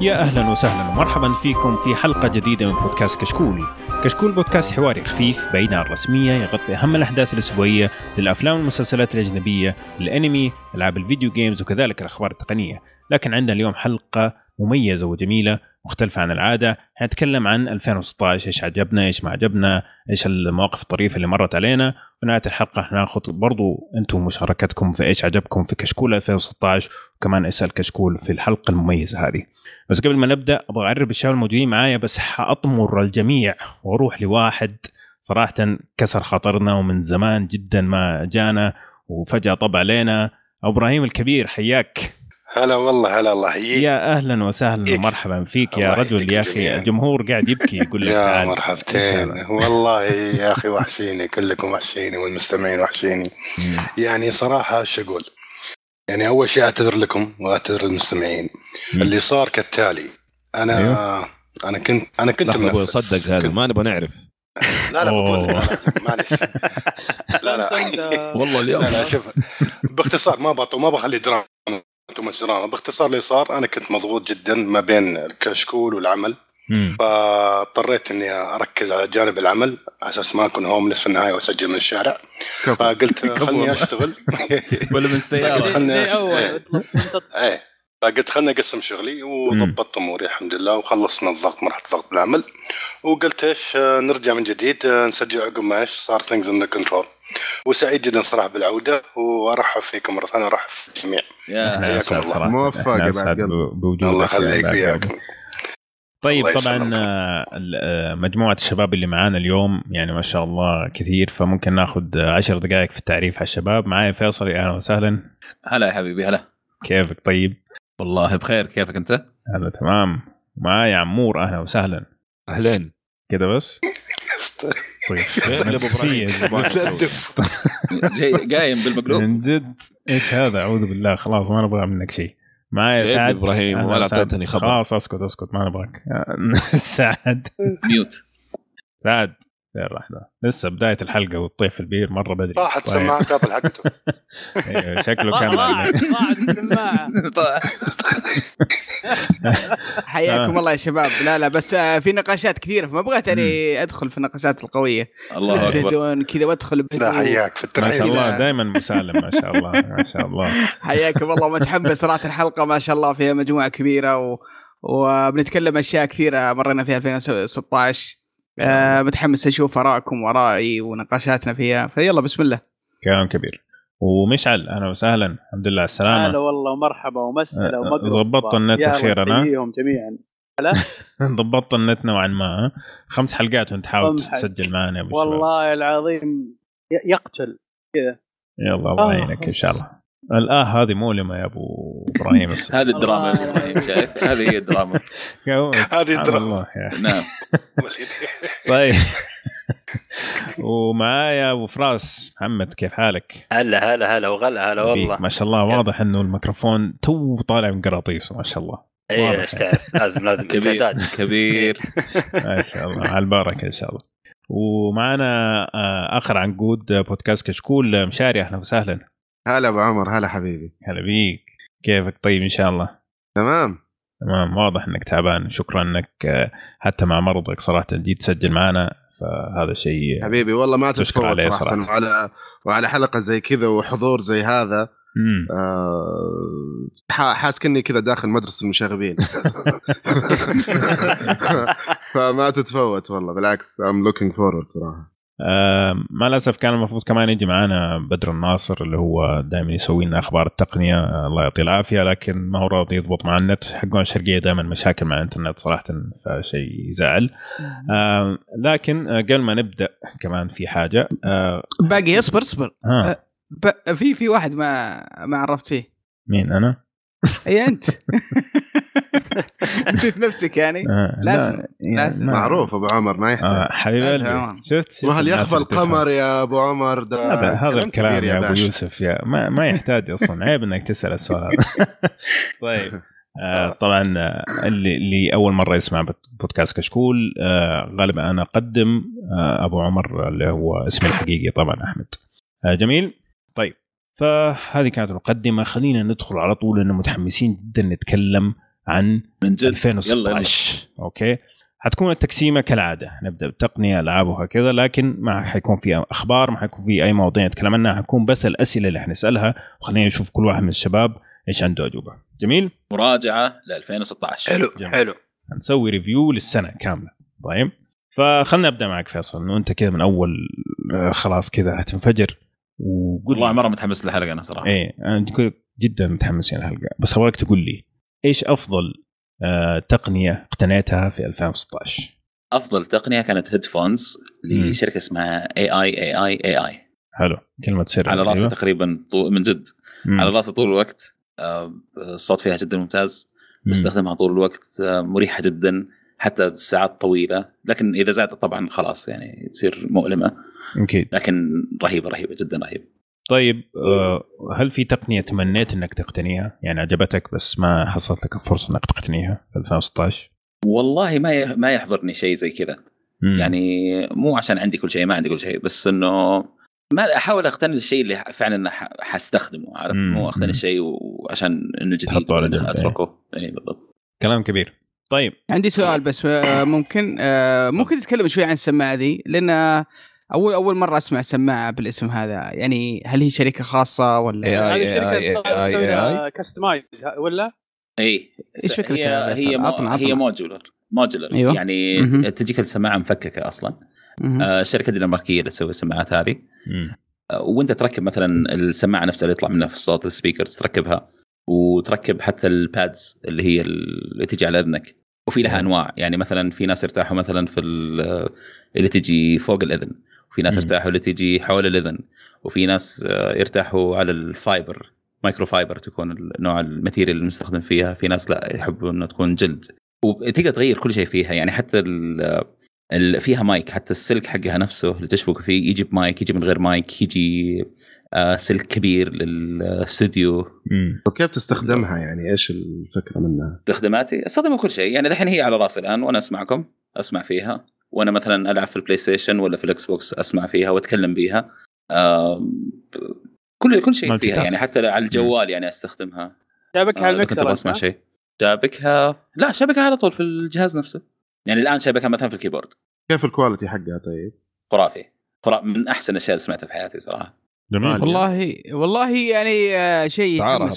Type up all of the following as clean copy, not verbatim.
يا أهلا وسهلا ومرحبا فيكم في حلقة جديدة من بودكاست كشكول. كشكول بودكاست حواري خفيف بعيد عن الرسمية، يغطي أهم الأحداث الأسبوعية للأفلام والمسلسلات الأجنبية، الأنمي، ألعاب الفيديو جيمز وكذلك الأخبار التقنية. لكن عندنا اليوم حلقة مميزة وجميلة مختلفة عن العادة. هنتكلم عن 2016، إيش عجبنا، إيش ما عجبنا، إيش المواقف الطريفة اللي مرت علينا. ونهاية الحلقة هناخذ برضو أنتم مشاركتكم في إيش عجبكم في كشكول 2016، وكمان اسأل كشكول في الحلقة المميزة هذه. بس قبل ما نبدأ أبغى أعرف الشباب الموجودين معايا، بس حأطمر الجميع وأروح لواحد صراحة كسر خاطرنا ومن زمان جدا ما جانا وفجأة طبع علينا. إبراهيم الكبير، حياك. هلا والله، هلا الله يحييك. يا أهلا وسهلا ومرحبا فيك يا رجل. يا أخي الجمهور قاعد يبكي يقول لك يا مرحبتين والله يا أخي، وحشيني كلكم، وحشيني والمستمعين وحشيني. يعني صراحة شغل، يعني أول شيء أعتذر لكم وأعتذر للمستمعين. اللي صار كالتالي، أنا كنت منفس. صدق هذا ما نبغى نعرف. لا بقول لك معلش. لا والله اليوم لا شوف باختصار، ما بخلي دراما دراما. باختصار اللي صار، أنا كنت مضغوط جدا ما بين الكشكول والعمل، فاضطريت إني أركز على جانب العمل على أساس ما أكون هوملس في النهاية وأسجل من الشارع. فقلت خلني أشتغل ولا من السيارة. فقلت خلني أقسم شغلي وضبطت أموري الحمد لله، وخلصنا الضغط، مرحلة ضغط بالعمل، وقلت إيش نرجع من جديد نسجل عقب ما إيش صار things under control. وسعيد جدا صراحة بالعودة، وأرحب فيكم مرة ثانية، أرحب في الجميع. حياكم الله، موفق بعد بوجودك. الله يخليك وياك. طيب طبعا مجموعة الشباب اللي معانا اليوم يعني ما شاء الله كثير، فممكن ناخد 10 دقائق في التعريف على الشباب. معايا فيصل، أهلا وسهلا. هلا يا حبيبي. هلا، كيفك؟ طيب والله بخير، كيفك أنت؟ هلا تمام. معايا عمور، أهلا وسهلا. أهلين كده بس. طيب قايم بالمقلوب من جد. ايش هذا؟ اعوذ بالله، خلاص ما نبغى منك شيء. معايا سعد ابراهيم، ولا اعطيتني خبر. خلاص اسكت ما نبغاك. سعد ميوت. سعد لحظه، لسه بدايه الحلقه والطيف البير مره بدري. طاحت سماعه كابل حقته. ايوه شكله كان طاحت السماعه. حياكم الله يا شباب. لا بس في نقاشات كثيره، فما بغيت اني ادخل في النقاشات القويه. الله اكبر كذا وادخل لا حياك في الترحيب. ما شاء الله دائما مسالم، ما شاء الله ما شاء الله. حياكم الله. متحمس صراحه الحلقه ما شاء الله، فيها مجموعه كبيره وبنتكلم اشياء كثيره مرينا فيها 2016. متحمس اشوف ارائكم وارائي ونقاشاتنا فيها، فيلا بسم الله. كلام كبير. ومشعل اهلا وسهلا، الحمد لله على السلامه. هلا والله ومرحبا ومسهلا ومقرب. ضبطت النت اخيرا؟ انا جميعا. لا ضبطت النت نوعا ما. 5 حلقات وانت تحاول تسجل معنا يا ابو والله شباب. العظيم يقتل كذا. يلا الله يعينك ان شاء الله. هذه مؤلمة يا أبو إبراهيم. هذه الدراما يا أبو إبراهيم، شايف؟ هذه هي الدراما. هذه الدراما. نعم. طيب ومعايا أبو فراس محمد، كيف حالك؟ هلا وغلا. هلا والله ما شاء الله، واضح إنه الميكروفون تو طالع من قراطيسه ما شاء الله. إيه تعرف لازم استعداد كبير. ما شاء الله، على البركة إن شاء الله. ومعنا آخر عنقود بودكاست كشكول، مشاري، أهلا وسهلا. هلا ابو عمر، هلا حبيبي. هلا بيك، كيفك؟ طيب ان شاء الله تمام. واضح انك تعبان. شكرا انك حتى مع مرضك صراحه جيت تسجل معنا، فهذا شيء حبيبي والله ما تتفوت صراحه. وعلى حلقه زي كذا وحضور زي هذا حاس كني كذا داخل مدرسه المشاغبين. فما تتفوت والله، بالعكس I'm looking forward صراحه. مع الأسف كان المفروض كمان يجي معنا بدر الناصر اللي هو دائما يسوي لنا أخبار التقنية، الله يعطيه العافية، لكن ما هو راضي يضبط مع النت. حقون الشرقية دائما مشاكل مع الإنترنت صراحة، فشيء يزعل. لكن قبل ما نبدأ كمان في حاجة باقي. اصبر في واحد ما عرفت فيه. مين أنا؟ أي أنت. نسيت نفسك يعني. لازم معروف أبو عمر ما يحتاج. حبيبي شفت وهل يخفى القمر يا أبو عمر؟ ده هذا الكلام يا أبو يوسف، يا ما يحتاج أصلا، عيب إنك تسأل السؤال. طيب طبعا اللي أول مرة يسمع بودكاست كشكول، غالبا أنا أقدم أبو عمر اللي هو اسمي الحقيقي طبعا أحمد. جميل. طيب فهذه كانت المقدمة، خلينا ندخل على طول لأنه متحمسين جدا نتكلم عن من جد 2016. اوكي حتكون التقسيمه كالعاده، نبدا بالتقنيه العاب وهكذا، لكن ما حيكون في اخبار، ما حيكون في اي مواضيع نتكلم عنها، حكون بس الاسئله اللي حنسالها وخلينا نشوف كل واحد من الشباب ايش عنده اجوبه. جميل، مراجعه ل 2016. حلو جميل. حلو. هنسوي ريفيو للسنه كامله. طيب فخلنا نبدا معك فيصل، انه انت كذا من اول خلاص كذا هتنفجر وقول. والله مره متحمس للحلقه انا صراحه. ايه انا جدا متحمس للحلقه، بس ابغاك تقول لي ايش افضل تقنيه اقتنيتها في 2016؟ افضل تقنيه كانت هيدفونز لشركه اسمها AI. حلو، كلمه سر على راسي تقريبا من جد على راسي طول الوقت. الصوت فيها جدا ممتاز، بستخدمها طول الوقت، مريحه جدا حتى الساعات طويله، لكن اذا زادت طبعا خلاص يعني تصير مؤلمه اكيد، لكن رهيبه جدا رهيبه. طيب هل في تقنيه تمنيت انك تقتنيها، يعني عجبتك بس ما حصلت لك فرصه انك تقتنيها في 2016؟ والله ما يحضرني شيء زي كذا، يعني مو عشان عندي كل شيء، ما عندي كل شيء، بس انه ما احاول اقتني الشيء اللي فعلا حستخدمه، عارف، مو اقتني الشيء وعشان انه جديد اتركه. اي بالضبط، كلام كبير. طيب عندي سؤال بس، ممكن تتكلم شوي عن السماعه ذي، لان اول مره اسمع سماعه بالاسم هذا، يعني هل هي شركه خاصه ولا هذه شركه كاستمايز ولا ايش فكرتها؟ هي مودولر أيوة. يعني تجيك السماعه مفككه اصلا. الشركه الدنماركيه اللي تسوي السماعات هذه، وانت تركب مثلا السماعه نفسها اللي يطلع منها في الصوت، السبيكرز تركبها، وتركب حتى البادز اللي هي اللي تجي على اذنك، وفي لها انواع، يعني مثلا في ناس يرتاحوا مثلا في اللي تجي فوق الاذن، وفي ناس يرتاحوا اللي تجي حول الاذن، وفي ناس يرتاحوا على الفايبر، مايكرو فايبر تكون النوع الماتيريال المستخدم فيها، في ناس لا يحبوا انه تكون جلد، وتقدر تغير كل شيء فيها، يعني حتى فيها مايك، حتى السلك حقها نفسه اللي تشبك فيه يجي بمايك، يجي من غير مايك، يجي سلك كبير للاستوديو. وكيف تستخدمها؟ يعني ايش الفكره منها؟ استخداماتي استخدمها كل شيء، يعني الحين هي على راسي الان وانا اسمعكم، اسمع فيها، وانا مثلا العب في البلاي ستيشن ولا في الاكس بوكس اسمع فيها واتكلم بيها، كل شيء فيها، يعني حتى على الجوال يعني استخدمها. شابكها على المكسر؟ اسمع شيء شابكها؟ لا، شابكها على طول في الجهاز نفسه، يعني الان شابكها مثلا في الكيبورد. كيف الكواليتي حقها؟ طيب خرافي، من احسن الاشياء اللي سمعتها في حياتي صراحه. جميل. والله يعني شيء يحمس،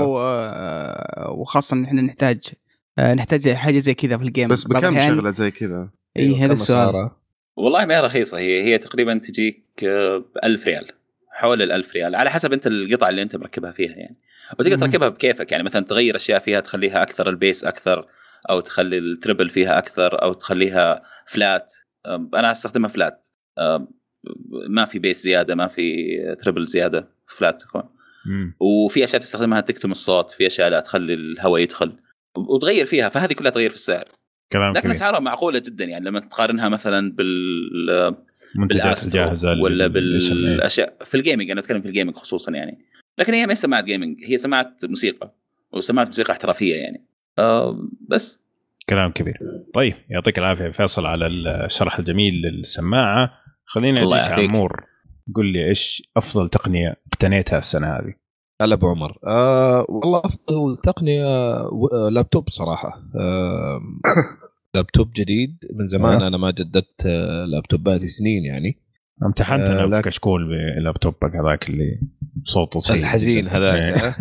وخاصه ان احنا نحتاج حاجه زي كذا في الجيم. بس بكم شغله زي كذا؟ هذا السؤال. والله ما هي رخيصه، هي تقريبا تجيك ب1000 ريال، حول ال1000 ريال، على حسب انت القطعه اللي انت مركبها فيها يعني، وتقدر تركبها بكيفك، يعني مثلا تغير اشياء فيها، تخليها اكثر البيس اكثر، او تخلي التريبل فيها اكثر، او تخليها فلات. انا استخدمها فلات، ما في بيس زياده، ما في تريبل زياده، فلات تكون. وفي اشياء تستخدمها تكتم الصوت، في اشياء لا تخلي الهواء يدخل وتغير فيها، فهذه كلها تغير في السعر، لكن اسعارها معقوله جدا، يعني لما تقارنها مثلا بالاسترو ولا بالاشياء في الجيمنج. انا اتكلم في الجيمنج خصوصا يعني، لكن هي ما سماعه جيمنج، هي سماعه موسيقى، وسماعه موسيقى احترافيه يعني. بس كلام كبير. طيب يعطيك العافيه فيصل على الشرح الجميل للسماعه. خلينا نديك عمور، قل لي ايش افضل تقنيه اقتنيتها السنه هذه؟ هلا ابو عمر. والله افضل تقنيه لابتوب صراحه. لابتوب جديد من زمان. انا ما جددت لابتوباتي سنين يعني. امتحنت انا في كشكول بلابتوبك هذاك اللي صوته سيء الحزين هذاك.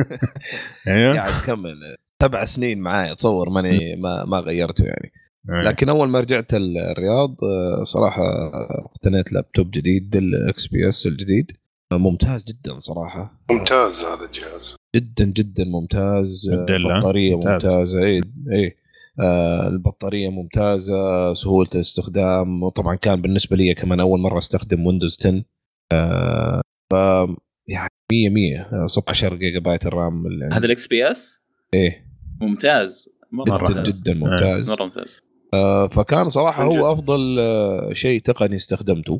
قاعد كمل 7 سنين معايا، تصور ماني ما غيرته يعني. لكن اول ما رجعت الرياض صراحه اقتنيت لابتوب جديد، الاكس بي اس الجديد، ممتاز جدا صراحه. ممتاز هذا الجهاز، جدا جدا ممتاز. البطاريه ممتازه. اي البطاريه ممتازه، سهوله الاستخدام، وطبعا كان بالنسبه لي كمان اول مره استخدم ويندوز 10. ف يعني 100 16 جيجا بايت الرام. هذا الاكس بي اس ايه ممتاز جدا جدا ممتاز. مره ممتاز. فكان صراحه هو افضل شيء تقني استخدمته.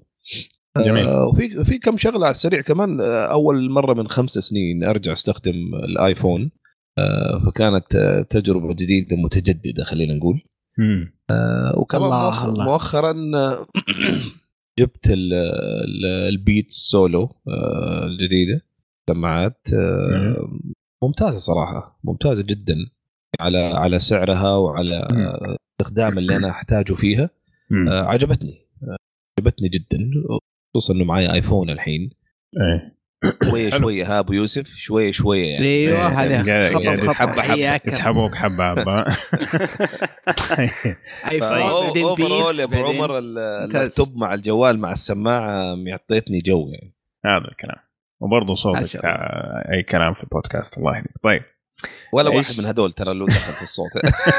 وفي كم شغله على السريع كمان. اول مره من 5 سنين ارجع استخدم الايفون، فكانت تجربه جديده متجدده خلينا نقول. وكمان مؤخرا جبت البيتس سولو الجديده، سماعات ممتازه صراحه، ممتازه جدا. على سعرها وعلى استخدام اللي انا احتاجه فيها. عجبتني جدا، خصوصا انه معي ايفون الحين. شويه ها ابو يوسف، شويه يعني. ايوه هذا حبه يسحبوك حبه ايفون اوفرول يا ابو عمر. اللابتوب مع الجوال مع السماعه يعطيتني جو يعني. هذا الكلام، وبرضه صوتك اي كلام في البودكاست. الله يهديك. طيب ولا واحد من هذول ترى له دخل في الصوت.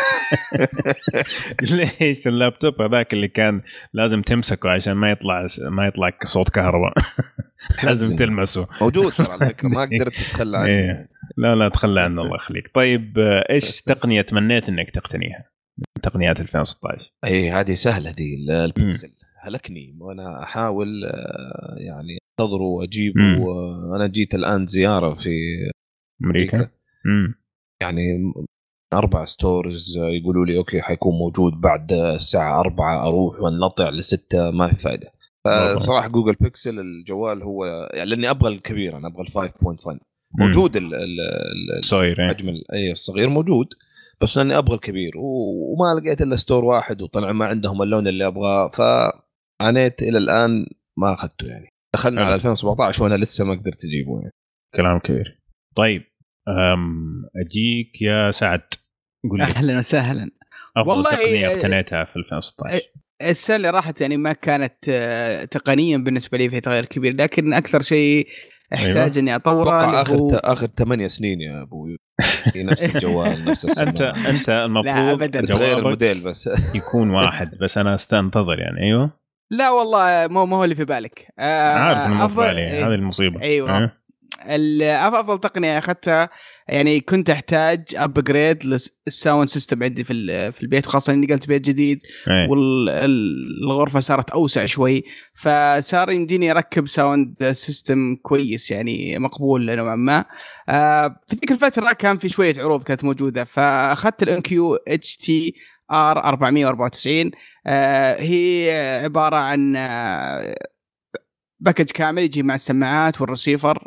ليش اللابتوب هذاك اللي كان لازم تمسكه عشان ما يطلع صوت كهرباء. لازم تلمسه. موجود ترى على فكره، ما قدرت تتخلى عنه. لا تخلى عنه الله يخليك. طيب ايش تقنيه تمنيت انك تقتنيها من تقنيات 2016؟ هذه سهله، دي البيكسل. هلكني وانا احاول يعني انتظره واجيبه. انا جيت الان زياره في امريكا. يعني 4 ستورز يقولوا لي اوكي حيكون موجود بعد الساعه 4، اروح ونطع ل6 ما في فائده. فصراحه جوجل بيكسل الجوال هو يعني، لاني ابغى الكبير، انا ابغى 5.1 موجود. الصغير حجم الصغير موجود، بس لاني ابغى الكبير وما لقيت الا ستور واحد، وطلع ما عندهم اللون اللي ابغاه، فعانيت الى الان ما اخذته. يعني دخلنا على 2017 وانا لسه ما قدرت اجيبه يعني. كلام كبير. طيب اجيك يا سعد، قول لي. اهلا وسهلا. والله تقنيه اقتنيتها في 2016. السنه اللي راحت يعني ما كانت تقنيا بالنسبه لي في تغير كبير، لكن اكثر شيء احتاج اني اطوره اخر 8 سنين يا ابو في نفس الجوال نفس السماعه. انت المفروض تغير الموديل بس يكون واحد بس. انا استنتظر يعني. ايوه لا والله ما هو اللي في بالك. عارف انه في بالي. هذه المصيبه. ايوه افضل تقنيه اخذتها يعني كنت احتاج ابجريد للساوند سيستم عندي في البيت، خاصه اني نقلت بيت جديد والغرفه صارت اوسع شوي، فصار يمديني اركب ساوند سيستم كويس يعني مقبول نوعا ما. في ذيك الفتره كان في شويه عروض كانت موجوده، فاخذت الانكيو اتش تي ار 494. هي عباره عن باكج كامل يجي مع السماعات والرسيفر.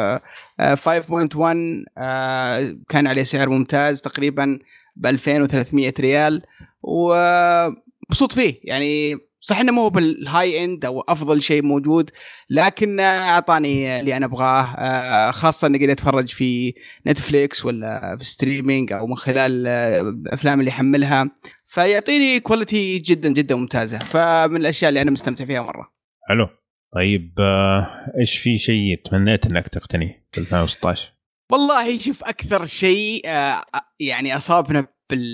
5.1 كان عليه سعر ممتاز تقريبا ب2300 ريال، ومبسوط فيه يعني. صح انه مو بالهاي اند او افضل شيء موجود، لكن اعطاني اللي انا ابغاه، خاصه اني قاعد اتفرج في نتفليكس ولا في ستريمينج او من خلال الافلام اللي احملها، فيعطيني كواليتي جدا جدا ممتازه. فمن الاشياء اللي انا مستمتع فيها مره. حلو. طيب ايش في شيء تمنيت انك تقتنيه في 2016؟ والله شوف اكثر شيء يعني اصابنا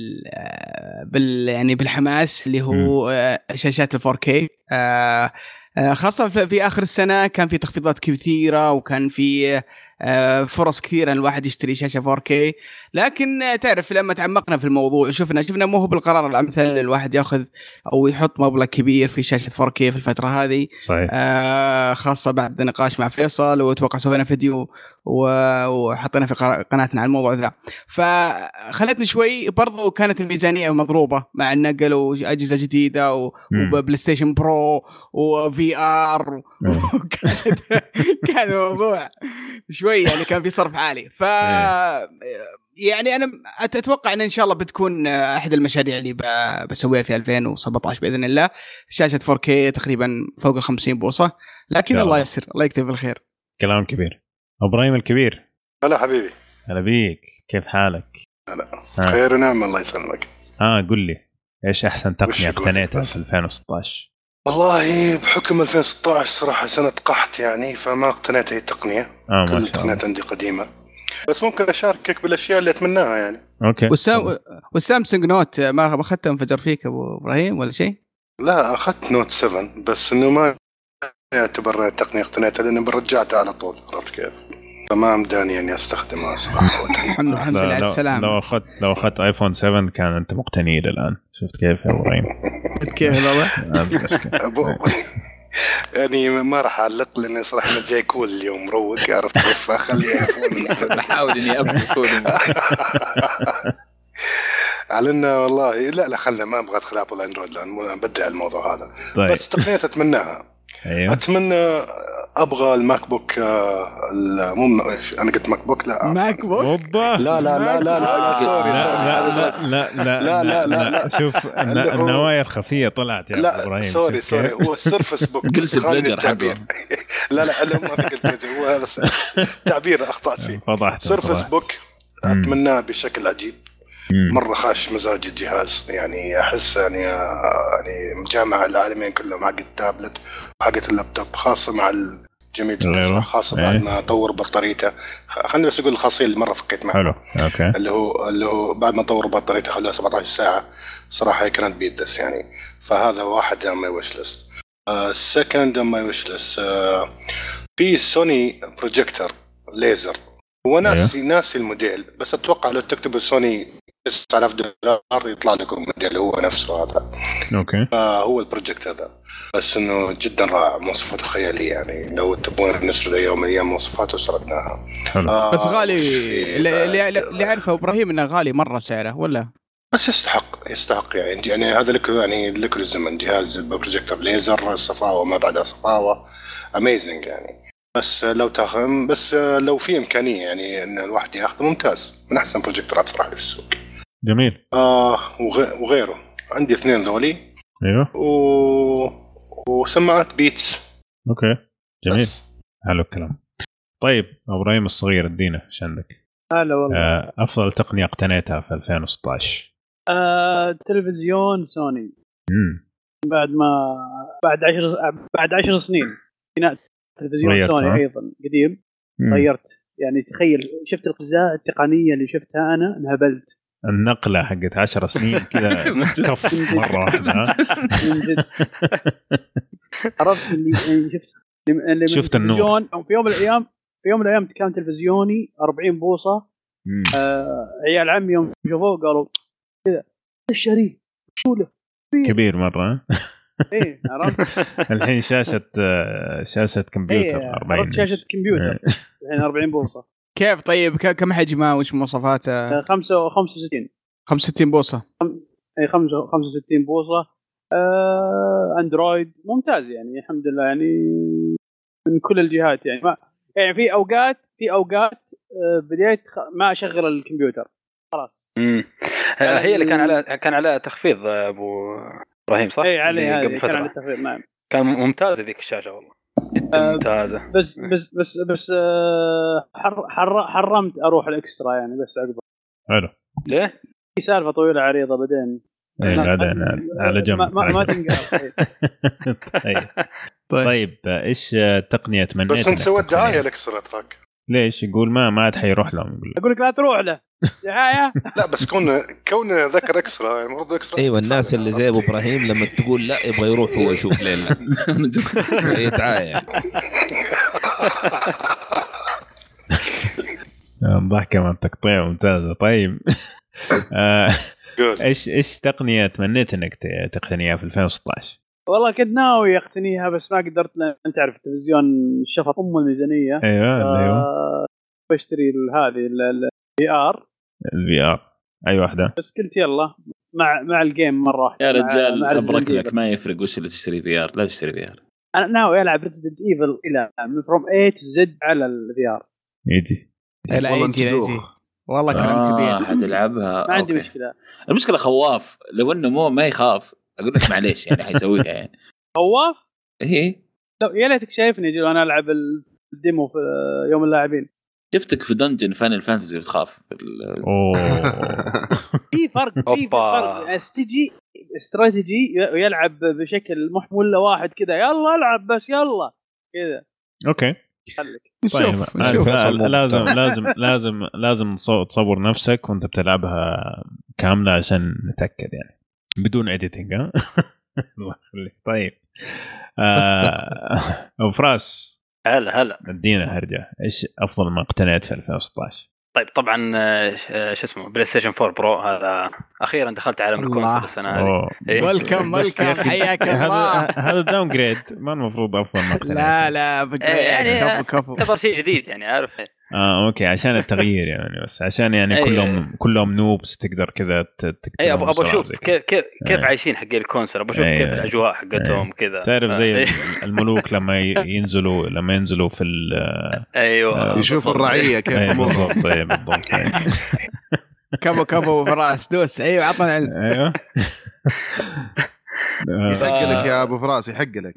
يعني بالحماس اللي هو شاشات ال 4K. خاصة في آخر السنة كان في تخفيضات كثيرة، وكان في فرص كثيرة أن الواحد يشتري شاشة 4K. لكن تعرف لما تعمقنا في الموضوع شفنا مو هو بالقرار الأمثل الواحد يأخذ أو يحط مبلغ كبير في شاشة 4K في الفترة هذه. صحيح. خاصة بعد نقاش مع فيصل، وأتوقع سوينا فيديو وحطينا في قناتنا عن الموضوع ذا، فخلتني شوي. برضو كانت الميزانية مضروبة مع النقل وأجهزة جديدة وبلاي ستيشن برو وفي آر، كان الموضوع شوي يعني كان في صرف عالي. ف يعني أنا أتوقع أن شاء الله بتكون أحد المشاريع اللي بسويها في 2017 بإذن الله، شاشة 4K تقريبا فوق 50 بوصة، لكن الله يسر، الله يكتب بالخير. كلام كبير. إبراهيم الكبير، هلا حبيبي. هلا بيك، كيف حالك؟ هلا خير ونعم الله يسلمك. قل لي إيش أحسن تقنية اقتنيتها في 2016؟ والله بحكم 2016 صراحة سنة قحط يعني، فما اقتنيت أي تقنية. كل التقنيات عندي قديمة، بس ممكن أشاركك بالأشياء اللي أتمناها يعني. أوكي. والسامسونج نوت ما أخذته انفجر فيك أبو إبراهيم ولا شيء؟ لا أخذت نوت 7، بس إنه ما يعتبر تقنية اقتنيتها لأنه برجعتها على طول. عرفت كيف؟ فما مداني يعني أستخدمها صراحة. الحمد لله على السلامة. لو أخذت آيفون 7 كان أنت مقتني الآن. شفت كيف يا إبراهيم؟ كيف والله؟ يعني ما راح أعلق لأن صراحة أنا جاي كول اليوم مروق. عرفت كيف؟ أخلي آيفون. بحاول إني أبغى كول علنا والله. لا خلنا ما أبغى أدخل أبل أندرويد لأن بدأ الموضوع هذا. طيب. بس تقنية أتمناها أيوه. اتمنى ابغى الماك بوك مو انا قلت ماك بوك لا ماك بوك لا سوري لا شوف النوايا الخفيه طلعت يا ابراهيم. سوري هو السيرفس بوك التعبير لا ما في قلت هو هذا تعبير اخطات فيه. سيرفس بوك اتمناه بشكل عجيب مرة خاش مزاج الجهاز، يعني أحس يعني مجامع العالمين كلهم حق التابلت وحق اللابتوب، خاصة مع الجميل خاصة بعد ما طور بطاريته. خليني بس أقول الخاصية اللي مرة فكيت معه. حلو. أوكي. اللي هو بعد ما طور بطاريته خلوها 17 ساعة صراحة هي كانت بيدس يعني. فهذا واحد on my wish list. second on my wish list في سوني بروجيكتور ليزر. هو ناسي الموديل، بس أتوقع لو تكتب سوني $9,000 يطلع لكم موديل هو نفسه هذا. اوكي. هو البروجيكت هذا، بس انه جدا رائع، مواصفاته خياليه يعني. لو تبون نسرد يوم من الايام مواصفاته سردناها. بس غالي اللي عارفه ابراهيم انه غالي مره سعره ولا؟ بس يستحق يعني هذا لك الزمن. جهاز بروجيكتور ليزر صفاوه ما بعدها صفاوه اميزنج يعني. بس لو في إمكانية يعني إن الواحد يأخذ ممتاز، من أحسن بروجيكتورات صراحة في السوق. جميل. وغيره عندي 2 ذولي. أيوه. وسماعات بيتس. أوكي جميل. حلو الكلام. طيب إبراهيم الصغير ادينا إيش عندك؟ هلا والله. أفضل تقنية اقتنيتها في 2016. تلفزيون سوني. بعد 10 سنين تلفزيون سوني أيضا قديم. غيرت يعني، تخيل شفت الأجزاء التقنية اللي شفتها أنا انهبلت. النقلة حقت 10 سنين كذا كف مرة واحدة. عرفت اللي شفت النور. في يوم من الأيام كان تلفزيوني 40 بوصة. عيال عمي يوم شافوه قالوا كذا الشريك شوله كبير مرة. ايه عرفت. الحين شاشة كمبيوتر 40. شاشة كمبيوتر الحين 40 بوصة. كيف طيب كم حجمه وش مواصفاته؟ 65 بوصة. اي 65 بوصة. اندرويد ممتاز يعني الحمد لله يعني من كل الجهات يعني. يعني في اوقات بديت ما اشغل الكمبيوتر خلاص. هي اللي كان على تخفيض ابو ابراهيم صح؟ اي عليه هذه كان على تخفيض. نعم كان ممتازه ذيك الشاشه والله جدا ممتازه. بس حرمت اروح الاكسترا يعني بس عقب. حلو. ليه؟ في سالفه طويله عريضه بعدين. على جنب ما تنقال. طيب ايش تقنيه تمنيت بس انت سويت دعايه الاكسترا تراك؟ ليش يقول ما عاد حيروح لهم؟ يقول لك لا تروح له دعايه. لا بس كون ذكر اكسترا يعني برضه اكسترا. ايوه الناس اللي زي ابو ابراهيم لما تقول لا يبغى يروح هو يشوف ليلة يتعايا. ضحكه مع التقطيع ممتازه. طيب ايش تقنيه تمنيت انك تقتنيها في 2016؟ والله كنت ناوي اقتنيها بس ما قدرت، لان انت تعرف التلفزيون شفط الميزانيه. ايوه بشتري هذه الفي ار. اي واحده بس قلت يلا مع الجيم مره واحده. يا رجال ابرك لك ما يفرق وش اللي تشتري في ار. لا تشتري في ار. انا ناوي العب ريزيدنت ايفل الى فروم A to Z على الفي ار. يجي والله كلام كبير. حتلعبها ما عندي مشكله. المشكله خواف لو انه ما يخاف اقول لك معليش يعني حيسويها يعني. خواف هي لو يا ليتك شايفني اجي وانا العب الديمو في يوم اللاعبين. شفتك في دنجن فاينل فانتسي وتخاف. في فرق استراتيجي يلعب بشكل محمول لواحد كذا يلا العب بس يلا كذا. اوكي طيب لازم تصور نفسك وانت بتلعبها كاملة عشان نتأكد يعني بدون إديتنج. الله يخليك. طيب أبو فراس هلا ادينا هرجة. ايش افضل ما اقتنيت في 2016؟ طيب طبعا شو اسمه بلاي ستيشن 4 برو. هذا اخيرا دخلت عالم الكونسول السنه هذه. ويلكم حياك الله. هذا داون جريد ما المفروض افضل ما اقتنيت. لا يعني كفو تعتبر شيء جديد يعني عارف. اوكي عشان التغيير يعني، بس عشان يعني كلهم نوبس تقدر كذا اي ابغى اشوف كيف عايشين حق الكونسل، ابغى اشوف كيف الاجواء حقتهم كذا، تعرف زي الملوك لما ينزلوا في ايوه يشوفوا الرعيه كيف بالضبط كفو فراس دوس. ايوه عطنا علم. ايوه يحق لك يا ابو فراس، يحق لك.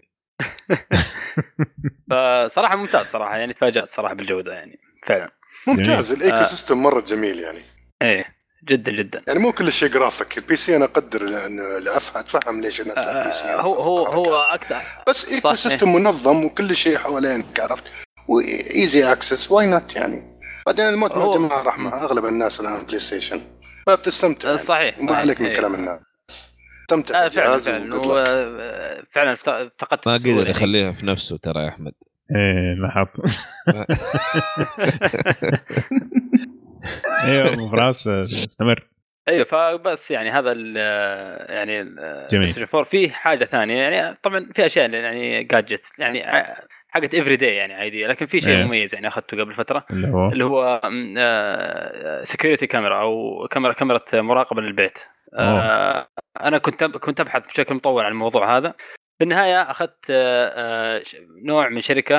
فصراحه ممتاز صراحه، يعني تفاجأت صراحه بالجوده يعني فعلا ممتاز. الايكو سيستم مره جميل يعني. ايه جدا جدا يعني مو كل شيء جرافيك. البي سي انا اقدر لانه اتفهم ليش الناس البي سي هو اكثر، بس ايكو سيستم منظم وكل شيء حوالينك عرفت، وايزي اكسس واي نوت يعني. بعدين الموت ما جماعه رحمه، اغلب الناس الان بلاي ستيشن فبتستمتع يعني. صحيح ما عليك من كلام الناس، استمتع فعلا افتقدت ما قدر يخليها في نفسه ترى يا احمد. ايه لاحظت. ايوه فراس استمر. ايوه فبس يعني هذا يعني جميل. في حاجه ثانيه يعني، طبعا في اشياء يعني جادجت يعني حاجه افري داي يعني عاديه، لكن في شيء مميز يعني اخذته قبل فتره اللي هو سكيورتي كاميرا او كاميرا مراقبه للبيت. انا كنت ابحث بشكل مطول عن الموضوع هذا. في النهايه اخذت نوع من شركه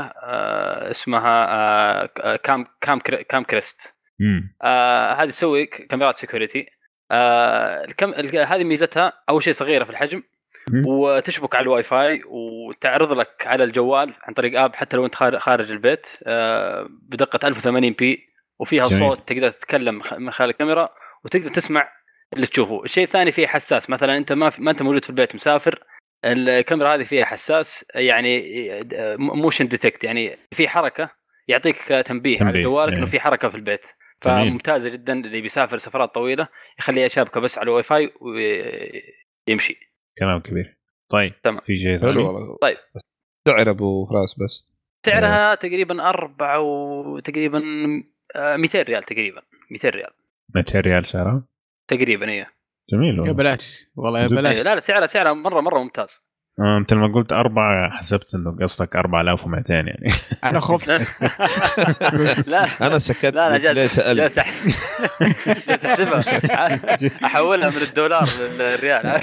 اسمها كام كريست. هذه تسوي كاميرات سيكوريتي. هذه ميزتها اول شيء صغيره في الحجم، وتشبك على الواي فاي وتعرض لك على الجوال عن طريق اب حتى لو انت خارج البيت بدقه 1080p، وفيها جميل. صوت تقدر تتكلم من خلال الكاميرا وتقدر تسمع اللي تشوفه. الشيء الثاني فيه حساس، مثلا انت ما انت موجود في البيت مسافر، الكاميرا هذه فيها حساس يعني موشن ديتكت، يعني في حركه يعطيك تنبيه على جوالك انه في حركه في البيت. فممتازه جدا اللي بيسافر سفرات طويله يخليها شابكه بس على الواي فاي ويمشي. كلام كبير. طيب تمام. في شيء ثاني؟ طيب سعر ابو فراس بس سعرها تقريبا 4 وتقريبا 200 ريال تقريبا 200 ريال سعرها تقريبا. ايه جميل والله. يا بلاش والله يا بلاش. لا سعرها مره ممتاز. انت لما قلت 4 حسبت انه قصدك 4200 يعني. انا خفت. لا انا سكت. لا ليه سألت؟ احسبها احولها من الدولار للريال.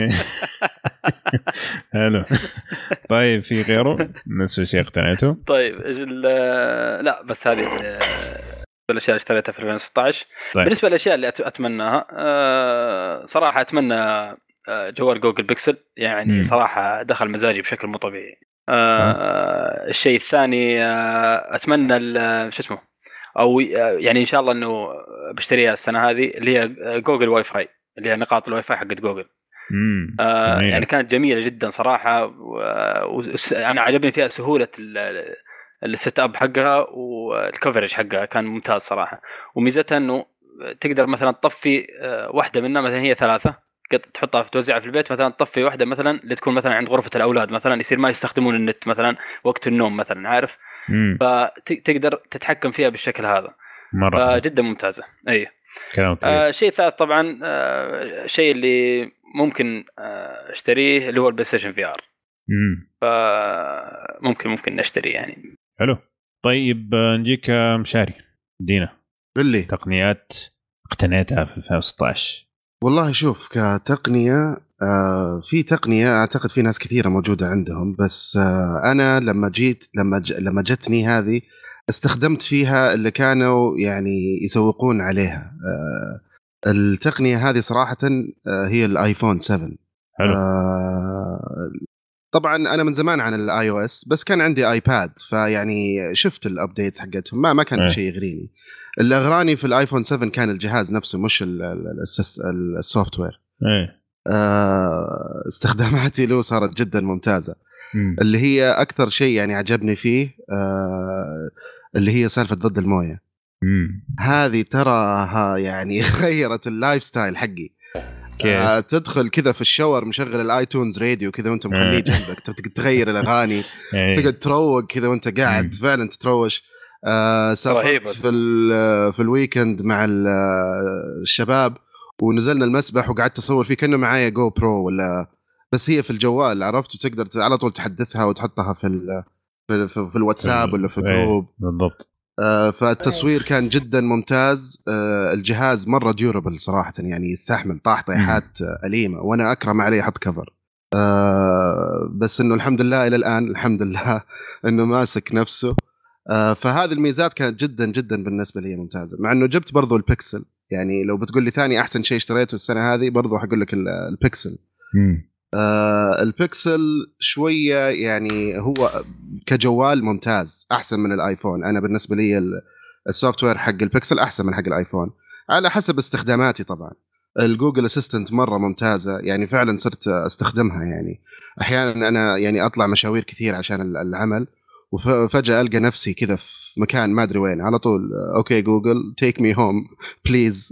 حلو. طيب في غيره نفس الشيء اقتنعته؟ طيب لا بس هذه الاشياء اللي اشتريتها في 2016. طيب. بالنسبه للاشياء اللي اتمناها صراحه اتمنى جوال جوجل بيكسل يعني صراحه دخل مزاجي بشكل مو طبيعي. الشيء الثاني اتمنى شو اسمه او يعني ان شاء الله انه بشتريها السنه هذه اللي هي جوجل واي فاي، اللي هي نقاط الواي فاي حقت جوجل. يعني كانت جميله جدا صراحه، وانا عجبني فيها سهوله السيت اب حقها والكفرج حقها كان ممتاز صراحه. وميزتها انه تقدر مثلا تطفي واحده منها، مثلا هي 3 تحطها توزعها في البيت، مثلا تطفي واحده مثلا اللي تكون مثلا عند غرفه الاولاد مثلا يصير ما يستخدمون النت مثلا وقت النوم مثلا، عارف؟ فتقدر تتحكم فيها بالشكل هذا مرة. جدا ممتازه. اي شيء ثالث طبعا شيء اللي ممكن اشتريه اللي هو البلاي ستيشن في ار. فممكن نشتري يعني. حلو. طيب نجيك مشاري دينا باللي تقنيات اقتنيتها في 2016. والله شوف كتقنية في تقنية أعتقد في ناس كثيرة موجودة عندهم، بس أنا لما جتني هذه استخدمت فيها اللي كانوا يعني يسوقون عليها. التقنية هذه صراحة هي الآيفون 7. حلو. طبعا أنا من زمان عن الآي أو إس، بس كان عندي آيباد فيعني شفت الأبديتس حقتهم ما كان شيء يغريني. اللي أغراني في الآيفون 7 كان الجهاز نفسه مش السوفت وير. استخداماتي له صارت جدا ممتازة. اللي هي أكثر شيء يعني عجبني فيه اللي هي سالفة ضد الموية. هذه تراها يعني غيرت اللايف ستايل حقي. تدخل كذا في الشاور مشغل الايتونز راديو كذا وانت مخليه جنبك، تغير الاغاني، تقعد تروق كذا وانت قاعد فعلا تتروش. سافرت في الويكند مع الشباب ونزلنا المسبح وقعدت اصور فيه كأنه معايا جو برو ولا، بس هي في الجوال عرفت، وتقدر على طول تحدثها وتحطها في الواتساب ولا في الجروب. بالضبط. فالتصوير كان جدا ممتاز. الجهاز مره ديوربل صراحه، يعني يستحمل طاحات أليمة، وانا اكرم عليه حط كفر. بس انه الحمد لله الى الان الحمد لله انه ماسك نفسه. فهذه الميزات كانت جدا جدا بالنسبه لي ممتازه، مع انه جبت برضو البيكسل. يعني لو بتقول لي ثاني احسن شيء اشتريته السنه هذه برضو حقول لك البيكسل. البيكسل شويه يعني هو كجوال ممتاز، احسن من الايفون. انا بالنسبه لي السوفت وير حق البيكسل احسن من حق الايفون على حسب استخداماتي. طبعا الجوجل اسيستنت مره ممتازه، يعني فعلا صرت استخدمها. يعني احيانا انا يعني اطلع مشاوير كثير عشان العمل، وفجاه القى نفسي كذا في مكان ما ادري وين، على طول اوكي جوجل تيك مي هوم بليز.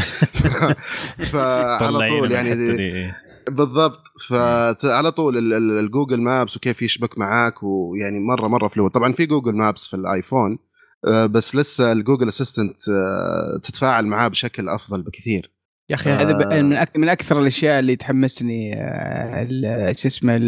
فعلى طول يعني بالضبط. فعلى طول الجوجل مابس وكيف يشبك معاك، ويعني مره فلويد. طبعا في جوجل مابس في الايفون، بس لسه الجوجل اسيستنت تتفاعل معاه بشكل افضل بكثير. يا اخي هذا من اكثر الاشياء اللي تحمسني. شو اسمه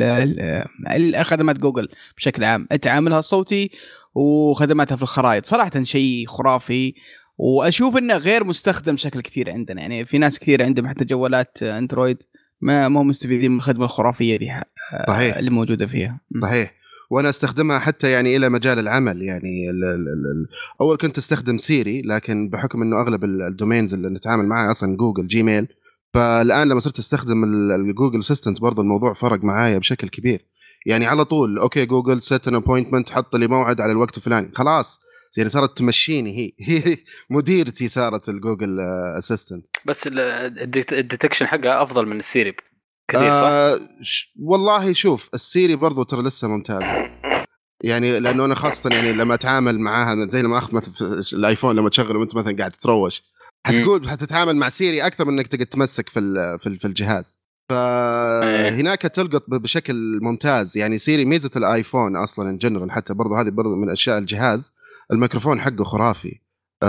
خدمات جوجل بشكل عام، تعاملها الصوتي وخدماتها في الخرائط صراحه شيء خرافي. واشوف انه غير مستخدم بشكل كثير عندنا، يعني في ناس كثير عندهم حتى جوالات اندرويد ما هم مستفيدين من الخدمه الخرافيه دي اللي موجوده فيها. صحيح. وانا استخدمها حتى يعني الى مجال العمل. يعني اول كنت استخدم سيري، لكن بحكم انه اغلب الدومينز اللي نتعامل معها اصلا جوجل جيميل، فالان لما صرت استخدم الجوجل اسيستنت برضه الموضوع فرق معايا بشكل كبير. يعني على طول اوكي جوجل سيت ان ابوينتمنت، حط لي موعد على الوقت الفلاني، خلاص يعني صارت تمشيني. هي مديرتي صارت الجوجل اسيستنت. بس الديتكشن حقها افضل من السيري كثير صح؟ والله شوف السيري برضو ترى لسه ممتازة. يعني لأنه أنا خاصة يعني لما أتعامل معاها زي لما أخذ مثلا الآيفون لما تشغله وأنت مثلا قاعد تتروش، حتتعامل مع سيري أكثر من إنك تقعد تمسك في الجهاز. فهناك تلقط بشكل ممتاز. يعني سيري ميزة الآيفون أصلا إن جنرال، حتى برضو هذه برضو من أشياء الجهاز، الميكروفون حقه خرافي.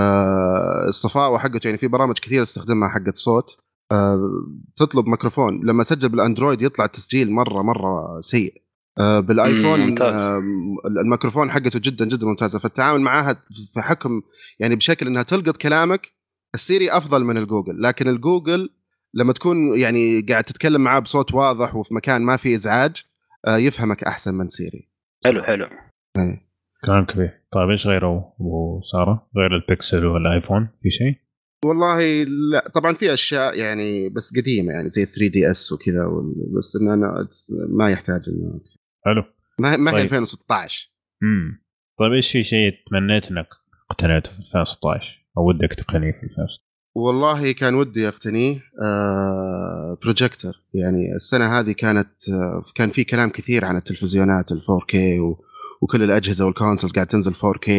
الصفاء حقته يعني في برامج كثير استخدمها حقت صوت. تطلب ميكروفون، لما سجل بالاندرويد يطلع التسجيل مره سيء. بالايفون الميكروفون حقته جدا جدا ممتازه، فالتعامل معها في حكم يعني بشكل انها تلقط كلامك. السيري افضل من الجوجل، لكن الجوجل لما تكون يعني قاعد تتكلم معاه بصوت واضح وفي مكان ما فيه ازعاج يفهمك احسن من سيري. حلو كلام كبير. طيب ايش غيره وساره غير البيكسل والايفون؟ في شيء؟ والله لا طبعا في اشياء يعني بس قديمه، يعني زي 3DS وكذا، بس ان انا ما يحتاج انه حلو ما هي 2016. طيب ايش في شيء تمنيت انك اقتنيته في 2016 او ودك تقتنيه في 2016؟ والله كان ودي اقتنيه بروجيكتور. يعني السنه هذه كان في كلام كثير عن التلفزيونات ال 4K وكل الاجهزه والكونسولز قاعد تنزل 4K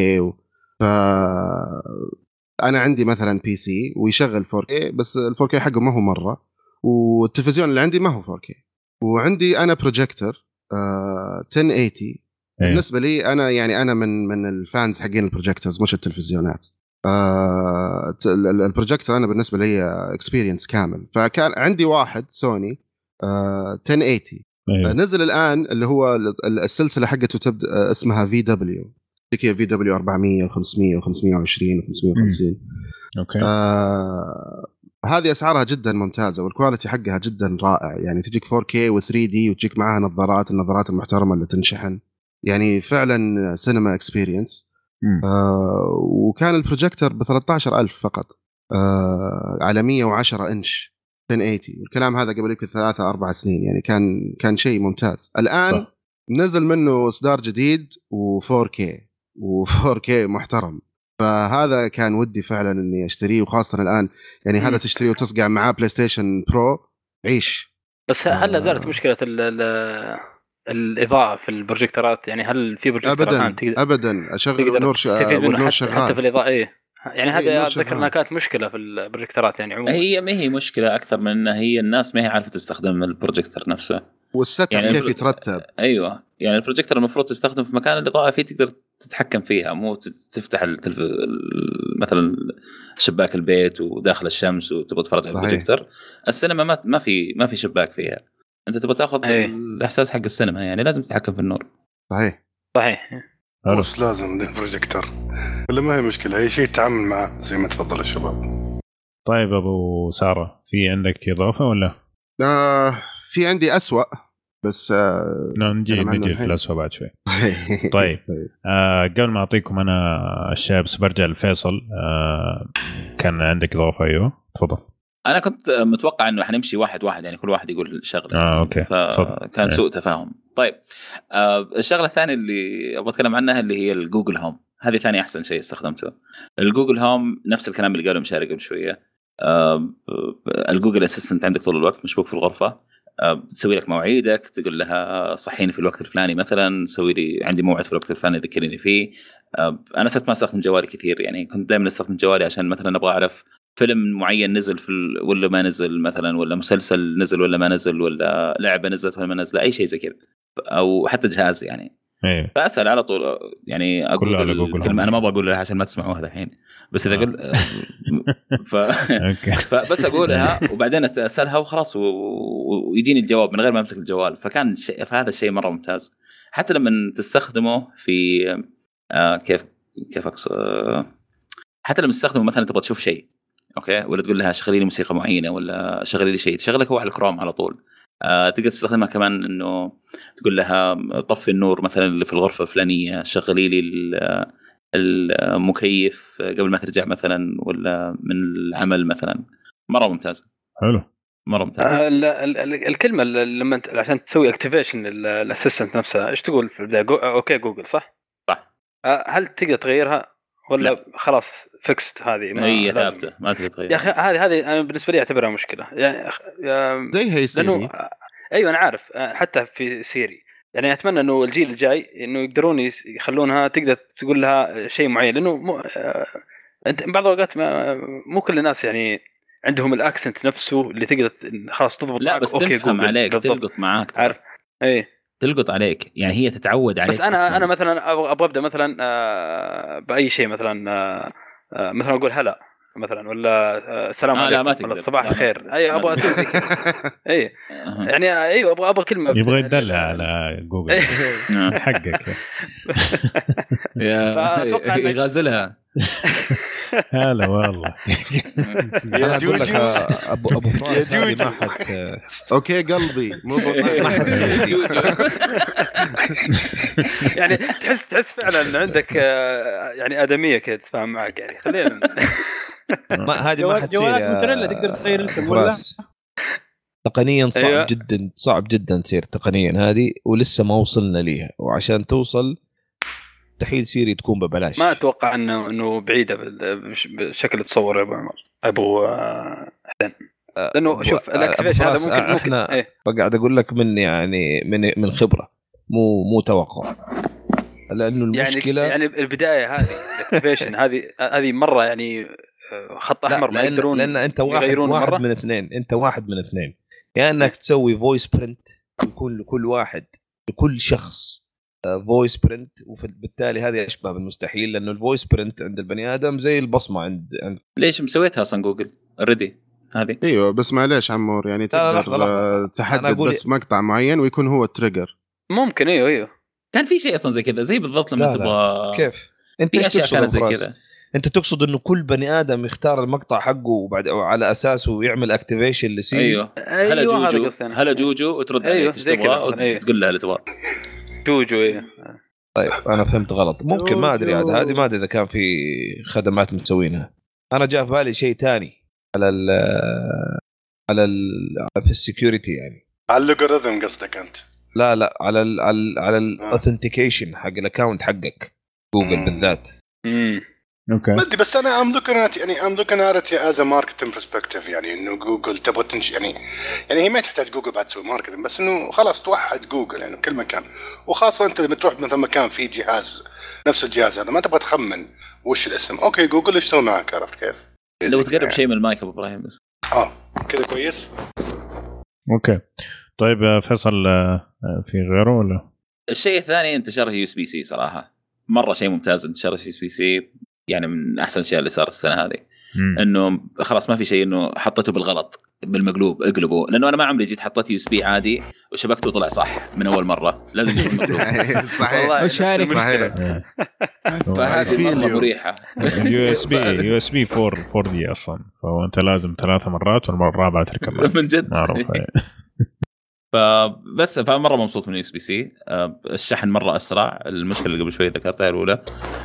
أنا عندي مثلا بي سي ويشغل 4K، بس ال 4K حقه ما هو مرة، والتلفزيون اللي عندي ما هو 4K، وعندي أنا بروجيكتور 1080. بالنسبة لي أنا يعني أنا من الفانز حقين البروجيكتورز مش التلفزيونات. البروجيكتور أنا بالنسبة لي اكسبيرينس كامل. فكان عندي واحد سوني 1080 نزل الآن اللي هو السلسلة حقته تبدأ اسمها VW، كيف VW 400 و500 و520 و550. اوكي. هذه اسعارها جدا ممتازه، والكواليتي حقها جدا رائع. يعني تجيك 4K و3D وتجيك معها النظارات المحترمه اللي تنشحن، يعني فعلا سينما اكسبيرينس. وكان البروجيكتور ب 13,000 فقط على 110 انش 1080. والكلام هذا قبل يمكن 3-4 سنين، يعني كان شيء ممتاز. الان نزل منه اصدار جديد و4K محترم، فهذا كان ودي فعلا اني اشتريه. وخاصه الان يعني هذا تشتريه وتصقع معاه بلاي ستيشن برو عيش. بس هل لا زالت مشكله الاضاءه في البروجيكتورات؟ يعني هل في بروجيكتور الان ابدا اشغل النور شغال حتى في الاضاءه؟ يعني هذا اتذكر انها كانت مشكله في البروجيكتورات يعني عموما. هي ما هي مشكله اكثر من انها هي الناس ما هي عارفه تستخدم البروجيكتور نفسه والست يعني كيف يترتب. ايوه يعني البروجيكتور المفروض تستخدم في مكان الاضاءه فيه تقدر تتحكم فيها، مو تفتح مثلا شباك البيت وداخل الشمس وتبغى تتفرج على البروجيكتور. السينما ما في شباك فيها، انت تبغى تاخذ الاحساس حق السينما، يعني لازم تتحكم في النور. صحيح. بس لازم بروجيكتور ولا ما هي مشكله، هي شيء تعامل معه زي ما تفضل الشباب. طيب ابو ساره في عندك اضافه ولا؟ في عندي أسوأ بس نجي في الأسوأ بعد شوي. طيب قبل ما اعطيكم انا الشيء بس برجع لفيصل. كان عندك اضافه؟ ايوه تفضل. انا كنت متوقع انه حنمشي واحد يعني كل واحد يقول شغله. اوكي فكان سوء تفاهم. طيب الشغله الثانيه اللي ابغى اتكلم عنها اللي هي الجوجل هوم. هذه ثاني احسن شيء استخدمته. الجوجل هوم نفس الكلام اللي قاله مشاري قبل شويه. الجوجل اسيستنت عندك طول الوقت مشبوك في الغرفه. تسوي لك مواعيدك، تقول لها صحيني في الوقت الفلاني مثلا، سوي لي عندي موعد في الوقت الفلاني ذكرني فيه. انا صرت ما استخدم جوالي كثير، يعني كنت دائما استخدم جوالي عشان مثلا ابغى اعرف فيلم معين نزل ولا ما نزل مثلا، ولا مسلسل نزل ولا ما نزل، ولا لعبه نزلت ولا ما نزل، اي شيء زي كذا، او حتى جهاز يعني. فاسال على طول يعني اقول كلمه انا ما ابغى اقولها عشان ما تسمعوها الحين، بس اذا قلت فبس اقولها وبعدين اسالها وخلاص ويجيني الجواب من غير ما امسك الجوال. فكان فهذا الشيء مره ممتاز. حتى لما تستخدمه في كيف اقصد، حتى لما تستخدمه مثلا تبغى تشوف شيء اوكي، ولا تقول لها شغلي لي موسيقى معينه ولا شغلي لي شيء، تشغلك هو على الكروم على طول. تقدر تستخدمها كمان انه تقول لها طفي النور مثلا اللي في الغرفه الفلانيه، شغلي لي المكيف قبل ما ترجع مثلا، ولا من العمل مثلا. مره ممتاز. حلو مره ممتاز. الكلمه لما عشان تسوي اكتيفيشن الاسيستنت نفسها ايش تقول في البدايه؟ اوكي جوجل صح. هل تقدر تغيرها ولا لا. خلاص فيكست هذه هي ثابته ما تقدر تغيرها يا اخي. هذه انا بالنسبه لي اعتبرها مشكله يعني زي هي سيري. ايوه انا عارف حتى في سيري يعني. اتمنى انه الجيل الجاي انه يقدرون يخلونها تقدر تقول لها شيء معين، لانه انت بعض الاوقات مو كل الناس يعني عندهم الاكسنت نفسه اللي تقدر خلاص تضبط. لا بس تفهم عليك تلقط معاك عارف ايه تلقط عليك يعني، هي تتعود عليك. بس انا مثلا ابغى ابدا مثلا باي شيء مثلا مثلا اقول هلا مثلا ولا السلام عليكم ولا صباح الخير. اي ابغى اسوي زي كذا. اي يعني ايوه ابغى كلمه يبغى يدلع على جوجل حقك يغازلها. هلا والله يا جوجو ابو فراس ما حد اوكي قلبي مو ما حد جوجو يعني تحس فعلا عندك يعني ادميه كده تفهم معك يعني. خلينا هذه ما حتصير جوالات موتوريلا تقدر تغير الاسم ولا تقنيا صعب جدا صعب جدا تصير تقنيا هذه، ولسه ما وصلنا ليها، وعشان توصل مستحيل سيري تكون ببلاش. ما اتوقع انه بعيده بشكل تصور يا ابو عمر ابو حسين، لانه شوف الاكتيفيشن هذا ممكن احنا قاعد اقول لك من يعني من خبره مو توقع، لانه المشكله يعني البدايه هذه الاكتيفيشن هذه مره يعني خط احمر. ما يقدرون لان انت واحد من اثنين، انت واحد من اثنين، يا انك تسوي فويس برنت يكون لكل واحد لكل شخص فويس برنت، وبالتالي هذه اشبه بالمستحيل، لانه الفويس برنت عند البني ادم زي البصمه عند ليش مسويتها اصلا جوجل اوريدي هذه؟ ايوه بس معليش عمور يعني تقدر تحدد بس مقطع معين ويكون هو التريجر. ممكن ايوه كان في شيء اصلا زي كذا زي بالضبط لما تبغى كيف انت ايش تقصد زي كذا؟ انت تقصد انه كل بني ادم يختار المقطع حقه وبعد على اساسه يعمل اكتيفيشن لسيري؟ ايوه هلا جوجو وترد عليه ايش تبغى وتقول لها اللي تبغى جوجو. ايه طيب انا فهمت غلط ممكن، ما ادري عاد هذه ما ادري اذا كان في خدمات مسوينها. انا جاء في بالي شيء تاني على في السكيورتي يعني على اللوغاريثم قصدك انت؟ لا على الاوثنتيكيشن حق الاكونت حقك جوجل بالذات. اوكي بدي بس انا ام لوكينج ات از ا ماركتنج برسبكتيف، يعني انه جوجل تبغى تنشئ يعني هي ما تحتاج جوجل بعد تسوي ماركتنج، بس انه خلاص توحد جوجل يعني كل مكان، وخاصه انت لما تروح مثلا مكان فيه جهاز نفس الجهاز هذا ما تبغى تخمن وش الاسم، اوكي جوجل ايش سوى معك؟ عرفت كيف؟ لو تقرب شيء من المايك ابو ابراهيم بس كذا كويس. اوكي طيب فيصل في غيره ولا؟ الشيء الثاني انتشار يو اس بي سي، صراحه مره شيء ممتاز انتشار يو اس بي سي، يعني من احسن الاشياء اللي صارت السنه هذه. انه خلاص ما في شيء انه حطيته بالغلط بالمقلوب اقلبه، لانه انا ما عمري جيت حطيت USB عادي وشبكته وطلع صح من اول مره، لازم يكون مقلوب. صحيح وشارك صحيح. فهذه مره مريحه. USB 4D اصلا، فهو انت لازم 3 مرات والمره الرابعه تركبها من جد. معروف. فمره مبسوط من USB-C. الشحن مره اسرع، المشكله اللي قبل شوي ذكرتها الاولى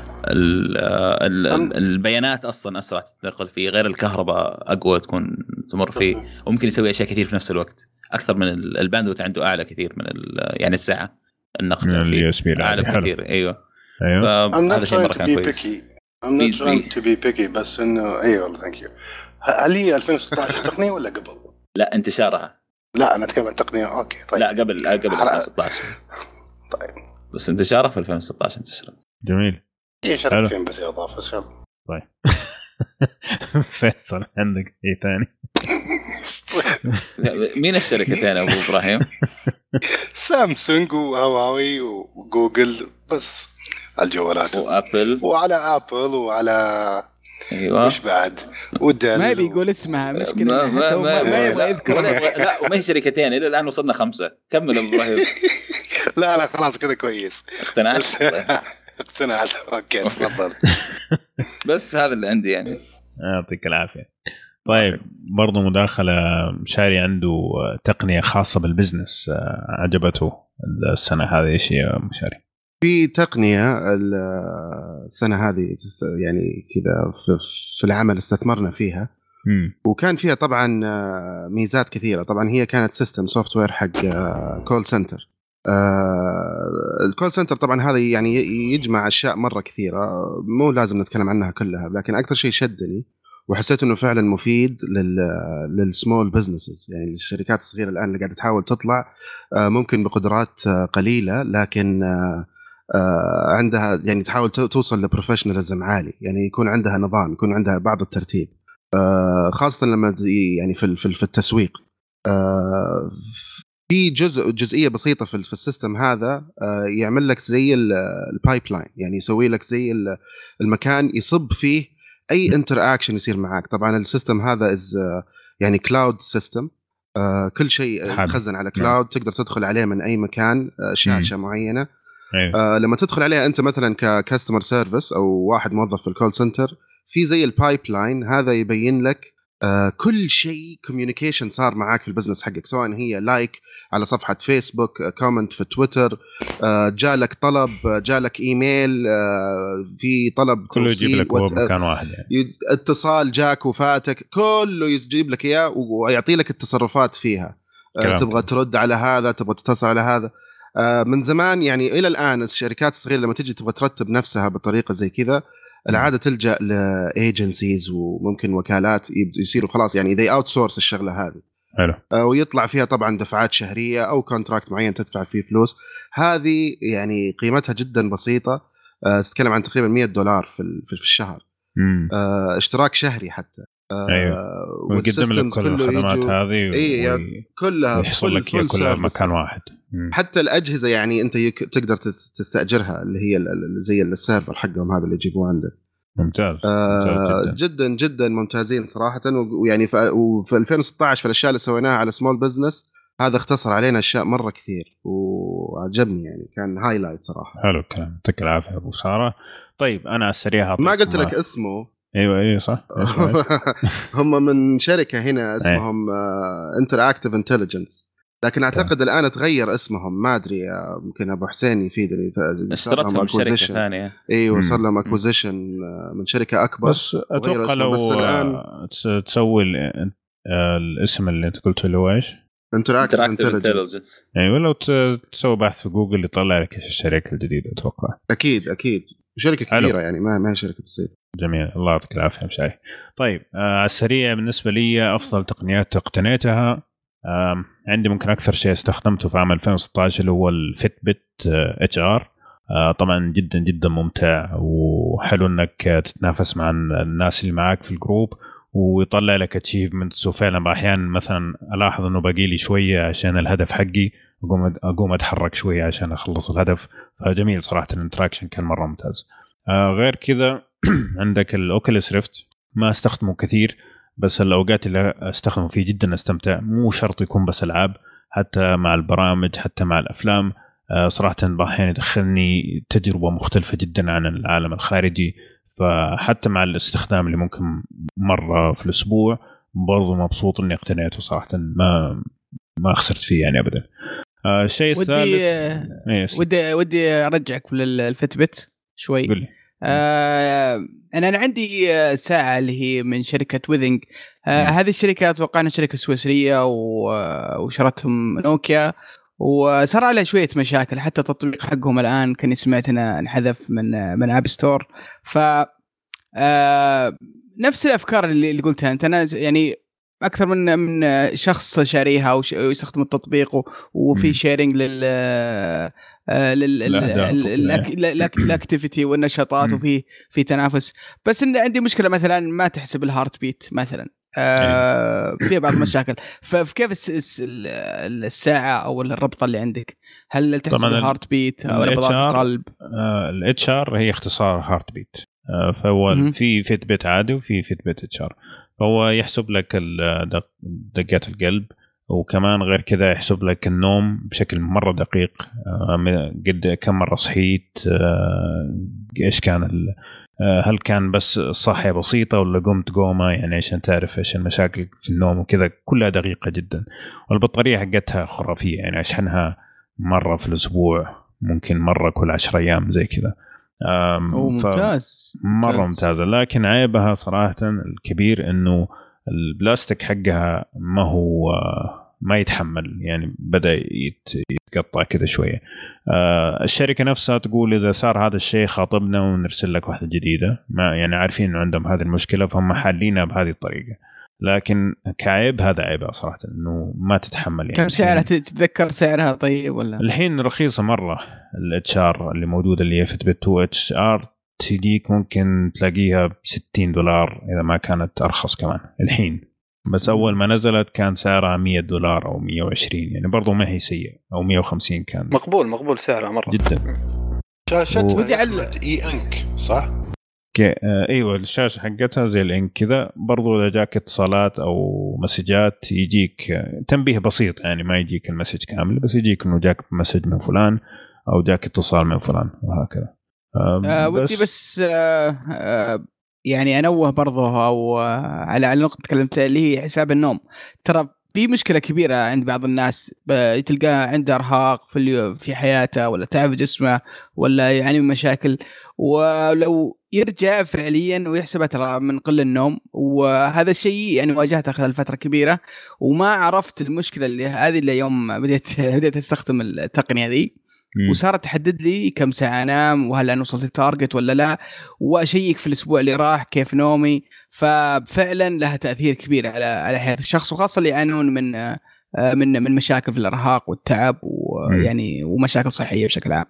البيانات اصلا اسرع تنتقل فيه، غير الكهرباء اقوى تكون تمر فيه، وممكن يسوي اشياء كثير في نفس الوقت اكثر من الباندوث عنده اعلى كثير من يعني السعه النقل فيه اعلى كثير. ايوه هذا شيء مره كان كويس. I'm not trying to be picky بس انه ايوه ثانك يو. هل هي 2016 تقنيه ولا قبل؟ لا انتشارها. لا انا اتكلم عن تقنيه. اوكي طيب لا قبل 2016. طيب بس انتشارها في 2016 انتشرت. جميل. ايه شرط فين بس اضافه. طيب فيصل عندك ايه ثاني؟ مين الشركة ثانية ابو ابراهيم؟ سامسونج وهواوي وجوجل بس الجوالات، وابل وعلى ابل وعلى ايوه وش بعد ودل ما بيقول اسمها مشكلة ما يبغى يذكر. لا وما هي شركتين الى الان وصلنا 5. كمل ابو ابراهيم. لا خلاص كذا كويس اقتنعت. اقتنعت اوكي تفضل. بس هذا اللي عندي يعني. يعطيك العافية. طيب برضو مداخلة، مشاري عنده تقنية خاصة بالبزنس عجبته السنة هذه. ايش هي مشاري؟ في تقنية السنة هذه يعني كذا في العمل استثمرنا فيها وكان فيها طبعا ميزات كثيرة. طبعا هي كانت سيستم سوفت وير حق كول سنتر. الكول سنتر طبعا هذا يعني يجمع أشياء مرة كثيرة، مو لازم نتكلم عنها كلها، لكن أكثر شيء شدني وحسيت انه فعلا مفيد للسمول بزنسز، يعني الشركات الصغيره الان اللي قاعده تحاول تطلع ممكن بقدرات قليله، لكن عندها يعني تحاول توصل لبروفيشناليزم عالي، يعني يكون عندها نظام، يكون عندها بعض الترتيب، خاصه لما يعني في التسويق. في جزئيه بسيطه في السيستم هذا يعمل لك زي البايب لاين، يعني يسوي لك زي المكان يصب فيه اي انتر اكشن يصير معاك. طبعا السيستم هذا يعني كلاود سيستم، كل شيء يتخزن على كلاود، تقدر تدخل عليه من اي مكان، شاشه معينه. لما تدخل عليها انت مثلا ككاستمر سيرفيس او واحد موظف في الكول سنتر، في زي البايب لاين هذا يبين لك كل شيء كوميونيكيشن صار معاك في البزنس حقك، سواء هي لايك على صفحة فيسبوك، كومنت في تويتر، جالك طلب، جالك ايميل، في طلب كله يجيب لك هو بمكان واحد، يعني اتصال جاك وفاتك كله يجيب لك اياه ويعطي لك التصرفات فيها. تبغى ترد على هذا، تبغى تتصل على هذا. من زمان يعني إلى الآن الشركات الصغيرة لما تجي تبغى ترتب نفسها بطريقة زي كذا العادة تلجأ لإيجنسيز وممكن وكالات يصيروا خلاص يعني they outsource الشغلة هذه. حلو. ويطلع فيها طبعا دفعات شهرية أو كونتراكت معين تدفع فيه فلوس. هذه يعني قيمتها جدا بسيطة، تتكلم عن تقريبا $100 في الشهر. اشتراك شهري حتى. أيوة. ويقدم لك كل الخدمات هذه كلها يحصل لك كلها مكان واحد. حتى الأجهزة يعني أنت تقدر تستأجرها، اللي هي زي السيرفر حقهم هذا اللي يجيبوه عندك. ممتاز. جدا جدا ممتازين صراحة. ويعني في 2016 في الأشياء اللي سويناها على سمول بزنس هذا اختصر علينا أشياء مرة كثير وعجبني، يعني كان هايلايت صراحة. حلو الكلام، يعطيك العافية أبو سارة. طيب أنا السريع ما قلت لك اسمه. ايوه صح. هم من شركه هنا اسمهم انتراكتيف انتليجنس، لكن اعتقد الان تغير اسمهم، ما ادري، ممكن ابو حسين يفيدني. اشترتهم شركه ثانيه. ايوه صار لهم اكوزيشن من شركه اكبر. بس اتوقع لو بس الان تسوي الاسم اللي انت قلته اللي هو ايش؟ انتراكتيف انتليجنس. ايوه لو تسوي بحث في جوجل يطلع لك ايش الشركه الجديده. اتوقع اكيد شركه كبيره يعني ما هي شركه بسيطه. جميل، الله يعطيك العافيه مشاي. طيب على السريع بالنسبه لي افضل تقنيات اقتنيتها، عندي ممكن اكثر شيء استخدمته في عام 2016 اللي هو الفيتبت HR. طبعا جدا جدا ممتع وحلو انك تتنافس مع الناس اللي معاك في الجروب ويطلع لك اتشيفمنتس، وفعلا احيانا مثلا الاحظ انه باقي لي شويه عشان الهدف حقي، اقوم اتحرك شويه عشان اخلص الهدف. فجميل صراحه، الانتراكشن كان مره ممتاز. غير كذا عندك الاوكيليس ريفت، ما استخدمه كثير بس الأوقات اللي أستخدمه فيه جدا أستمتع. مو شرط يكون بس ألعاب، حتى مع البرامج، حتى مع الأفلام. صراحة بأحيان يدخلني تجربة مختلفة جدا عن العالم الخارجي. فحتى مع الاستخدام اللي ممكن مرة في الأسبوع برضو مبسوط إني اقتنيته صراحة، ما خسرت فيه يعني أبدا. الشيء الثالث ودي أرجعك للفتبت شوي. قولي. أنا عندي ساعة اللي هي من شركة ويذنج. هذه الشركة أتوقع أنها شركة سويسرية وشرتهم نوكيا، وصار عليها شوية مشاكل. حتى التطبيق حقهم الآن كان سمعت أنه انحذف من آب ستور. ف نفس الأفكار اللي قلتها أنت. أنا يعني أكثر من شخص شاريها ويستخدم التطبيق وفي شيرينج للاكتيفيتي والنشاطات وفي تنافس. بس إن عندي مشكلة مثلا ما تحسب الهارت بيت مثلا. في بعض المشاكل. فكيف الساعة أو الربطة اللي عندك؟ هل تحسب الهارت بيت أو نبضات القلب؟ الHR هي اختصار هارت بيت. فهو في فيتبت عادي وفي فيتبت HR. فهو يحسب لك دقات القلب، وكمان غير كذا يحسب لك النوم بشكل مرة دقيق. قد كم مرة صحيت، إيش كان هل كان بس صحية بسيطة ولا قمت قومة، يعني عشان تعرف إيش المشاكل في النوم وكذا. كلها دقيقة جدا. والبطارية حقتها خرافية، يعني عشانها مرة في الأسبوع، ممكن مرة كل 10 أيام زي كذا. ممتاز مرة ممتازة. لكن عيبها صراحة الكبير إنه البلاستيك حقها ما يتحمل، يعني بدأ يتقطع كذا شوية. الشركة نفسها تقول إذا صار هذا الشيء خاطبنا ونرسل لك واحدة جديدة. ما يعني عارفين إنه عندهم هذه المشكلة، فهم حالينها بهذه الطريقة. لكن كعيب هذا عيبها صراحة إنه ما تتحمل. يعني كم سعرها؟ تتذكر سعرها طيب ولا؟ الحين رخيصة مرة. الHR اللي موجودة اللي هي فيتبت 2 HR تجيك ممكن تلاقيها $60 إذا ما كانت أرخص كمان الحين. بس أول ما نزلت كان سعرها $100 أو 120، يعني برضو ما هي سيء. أو 150 كان مقبول سعرها مرة جدا. شاشتها اي انك صح؟ ايوه الشاشه حقتها زي الانك كذا. برضو اذا جاك اتصالات او مسجات يجيك تنبيه بسيط، يعني ما يجيك المسج كامل، بس يجيك انه جاك مسج من فلان او جاك اتصال من فلان وهكذا. ودي بس يعني انوه برضه او على نقطه تكلمت اللي هي حساب النوم. ترى في مشكله كبيره عند بعض الناس، تلقاه عنده ارهاق في حياته ولا تعب جسمه ولا يعني مشاكل، ولو يرجع فعليا ويحسبها ترى من قل النوم. وهذا الشيء يعني واجهته خلال فتره كبيره، وما عرفت المشكله اللي هذه اللي يوم بديت استخدم التقنيه ذي، وصارت تحدد لي كم ساعة أنام وهل أنا وصلت التارجت ولا لا، وأشيك في الأسبوع اللي راح كيف نومي. ففعلا لها تأثير كبير على حياة الشخص، وخاصة اللي يعانون من مشاكل في الإرهاق والتعب ويعني ومشاكل صحية بشكل عام.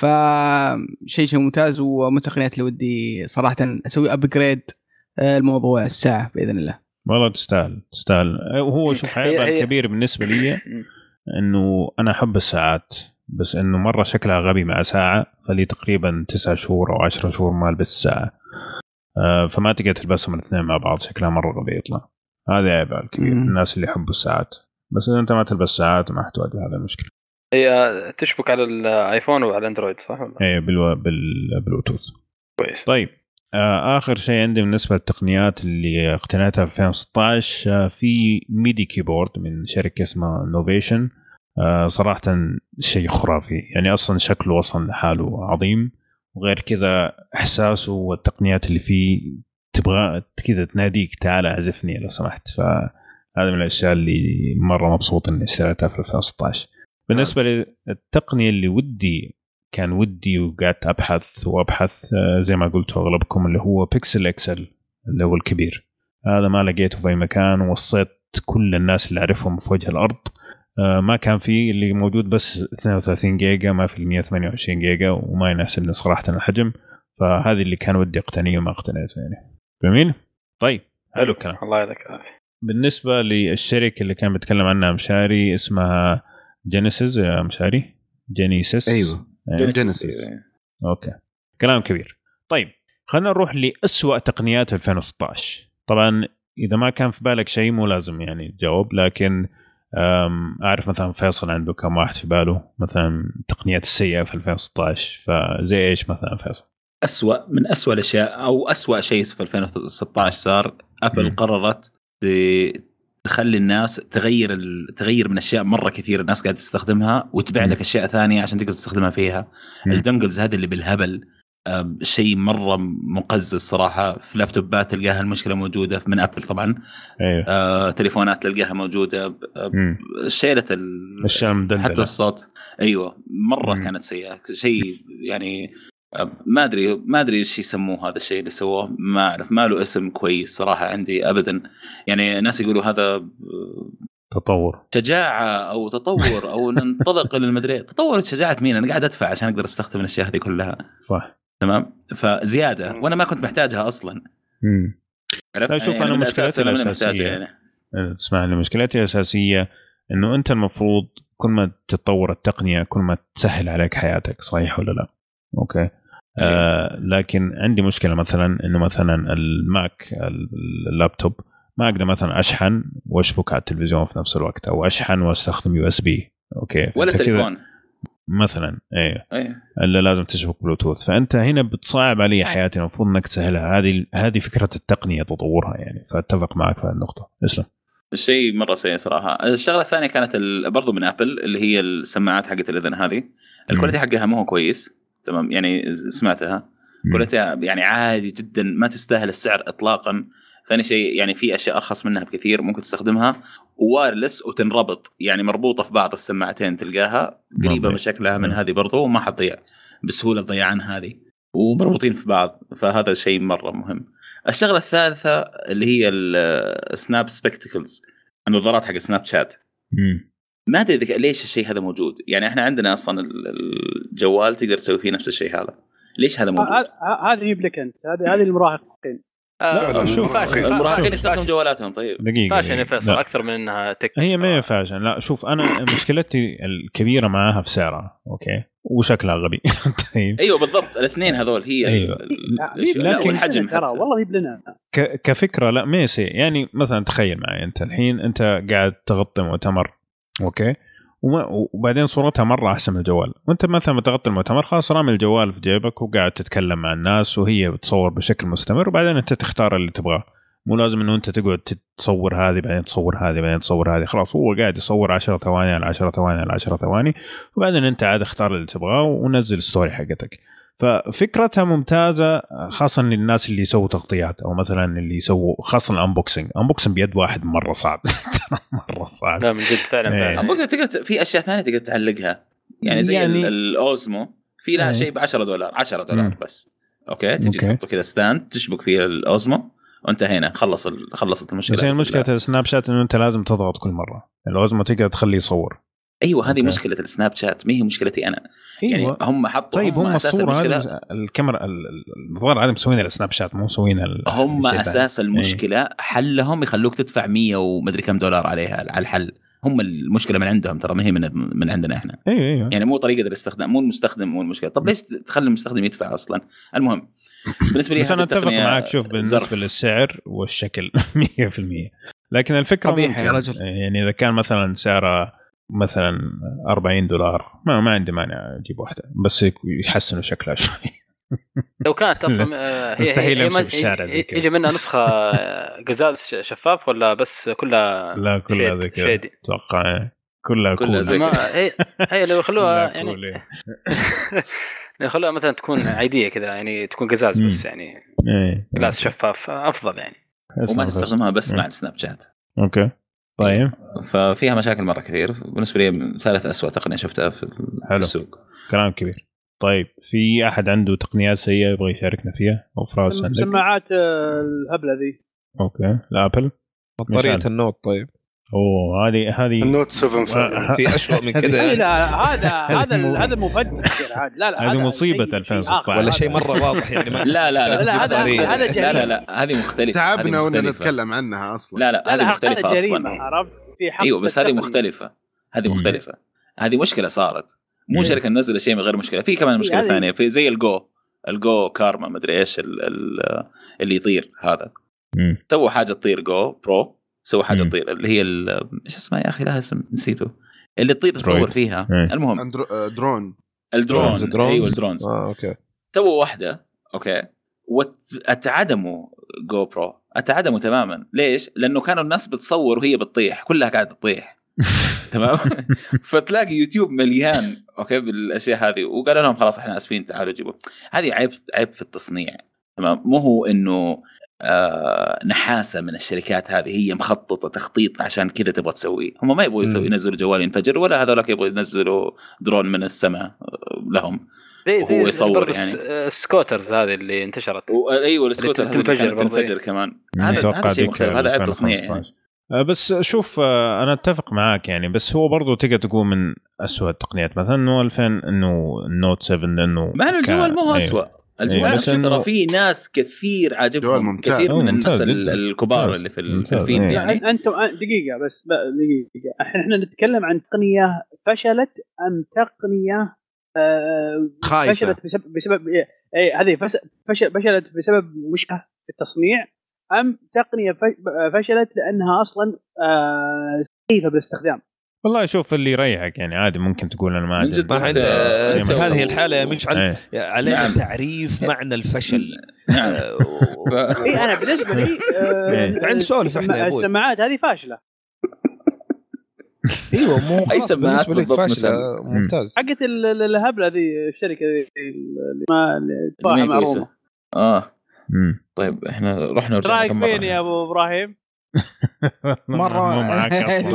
فشيء ممتاز، ومن تقنيات اللي ودي صراحة أسوي أبجريد الموضوع الساعة بإذن الله. والله تستاهل. وهو شوف حيبقى الكبير بالنسبة لي إنه أنا أحب الساعات، بس إنه مرة شكلها غبي مع ساعة. فلي تقريبا 9 شهور أو 10 شهور ما ألبس الساعة، فما تقدر تلبسهم الاثنين مع بعض، شكلها مرة غبي يطلع. هذا عيب الكبير الناس اللي يحبوا الساعات. بس إذا أنت ما تلبس ساعات ما حتواجه هذا المشكلة. هي تشبك على الآيفون وعلى الأندرويد صح ولا؟ إيه بالبلوتوث. كويس. طيب آخر شيء عندي بالنسبة للتقنيات اللي اقتنيتها في 2016 في ميدي كيبورد من شركة اسمها نوفيشن. صراحة شيء خرافي، يعني أصلا شكله وصل لحاله عظيم، وغير كذا إحساسه والتقنيات اللي فيه تبغى كذا تناديك تعال أعزفني لو سمحت. فهذا من الأشياء اللي مرة مبسوط إني اشتريتها في 2016. بالنسبة للتقنية اللي كان ودي وقعدت أبحث زي ما قلت أغلبكم اللي هو بيكسل إكسل اللي هو الكبير. هذا ما لقيته في أي مكان، ووصيت كل الناس اللي أعرفهم في وجه الأرض. ما كان فيه، اللي موجود بس 32 جيجا، ما في 128 جيجا، وما يناسبني صراحة الحجم. فهذه اللي كان ودي اقتنيه وما اقتنيته يعني. جميل. طيب حلو الكلام. الله يعطيك العافية. بالنسبة للشركة اللي كان بيتكلم عنها مشاري اسمها جينيسيس يا مشاري. جينيسيس. ايوه جينيسيس. اوكي كلام كبير. طيب خلينا نروح لأسوأ تقنيات 2016. طبعا اذا ما كان في بالك شيء مو لازم يعني تجاوب، لكن اعرف مثلا فيصل عنده كم واحد في باله مثلا التقنيات السيئه في 2016، فزي ايش مثلا فيصل؟ من أسوأ الاشياء او أسوأ شيء في 2016 صار ابل قررت تخلي الناس تغير من اشياء مره كثير الناس قاعده تستخدمها وتبيع لك اشياء ثانيه عشان تقدر تستخدمها فيها. الدنجلز هذا اللي بالهبل شيء مره مقزز صراحه. في لابتوبات تلقاها المشكله موجوده من ابل طبعا. أيوه. تليفونات تلقاها موجوده. شيله حتى الصوت. ايوه مره كانت سيئه شيء يعني. ما ادري ايش يسموه هذا الشيء اللي سووه، ما اعرف، ما له اسم كويس صراحه عندي ابدا. يعني الناس يقولوا هذا تطور شجاعه او تطور او ننطلق للمدري. تطور شجاعه مين؟ انا قاعد ادفع عشان اقدر استخدم الاشياء هذه كلها. صح تمام. فزياده وانا ما كنت محتاجها اصلا. لا شوف انا مشكلتي الاساسيه يعني. اسمعني مشكلتي الاساسيه انه انت المفروض كل ما تتطور التقنيه كل ما تسهل عليك حياتك، صحيح ولا لا؟ اوكي. لكن عندي مشكله مثلا انه مثلا الماك اللابتوب ما اقدر مثلا اشحن واشبك على التلفزيون في نفس الوقت، او اشحن واستخدم يو اس بي. اوكي. ولا تليفون مثلا. ايه الا لازم تشبك بلوتوث، فانت هنا بتصعب علي حياتي. المفروض انك تسهلها. هذه فكره التقنيه تطورها يعني. فاتفق معك في النقطه. اسلم. الشيء مره سيء صراحه. الشغله الثانيه كانت برضو من ابل اللي هي السماعات حقت الاذن هذه. الكواليتي حقها مو كويس. تمام يعني سمعتها كواليتي يعني عادي جدا، ما تستاهل السعر اطلاقا. ثاني شيء يعني في اشياء ارخص منها بكثير ممكن تستخدمها، ووايرلس وتنربط يعني مربوطه في بعض السماعتين تلقاها قريبه بشكلها من هذه برضو، وما حتضيع بسهوله ضيعان هذه، ومربوطين في بعض. فهذا شيء مره مهم. الشغله الثالثه اللي هي السناب سبيكتكلز، النظارات حق سناب شات. ما ادري ليش الشيء هذا موجود. يعني احنا عندنا اصلا الجوال تقدر تسوي فيه نفس الشيء هذا، ليش هذا موجود؟ هذه يبلك انت، هذه المراهقين. شوف المراهقين يستخدمون جوالاتهم. طيب فاشن يا فيصل اكثر من انها هي ما فاشن. لا شوف انا مشكلتي الكبيره معاها في سعرها. اوكي. وشكلها غبي. طيب ايوه بالضبط. الاثنين هذول هي أيوة. لكن الحجم ترى والله يبلنا كفكره. لا ميسي يعني مثلا تخيل معي انت الحين انت قاعد تغطي مؤتمر، اوكي، وبعدين صورتها مرة أحسن من الجوال، وأنت مثلا متغطي المؤتمر خلاص رامي الجوال في جيبك وقاعد تتكلم مع الناس وهي بتصور بشكل مستمر، وبعدين أنت تختار اللي تبغاه. مو لازم إنه أنت تقعد تصور هذه بعدين تصور هذه بعدين تصور هذه. خلاص هو قاعد يصور 10 ثواني على 10 ثواني على 10 ثواني، وبعدين أنت عاد اختار اللي تبغاه ونزل ستوري حقتك. ففكرتها ممتازة خاصة للناس اللي يسووا تغطيات، أو مثلا اللي يسووا خاصة الأنبوكسينج بيد واحد مرة صعب. مرة صعب. لا من جد فعلا. أنبوكسينج تقدر في أشياء ثانية تقدر تعلقها يعني زي الأوزمو في لها شيء $10 $10 بس. أوكي تجي تحطه كذا ستاند تشبك فيه الأوزمو وانتهينا. خلصت المشكلة. بس مشكلة السناب شات إنه أنت لازم تضغط كل مرة. الأوزمو تقدر تخليه يصور. ايوه هذه مشكله السناب شات، ما هي مشكلتي انا. يعني أيوة. هم حطوا طيب هم اساس المشكله الكاميرا الظاهر عادي مسوينها السناب شات، مو مسوينها هم اساس المشكله. حلهم يخلوك تدفع 100 ومدري كم دولار عليها على الحل. هم المشكله من عندهم ترى، ما هي من عندنا احنا. أيوة. يعني مو طريقه الاستخدام، مو المستخدم مو المشكله. طب ليش تخلي المستخدم يدفع اصلا؟ المهم بالنسبه لي انا اتفق معك. شوف بالنسبه للسعر والشكل 100%، لكن الفكره يا رجل يعني اذا كان مثلا سعره مثلا $40 ما عندي مانع اجيب واحده، بس يحسنوا شكلها شوي. لو كانت اصلا هي مستحيل امشي في الشارع يجي منها نسخه قزاز شفاف ولا بس كلها؟ لا كلها ذي كذا اتوقع، كلها زي هي لو يخلوها يعني يخلوها مثلا تكون عاديه كذا، يعني تكون قزاز بس يعني قزاز شفاف افضل يعني، وما تستخدمها بس مع السناب شات. اوكي طيب. ففيها مشاكل مرة كثير. بالنسبة لي ثالث أسوأ تقنية شفتها في السوق. كلام كبير. طيب في أحد عنده تقنيات سيئة يبغى يشاركنا فيها أو فراس عندك؟ سماعات الهبلة ذي. أوكي الأبل بطارية النوت. طيب هذه النوت 7 في أسوأ من كده. لا هذا مفجر عاد. لا هذه مصيبة 2016 ولا شيء مرة واضح يعني. لا هذا جريمة. لا هذه مختلفة. تعبنا وانا نتكلم عنها أصلا. لا هذه مختلفة أصلا. أيوة بس هذه مختلفة. هذه مشكلة صارت. مو شركة ننزل شيء من غير مشكلة. في كمان مشكلة ثانية في زي الجو كارما ما أدري إيش اللي يطير هذا. سووا حاجه تطير جو برو، سووا حاجه تطير اللي هي ايش اسمها يا اخي، لها اسم نسيته، اللي تطير تصور فيها. المهم درون. الدرون. ايوه الدرونز. اوكي. سووا واحده اوكي واتعدموا جو برو، اتعدموا تماما. ليش؟ لانه كانوا الناس بتصور وهي بتطيح، كلها قاعده تطيح. تمام. فتلاقي يوتيوب مليان اوكي بالاشياء هذه، وقالوا لهم خلاص احنا اسفين تعالوا جيبوا. هذه عيب في التصنيع. تمام. مو هو انه نحاسه من الشركات هذه، هي مخططه تخطيط عشان كذا تبغى تسوي. هم ما يبغوا ينزلوا جوال ينفجر، ولا هذولك يبغوا ينزلوا درون من السماء لهم. زي هو يصور يعني السكوترز هذه اللي انتشرت. ايوه السكوتر هذه تنفجر كمان. هذا شيء مختلف، هذا عيب تصنيع يعني. بس شوف انا اتفق معاك يعني، بس هو برضو تقدر تقول من أسوأ التقنيات مثلا انه 2000 انه النوت 7 انه ما الجوال مو أسوأ. الجوال ترى في ناس كثير عاجبهم، كثير من الناس الكبار اللي في الفيلد يعني. انتم دقيقه بس دقيقه، احنا نتكلم عن تقنيه فشلت ام تقنيه خايسه بسبب هذه فشلت بسبب مشكله في التصنيع، ام تقنيه فشلت لانها اصلا سخيفه بالاستخدام؟ والله شوف اللي يريحك يعني، عادي ممكن تقول انا ما عندي هذه الحالة مش علينا تعريف معنى الفشل. انا بالنسبه لي عند سؤال السماعات هذه فاشله. ايوه مو اي سماعات بالضبط مثلا ممتاز. حقت الهبله هذه الشركه اللي ما معروفه. طيب احنا رحنا رايك فين يا ابو ابراهيم؟ مرة معك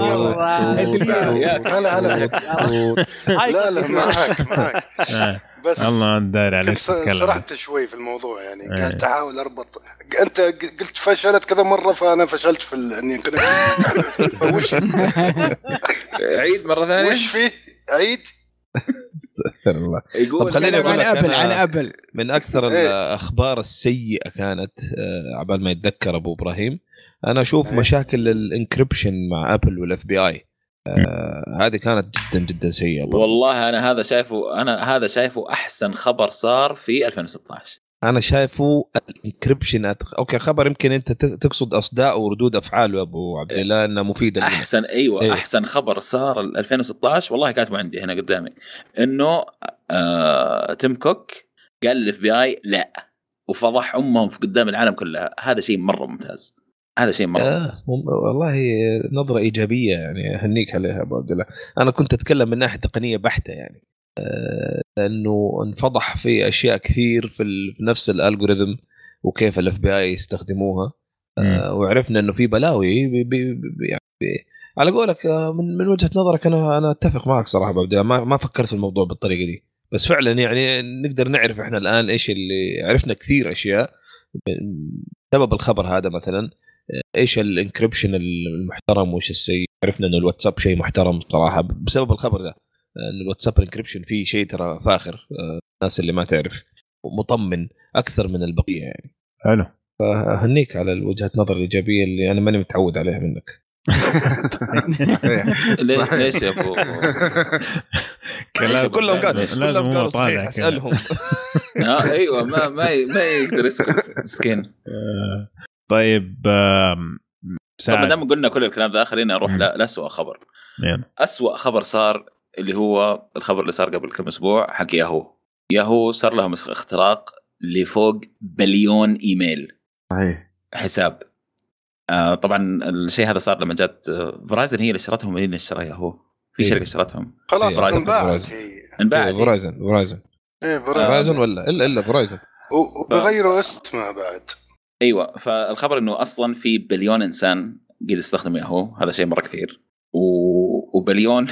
لا معك بس الله داير عليك. سرحت شوي في الموضوع يعني، قاعد احاول اربط. انت قلت فشلت كذا مرة، فانا فشلت في اني وش عيد مرة ثانية. وش فيه عيد؟ طب خليني اقول لك عن ابل من اكثر الاخبار السيئة كانت عبال ما يتذكر ابو ابراهيم، انا اشوف مشاكل الانكريبشن مع ابل والاف بي اي. هذه كانت جدا جدا سيئه. والله انا هذا شايفه احسن خبر صار في 2016. انا شايفه الانكريبشن اوكي خبر يمكن انت تقصد اصداء وردود افعال ابو عبد الله انه مفيده احسن. ايوه احسن خبر صار 2016 والله كاتبه عندي هنا قدامي، انه تيم كوك قال الاف بي اي لا، وفضح امهم في قدام العالم كلها. هذا شيء مره ممتاز. والله نظرة إيجابية يعني، أهنيك عليها أبو عبد الله. أنا كنت أتكلم من ناحية تقنية بحتة يعني، لأنه انفضح في أشياء كثير في نفس الألغوريثم وكيف الاف بي اي يستخدموها. وعرفنا إنه في بلاوي يعني على قولك من وجهة نظرك أنا أتفق معك صراحة أبو عبد الله. ما فكرت في الموضوع بالطريقة دي، بس فعلا يعني نقدر نعرف إحنا الآن إيش اللي عرفنا. كثير أشياء سبب الخبر هذا مثلا، ايش الانكريبشن المحترم وايش السيء. عرفنا انه الواتساب شيء محترم صراحه بسبب الخبر ده، ان الواتساب الانكريبشن فيه شيء ترى فاخر. الناس اللي ما تعرف مطمن اكثر من البقيه يعني. حلو. فهنيك على وجهه نظر الايجابيه اللي انا ماني متعود عليها منك. ليش يا ابو؟ كلهم قالوا صحيح. اسالهم. ايوه ما يقدر يسكت مسكين. طيب ما دام قلنا كل الكلام ذا، خلينا نروح لأسوأ خبر. أسوأ خبر صار اللي هو الخبر اللي صار قبل كم أسبوع حق ياهو صار لهم اختراق لفوق بليون إيميل حساب. طبعا الشيء هذا صار لما جات فرايزن، هي اللي اشترتهم. مين اللي اشترى ياهو؟ في شركة اشترتهم خلاص. انباعت فرايزن ولا إلا فرايزن، وبغيروا اسمها بعد. ايوه. فالخبر انه اصلا في بليون انسان قاعد يستخدم ياهو. هذا شيء مره كثير. وبليون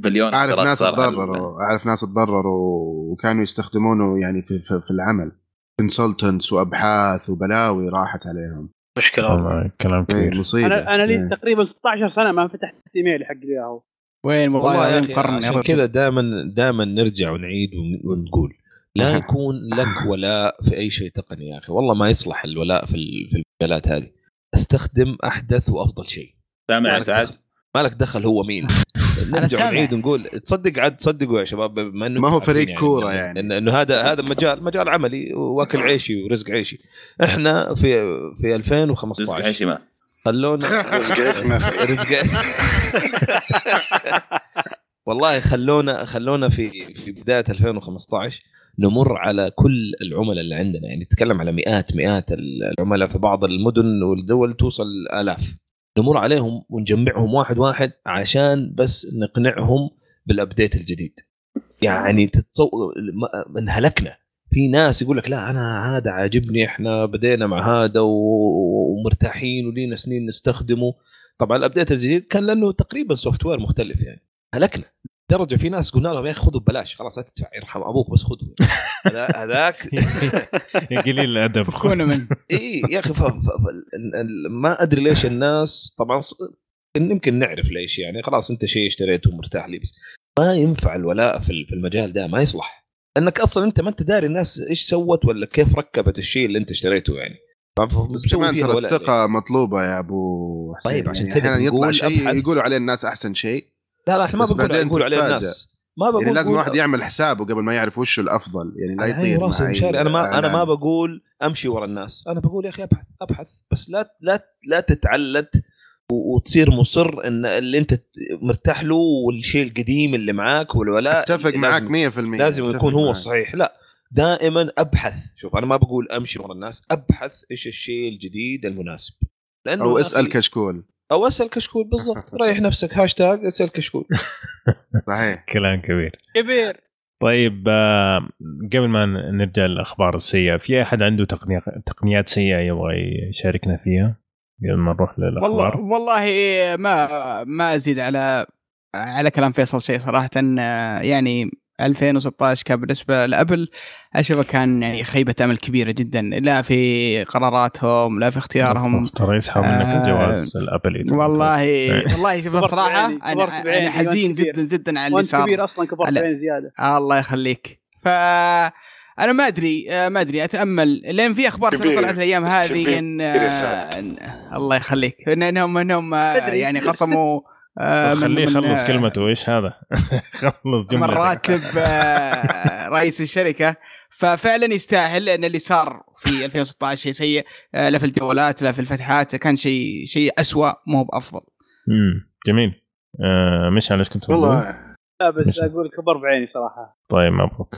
اعرف ناس تضرروا وكانوا يستخدمونه يعني في العمل، كونسلتنتس وابحاث وبلاوي راحت عليهم. مشكله والله، كلام كبير. انا لي تقريبا 16 سنه ما فتحت ايميلي حق ياهو. وين والله مقارنه. عشان كذا دائما نرجع ونعيد ونقول لا يكون لك ولاء في أي شيء تقني يا أخي. والله ما يصلح الولاء في المجالات هذه. استخدم أحدث وأفضل شيء. سامع يا سعد؟ مالك دخل هو مين. نرجع نعيد ونقول تصدق عاد تصدقوا يا شباب ما هو فريق كوره يعني انه هذا مجال عملي واكل عيشي ورزق عيشي. احنا في 2015 رزق عيشي ما خلونا رزق والله خلونا في بدايه 2015 نمر على كل العملاء اللي عندنا، يعني نتكلم على مئات العملاء في بعض المدن والدول توصل آلاف، نمر عليهم ونجمعهم واحد عشان بس نقنعهم بالابديت الجديد. يعني انهلكنا. في ناس يقول لك لا انا هذا عاجبني، احنا بدينا مع هذا ومرتاحين ولينا سنين نستخدمه. طبعا الابديت الجديد كان لانه تقريبا سوفت وير مختلف، يعني هلكنا درجه. في ناس قلنا لهم يا اخي خذوا ببلاش خلاص لا تدفع يرحم ابوك بس خذوا هذاك قليل الادب فكونا من اي يا اخي ما ادري ليش الناس طبعا يمكن نعرف ليش، يعني خلاص انت شيء اشتريته ومرتاح لي، بس ما ينفع الولاء في المجال ده، ما يصلح انك اصلا انت ما انت داري الناس ايش سوت ولا كيف ركبت الشيء اللي انت اشتريته. يعني بس كمان ترى الثقه مطلوبه يا ابو حسين. طيب عشان يعني كذا يطلع شيء يقولوا عليه الناس احسن شيء. لا احنا ما بنقول عليه الناس، ما بقول يعني لازم واحد يعمل حسابه قبل ما يعرف وش الافضل، يعني لا يطير راسي مشاري. انا ما بقول امشي ورا الناس، انا بقول يا اخي ابحث بس لا تتعلت وتصير مصر ان اللي انت مرتاح له والشيء القديم اللي معاك والولاء. اتفق معك 100%، لازم يكون هو الصحيح. لا دائما ابحث. شوف انا ما بقول امشي ورا الناس، ابحث ايش الشيء الجديد المناسب، لانه او اسال كشكول بالضبط. ريح نفسك هاشتاج اسال كشكول. صحيح كلام كبير. طيب قبل ما نرجع للاخبار السيئه، في احد عنده تقنيات سيئه يبغى يشاركنا فيها قبل ما نروح للاخبار؟ والله ما ازيد على كلام فيصل شيء صراحه. يعني 2016 كان بالنسبه لابل اشوفه كان يعني خيبه امل كبيره جدا، لا في قراراتهم لا في اختيارهم. ترى يسحب منك الجواز الابل. والله شوف الصراحه انا حزين جدا على اللي صار. كبير اصلا كبرت بعين زياده. الله يخليك. انا ما ادري اتامل لان في اخبار طلعت الايام هذه ان الله يخليك انهم يعني خصموا خليه يخلص كلمته. ايش هذا؟ خلص جملة مراتب رئيس الشركة. ففعلا يستاهل، لأن اللي صار في 2016 شيء سيء، لا في الجوالات لا في الفتحات، كان شيء أسوأ مو بأفضل. جميل. مش علاش كنت والله لا بس أقول كبر بعيني صراحة. طيب مبروك.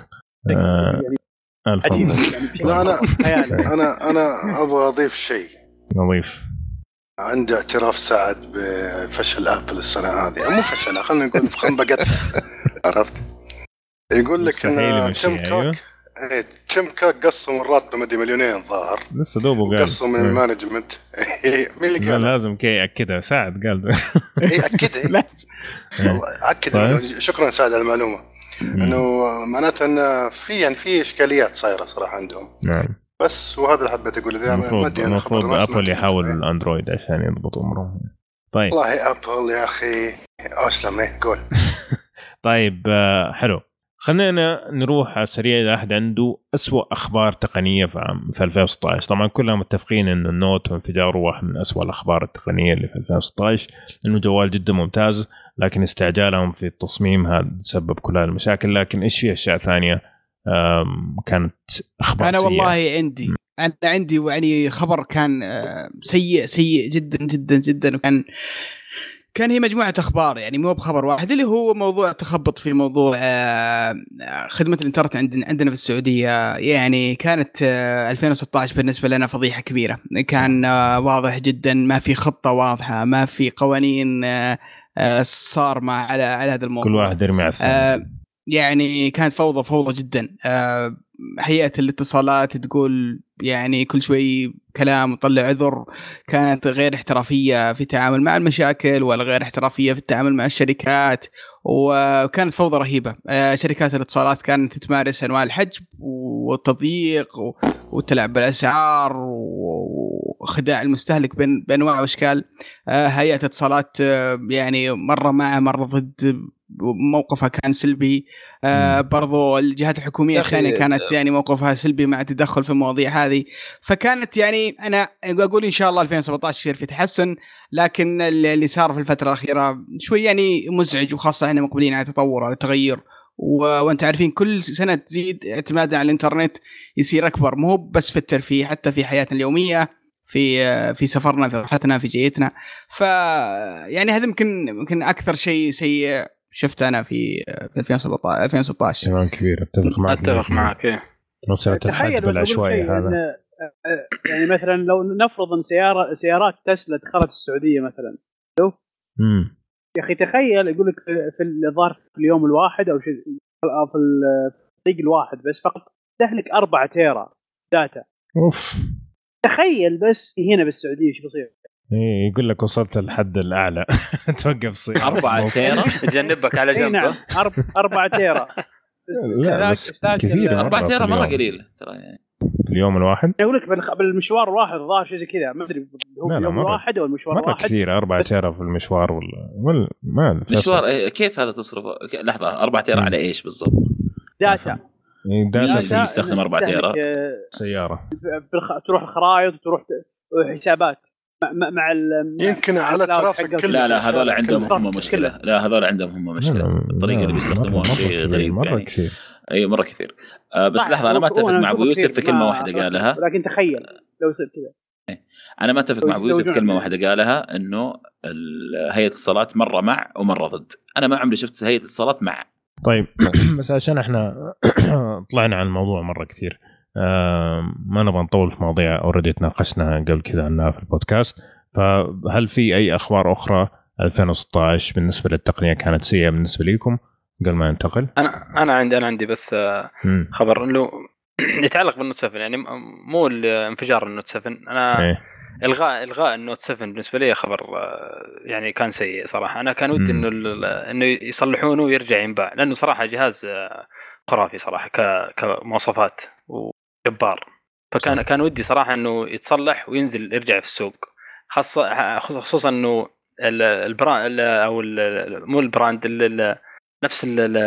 عجيب. لا أنا أبغى أضيف شيء. نضيف. عندي اعتراف سعد بفشل أبل السنة هذه، مو فشل، خلينا نقول خنبقتها. عرفت؟ يقول لك إن تيم كوك قصوا من راتبه مدي $2 ظاهر. لسه دوبه قال. قصوا من المانجمنت. مين اللي قال؟ لازم كي يأكدها سعد قال. أكدها. أكد. شكرا سعد على المعلومة. إنه معناته إن في إشكاليات صايرة صراحة عندهم. نعم. بس وهذا اللي حبيت أقول إذا المفروض أبل يحاول الأندرويد عشان يضبط أمرهم. طيب. والله أبل يا أخي أسلم قول. طيب حلو. خلينا نروح على السريع. إذا أحد عنده أسوأ أخبار تقنية في 2016. طبعا كلنا متفقين إن النوت وانفجاره واحد من أسوأ الأخبار التقنية اللي في 2016. إنه جوال جدا ممتاز، لكن استعجالهم في التصميم هذا سبب كل هالمشاكل. لكن إيش في أشياء ثانية كانت أخبار أنا سيئة؟ والله عندي يعني خبر كان سيء جدا جدا جدا، وكان هي مجموعة أخبار يعني مو بخبر واحد، اللي هو موضوع تخبط في موضوع خدمة الإنترنت عندنا في السعودية. يعني كانت 2016 بالنسبة لنا فضيحة كبيرة. كان واضح جدا ما في خطة واضحة، ما في قوانين صارمة على هذا الموضوع. كل واحد يرمي على الثاني. يعني كانت فوضى جدا. هيئة الاتصالات تقول يعني كل شوي كلام وطلع عذر. كانت غير احترافية في التعامل مع المشاكل، ولا غير احترافية في التعامل مع الشركات، وكانت فوضى رهيبة. شركات الاتصالات كانت تمارس أنواع الحجب والتضييق والتلاعب بالأسعار وخداع المستهلك بانواع واشكال. هيئه اتصالات يعني مره مع مره ضد، موقفها كان سلبي. برضو الجهات الحكوميه الثانيه كانت يعني موقفها سلبي مع التدخل في المواضيع هذه. فكانت يعني انا اقول ان شاء الله 2017 يصير في تحسن، لكن اللي صار في الفتره الاخيره شوي يعني مزعج، وخاصه احنا مقبلين على تطور على تغير، وانت عارفين كل سنه تزيد اعتمادنا على الانترنت يصير اكبر، مو بس في الترفيه، حتى في حياتنا اليوميه، في سفرنا، في راحتنا، في جيتنا. ف يعني هذا يمكن اكثر شيء سيء شفته انا في 2016. تمام كبير، اتفق معك ايه مسألة الحد بالعشوائي هذا. يعني مثلا لو نفرض ان سيارات تسلا دخلت السعوديه مثلا، شوف يا اخي تخيل يقول لك في الظرف في اليوم الواحد او شيء، في الطريق الواحد بس فقط تهلك 4 تيرا داتا. اوف، تخيل بس هنا بالسعوديه ايش بيصير. ايه يقول لك وصلت الحد الاعلى توقف صيغه 4 تيرا تجنبك على جنب. نعم 4 تيرا لا بس كثير، 4 تيرا مره قليل ترى يعني في اليوم الواحد. يقول لك بالمشوار الواحد الظاهر شيء زي كذا، ما ادري هو اليوم الواحد او المشوار الواحد كثير 4 تيرا في المشوار ولا ما مشوار. كيف هذا تصرف؟ لحظه 4 تيرا على ايش بالضبط؟ داتا اللي يستخدم 4 تيرا سياره، تروح الخرائط وتروح حسابات مع يمكن على ترافيك كله. لا هذول عندهم هم مشكله. لا هذول عندهم هم مشكله الطريقه اللي بيستخدموها شيء غريب مرة يعني كثير. اي مره كثير. بس لحظه انا ما اتفق مع ابو يوسف في كلمه واحده قالها، لكن تخيل لو صرت كذا. انا ما اتفق مع ابو يوسف في كلمه واحده قالها، انه هيئه الاتصالات مره مع ومره ضد. انا ما عمري شفت هيئه الاتصالات مع. طيب بس عشان احنا طلعنا عن الموضوع مره كثير، ما نبغى نطول في مواضيع اوريدي تناقشنا قبل كذا عنها في البودكاست. فهل في اي اخبار اخرى 2016 بالنسبه للتقنيه كانت سيئه بالنسبه لكم قبل ما ننتقل؟ انا عندي بس خبر انه يتعلق بالنوت 7، يعني مو انفجار النوت 7. انا الغاء النوت 7 بالنسبه لي خبر يعني كان سيء صراحه. انا كان ودي انه يصلحونه ويرجع ينباع، لانه صراحه جهاز خرافي صراحه كمواصفات وجبار. فكان ودي صراحه انه يتصلح وينزل يرجع في السوق، خصوصا انه البراند او مو البراند نفس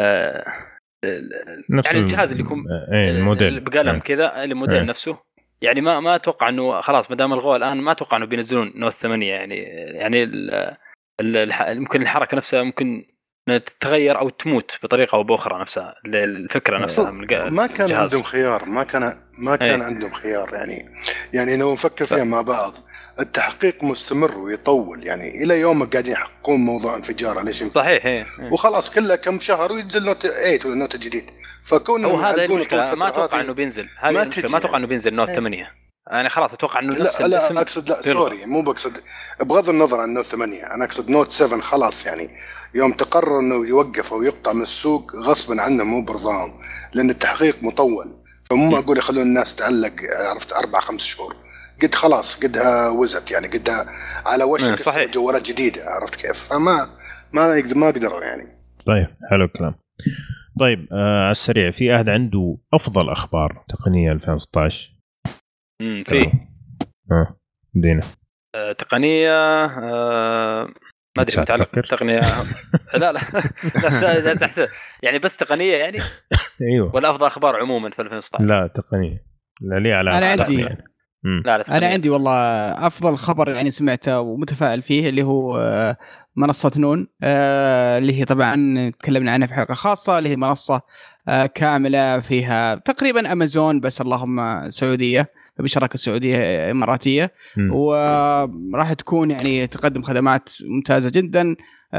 يعني الجهاز اللي يكون الموديل بقلم كذا الموديل نفسه. يعني ما اتوقع انه خلاص ما دام الغوا الان ما اتوقع انه بينزلون نوت 8. يعني ممكن الحركه نفسها ممكن تتغير او تموت بطريقه او باخرى، نفسها الفكره نفسها. ما كان عندهم خيار، ما كان عندهم خيار. يعني لو نفكر فيها مع بعض، التحقيق مستمر ويطول، يعني الى يومك قاعدين يحققون موضوع انفجاره. ليش صحيح وخلاص كله كم شهر وينزل نوت 8 ولا نوت جديد. فكون هذا المشكله، ما اتوقع انه بينزل. ما اتوقع انه بينزل نوت 8. يعني خلاص اتوقع انه نفس الاسم. لا اقصد سوري، مو بقصد بغض النظر عن نوت 8، انا اقصد نوت 7 خلاص. يعني يوم تقرر انه يوقف او يقطع من السوق غصبا عنه، مو برضاهم، لان التحقيق مطول. فمو معقول يخلون الناس تعلق، عرفت، 4-5 شهور. قد خلاص قدها وزت، يعني قدها على وشك جوالات جديده، عرفت كيف؟ فما ما قدروا يعني. طيب حلو الكلام. طيب على السريع، في أحد عنده افضل اخبار تقنيه 2016؟ في دينا تقنيه ما ادري متعلق تقنيه لا تحسن يعني بس تقنيه يعني ايوه، ولا افضل اخبار عموما في 2016؟ لا تقنيه، لا لي على انا عندي يعني. انا عندي والله افضل خبر يعني سمعته ومتفائل فيه، اللي هو منصه نون، اللي هي طبعا تكلمنا عنها في حلقه خاصه، اللي هي منصه كامله فيها تقريبا امازون بس اللهم سعوديه، بشراكه سعوديه اماراتيه، وراح تكون يعني تقدم خدمات ممتازه جدا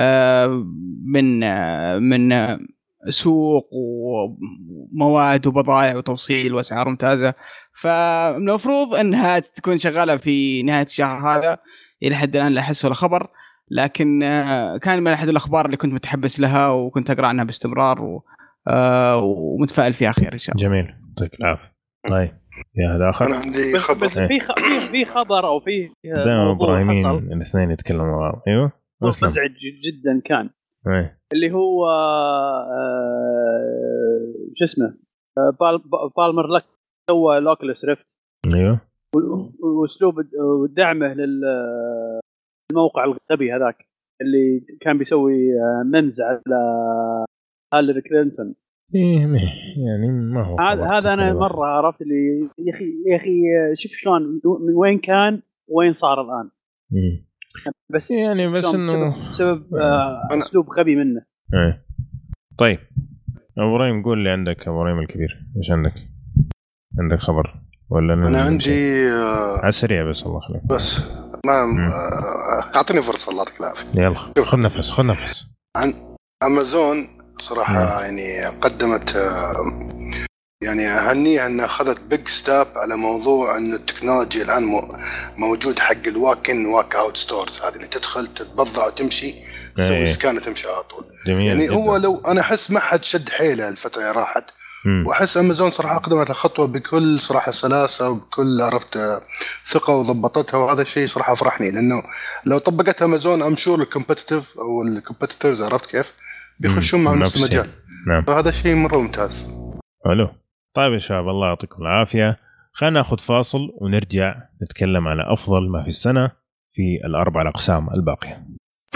من سوق ومواد وبضائع وتوصيل واسعار ممتازه. فالمفروض انها تكون شغاله في نهايه الشهر هذا. الى حد الان لا احس ولا خبر، لكن كان من احد الاخبار اللي كنت متحمس لها وكنت اقرا عنها باستمرار، ومتفائل فيها خير ان شاء الله. جميل، يعطيك العافيه. طيب يا هذا اخر. انا عندي خبر، بس في خبر او في دائما ابراهيمين الاثنين يتكلموا مع بعض. ايوه مزعج جدا كان اللي هو شو اسمه بالمر لك سوى لوكلس ريفت. ايوه واسلوب ودعمه للموقع الغبي هذاك اللي كان بيسوي ميمز على هالري كلينتون. يعني ما هو هذا انا مره عرفت اللي يا اخي شوف شلون من وين كان وين صار الان. بس يعني بس انه بسبب اسلوب غبي منه. طيب ابو ريم قول لي عندك ابو ريم الكبير ايش عندك خبر ولا انا عندي على السريع بس الله يخليك بس ما اعطيني فرصه الله يعطيك العافيه. يلا خذ نفس عن امازون صراحه يعني قدمت يعني اهنيها انها اخذت بيج ستاب على موضوع ان التكنولوجيا الان موجود حق الواك-ان واك-اوت ستورز، هذه اللي تدخل تتبضع وتمشي تسوي سكان وتمشي على طول. يعني جداً. هو لو انا احس ما حد شد حيله الفتره اللي راحت، واحس امازون صراحه قدمت الخطوه بكل صراحه سلاسه وبكل عرفت ثقه وضبطتها، وهذا الشيء صراحه فرحني لانه لو طبقتها امازون امشور الكومبيتيتيف او الكومبيتيتورز عرفت كيف بيخشون مع نفس المجال. فهذا الشيء مره ممتاز. حلو. طيب يا شباب الله يعطيكم العافيه، خلينا ناخذ فاصل ونرجع نتكلم على افضل ما في السنه في الاربع الاقسام الباقيه.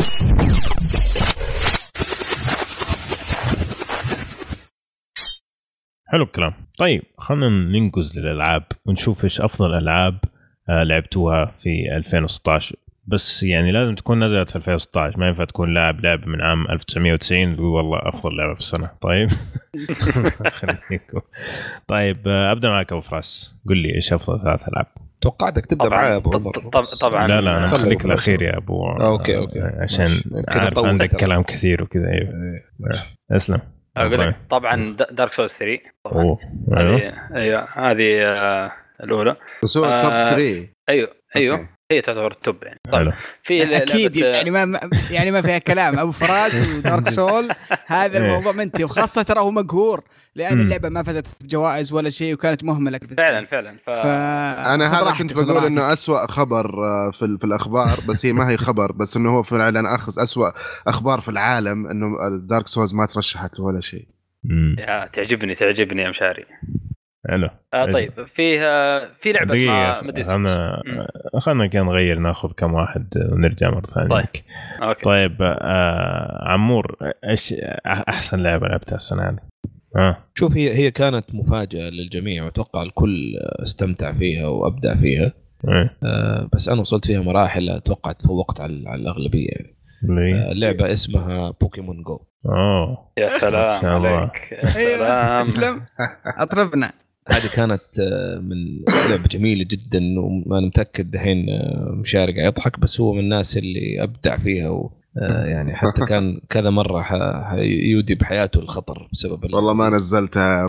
حلو الكلام. طيب خلينا ننقز للالعاب ونشوف ايش افضل العاب لعبتوها في 2016. بس يعني لازم تكون نزلت في 2016، ما ينفع تكون لعبة من عام 1990 تقول والله افضل لعبه في السنه. طيب خليكم. طيب ابدا معك ابو فراس، قل لي ايش افضل ثلاث العاب. توقعتك تبدا معايا ابو عمر. طبعا لا انا خليك الاخير يا ابو. اوكي عشان عارف عندك كلام كثير وكذا. اسلم. اقول لك طبعا دارك سولز 3 طبعا. ايوه هذه الاولى. بس هو توب 3. ايوه هي تعتبر التوب يعني. طيب في اكيد يعني ما فيها كلام. ابو فراس ودارك سول هذا الموضوع منتهي، وخاصه ترى هو مقهور لان اللعبه ما فازت بجوائز ولا شيء وكانت مهمله فعلا. انا هذا كنت بقول انه أسوأ خبر في الاخبار، بس هي ما هي خبر، بس انه هو فعلا اخذ أسوأ اخبار في العالم انه دارك سولز ما ترشحت له ولا شيء. تعجبني يا مشاري. حلو. طيب في لعبه اسمها مدري خلنا كان نغير ناخذ كم واحد ونرجع مره ثانيه. طيب أوكي. طيب عمور ايش احسن لعبه لعبتها السنه هذه؟ شوف هي كانت مفاجاه للجميع واتوقع الكل استمتع فيها وابدع فيها. بس انا وصلت فيها مراحل اتوقع تفوقت على الاغلبيه يعني. لعبه اسمها بوكيمون جو. يا سلام عليك. يا سلام. اسلم اطربنا. هذه كانت من لعبه جميله جدا، وانا متاكد الحين مشارق يضحك، بس هو من الناس اللي ابدع فيها يعني حتى كان كذا مره يودي بحياته الخطر بسبب والله ما نزلتها.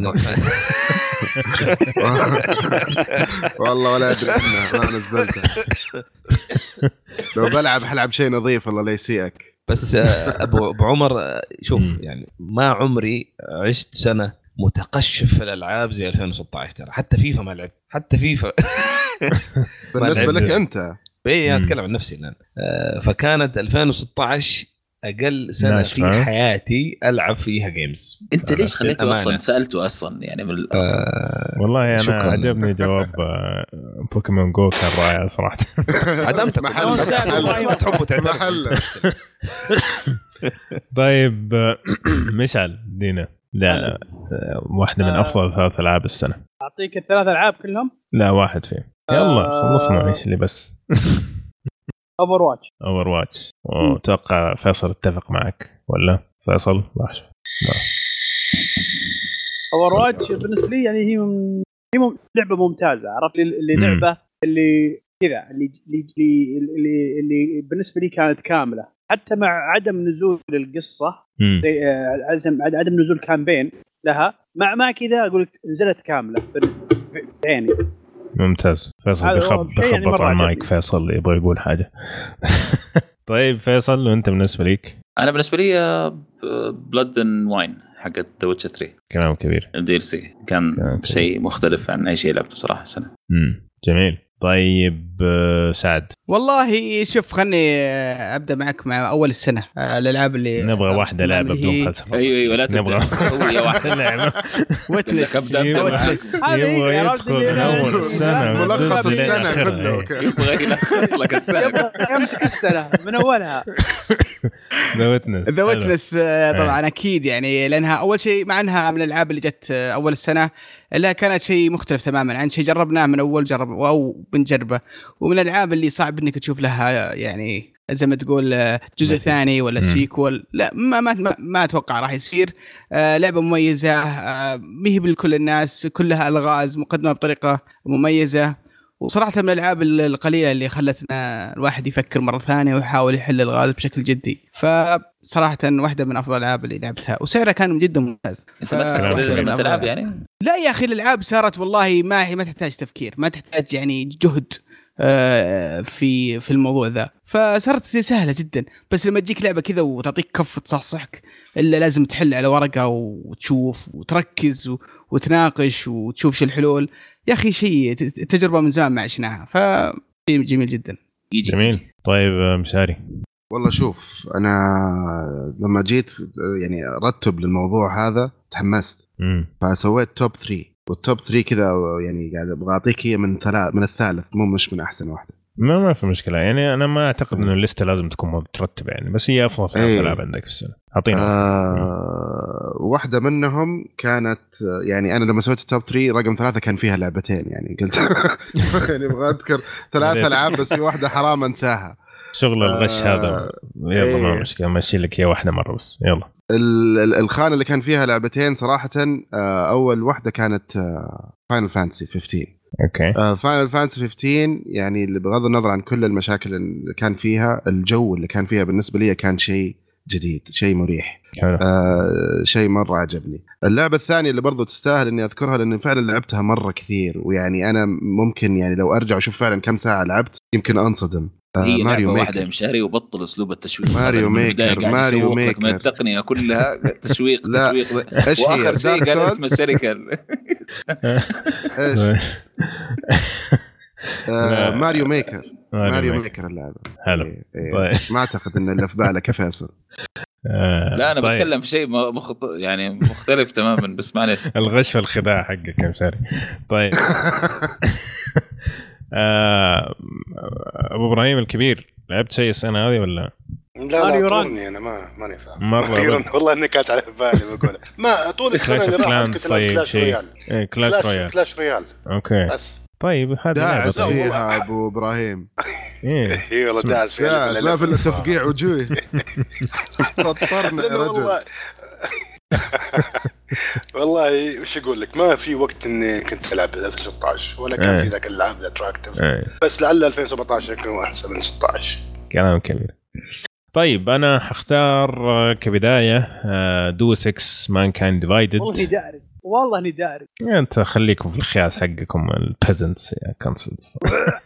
والله ولا ادري عنها ما نزلتها. لو بلعب حلعب شيء نظيف والله لا يسيئك. بس ابو عمر شوف يعني ما عمري عشت سنه متقشف في الالعاب زي 2016 ترى. حتى فيفا ما لعبت، حتى فيفا بالنسبه لك انت. اتكلم عن نفسي الان. فكانت 2016 اقل سنه في حياتي العب فيها جيمز. انت ليش خليته اصلا سالته اصلا يعني من الاصل؟ والله انا عجبني جواب بوكيمون جو كان رائع صراحه. عدمت ما تحبوا تعتمد. طيب مشعل دينا لا واحده من افضل ثلاث العاب السنه. اعطيك الثلاث العاب كلهم؟ لا واحد فيهم. يلا خلصنا ايش اللي بس. اوفر واتش. اتوقع فيصل اتفق معك ولا فيصل؟ اوفر واتش بالنسبه لي يعني هي لعبه ممتازه. عرفت اللي لعبه اللي كذا اللي بالنسبه لي كانت كامله، حتى مع عدم نزول القصه عدم نزول كامبين لها مع كذا اقول لك نزلت كامله بالنسبه يعني. ممتاز. فيصل بيخبط على المايك. فيصل يبغى يقول حاجه. طيب فيصل وانت بالنسبه ليك؟ انا بالنسبه لي بلاد اند واين حقت ذا ويتشر 3. كلام كبير. الدي ال سي كان شيء مختلف عن اي شيء لعبته صراحه السنه. جميل. طيب سعد. والله شوف خلني ابدا معك مع اول السنه الالعاب اللي نبغى واحده لعبه بدون فلسفه. ايوه لا نبغى هي واحده لعبه ويتنس يبغى يدخل اول السنه ملخص السنه كله يبغى يلخص لك السنه يبغى يمسك السنه من اولها. ذا ويتنس طبعا اكيد يعني لانها اول شيء مع انها من الالعاب اللي جت اول السنه لا كانت شيء مختلف تماما عن شيء جربناه من اول جرب او بنجربه، ومن الالعاب اللي صعب انك تشوف لها يعني زي ما تقول جزء ثاني ولا سيكول. لا ما اتوقع راح يصير. لعبه مميزه ما هي بالكل الناس، كلها الغاز مقدمه بطريقه مميزه، وصراحه من الالعاب القليله اللي خلتنا الواحد يفكر مره ثانيه ويحاول يحل الغاز بشكل جدي. فصراحه واحده من افضل الالعاب اللي لعبتها وسعرها كان جدا ممتاز. انت ما تفكر لما تلعب يعني؟ لا يا اخي الالعاب صارت والله ما تحتاج تفكير، ما تحتاج يعني جهد في الموضوع ذا، فصارت سهله جدا. بس لما تجيك لعبه كذا وتعطيك كف تصحصحك الا لازم تحل على ورقه وتشوف وتركز وتناقش وتشوف شو الحلول، يا اخي شيء تجربه من زمان ما عشناها، فجميل جدا. جميل. طيب مشاري. والله شوف انا لما جيت يعني رتب للموضوع هذا تحمست فسويت توب 3، والتوب 3 كذا يعني قاعد ابغى اعطيك هي من الثالث مش من احسن واحده. ما في مشكله يعني انا ما اعتقد انه الليسته لازم تكون مترتبه يعني، بس هي افضل 3 العاب عندك في السنه. اعطينا واحده منهم كانت يعني انا لما سويت التوب 3 رقم 3 كان فيها لعبتين يعني قلت يعني ابغى اذكر 3 العاب بس في واحده حرام انساها. شغل الغش هذا يلا ما مشكله ماشي لك هي واحده مره بس. يلا الخانه اللي كان فيها لعبتين صراحه. اول واحده كانت فاينل فانتسي 15. اوكي. فاينل فانتسي 15 يعني بغض النظر عن كل المشاكل اللي كان فيها، الجو اللي كان فيها بالنسبه لي كان شيء جديد، شيء مريح، شيء مره عجبني. اللعبه الثانيه اللي برضو تستاهل اني اذكرها لان فعلا لعبتها مره كثير، ويعني انا ممكن يعني لو ارجع واشوف فعلا كم ساعه لعبت يمكن انصدم. هي ماريو واحدة مشاري وبطل اسلوب التشويق. ماريو ميكر من التقنيه كلها تشويق ايش واخر شيء قال اسم الشركه ايش ماريو ميكر اللعبه. حلو. ما اعتقد ان اللي في بالك فيصل. لا انا بتكلم في شيء يعني مختلف تماما بس معلش. الغش والخداع حقك يا مشاري. طيب ابو ابراهيم الكبير لعبت شيء السنه هذه ولا لا طولني انا ما نفع مره والله اني كانت على بالي بقولها ما طول السنه اللي راحت كنت العب كلاش رويال اوكي بس. طيب هذا داعس فيها ابو ابراهيم. ايه والله داعس فيها لا في التفقيع وجوه فطرنا يا رجل. والله وش اقول لك ما في وقت اني كنت العب 2016 ولا كان في ذاك الالعاب الاتراكتيف بس لعل 2017 يكون احسن من 16. كلام كبير. طيب انا حختار كبدايه دو 6 مانكايند ديفايدد. والله اني داري انت خليكم في الخياس حقكم البيزنتس يا كونسلز.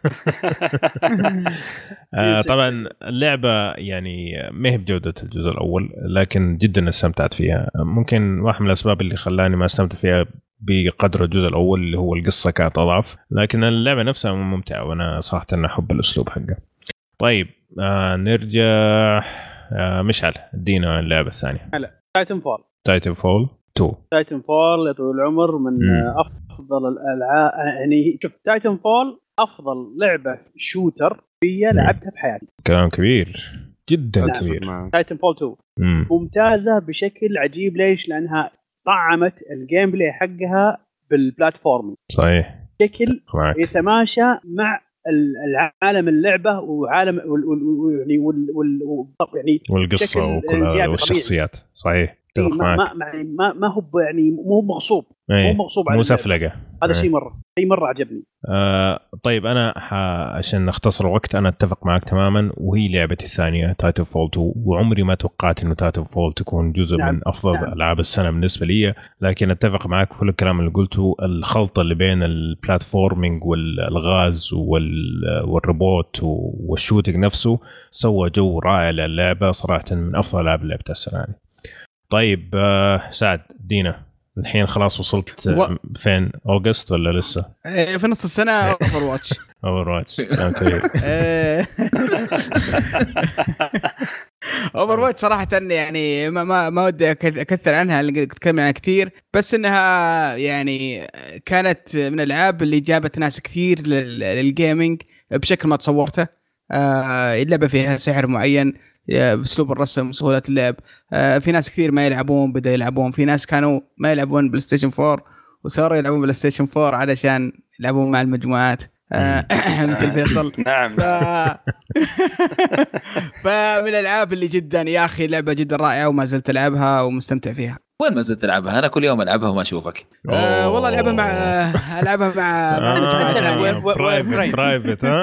طبعا اللعبه يعني ما هي بجوده الجزء الاول لكن جدا استمتعت فيها. ممكن واحد من الاسباب اللي خلاني ما استمتع فيها بقدر الجزء الاول اللي هو القصه كانت اضعف، لكن اللعبه نفسها ممتعه وانا صراحه احب الاسلوب حقه. طيب نرجع مشعل ادينا اللعبه الثانيه. تايتن فول 2. تايتن فول يا طويل العمر من افضل الالعاب يعني. شوف تايتن فول افضل لعبه شوتر هي لعبتها في حياتي. كلام كبير جدا كبير. تايتن فول 2 ممتازه بشكل عجيب. ليش؟ لانها طعمت الجيم بلاي حقها بالبلاتفورم صحيح بشكل يتماشى مع العالم اللعبه وعالم يعني والقصه وكل والشخصيات. صحيح ما هو يعني مو مغصوب على مسفلقه. هذا شيء مره عجبني. طيب انا عشان نختصر الوقت انا اتفق معك تماما، وهي لعبتي الثانيه تايتن فول 2، وعمري ما توقعت انه تايتن فول تكون جزء من افضل العاب السنه بالنسبه لي، لكن اتفق معك في كل الكلام اللي قلته. الخلطه اللي بين البلاتفورمينج والغاز والروبوت والشوتنج نفسه سوى جو رائع للعبه، صراحه من افضل العاب اللي لعبتها السنه هذه. طيب سعد دينا الحين خلاص وصلت فين؟ أوغست ولا لسه؟ في نص السنة أوفر واتش. اوفر واتش كبير. اوفر واتش صراحه يعني ما ودي اكثر عنها اللي كنت اتكلم عنها كثير، بس انها يعني كانت من الالعاب اللي جابت ناس كثير للجيمنج بشكل ما تصورته. اللعبه فيها سحر معين باسلوب الرسم، سهوله اللعب. في ناس كثير ما يلعبون بدا يلعبون، في ناس كانوا ما يلعبون بلاي ستيشن 4 وصاروا يلعبون بلاي ستيشن 4 علشان يلعبون مع المجموعات. مثل فيصل. نعم. فمن الألعاب اللي جدا يا أخي لعبة جدا رائعة وما زلت ألعبها ومستمتع فيها. وين ما زلت ألعبها؟ أنا كل يوم ألعبها وما أشوفك. والله ألعبها مع برايفت.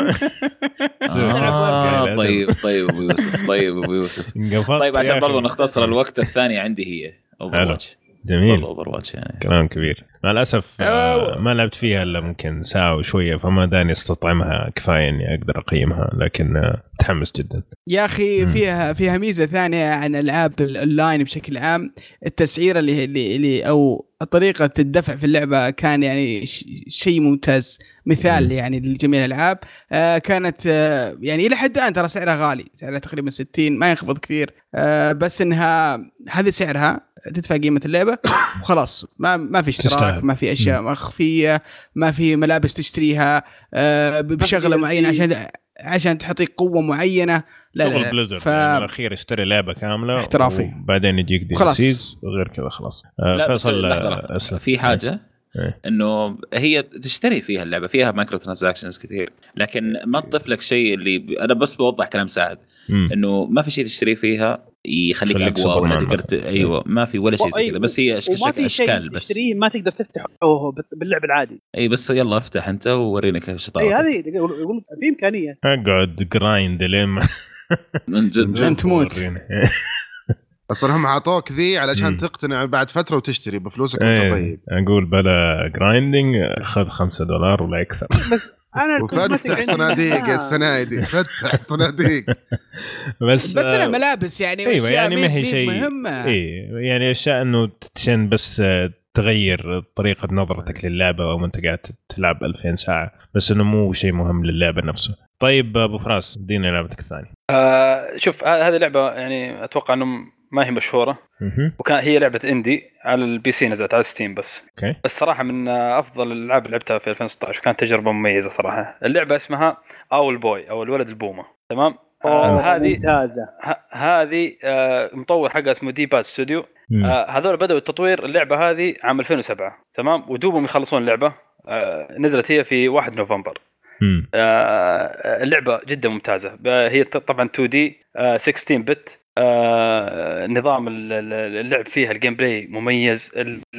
طيب أبو يوسف. طيب عشان برضو نختصر الوقت، الثاني عندي هي أوفرواتش. جميل. أوفرواتش يعني كلام كبير. مع الأسف ما لعبت فيها إلا ممكن ساعة وشوية، فما داني استطعمها كفاية إني أقدر أقيمها، لكن متحمس جدا يا أخي. فيها ميزة ثانية عن ألعاب الأونلاين بشكل عام، التسعيرة اللي أو طريقة الدفع في اللعبة كان يعني شيء ممتاز، مثال يعني لجميع الألعاب. كانت يعني إلى حد الآن ترى سعرها غالي، سعرها تقريبا 60، ما ينخفض كثير. بس إنها هذه سعرها، تدفع قيمة اللعبة وخلاص، ما في اشتراك، ما في أشياء مخفية، ما في ملابس تشتريها بشغلة معينة عشان تحطيك قوة معينة. لا بليزرد الأخير اشتري لعبة كاملة احترافي وبعدين يجيك DLCs وغير كذا خلاص. فيصل في حاجة انه هي تشتري فيها اللعبة، فيها مايكرو ترانزاكشنز كثير، لكن ما تضيف لك شيء. اللي انا بس بوضح كلام سعد انه ما في شيء تشتري فيها يخليك اقوى ولا تقدر ايوه، ما في ولا شيء زي كذا، بس هي اشكال بس تشتريه ما تقدر تفتحه باللعب العادي. اي بس يلا افتح انت وورينا كيف شطارتك. اي هذه يقول في امكانيه اقعد جرايند لين من جد تموت. اصلا هم عطوك ذي علشان تقتنع بعد فتره وتشتري بفلوسك وانت طيب. اقول بلا جرايندنج اخذ $5 ولا اكثر. بس انا وفتح صناديق السنه دي، فتح صناديق. بس انا ملابس يعني ايوه يعني ما هي شيء مهمه. يعني اشياء انه تشين بس تغير طريقه نظرتك للعبه، او انت قاعد تلعب 2000 ساعه، بس انه مو شيء مهم للعبه نفسه. طيب ابو فراس ادينا لعبتك الثانيه. شوف هذه لعبه يعني اتوقع انه ما هي مشهوره، وكان هي لعبه اندي على البي سي، نزلت على ستيم بس. بس صراحه من افضل الالعاب اللي لعبتها في 2016، كانت تجربه مميزه صراحه. اللعبه اسمها اول بوي او الولد البومه، تمام. هذه ممتازه. هذه مطور حقها اسمه دي باد ستوديو. هذول بدأوا التطوير اللعبه هذه عام 2007، تمام، ودوبهم يخلصون اللعبه. نزلت هي في 1 نوفمبر. اللعبه جدا ممتازه. هي طبعا 2D 16 بت. نظام اللعب فيها الجيم بلاي مميز.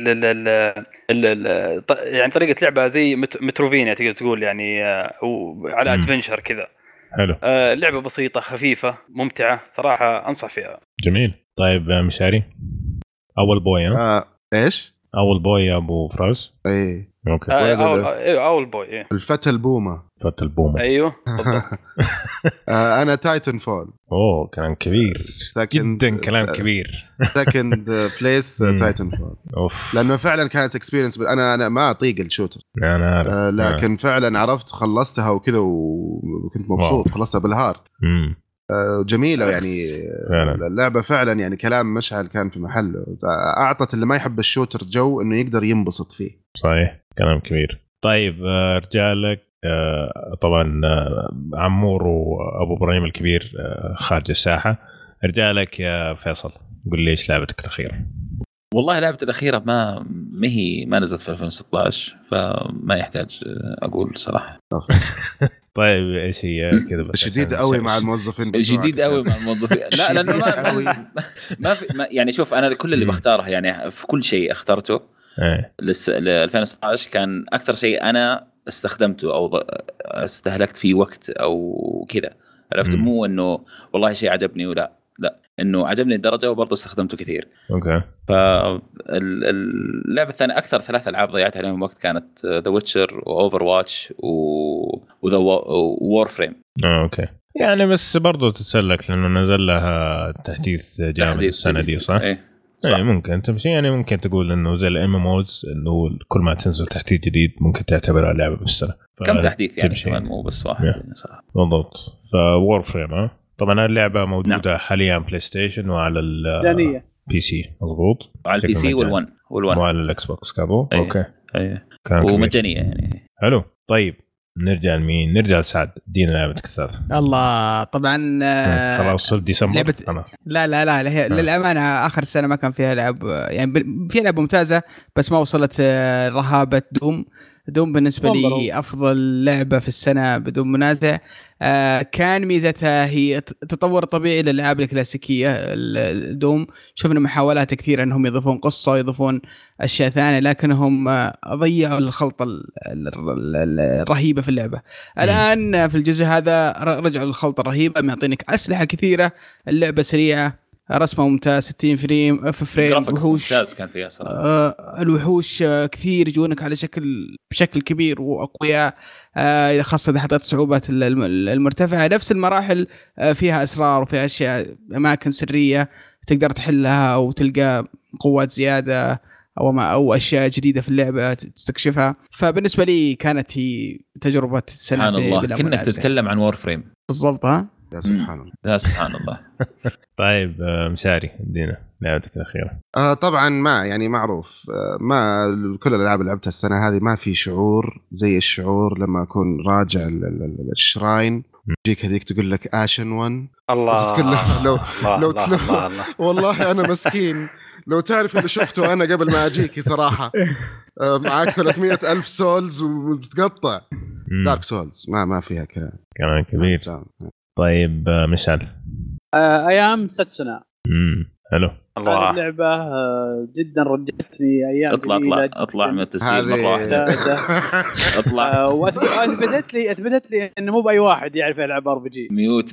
يعني طريقه لعبها زي متروفينيا تقدر تقول، يعني على ادفنشر كذا. حلو. لعبه بسيطه خفيفه ممتعه صراحه، انصح فيها. جميل. طيب مشاري اول بوي ايش اول بوي يا ابو فراس؟ اي اوكي. اول بوي الفتى البومه. ايوه بالضبط. انا تايتن فول. اوه كلام كبير جدا، كلام كبير. سكند بليس تايتن فول، لانه فعلا كانت اكسبيرينس. انا ما اطيق الشوتر، لكن فعلا عرفت خلصتها وكذا وكنت مبسوط. خلصتها بالهارد. جميلة يعني فعلا. اللعبة فعلا يعني كلام مشعل كان في محله، أعطت اللي ما يحب الشوتر جو إنه يقدر ينبسط فيه. صحيح كلام كبير. طيب رجالك طبعا عمور وأبو إبراهيم الكبير خارج الساحة. رجالك يا فيصل قل لي إيش لعبتك الأخيرة؟ والله لعبتي الأخيرة ما نزلت في 2016، فما يحتاج أقول صراحة. طيب ايش هي كذا؟ بس شديد قوي مع الموظفين. شديد قوي مع الموظفين. لا لانه ما في يعني شوف انا كل اللي بختاره يعني في كل شيء اخترته ل 2016 كان اكثر شيء انا استخدمته او استهلكت فيه وقت او كذا، عرفت؟ مو انه والله شيء عجبني ولا لا، انه عجبني الدرجه وبرضه استخدمته كثير. اوكي. فاللعبه الثانيه اكثر 3 ألعاب ضيعت عليهم وقت كانت ذا ويتشر واوفر واتش وذا وور فريم. اوكي. يعني بس برضه تتسلك لانه نزل لها تحديث جامد السنه دي، صح؟ ايه ممكن تمشي يعني ممكن تقول انه زي الام ام اوز انه كل ما تنزل تحديث جديد ممكن تعتبرها لعبه بالسنه. كم تحديث يعني كمان مو بس واحد صراحه. بالضبط. فور فريم طبعا اللعبه موجوده حاليا بلاي ستيشن وعلى البي سي. مظبوط. على البي سي والون وعلى الاكس بوكس كابو. اوكي ومجانيه يعني. حلو. طيب نرجع لمين؟ نرجع لسعد. دينا لعبتك الثالثة. الله طبعا خلاص صرت ديسمبر. لا هي للأمانة آخر السنة ما كان فيها لعب يعني فيها لعبة ممتازة بس ما وصلت رهابة دوم بالنسبة لي أفضل لعبة في السنة بدون منازع. كان ميزتها هي تطور طبيعي للألعاب الكلاسيكية. دوم شفنا محاولات كثيرة أنهم يضيفون قصة ويضيفون أشياء ثانية لكنهم ضيعوا الخلطة الرهيبة في اللعبة. الآن في الجزء هذا رجعوا الخلطة الرهيبة معطينك أسلحة كثيرة. اللعبة سريعة رسمه ممتاز 60 فريم وحوش ممتاز كان فيها صراحه. الوحوش كثير يجونك على بشكل كبير واقوياء خاصه اذا حطيت صعوبات المرتفعه. نفس المراحل فيها اسرار وفيها اشياء اماكن سريه تقدر تحلها او تلقى قوات زياده او اشياء جديده في اللعبه تستكشفها. فبالنسبه لي كانت هي تجربه السنه. سبحان الله كأنك تتكلم عن وور فريم بالضبط. ها يا سبحان الله. يا سبحان الله. طيب مشاري ادينا لعبتك الأخيرة. طبعا ما يعني معروف ما كل الألعاب اللي لعبتها السنة هذه ما في شعور زي الشعور لما أكون راجع الشراين يجيك هذيك تقول لك آشن 1 الله تقول له لو والله أنا مسكين لو تعرف اللي شفته أنا قبل ما أجيك صراحة معك 300,000 سولز وبتقطع دارك سولز ما فيها كلام كبير. طيب مشعل. ايام ساتسونا. حلو. الله اللعبه جدا رجعتني ايام. اطلع من التسجيل مره واحده. اطلع. اثبتت لي انه مو باي واحد يعرف يلعب ار بي جي.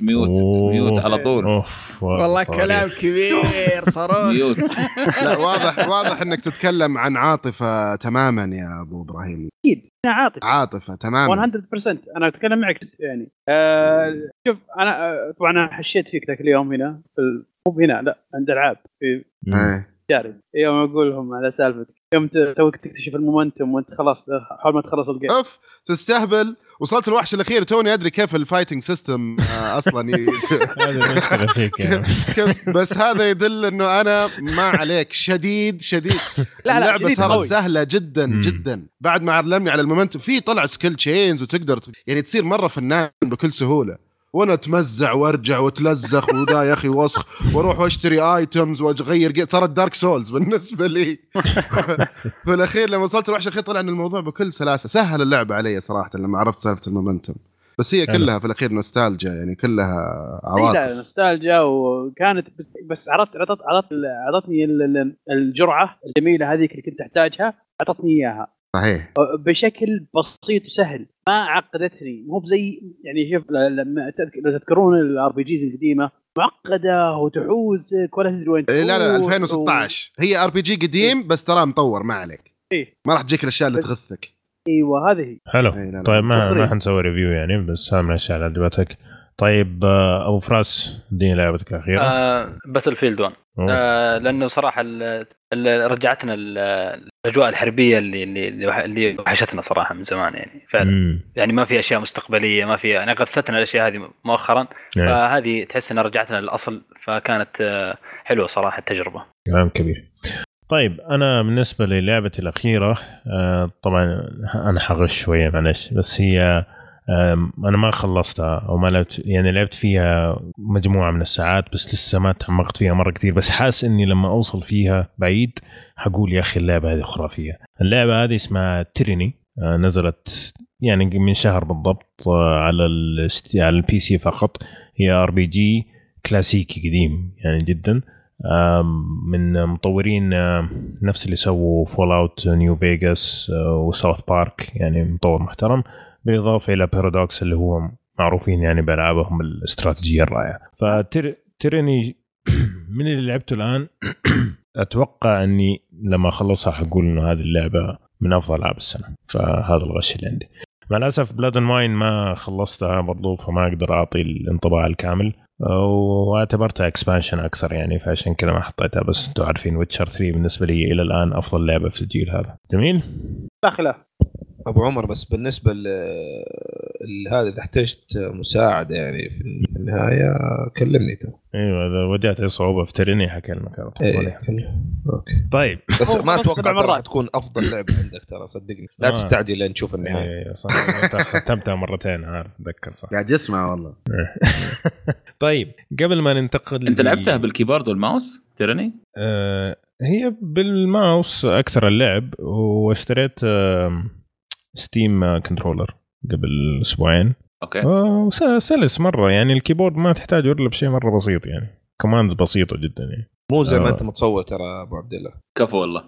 ميوت على طول. والله كلام كبير صراحه. ميوت. لا واضح انك تتكلم عن عاطفه تماما يا ابو ابراهيم. اكيد انا عاطفه تماما 100%. انا اتكلم معك يعني شوف انا طبعا انا حشيت فيك ذاك اليوم هنا مو هنا لا عند العاب في جاري يوم اقول لهم على سالفتك يوم توك تكتشف المومنتوم وانت خلاص حاول ما تخلص الجيم. اوف تستهبل. وصلت الوحش الاخير توني ادري كيف الفايتنج سيستم اصلا هذا مشكله فيك يعني. بس هذا يدل انه انا ما عليك شديد اللعبه صارت سهله جدا جدا بعد ما علمني على المومنتوم. في طلع سكيل تشينز وتقدر يعني تصير مره فنان بكل سهوله. وانا اتمزع وارجع واتلزخ ودا يا اخي وسخ واروح واشتري ايتمز واغير صارت دارك سولز بالنسبه لي. في الاخير لما وصلت الوحش الاخير طلع ان الموضوع بكل سلاسه. سهل اللعبه علي صراحه لما عرفت سالفه المومنتوم. بس هي كلها في الاخير نوستالجيا يعني كلها عواطف. لا نوستالجيا وكانت بس عطتني الجرعه الجميله هذيك اللي كنت احتاجها عطتني اياها. صحيح بشكل بسيط وسهل ما عقدتني. مو بزي يعني شوف لما تذكرون الار بي جيز القديمه معقده وتحوزك ولا تدري وين. لا 2016 هي ار بي جي قديم بس ترى مطور ما عليك. ما راح تجيك الاشياء اللي تغثك. ايوه هذه حلو. طيب ما حنسوي ريفيو يعني بس هذا من الاشياء اللي عجبتك. طيب ابو فراس دي لعبتك الاخيره. باتل فيلد 1 لانه صراحه رجعتنا الاجواء الحربيه اللي وحشتنا صراحه من زمان يعني فعلا. يعني ما في اشياء مستقبليه ما في يعني غثتنا الاشياء هذه مؤخرا. فهذه تحس انها رجعتنا للاصل فكانت حلوه صراحه التجربه. كلام كبير. طيب انا بالنسبه للعبتي الاخيره طبعا انا حغش شويه معلش بس هي انا ما خلصتها او ما لعبت يعني لعبت فيها مجموعه من الساعات بس لسه ما تعمقت فيها مره كتير. بس حاس اني لما اوصل فيها بعيد حقول يا اخي اللعبه هذه خرافيه. اللعبه هذه اسمها تيريني نزلت يعني من شهر بالضبط على البي سي فقط. هي ار بي جي كلاسيكي قديم يعني جدا من مطورين نفس اللي سووا فول اوت نيو فيغاس وساوث بارك يعني مطور محترم بالإضافة إلى بارادوكس اللي هو معروفين يعني بألعابهم الاستراتيجية الرائعة. فتريني من اللي لعبته الآن أتوقع أني لما أخلصها حقول إنه هذه اللعبة من أفضل ألعاب السنة. فهذا الغش اللي عندي. مع الأسف بلاد أند واين ما خلصتها برضو فما أقدر أعطي الانطباع الكامل واعتبرتها اكسبانشن اكثر يعني، فعشان كذا ما حطيتها. بس انتم عارفين ويتشر 3 بالنسبه لي الى الان افضل لعبه في الجيل هذا. جميل لا خلاف. ابو عمر بس بالنسبه لهذا اذا احتجت مساعده يعني في النهايه كلمني تو. ايوه اذا واجهت صعوبه افترني حكلمك. اوكي طيب بس ما اتوقع راح تكون افضل لعبه عندك ترى صدقني. لا تستعجل لين تشوف النهايه. ايوه صح ختمتها مرتين عارف اتذكر صح قاعد يسمع والله. طيب قبل ما ننتقل انت لعبتها بالكيبورد والماوس ترني؟ هي بالماوس اكثر اللعب، واشتريت ستيم كنترولر قبل اسبوعين. اوكي سلس مره يعني، الكيبورد ما تحتاج الا بشيء مره بسيط يعني، كوماند بسيطه جدا يعني، مو زي ما انت متصور ترى ابو عبد الله. كفو والله.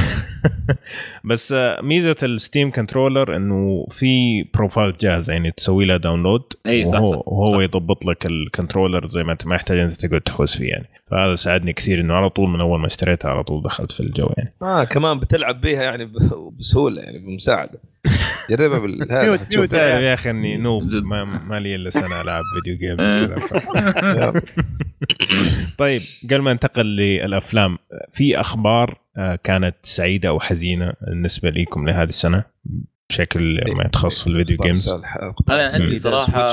بس ميزه الستيم كنترولر انه في بروفايل جاهز يعني تسوي له داونلود، وهو يضبط لك الكنترولر زي ما انت، ما يحتاج انت تقعد تحوس فيه يعني. فهذا ساعدني كثير انه على طول من اول ما اشتريتها على طول دخلت في الجو يعني. كمان بتلعب بيها يعني بسهوله يعني بمساعده. جربها بالهذا يا اخي اني نوب ما لي الا سنه العب فيديو جيم كذا. طيب قبل ما ننتقل للافلام، في اخبار كانت سعيده او حزينه بالنسبه لكم لهذه السنه بشكل ما يتخص الفيديو جيمز؟ انا عندي صراحه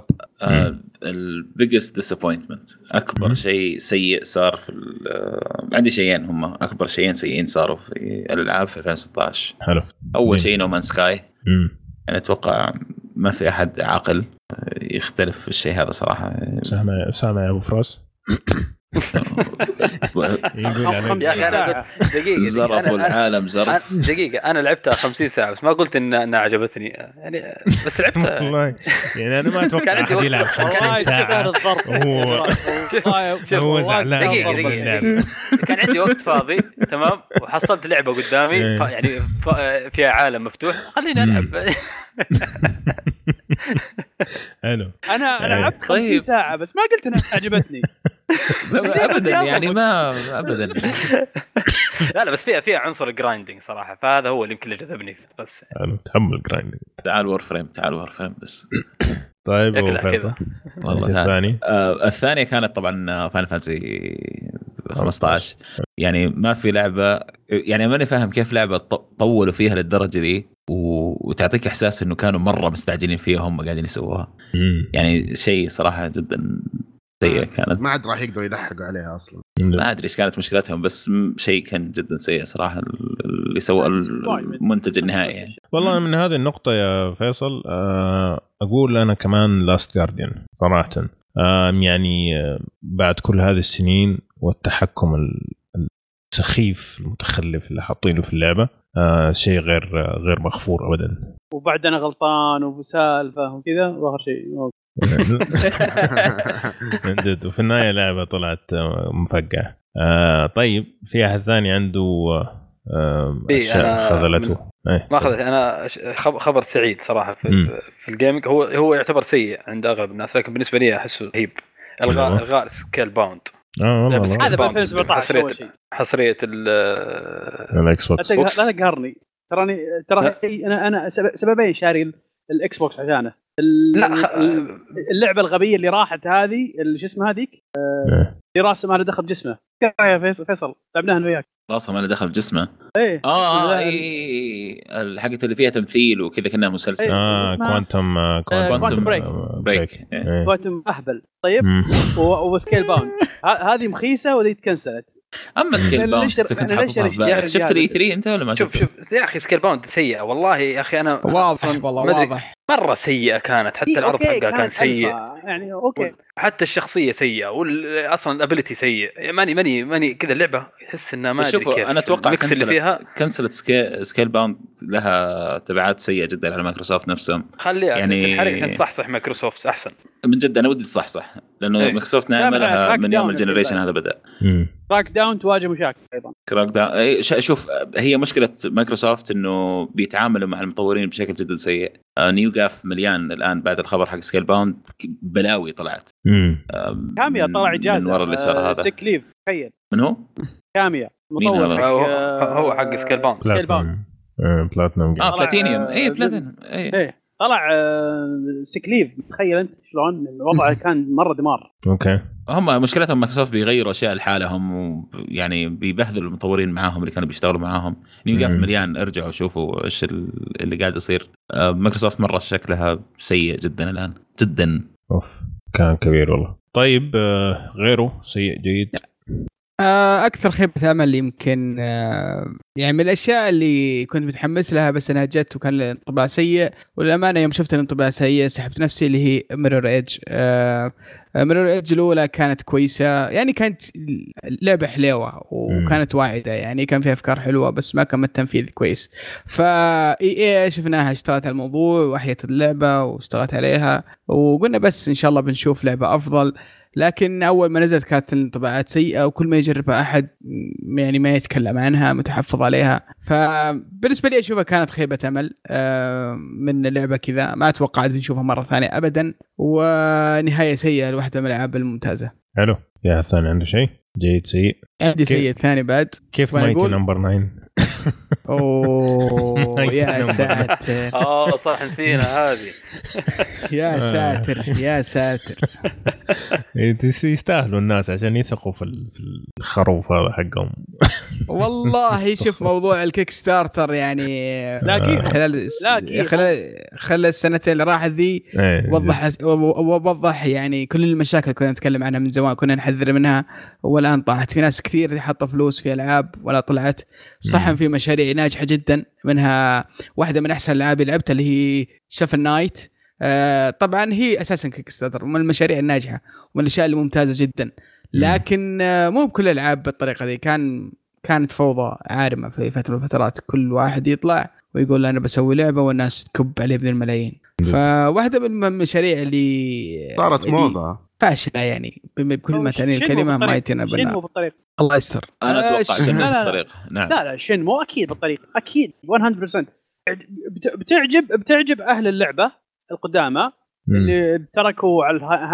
البيجست ديسابوينتمنت، اكبر شيء سيء صار في عندي شيئين هم اكبر شيئين سيئين صاروا في الالعاب في 2016. حلو. اول شيء نو مان سكاي. انا اتوقع ما في احد عاقل يختلف في الشيء هذا صراحه. سامع يا ابو فراس؟ يقول يعني دقيقة زرفوا العالم زرف. دقيقة أنا لعبتها 50 ساعة بس ما قلت إنها عجبتني يعني، بس لعبتها والله يعني أنا ما أتوقع أحد يلعب 50 ساعة هو زعلان. دقيقة كان عندي وقت فاضي تمام، وحصلت لعبة قدامي يعني فيها عالم مفتوح، خليني ألعب. حلو. أنا لعبت 50 ساعة بس ما قلت إنها عجبتني ابدا يعني، ما ابدا. لا بس فيها عنصر الجرايندينج صراحه، فهذا هو اللي يمكن جذبني بس. انا متحمل الجرايندينج. تعال وور فريم بس. طيب كذا والله الثاني الثانيه كانت طبعا فاينل فانتسي 15. يعني ما في لعبه يعني ماني فاهم كيف لعبه طولوا فيها للدرجه دي وتعطيك احساس انه كانوا مره مستعجلين فيها هم قاعدين يسووها. يعني شيء صراحه جدا سيئة كانت، ما عاد راح يقدروا يلحقوا عليها أصلا. ما أدري إيش كانت مشكلتهم، بس شيء كان جدا سيء صراحة اللي سوى المنتج النهائي يعني. والله من هذه النقطة يا فيصل أقول أنا كمان لاست جارديان صراحة يعني بعد كل هذه السنين والتحكم السخيف المتخلف اللي حاطينه في اللعبة شيء غير مغفور أبدا. وبعد أنا غلطان وبسالفة وكذا وآخر شيء جد. وفي النهاية لعبة طلعت مفقعة. طيب في أحد ثاني عنده أشياء خذلته؟ ما أخذت أنا خبر سعيد صراحة في الجيمنج. هو يعتبر سيء عند أغلب الناس، لكن بالنسبة لي أحسه رهيب. إلغاء سكيل باوند. هذا ب 2017 حصرية الإكس بوكس. لا تقهرني ترى أنا سببين شاري الإكس بوكس عشانه. اللعبة الغبية اللي راحت هذه اللي شو اسمها هذيك في راسه ما له دخل بجسمه. كيف يا فيصل لعبناها انا وياك؟ راسه ما له دخل بجسمه. ايه الحاجة اللي فيها تمثيل وكذا كأنها مسلسل. كوانتم بريك. كوانتم اهبل. طيب وسكيل باوند هذه مخيسة وذي تكنسلت. اما سكيل باوند انت كنت حاططها في بالك. شفت الاي 3 انت ولا ما شفت؟ شوف يا اخي سكيل باوند سيئه والله يا اخي. انا واضح مره سيئه كانت، حتى العرض حقها كان سيء يعني اوكي، حتى الشخصيه سيئه واصلا الابيليتي سيء. ماني كذا اللعبه احس انها ما ادري كيف. انا اتوقع الميكس اللي فيها كنسلت سكيل باوند لها تبعات سيئه جدا على مايكروسوفت نفسهم. خليها يعني الحركه تصحصح مايكروسوفت احسن من جد. انا ودي تصحصح لانه مايكروسوفت نعمل لها من يوم الجنريشن هذا بدا. كراك داون تواجه مشاكل ايضا. كراك داون شوف هي مشكله مايكروسوفت انه بيتعاملوا مع المطورين بشكل جدا سيء. نيو جاف مليان الان بعد الخبر حق سكيل باوند، بلاوي طلعت. كاميا طلع اجازه من ورا اللي صار هذا سيك ليف. تخيل من هو كاميا مطور هو حق سكيل باوند. بلاتينيوم. بلاتينيوم. بلاتينيوم. طلع سكليف. تخيل انت شلون الوضع كان مره دمار. اوكي هم مشكلتهم مايكروسوفت بيغيروا اشياء لحالهم ويعني بيبهذلوا المطورين معاهم اللي كانوا بيشتغلوا معاهم. نيوغاف مليان، ارجعوا شوفوا ايش اللي قاعد يصير. مايكروسوفت مره شكلها سيء جدا الان جدا. كان كبير والله. طيب غيره سيء جيد؟ اكثر خيبه امل يمكن يعني من الاشياء اللي كنت متحمس لها بس انها جت وكان الانطباع سيء، والامانه يوم شفت الانطباع سيء سحبت نفسي، اللي هي ميرور ايدج. ميرور ايدج الاولى كانت كويسه، يعني كانت لعبه حلوه وكانت واعده، يعني كان فيها افكار حلوه بس ما كان التنفيذ كويس. فا شفناها اشتغلت على الموضوع واحيت اللعبه واشتغلت عليها وقلنا بس ان شاء الله بنشوف لعبه افضل. لكن أول ما نزلت كانت الانطباعات سيئة، وكل ما يجربها أحد يعني ما يتكلم عنها، متحفظ عليها. فبالنسبة لي أشوفها كانت خيبة أمل من اللعبة كذا، ما أتوقع بنشوفها مرة ثانية أبدا، ونهاية سيئة لواحدة من الألعاب الممتازة. حلو. يا ثاني عنده شيء جيد سيء؟ عندي سيء ثاني بعد. كيف مايتي نمبر 9؟ اوه يا ساتر. صح نسينا هذه. يا ساتر يا ساتر. يستاهلوا الناس عشان يثقوا في الخروف هذا حقهم. والله شوف موضوع الكيك ستارتر يعني خلال السنتين اللي راحت ذي وضح يعني كل المشاكل كنا نتكلم عنها من زمان، كنا نحذر منها والآن طاحت. في ناس كثير حطوا فلوس في ألعاب ولا طلعت. صح في مشاريع ناجحة جدا، منها واحدة من أحسن الألعاب اللي لعبتها اللي هي شاف النايت. طبعا هي أساسا كيك ستارتر من المشاريع الناجحة ومن الأشياء الممتازة جدا، لكن مو بكل الألعاب بالطريقة دي. كانت فوضى عارمة في فترة من الفترات، كل واحد يطلع ويقول أنا بسوي لعبة والناس تكب عليه ابن الملايين. فواحدة من المشاريع اللي صارت موضة فاشلة يعني بكل ما تعني الكلمة. ما يتنا شنمو بالطريق. الله يستر. أنا أتوقع شنمو بالطريق. نعم. لا شنمو أكيد بالطريق، أكيد 100%. بتعجب أهل اللعبة القدامى اللي تركوا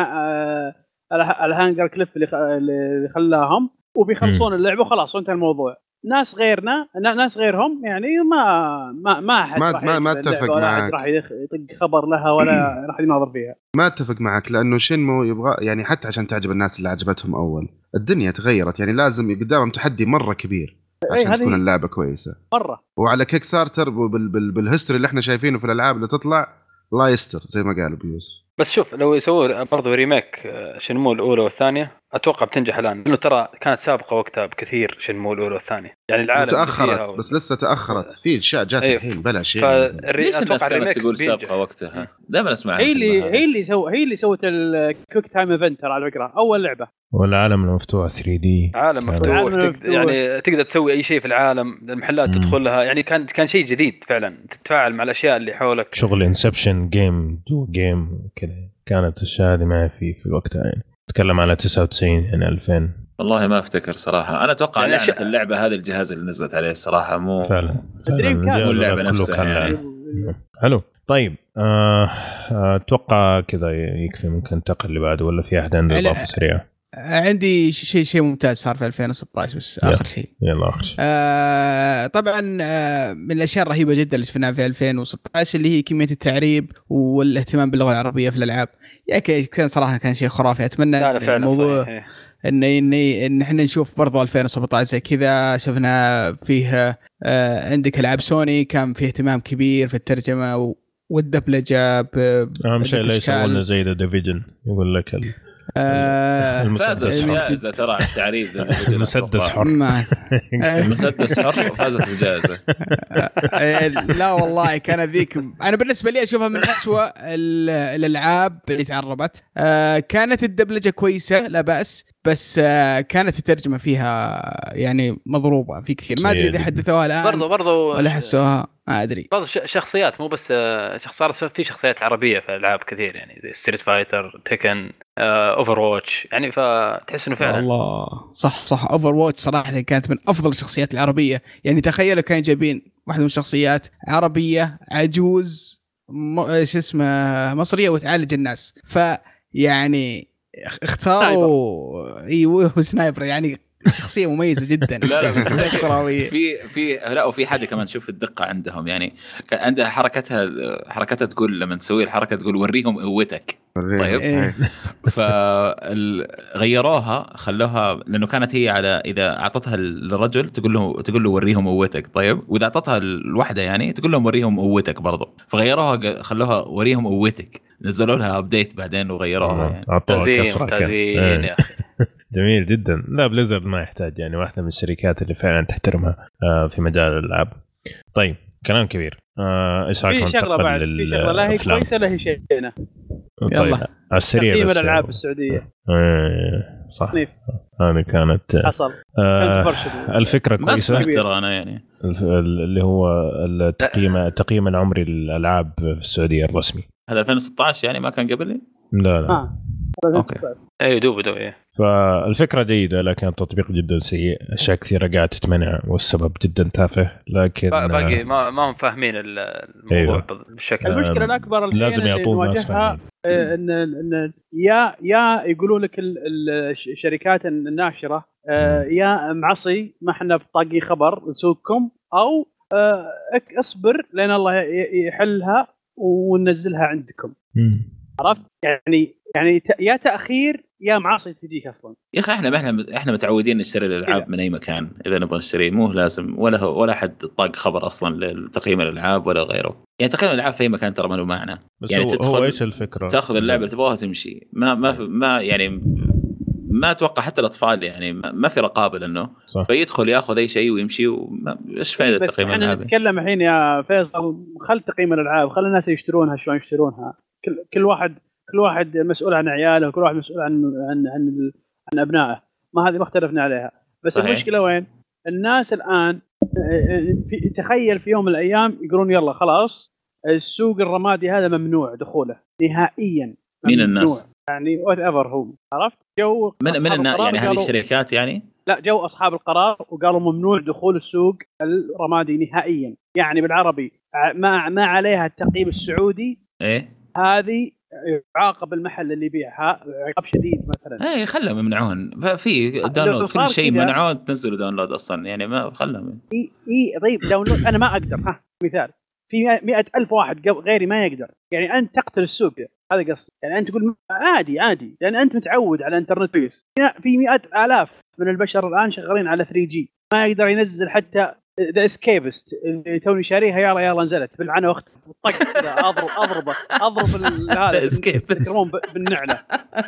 على الهانجر كليف اللي خلاهم وبيخلصون اللعبة وخلاص وانتهى الموضوع. ناس غيرهم يعني ما حد ما اتفق معك، راح يطق خبر لها ولا راح يناظر فيها. ما اتفق معك، لانه شنمو يبغى يعني حتى عشان تعجب الناس اللي عجبتهم اول، الدنيا تغيرت، يعني لازم قدامهم تحدي مره كبير عشان تكون اللعبه كويسه مره. وعلى كيك ستارتر بالهيستوري اللي احنا شايفينه في الالعاب اللي تطلع الله يستر زي ما قال بيوسف. بس شوف لو يسووا برضو ريميك شنمو الأولى والثانية أتوقع بتنجح الآن، لأنه ترى كانت سابقة وقتها بكثير شنمو الأولى والثانية، يعني العالم تأخرت بس لسه تأخرت في أشياء جات الحين بلا شيء. ليش الناس كانت تقول سابقة وقتها؟ دائما أسمع هي اللي سوت الكوك تايم إيفنت على فكرة أول لعبة. والعالم المفتوح 3D عالم مفتوح يعني تقدر تسوي أي شيء في العالم، المحلات تدخلها، يعني كان شيء جديد فعلا، تتفاعل مع الأشياء اللي حولك. شغل انسبشن جيم كذا كانت الأشياء هذه معي في الوقت يعني. تكلم على 99 يعني 2000. والله ما افتكر صراحة. أنا أتوقع يعني اللعبة هذا الجهاز اللي نزلت عليه الصراحة مو فعلا مو اللعبة نفسها يعني. حلو. طيب أتوقع كذا يكفي، ممكن ننتقل اللي بعده ولا في أحد عنده إضافة سريعة؟ عندي شيء ممتاز صار في 2016 بس آخر شيء. يلا آخر شيء. طبعا من الأشياء الرهيبة جدا اللي شفناها في 2016 اللي هي كمية التعريب والاهتمام باللغة العربية في الألعاب. يعني كان صراحة كان شيء خرافي. أتمنى الموضوع إن إحنا نشوف برضو 2017 زي كذا. شفنا فيه عندك ألعاب سوني كان فيه اهتمام كبير في الترجمة والدبلجة. أهم شيء لا يسوونه زي ذا ديفيجن يقول لك فازت الجائزة ترى على التعريب. المسدس حر. المسدس حر فازت الجائزة. لا والله كان ذيك أنا بالنسبة لي أشوفها من أسوأ الألعاب اللي تعربت. كانت الدبلجة كويسة لا بأس، بس كانت الترجمة فيها يعني مضروبة في كثير. ما أدري إذا حدثوها الآن برضو ولا حسوها ما أدري. برضو شخصيات مو بس صارت في شخصيات عربية في الألعاب كثير، يعني زي ستريت فايتر، تيكن، اوفر واتش، يعني فتحس انه فعلا والله صح اوفر واتش صراحه كانت من افضل الشخصيات العربيه. يعني تخيلوا كانوا جايبين واحده من الشخصيات عربيه عجوز اسمها مصريه وتعالج الناس، فيعني اختاروا ايوه سنايبر، يعني شخصيه مميزه جدا. لا بس كرويه وفي حاجه كمان، شوف الدقه عندهم يعني. كان عندها حركتها تقول لما تسوي الحركه تقول وريهم قوتك. طيب فغيروها خلوها، لانه كانت هي على اذا اعطتها للرجل تقول له وريهم قوتك. طيب واذا اعطتها الوحده يعني تقول لهم وريهم قوتك برضه. فغيروها خلوها وريهم قوتك. نزلوا لها ابديت بعدين وغيروها يعني. تزيين يا اخي. جميل جدا. لا بليزرد ما يحتاج يعني، واحده من الشركات اللي فعلا تحترمها في مجال الالعاب. طيب كلام كبير. ايش رايكم ننتقل بعد للافلام؟ لا هي كويسه لا هي شينه. طيب على السريع تقييم بس الالعاب السعوديه. صح هذه كانت حصل. الفكره كويسه ترى انا يعني اللي هو التقييم العمري للالعاب في السعوديه الرسمي. هذا 2016 يعني ما كان قبل. لا اوكي ايوه دوب فالفكره جيده لكن التطبيق جدا سيء. اشياء كثيره قاعده تتمنع والسبب جدا تافه. لكن باقي ما هم فاهمين الموضوع بالشكل. المشكله الاكبر لازم يعطونا ناس فاهمين ان يا يقولوا لك الشركات الناشره يا معصي ما احنا بطاقي خبر نسوقكم، او اصبر لين الله يحلها وننزلها عندكم. عرفت يعني يا تاخير يا معاصي تجيك اصلا. يا اخي احنا متعودين نشتري الالعاب من اي مكان اذا نبغى نشتري، مو لازم ولا حد طاق خبر اصلا لتقييم الالعاب ولا غيره. يعني تقييم الالعاب في اي مكان ترى ما له معنى. يعني هو ايش الفكره؟ تاخذ اللعبه تبغاها تمشي، ما يعني ما اتوقع حتى الاطفال يعني ما في رقابه لانه فيدخل ياخذ اي شيء ويمشي. ايش فائده تقييم الالعاب؟ احنا نتكلم الحين يا فيصل، خل تقييم الالعاب، خلي الناس يشترونها شلون يشترونها. كل واحد مسؤول عن عياله، وكل واحد مسؤول عن ابنائه. ما هذه ما اختلفنا عليها. بس صحيح. المشكله وين؟ الناس الان تخيل في يوم من الايام يقولون يلا خلاص السوق الرمادي هذا ممنوع دخوله نهائيا. مين الناس؟ يعني وات ايفر هو، عرفت؟ جو من يعني هذه الشركات يعني؟ لا، جو اصحاب القرار وقالوا ممنوع دخول السوق الرمادي نهائيا. يعني بالعربي ما عليها التقييم السعودي. ايه هذه يعاقب المحل اللي يبيعها عقاب شديد مثلا. اي خلهم يمنعون في داونلود، كل شيء منعون تنزلوا داونلود اصلا يعني. ما خلهم طيب داونلود انا ما اقدر. مثال في 100,000 واحد غيري ما يقدر. يعني انت تقتل السوق، هذا قصدي. يعني انت تقول عادي لان انت متعود على انترنت بيس. في 100,000 من البشر الان شغالين على 3G ما يقدر ينزل حتى ذا اسكيبست اللي توني شاريها. يلا نزلت بالعنى واختي طق كذا اضرب هذا اسكيبست بالنعله.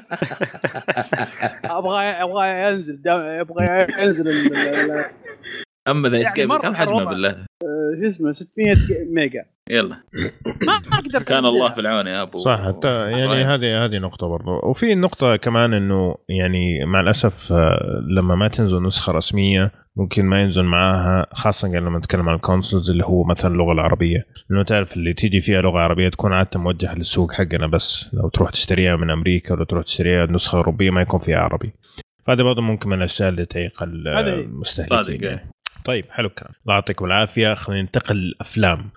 ابغى ينزل اما ذا اسكيب كم حجمه بالله؟ شو اسمه 600 ميجا. يلا ما اقدر. كان الله في العون يا ابو. صح حتى يعني هذه نقطه برضو. وفي نقطه كمان انه يعني مع الاسف لما ما تنزل نسخه رسميه ممكن ما ينزل معاها، خاصه لما نتكلم عن الكونسولز اللي هو مثلا اللغه العربيه، لانه تعرف اللي تيجي فيها لغه عربيه تكون عاده موجهه للسوق حقنا بس. لو تروح تشتريها من امريكا ولا تروح تشتريها نسخه اوروبيه ما يكون فيها عربي. فهذا برضو ممكن من الاشياء اللي تعيق المستهلكين. طيب حلو الكلام، الله يعطيكم العافيه. خلينا ننتقل للافلام.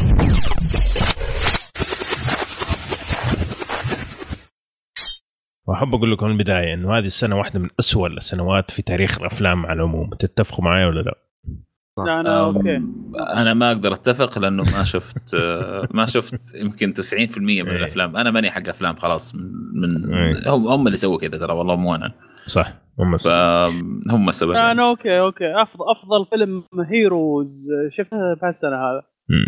وأحب أقول لكم من البداية إنه هذه السنة واحدة من أسوأ السنوات في تاريخ الأفلام على العموم. تتفقوا معي ولا لا؟ أنا أوكي. أنا ما أقدر أتفق لأنه ما شفت يمكن 90% من الأفلام. أنا ماني حق أفلام خلاص. من هم اللي سووا كذا ترى والله مو أنا. صح هم السبب. أنا أوكي أفضل فيلم هيروز شفته في السنة هذا.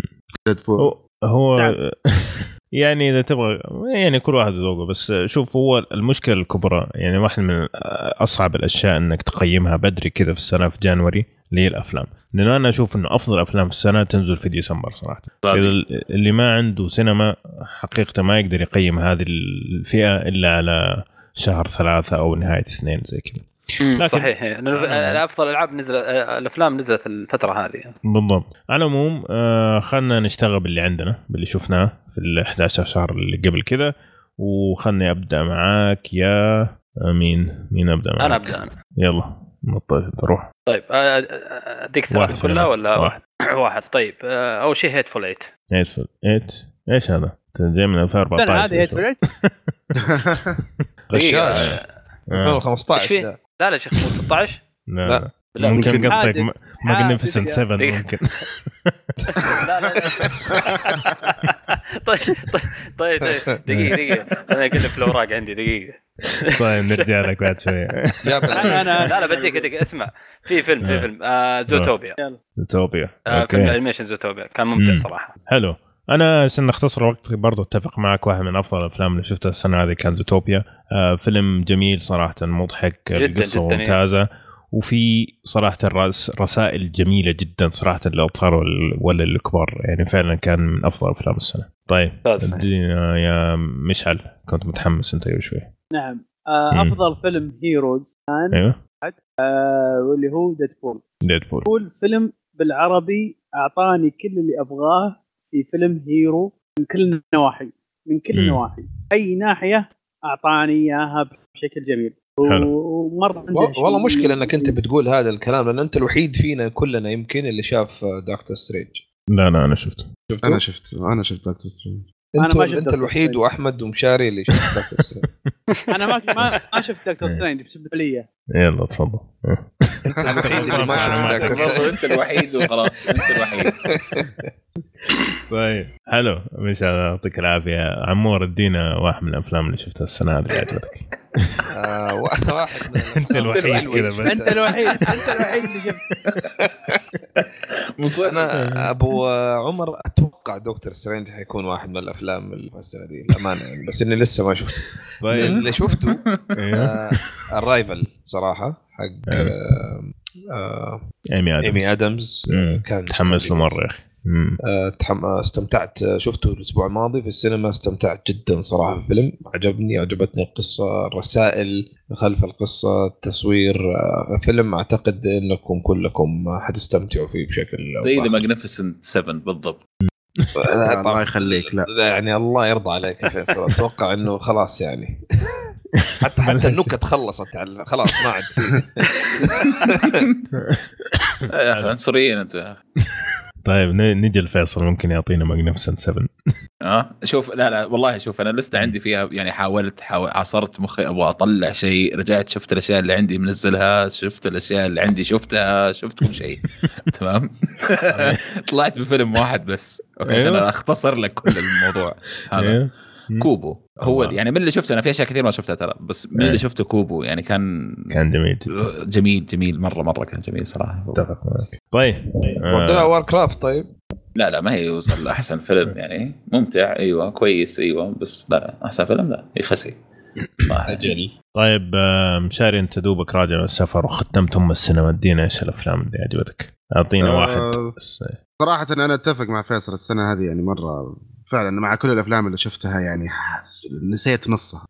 هو يعني إذا تبغى يعني كل واحد ذوقه. بس شوف هو المشكلة الكبرى يعني واحد من أصعب الأشياء أنك تقيمها بدري كذا في السنة في جانوري اللي هي الأفلام. لأنه أنا أشوف أنه أفضل أفلام في السنة تنزل في ديسمبر صراحة. اللي ما عنده سينما حقيقة ما يقدر يقيم هذه الفئة إلا على شهر 3 أو نهاية 2 زي كذا. صحيح. الافضل الافلام نزلت الفتره هذه بالضبط. على العموم خلنا نشتغل باللي عندنا باللي شفناه في ال11 شهر اللي قبل كذا. وخلني ابدا معاك يا مين ابدا معاك؟ انا ابدا. يلا نروح. طيب اديك 3 كلها ولا واحد؟ طيب اول شيء هيتفول 8 ايش هذا؟ جاي من 2014. هذا هيتفول 8 غشاش 2015. لا شيخ 16 لا. ممكن قصدك ماجنيفيسنت 7 ممكن. لا طيب دقيقة أنا أقول في الأوراق عندي دقيقة. طيب نرجع لك بعد شوية. لا بديك اسمع في فيلم زوتوبيا. فيلم الأنيميشن زوتوبيا كان ممتع صراحة. حلو. أنا عشان نختصر وقت برضو اتفق معك، واحد من أفضل الأفلام اللي شفتها السنة هذه كان زوتوبيا. فيلم جميل صراحة، مضحك، القصة ممتازة، وفي صراحة رسائل جميلة جدا صراحة للأطفال ولا الكبار، يعني فعلا كان من أفضل أفلام السنة. طيب يا مشعل، كنت متحمس أنت شوي. نعم. أفضل فيلم هيروز كان أيوه. واللي هو ديدبول. فيلم بالعربي أعطاني كل اللي أبغاه في فيلم هيرو من كل النواحي، أي ناحية أعطاني إياها بشكل جميل. والله مشكلة انك انت بتقول هذا الكلام لان انت الوحيد فينا كلنا يمكن اللي شاف دكتور سترينج. لا انا شفت دكتور سترينج. انت الوحيد واحمد ومشاري اللي شاف دكتور سترينج. انا ما شفت دكتور سترينج بسبب لي. يلا تفضل. انت الوحيد اللي ما شفت دكتور سترينج. انت الوحيد وخلاص، انت الوحيد. طيب حلو، مش يعطيك العافيه عمور. ادينا واحد من الافلام اللي شفتها السنه هذه اللي عجبتك. واحد انت الوحيد كذا بس. انت الوحيد اللي شفت. انا ابو عمر اتوقع دكتور سترينج حيكون واحد من الافلام السنه دي الامانه يعني، بس اني لسه ما شفته. اللي شفته الرايفل صراحه حق ايمي ادمز. كان تحمس له مره يا اخي. استمتعت، شفته الأسبوع الماضي في السينما، استمتعت جدا صراحة في الفيلم. عجبتني القصة، الرسائل خلف القصة، التصوير. فيلم أعتقد أنكم كلكم حتستمتعوا فيه بشكل زي ماجنيفيسنت 7 بالضبط. الله يخليك. لا يعني الله يرضى عليك يا فيصل. أتوقع أنه خلاص يعني حتى النكت خلصت خلاص ما عاد فيه. عنصريين أنت. طيب نجي الفيصل، ممكن يعطينا ماجنيفيسنت 7. شوف لا والله شوف، انا لسه عندي فيها يعني عصرت مخي ابغى اطلع شيء، رجعت شفت الاشياء اللي عندي منزلها، شفت الاشياء اللي عندي شفت كل شيء. تمام. طلعت بفيلم واحد بس عشان اختصر لك كل الموضوع هذا. كوبو هو يعني من اللي شفته انا، في اشياء كثير ما شفتها ترى، بس من اللي شفته كوبو يعني كان جميل مره كان جميل صراحه. طيب عندنا واركرافت. طيب لا ما هي وصل احسن فيلم يعني، ممتع ايوه كويس ايوه، بس لا احسن فيلم لا يخسي ما اجل. طيب مشاري، انت دوبك راجع من السفر وختمتم السينما، ادينا ايش الافلام اللي عجبتك؟ اعطينا واحد بس. صراحه انا اتفق مع فيصل، السنه هذه يعني مره فعلا مع كل الافلام اللي شفتها يعني نسيت نصها.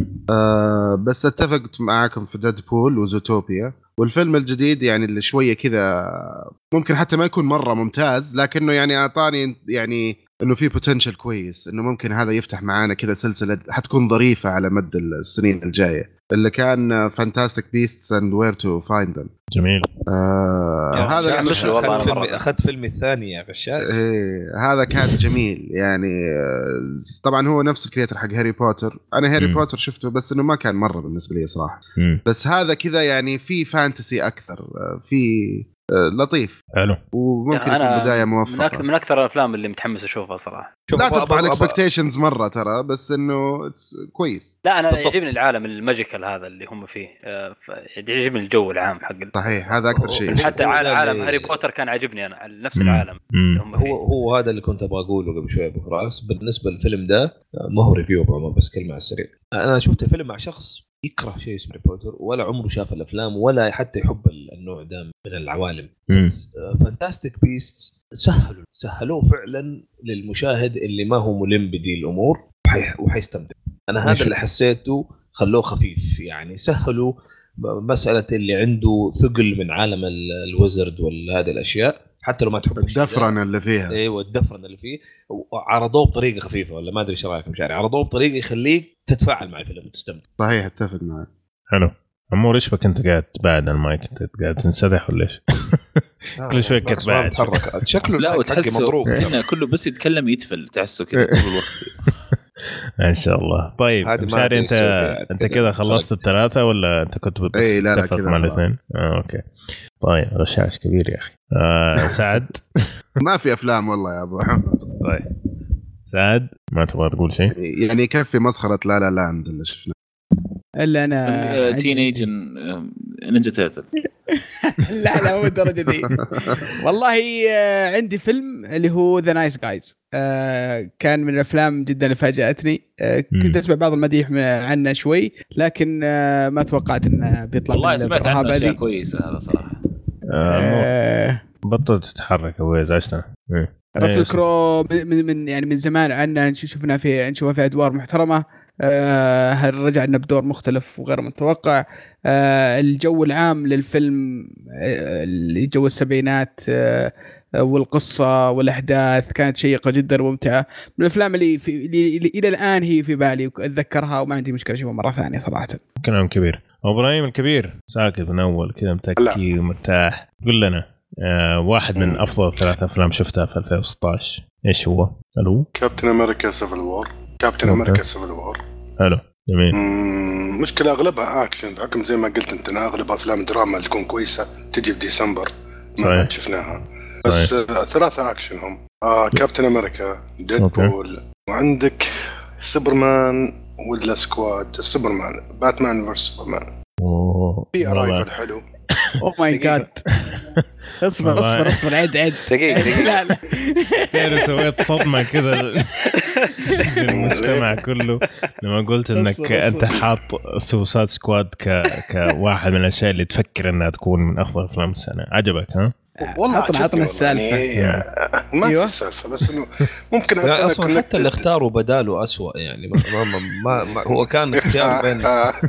بس اتفقت معاكم في ديدبول وزوتوبيا، والفيلم الجديد يعني اللي شويه كذا ممكن حتى ما يكون مره ممتاز، لكنه يعني اعطاني يعني انه في بوتنشل كويس، انه ممكن هذا يفتح معانا كذا سلسله حتكون ظريفه على مد السنين الجايه، اللي كان فانتاستيك بيستس اند وير تو فايند ذم. جميل. هذا اخذت فيلم الثاني يا غشاش. هذا كان جميل يعني. طبعا هو نفس الكرياتور حق هاري بوتر. انا هاري بوتر شفته بس انه ما كان مره بالنسبه لي صراحه. بس هذا كذا يعني في فانتسي اكثر، في لطيف حلو، وممكن يكون بدايه موفقه. من اكثر الافلام اللي متحمس اشوفها صراحه. لا ترفع الاكسبكتيشنز مره ترى، بس انه كويس. لا انا يعجبني العالم الماجيكال هذا اللي هم فيه، يعجبني الجو العام حق. صحيح هذا اكثر شيء. حتى عالم هاري بوتر كان عجبني انا، نفس العالم هم فيه. هو هذا اللي كنت ابغى اقوله قبل شويه ابو فراس. بالنسبه للفيلم ده ما هو ريفيو بعمر، بس كلمه على السريع. انا شفت الفيلم مع شخص يكره شيء اسمه هاري بوتر، ولا عمره شاف الافلام ولا حتى يحب النوع ده من العوالم. بس فانتاستيك بيستس سهلوه فعلا للمشاهد اللي ما هو ملم بدي الامور وحيستمتع. انا هذا اللي حسيته، خلوه خفيف يعني. سهلوا مساله اللي عنده ثقل من عالم الوزرد وهذه الاشياء، حتى لو ما تحب الدفرنه اللي فيها. ايوه الدفرنه اللي فيه، عرضوه بطريقه خفيفه، ولا ما ادري ايش رايك مشاري؟ عرضوه بطريقه يخليك تتفاعل مع الفيلم وتستمتع. صحيح اتفق معك. حلو. عمور ايش بك انت قاعد بعد المايك؟ انت قاعد تنسدح ولا ايش؟ كل شوي كنت بعد شكله لا وتحسه هنا كله بس يتكلم يتفل، تحسه كذا طول الوقت. ان شاء الله. طيب مشاري انت كذا خلصت الثلاثه ولا انت كنت بتتفق مع الاثنين؟ اوكي طيب غشاش كبير يا اخي. سعد ما في افلام والله يا ابو محمد. طيب سعد ما تبغى تقول شيء؟ يعني يكفي مسخره لا لا لاند اللي شفنا الا انا تينيج نينجا تيرتل. لا مو الدرجه دي والله. عندي فيلم اللي هو ذا نايس جايز، كان من الافلام جدا اللي فاجاتني. كنت اسمع بعض المديح عنه شوي، لكن ما توقعت انه بيطلع. والله سمعت عنه اشياء كويسه هذا صراحه. بطلت تتحرك ويز عشنا. راسل كرو من زمان عنا نشوفنا نشوفه في ادوار محترمه. رجع لنا بدور مختلف وغير متوقع. الجو العام للفيلم اللي جو السبعينات والقصة والأحداث كانت شيقة جدا وممتعة. من الأفلام اللي إلى الآن هي في بالي وأتذكرها وما عندي مشكلة أشوفها مرة ثانية صراحة. كلام كبير. إبراهيم الكبير ساكت من أول كذا متكي ومرتاح. قل لنا واحد من أفضل 3 أفلام شفتها في 2016 إيش هو؟ ألو كابتن أمريكا سيفل وور. كابتن أمريكا سيفل وور حلو جميل. مشكلة أغلبها أكشن بحكم زي ما قلت أنت أغلب أفلام دراما اللي تكون كويسة تجي في ديسمبر ما بعد شفناها. بس 3 أكشن هم كابتن أمريكا ديدبول وعندك سوبرمان ولا سكواد سوبرمان باتمان فيرس سوبرمان. في أرايفل حلو. اوه ماي جاد اصبر عد دقيقة لا سويت صدمة كذا المجتمع كله لما قلت انك انت حاط سوسايد سكواد كواحد من الاشياء اللي تفكر انها تكون من افضل افلام السنة. عجبك ها؟ والله عطنا السالفة. ما في السالفة بس انه ممكن اصلا حتى اللي اختاروا بداله أسوأ يعني ما هو كان اختيار بين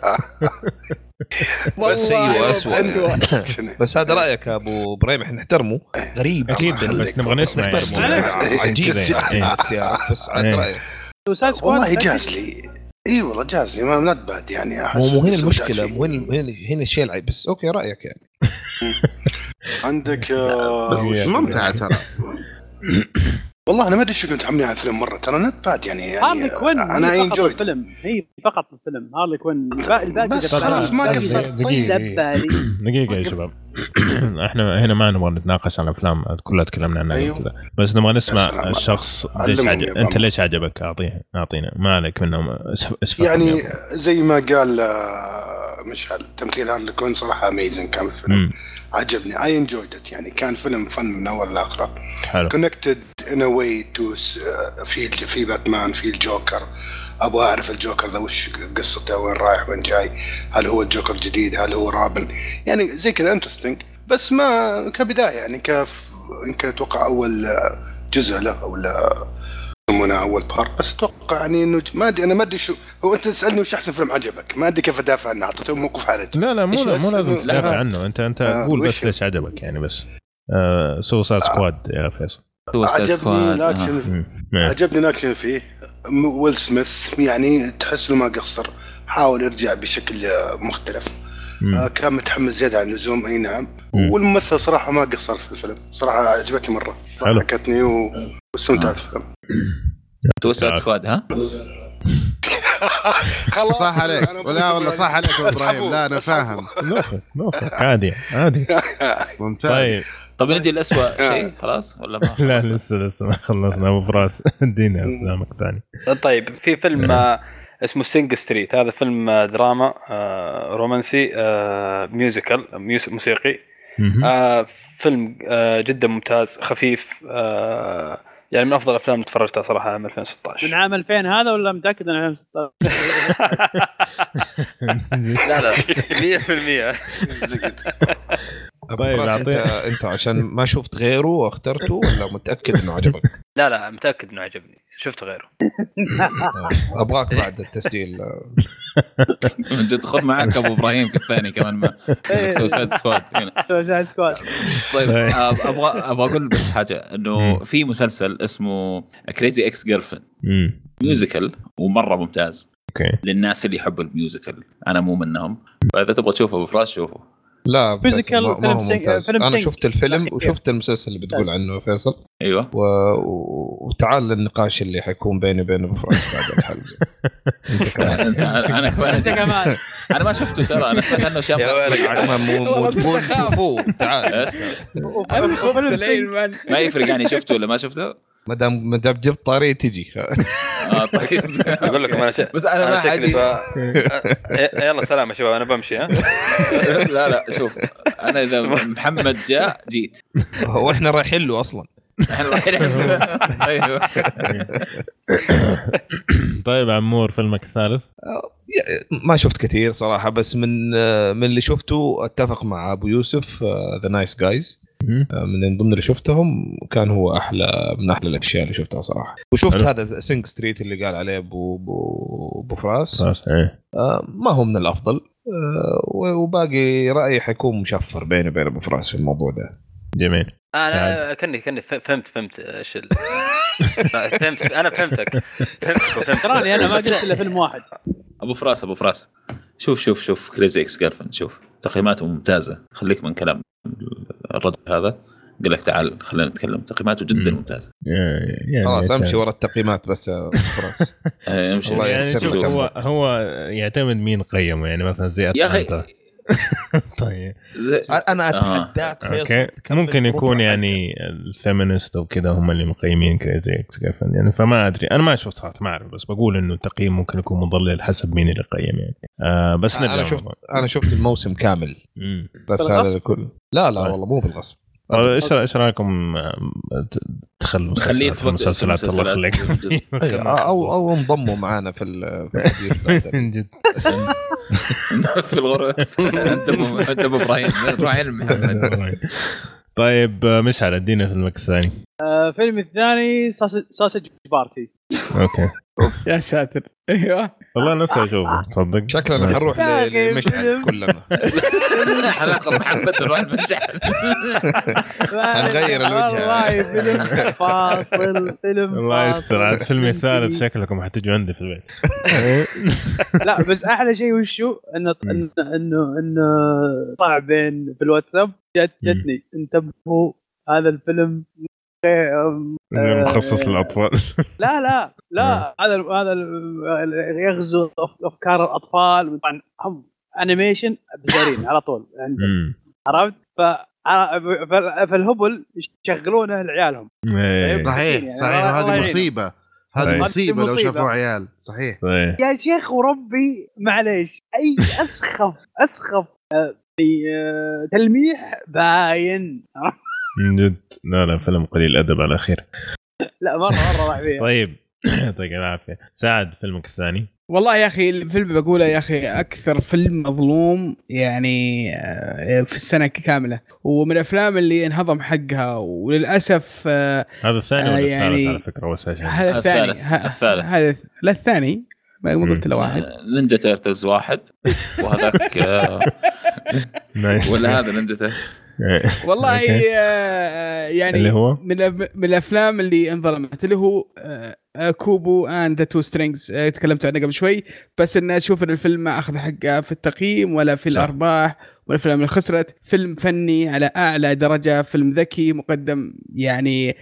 بس سيء وأسوأ. بس هذا رأيك يا أبو إبراهيم إحنا نحترمه غريب جدا بس نبغى نسمع عجيب يعني اختيارك بس عاد رأيك. والله جاز لي اي والله جاز لي ما نتباد يعني مو هنا المشكلة هنا الشيء العيب بس أوكي رأيك يعني. عندك ممتع ترى. والله انا ما ادري شو كنت عاملين على الفيلم مره ترى نت باد يعني انا انجوي الفيلم. هي فقط الفيلم هارلي كوين الباقي بس خلاص ما قصرت. دقيقه يا شباب احنا هنا ما نبغى نتناقش عن الافلام كلها تكلمنا عنها كذا بس نبغى نسمع الشخص انت ليش عجبك اعطينا ما عليك منهم يعني زي ما قال مشعل تمثيل هارلي كوين صراحه اميزنج كان الفيلم عجبني اي انجويد ات يعني كان فيلم فن من اول لاخره كونكتد ان ا واي تو في باتمان في الجوكر. ابغى اعرف الجوكر ذا وش قصته وين رايح وين جاي هل هو الجوكر الجديد هل هو رابن يعني زي كذا انترستينج بس ما كبدايه يعني يمكن اتوقع اول جزء له ولا يسمونه اول بارت بس اتوقع يعني انه ما ادري انا ما ادري شو هو انت تسالني وش احسن فيلم عجبك ما ادري كيف ادافع عنه اعطيته موقف حرج. لا مو لازم تدافع عنه انت قول بس ليش عجبك يعني بس سوسايد سكواد يا فيصل. عجبني الاكشن فيه ويل سميث يعني تحس انه ما قصر حاول يرجع بشكل مختلف. كان متحمس زيادة عن اللزوم اي نعم. والممثل صراحه ما قصر في الفيلم صراحه عجبتني مره ضحكتني واستمتعت في الفيلم. سوسايد سكواد ها خلاص صح عليك ولا والله صح عليك يا ابراهيم. لا انا فاهم عادي ممتاز. طب نجي الأسوأ شيء خلاص ولا ما لا لسه ما خلصنا ابو فراس ادينا افلامك ثاني. طيب في فيلم اسمه سينج ستريت هذا فيلم دراما رومانسي ميوزيكال موسيقي فيلم جدا ممتاز خفيف يعني من افضل الافلام اللي تفرجتها صراحه عام 2016. من عام 2000 هذا ولا متاكد انه 2016؟ لا 100%. طيب انت عشان ما شفت غيره واخترته ولا متاكد انه عجبك؟ لا متاكد انه عجبني شفت غيره. ابغاك بعد التسجيل من جد خذ معك ابو ابراهيم كفاني كمان ما سوسايد سكواد هنا. طيب ابغى اقول بس حاجه انه في مسلسل اسمه كريزي اكس جيرلفريند ميوزيكال ومره ممتاز للناس اللي يحبوا الميوزيكال. انا مو منهم فاذا تبغى تشوفه بفراش شوفه لا فيزيكال ما هو ممتاز. انا شفت الفيلم وشفت المسلسل اللي بتقول عنه فيصل. ايوه وتعال للنقاش اللي حيكون بيني وبين ابو فراس بعد الحلقه. انت كمان انت كمان انا ما شفته ترى، انا سمعت عنه شاب مو تشوفوه. تعال ما يفرق يعني شفته ولا ما شفته، ما دام جبت طاري تجي. طيب اقول لكم انا بس انا ما حاجي يلا سلام يا شباب انا بمشي. ها لا شوف انا اذا محمد جاء جيت واحنا رايحين له اصلا. طيب عمور فيلمك الثالث؟ ما شفت كثير صراحه، بس من اللي شفته اتفق مع ابو يوسف ذا نايس جايز. من ضمن اللي شفتهم كان هو احلى من احلى الاشياء اللي شفتها صراحه. وشفت هذا سينج ستريت اللي قال عليه ابو فراس. ما هو من الافضل. وباقي رايي حيكون مشفر بيني وبين ابو فراس في الموضوع ده. جميل. انا كني فهمت ايش فهمت. انا فهمتك تراني انا ما قلت الا فيلم واحد. ابو فراس شوف كريزي اكس جيرلفريند. شوف تقييماته ممتازه، خليك من كلام الرد هذا. قال لك تعال خلينا نتكلم، تقييماته جدا ممتازه. خلاص امشي ورا التقييمات بس خلاص. امشي. يعني هو يعتمد مين قيمه، يعني مثلا زي يا اخي طيب انا اتحداك فيصل ممكن يكون يعني الفيمينست او كذا هم اللي مقيمين كريزي اكس جيرلفريند يعني. فما ادري، انا ما شفت صراحه ما اعرف، بس بقول انه التقييم ممكن يكون مضلل حسب مين اللي قيم يعني. بس انا شفت الموسم كامل. بس هذا كله لا والله مو بالغصب. ايش رايكم تخلوا مسلسلات الله يخليك او انضموا معنا في جد في الغرف انت ابراهيم محمد. طيب مشعل ادينا في المك الثاني. فيلم الثاني ساسج بارتي. اوكي يا ساتر. ايوه والله نفسي اشوفه تصدق. شكلنا حنروح لمشعل كلنا. حناخذ محمد نروح لمشعل هنغير الوجه. والله فيلم فاصل. الله يستر على الفيلم الثالث شكلكم حتجوا عندي في البيت. لا بس احلى شيء وشو انه طلع بين في الواتساب جتني انتبهوا هذا الفيلم مخصص للأطفال. لا هذا يغزو أفكار الأطفال. طبعا هم أنيميشن بزارين على طول عندهم. عرفت فالهبل يشغلونه لعيالهم. صحيح هذه مصيبة. هذه مصيبة لو شافوا عيال. صحيح يا شيخ وربي معليش أي أسخف في تلميح باين. جد لا فيلم قليل أدب على خير. لا مرة راح فيه. طيب يعطيك العافية. سعد فيلمك الثاني؟ والله يا أخي الفيلم بقوله يا أخي أكثر فيلم مظلوم يعني في السنة كاملة، ومن الأفلام اللي انهضم حقها وللأسف. هذا الثاني ولا يعني الثالث على فكرة؟ وسهل هذا الثاني. هذا لا الثاني ما قلت له واحد. نينجا تيرتلز واحد وهذاك ولا هذا نينجا والله يعني اللي هو من الافلام اللي انظلمت اللي هو كوبو اند ذا تو سترينجز. تكلمت عنه قبل شوي، بس ان اشوف ان الفيلم ما اخذ حقه في التقييم ولا في الارباح ولا الافلام اللي خسرت. فيلم فني على اعلى درجه، فيلم ذكي مقدم يعني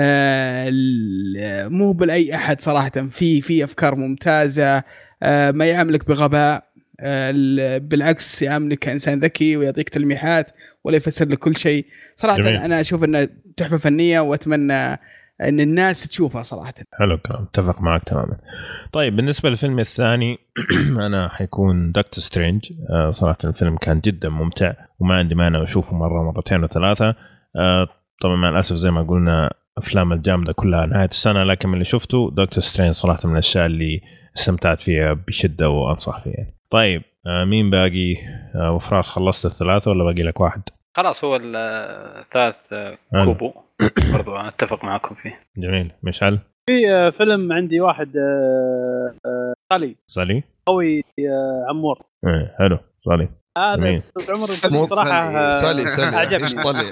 مو باي احد صراحه. في افكار ممتازه، ما يعاملك بغباء، بالعكس يعاملك كإنسان ذكي ويعطيك تلميحات ولا يفسر لك كل شيء صراحة. جميل. أنا أشوف أنه تحفة فنية وأتمنى أن الناس تشوفها صراحة. حلو كلام، اتفق معك تماما. طيب بالنسبة للفيلم الثاني أنا حيكون دكتور سترينج. صراحة الفيلم كان جدا ممتع وما عندي مانع أشوفه مرة مرتين وثلاثة. طبعا مع الأسف زي ما قلنا أفلام الجامدة كلها نهاية السنة، لكن من اللي شفته دكتور سترينج صراحة من الأشياء اللي استمتعت فيها بشدة وأنصح فيها. طيب مين باقي؟ وفراس خلصت الثلاثة ولا باقي لك واحد؟ خلاص هو الثالث كوبو. برضو أتفق معكم فيه. جميل. مشعل؟ في فيلم عندي واحد صالي صالي قوي عمور. حلو صالي. هذا عمر صراحه سالي عجبني.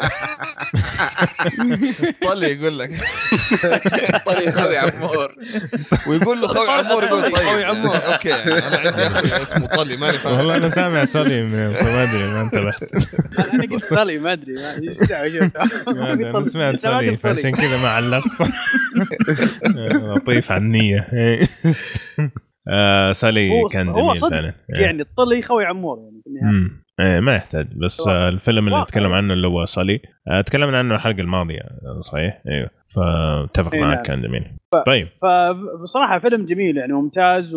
طلي يقول لك طلي خوي عمور، ويقول له خوي عمور، يقول طيب خوي عمور اوكي. انا عندي اخوي اسمه طلي، ماني فاهم والله انا سامع سالي ما ادري، ما انتبهت. انا قلت سالي ما ادري ايش دعوه. انا سمعت سالي فعشان كذا ما علقت. لطيف عنية. سالي كان جميل فعلا يعني. الطلي خوي عمور يعني ما يحتاج. بس الفيلم اللي نتكلم عنه اللي هو سالي تكلمنا عنه الحلقة الماضية صحيح. ايوه فاتفق معك كان جميل. طيب فبصراحة فيلم جميل يعني ممتاز،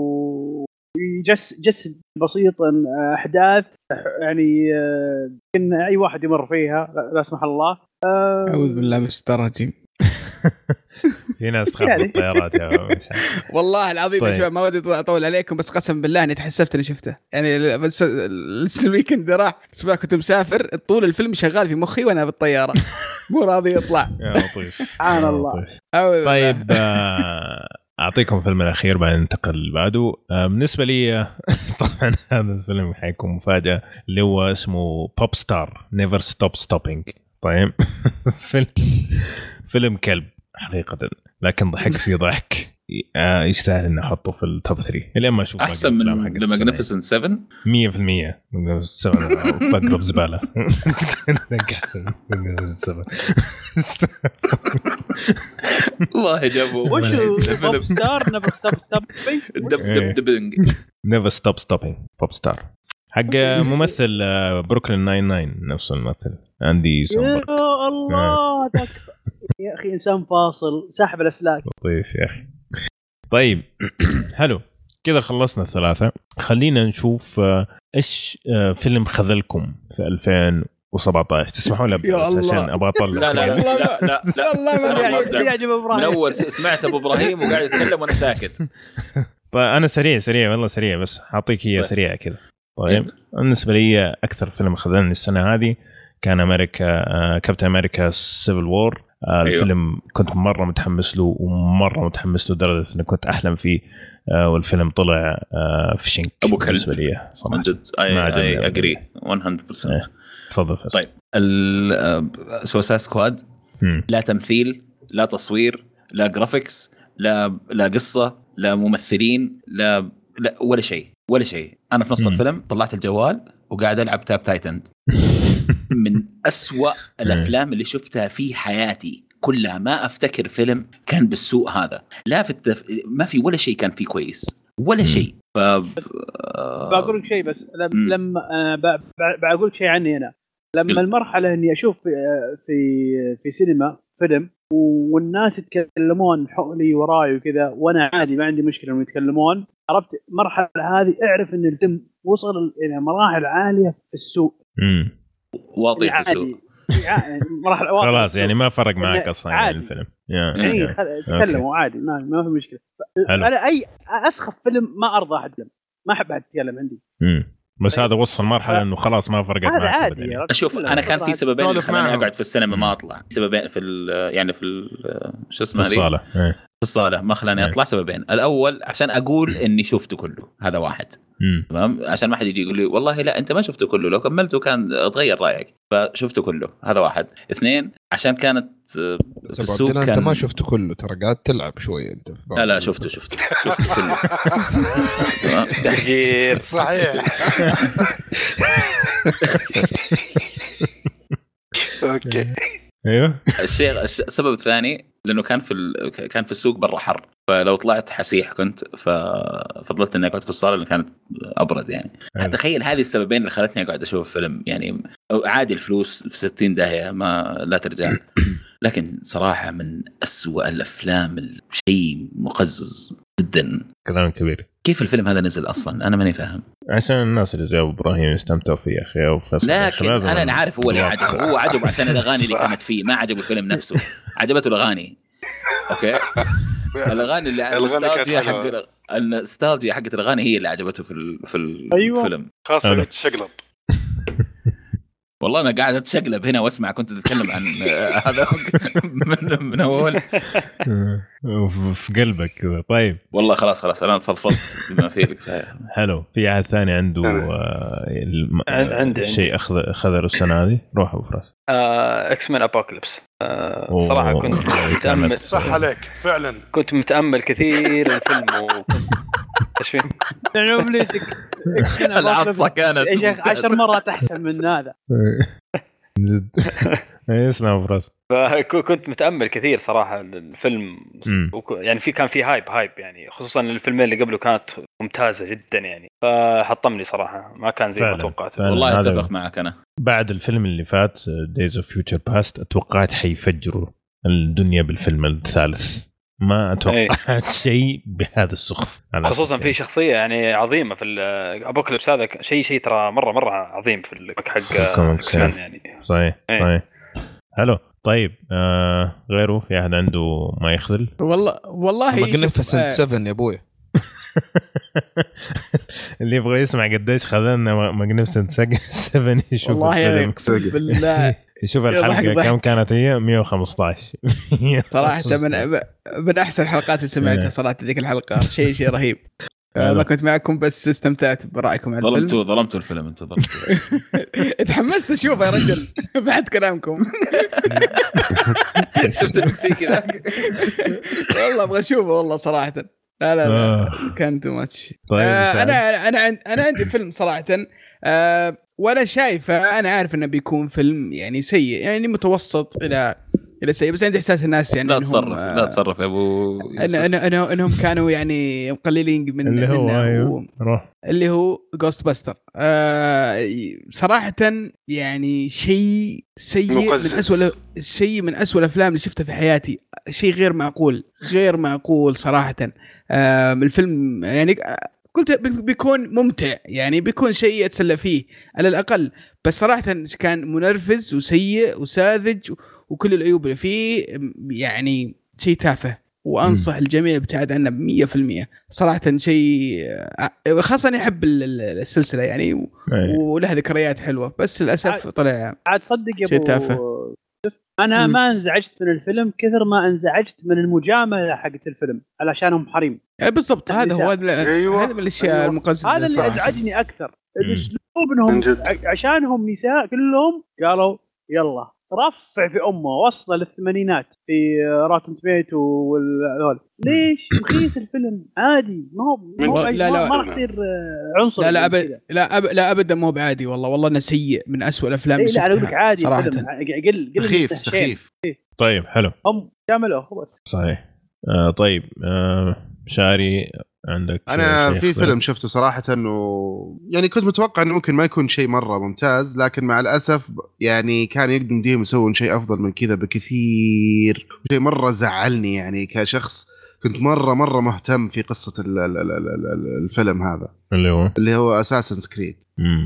وجسد بسيطا أحداث يعني إن أي واحد يمر فيها لا سمح الله. أعوذ بالله من الشيطان الرجيم. في ناس تخاف من الطيارات يا والله العظيم يا شباب ما ودي اطول عليكم، بس قسم بالله اني تحسفت اني شفته يعني. بس الويكند راح اسبوع كنت مسافر، طول الفيلم شغال في مخي وانا بالطياره مو راضي يطلع. يا لطيف سبحان الله. طيب اعطيكم الفيلم الاخير بعدين ننتقل بعده. بالنسبه لي طبعا هذا الفيلم حيكون مفاجاه، اللي هو اسمه بوب ستار نيفر ستوب ستوبينج. طيب فيلم كلب حقيقة، لكن ضحكت فيه ضحك يستاهل إن أحطه في التوب 3 اللي ما أشوف أحسن من ماجنيفيسنت 7 100%. ماجنيفيسنت 7 فقرب زبالة. أحسن ماجنيفيسنت 7. والله جابوا بوب ستار نيفر ستوب ستوبينج. نيفر ستوب ستوبينج بوب ستار حق ممثل بروكلين 99 نفس الممثل أندي سامبرغ. يا الله يا أخي إنسان فاصل ساحب الأسلاك. لطيف يا أخي. طيب حلو كذا خلصنا الثلاثة. خلينا نشوف إيش فيلم خذلكم في 2017. تسمحوا لي عشان أبغى أطلع. لا والله ما يعجب إبراهيم. من أول سمعت أبو إبراهيم وقاعد يتكلم وأنا ساكت. طيب أنا سريع والله سريع، بس حاعطيك هي سريعة كذا. طيب بالنسبة لي أكثر فيلم خذلني السنة هذه كان كابتن أمريكا سيفل وور. الفيلم كنت مرة متحمس له لدرجة أني كنت أحلم فيه، والفيلم طلع في شنك أبو كلب بالنسبة لي صراحة. من جد أي أجري 100%. تفضل فيصل. طيب سوسايد سكواد لا تمثيل، لا تصوير، لا جرافيكس، لا قصة، لا ممثلين، لا ولا شيء. أنا في نص الفيلم طلعت الجوال وقاعد ألعب تاب تايتن. من أسوأ الأفلام اللي شفتها في حياتي كلها. ما أفتكر فيلم كان بالسوء هذا. لا ما في ولا شيء كان فيه كويس ولا شيء. بقول لك شيء بس لما بقول شيء عني أنا لما المرحلة إني أشوف في سينما فيلم والناس يتكلمون حولي وراي وكذا وأنا عادي ما عندي مشكلة إنهم يتكلمون. عرفت مرحلة هذه اعرف إن الفيلم وصل إلى مراحل عالية في السوق. واضح في السوق خلاص يعني ما فرق معك أصلا يعني الفيلم يعني تكلموا عادي ما في مشكلة. أنا أي أسخف فيلم ما أرضى أحد ما أحب أحد يتكلم عندي. بس هذا وصل مرحلة إنه خلاص ما فرقت معك. أشوف أنا كان في سببين اللي خلاني أقعد في السينما ما أطلع. سببين في يعني في شو اسمه في الصالة. في الصالة ما خلاني أطلع. سببين. الأول عشان أقول إني شفته كله، هذا واحد. تمام. عشان ما حد يجي يقول لي والله لا أنت ما شفته كله، لو كملته كان تغير رأيك. فشفته كله، هذا واحد. اثنين عشان كانت في السوق كان أنت ما شفته كله، ترى قاعد تلعب شوية أنت. لا شفته كله. تمام. تحجير صحيح. اوكي ايوه. السبب الثاني لانه كان في السوق برا حر، فلو طلعت حسيح كنت ففضلت اني اقعد في الصاله اللي كانت ابرد يعني. تخيل هذه السببين اللي خلتني اقعد اشوف فيلم يعني عادي. الفلوس في 60 داهيه ما لا ترجع. لكن صراحه من أسوأ الافلام، الشيء مقزز جدا. كلام كبير. كيف الفيلم هذا نزل اصلا انا ماني فاهم. عشان الناس اللي جابوا ابراهيم يستمتعوا فيه يا اخي. لكن انا عارف هو اللي عجبه، هو عجبه عشان الاغاني اللي كانت فيه، ما عجبه الفيلم نفسه. عجبته الاغاني. اوكي. الاغاني اللي النوستالجيا حقت الاغاني هي اللي عجبته في الفيلم. خاصه الشقلب والله انا قاعد اتشقلب هنا واسمع كنت تتكلم عن هذا من اول في قلبك كذا. طيب والله خلاص انا فضفضت بما فيه الكفايه. حلو. في احد ثاني عنده عندي شيء خذره السنه هذه؟ روح ابو فراس. اكس مان ابوكاليبس. صراحه كنت متامل. صح عليك فعلا، كنت متامل كثير الفيلم وكنت ايش يعني بليزك العطسه كانت 10 مرات احسن من هذا. اسمع ابو فراس. فكنت متامل كثير صراحه الفيلم يعني كان في هايب يعني، خصوصا الفيلمين اللي قبله كانت ممتازه جدا يعني، فحطمني صراحه ما كان زي ما توقعت. والله اتفق معك انا. بعد الفيلم اللي فات Days of Future Past اتوقعت حيفجروا الدنيا بالفيلم الثالث، ما اتوقعت شيء بهذا السخف، خصوصا في شخصيه يعني عظيمه في الابوكاليبس هذا، شيء ترى مره عظيم في حق يعني. صحيح. حلو. طيب غيره في احد عنده ما يخذل؟ والله ماجنيفيسنت 7 يا ابوي. اللي يبغى يسمع قديش خذلنا ماجنيفيسنت 7 يشوف والله يعني اقسم بالله يشوف الحلقه كم كانت هي 115 صراحه من احسن الحلقات اللي سمعتها صراحه ذيك الحلقه، شيء رهيب. ما كنت معكم بس استمتعت برايكم على الفيلم. ظلمتوا الفيلم انت ظلمتوا. اتحمست اشوفه يا رجل بعد كلامكم. شفت المكسيكي ذاك والله ابغى اشوفه والله صراحه. لا كان تو ماتش. انا عندي فيلم صراحه وانا شايفه، انا عارف انه بيكون فيلم يعني سيء يعني متوسط الى سيء، بس عندي احساس الناس يعني لا تصرف يا ابو انهم كانوا يعني مقللين من اللي هو اللي هو جوست باستر. صراحه يعني شيء سيء من أسوأ الافلام اللي شفتها في حياتي، شيء غير معقول صراحه. الفيلم يعني قلت بيكون ممتع يعني، بيكون شيء اتسلى فيه على الاقل، بس صراحه كان منرفز وسيء وساذج وكل العيوب اللي فيه يعني شيء تافه، وأنصح الجميع ابتعاد عنه 100%. صراحة شيء خاصة يحب السلسلة يعني وله ذكريات حلوة، بس للأسف طلع عاد صدق يا أبو. أنا ما انزعجت من الفيلم كثر ما انزعجت من المجاملة حقت الفيلم علشانهم حريم. بالضبط هذا هو هذا من الأشياء المقززة. هذا اللي أزعجني أكثر، الأسلوب إنهم عشانهم نساء كلهم قالوا يلا رفع في أمه وصل للثمانينات في راتن توميتو والهول. ليش رخيص الفيلم عادي، ما راح يصير عنصر. لا أبدا ما هو بعادي والله انه سيء من أسوأ الافلام اللي شفتها. لا عادي صراحه قل سخيف. طيب حلو هم كملوا صحيح. طيب شاري عندك؟ انا في فيلم شفته صراحه انه يعني كنت متوقع انه ممكن ما يكون شيء مره ممتاز، لكن مع الاسف يعني كان يقدم ديهم يسوون شيء افضل من كذا بكثير. شيء مره زعلني يعني كشخص كنت مره مهتم في قصه الفيلم هذا اللي هو اساسنز كريد.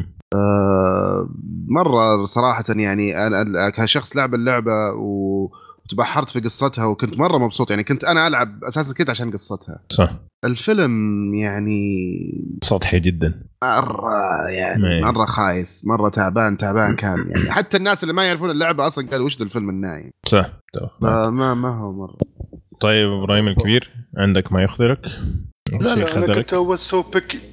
مره صراحه يعني انا كشخص لعب اللعبه وتبحرت في قصتها وكنت مرة مبسوط يعني، كنت أنا ألعب أساساً كده عشان قصتها. صح. الفيلم يعني سطحي جدا مرة يعني مرة خايس، مرة تعبان كان يعني. حتى الناس اللي ما يعرفون اللعبة أصلاً قالوا وش ذا الفيلم النايم. صح. ما هو مرة. طيب إبراهيم الكبير عندك ما يخذلك؟ لا أنا كنت أول سو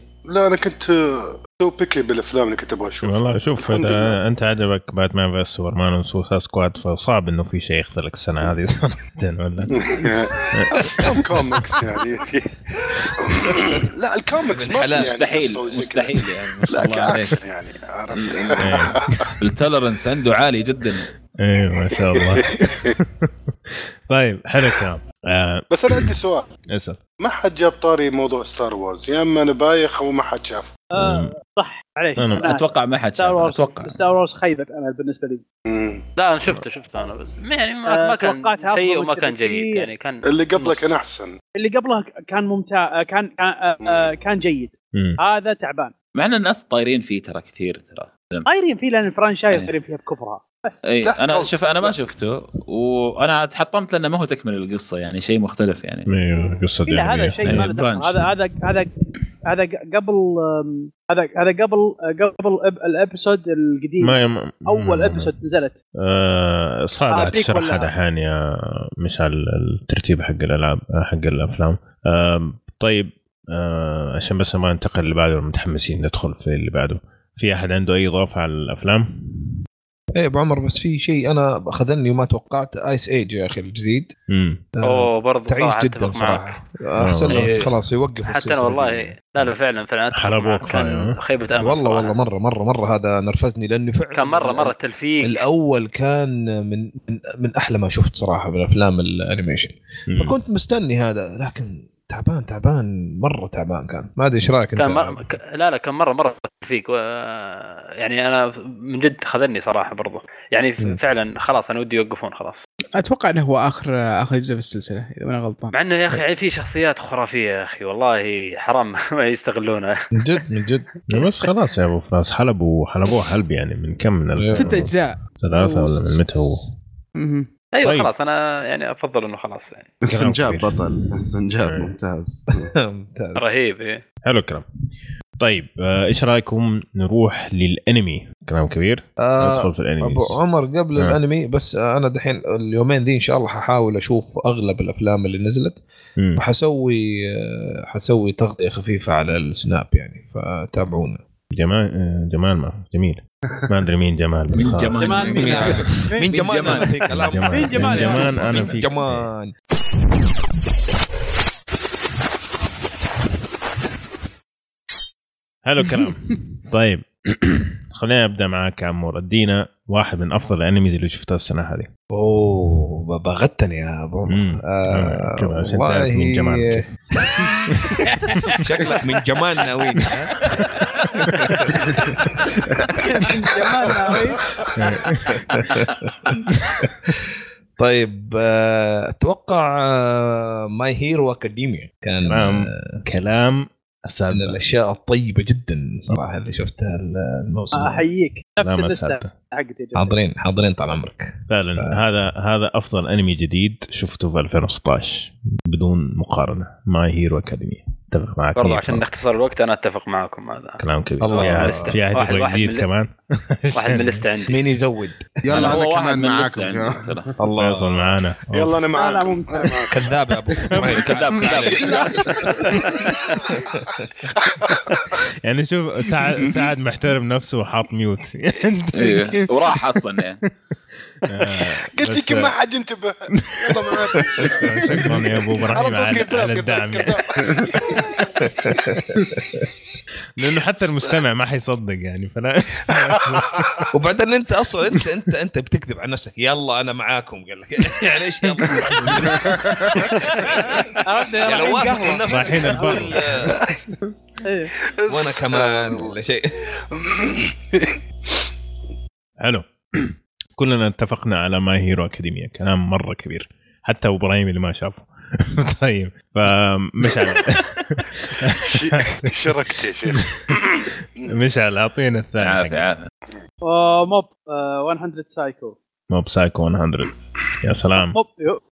بيكي بالافلام اللي كنت ابغى اشوفها. والله شوف انت عجبك باتمان فيرس سوبرمان وسوسايد سكواد، فصعب انه في شيء يخذلك السنه هذه صراحه ولا كوميكس يعني. لا الكوميكس مستحيل يعني لا كأكشن يعني عرفت. التولرنس عنده عالي جدا. ايه ما شاء الله. طيب حلو الكلام. بس انا عندي سؤال. اسال. ما حد جاب طاري موضوع ستار وورز، يا اما انا بايخ او ما حد شاف. صح عليك. أنا اتوقع ما حد شاف. اتوقع ستار وورز خيبه امل بالنسبه لي. لا انا شفته انا بس يعني ما كان سيء وما كان جيد يعني. كان اللي قبله كان احسن، اللي قبله كان ممتاز، كان جيد. هذا تعبان مع ان الناس طايرين فيه ترى كثير طايرين فيه لان الفرانشايز طايرين فيها بكفرها بس. انا شوف انا ما شفته وانا تحطمت لانه ما هو تكمل القصه يعني، شيء مختلف يعني. قصه هذا شيء ما هذا هذا قبل الابيسود القديم. اول ابيسود نزلت. صعب تشرح هذا حين يا مشعل الترتيب حق الالعاب حق الافلام. طيب عشان بس ما ننتقل اللي بعده، متحمسين ندخل في اللي بعده. في احد عنده اي اضافه على الافلام؟ ايه ابو عمر، بس في شيء انا اخذني وما توقعت، ايس ايج يا اخي الجديد. برضه تعيش جدا صراحه. احسن له خلاص يوقف حتى أنا والله لا فعلا حلبوك كان خيبه امل والله مره هذا نرفزني، لاني فعلا كان مره التلفيق الاول كان من احلى ما شفت صراحه بالافلام الانيميشن. فكنت مستني هذا، لكن تعبان مره تعبان كان. ما ادري ايش رايك كان لا كان مره تلفيق يعني انا من جد خذني صراحه برضه يعني فعلا خلاص انا ودي يوقفون خلاص. اتوقع انه هو اخر جزء في السلسله اذا انا غلطان، مع انه يا اخي يعني في شخصيات خرافيه يا اخي والله حرام ما يستغلونه من جد بس خلاص يا ابو فراس حلبوه حلب يعني من كم من 6 أجزاء 3 ولا من متى هو. ايوه طيب. خلاص انا يعني افضل انه خلاص يعني السنجاب بطل السنجاب ممتاز رهيب. ايه حلو الكلام. طيب ايش رايكم نروح للانمي؟ كلام كبير. ندخل في الانمي ابو عمر قبل الانمي بس. انا دحين اليومين ذي ان شاء الله ححاول اشوف اغلب الافلام اللي نزلت وحسوي تغطيه خفيفه على السناب يعني، فتابعونا. جمال ما جميل ما ادري مين جمال بس مين جمال في كلام مين جمال انا في جمال. حلو كلام. طيب خلينا نبدا معاك يا عمور. ادينا واحد من افضل الانميز اللي شفتها السنه هذه. بغتني يا ابو كذا عشان تعرف مين جمال. شكلك من جمال ناوي. طيب اتوقع ماي هيرو اكاديميا كان كلام من الاشياء الطيبه جدا صراحه اللي شفتها الموسم. احييك نفس اللسته حقتي. حاضرين طال عمرك فعلا. هذا افضل انمي جديد شفته في 2016 بدون مقارنه. ماي هيرو اكاديمي. اتفق معك برضه عشان نختصر الوقت. انا اتفق معكم. هذا كلام كبير. الله في واحد جديد كمان. واحد من الليسته عندي. مين يزود؟ يلا انا كمان معاكم. الله يصل معانا. يلا انا معاك. كذاب يا ابو كذاب. يعني شوف سعد محترم نفسه وحاط ميوت وراح اصلا يعني. قلت لك ما حد ينتبه. يلا معاك. شكرا يا ابو ابراهيم على الدعم. لانه حتى المستمع ما حيصدق يعني. فلا وبعدين انت اصلا انت بتكذب على نفسك. يلا انا معاكم قال لك يعني ايش يلا لو واحد من نفسك رايحين البر وانا كمان ولا شيء. حلو. كلنا اتفقنا على ماي هيرو اكاديميا. كلام مره كبير حتى ابراهيم اللي ما شافه. طيب فمشعل شركت يا شيخ. مشعل اعطينا الثاني. عافية. موب 100 سايكو. موب سايكو 100. يا سلام. موب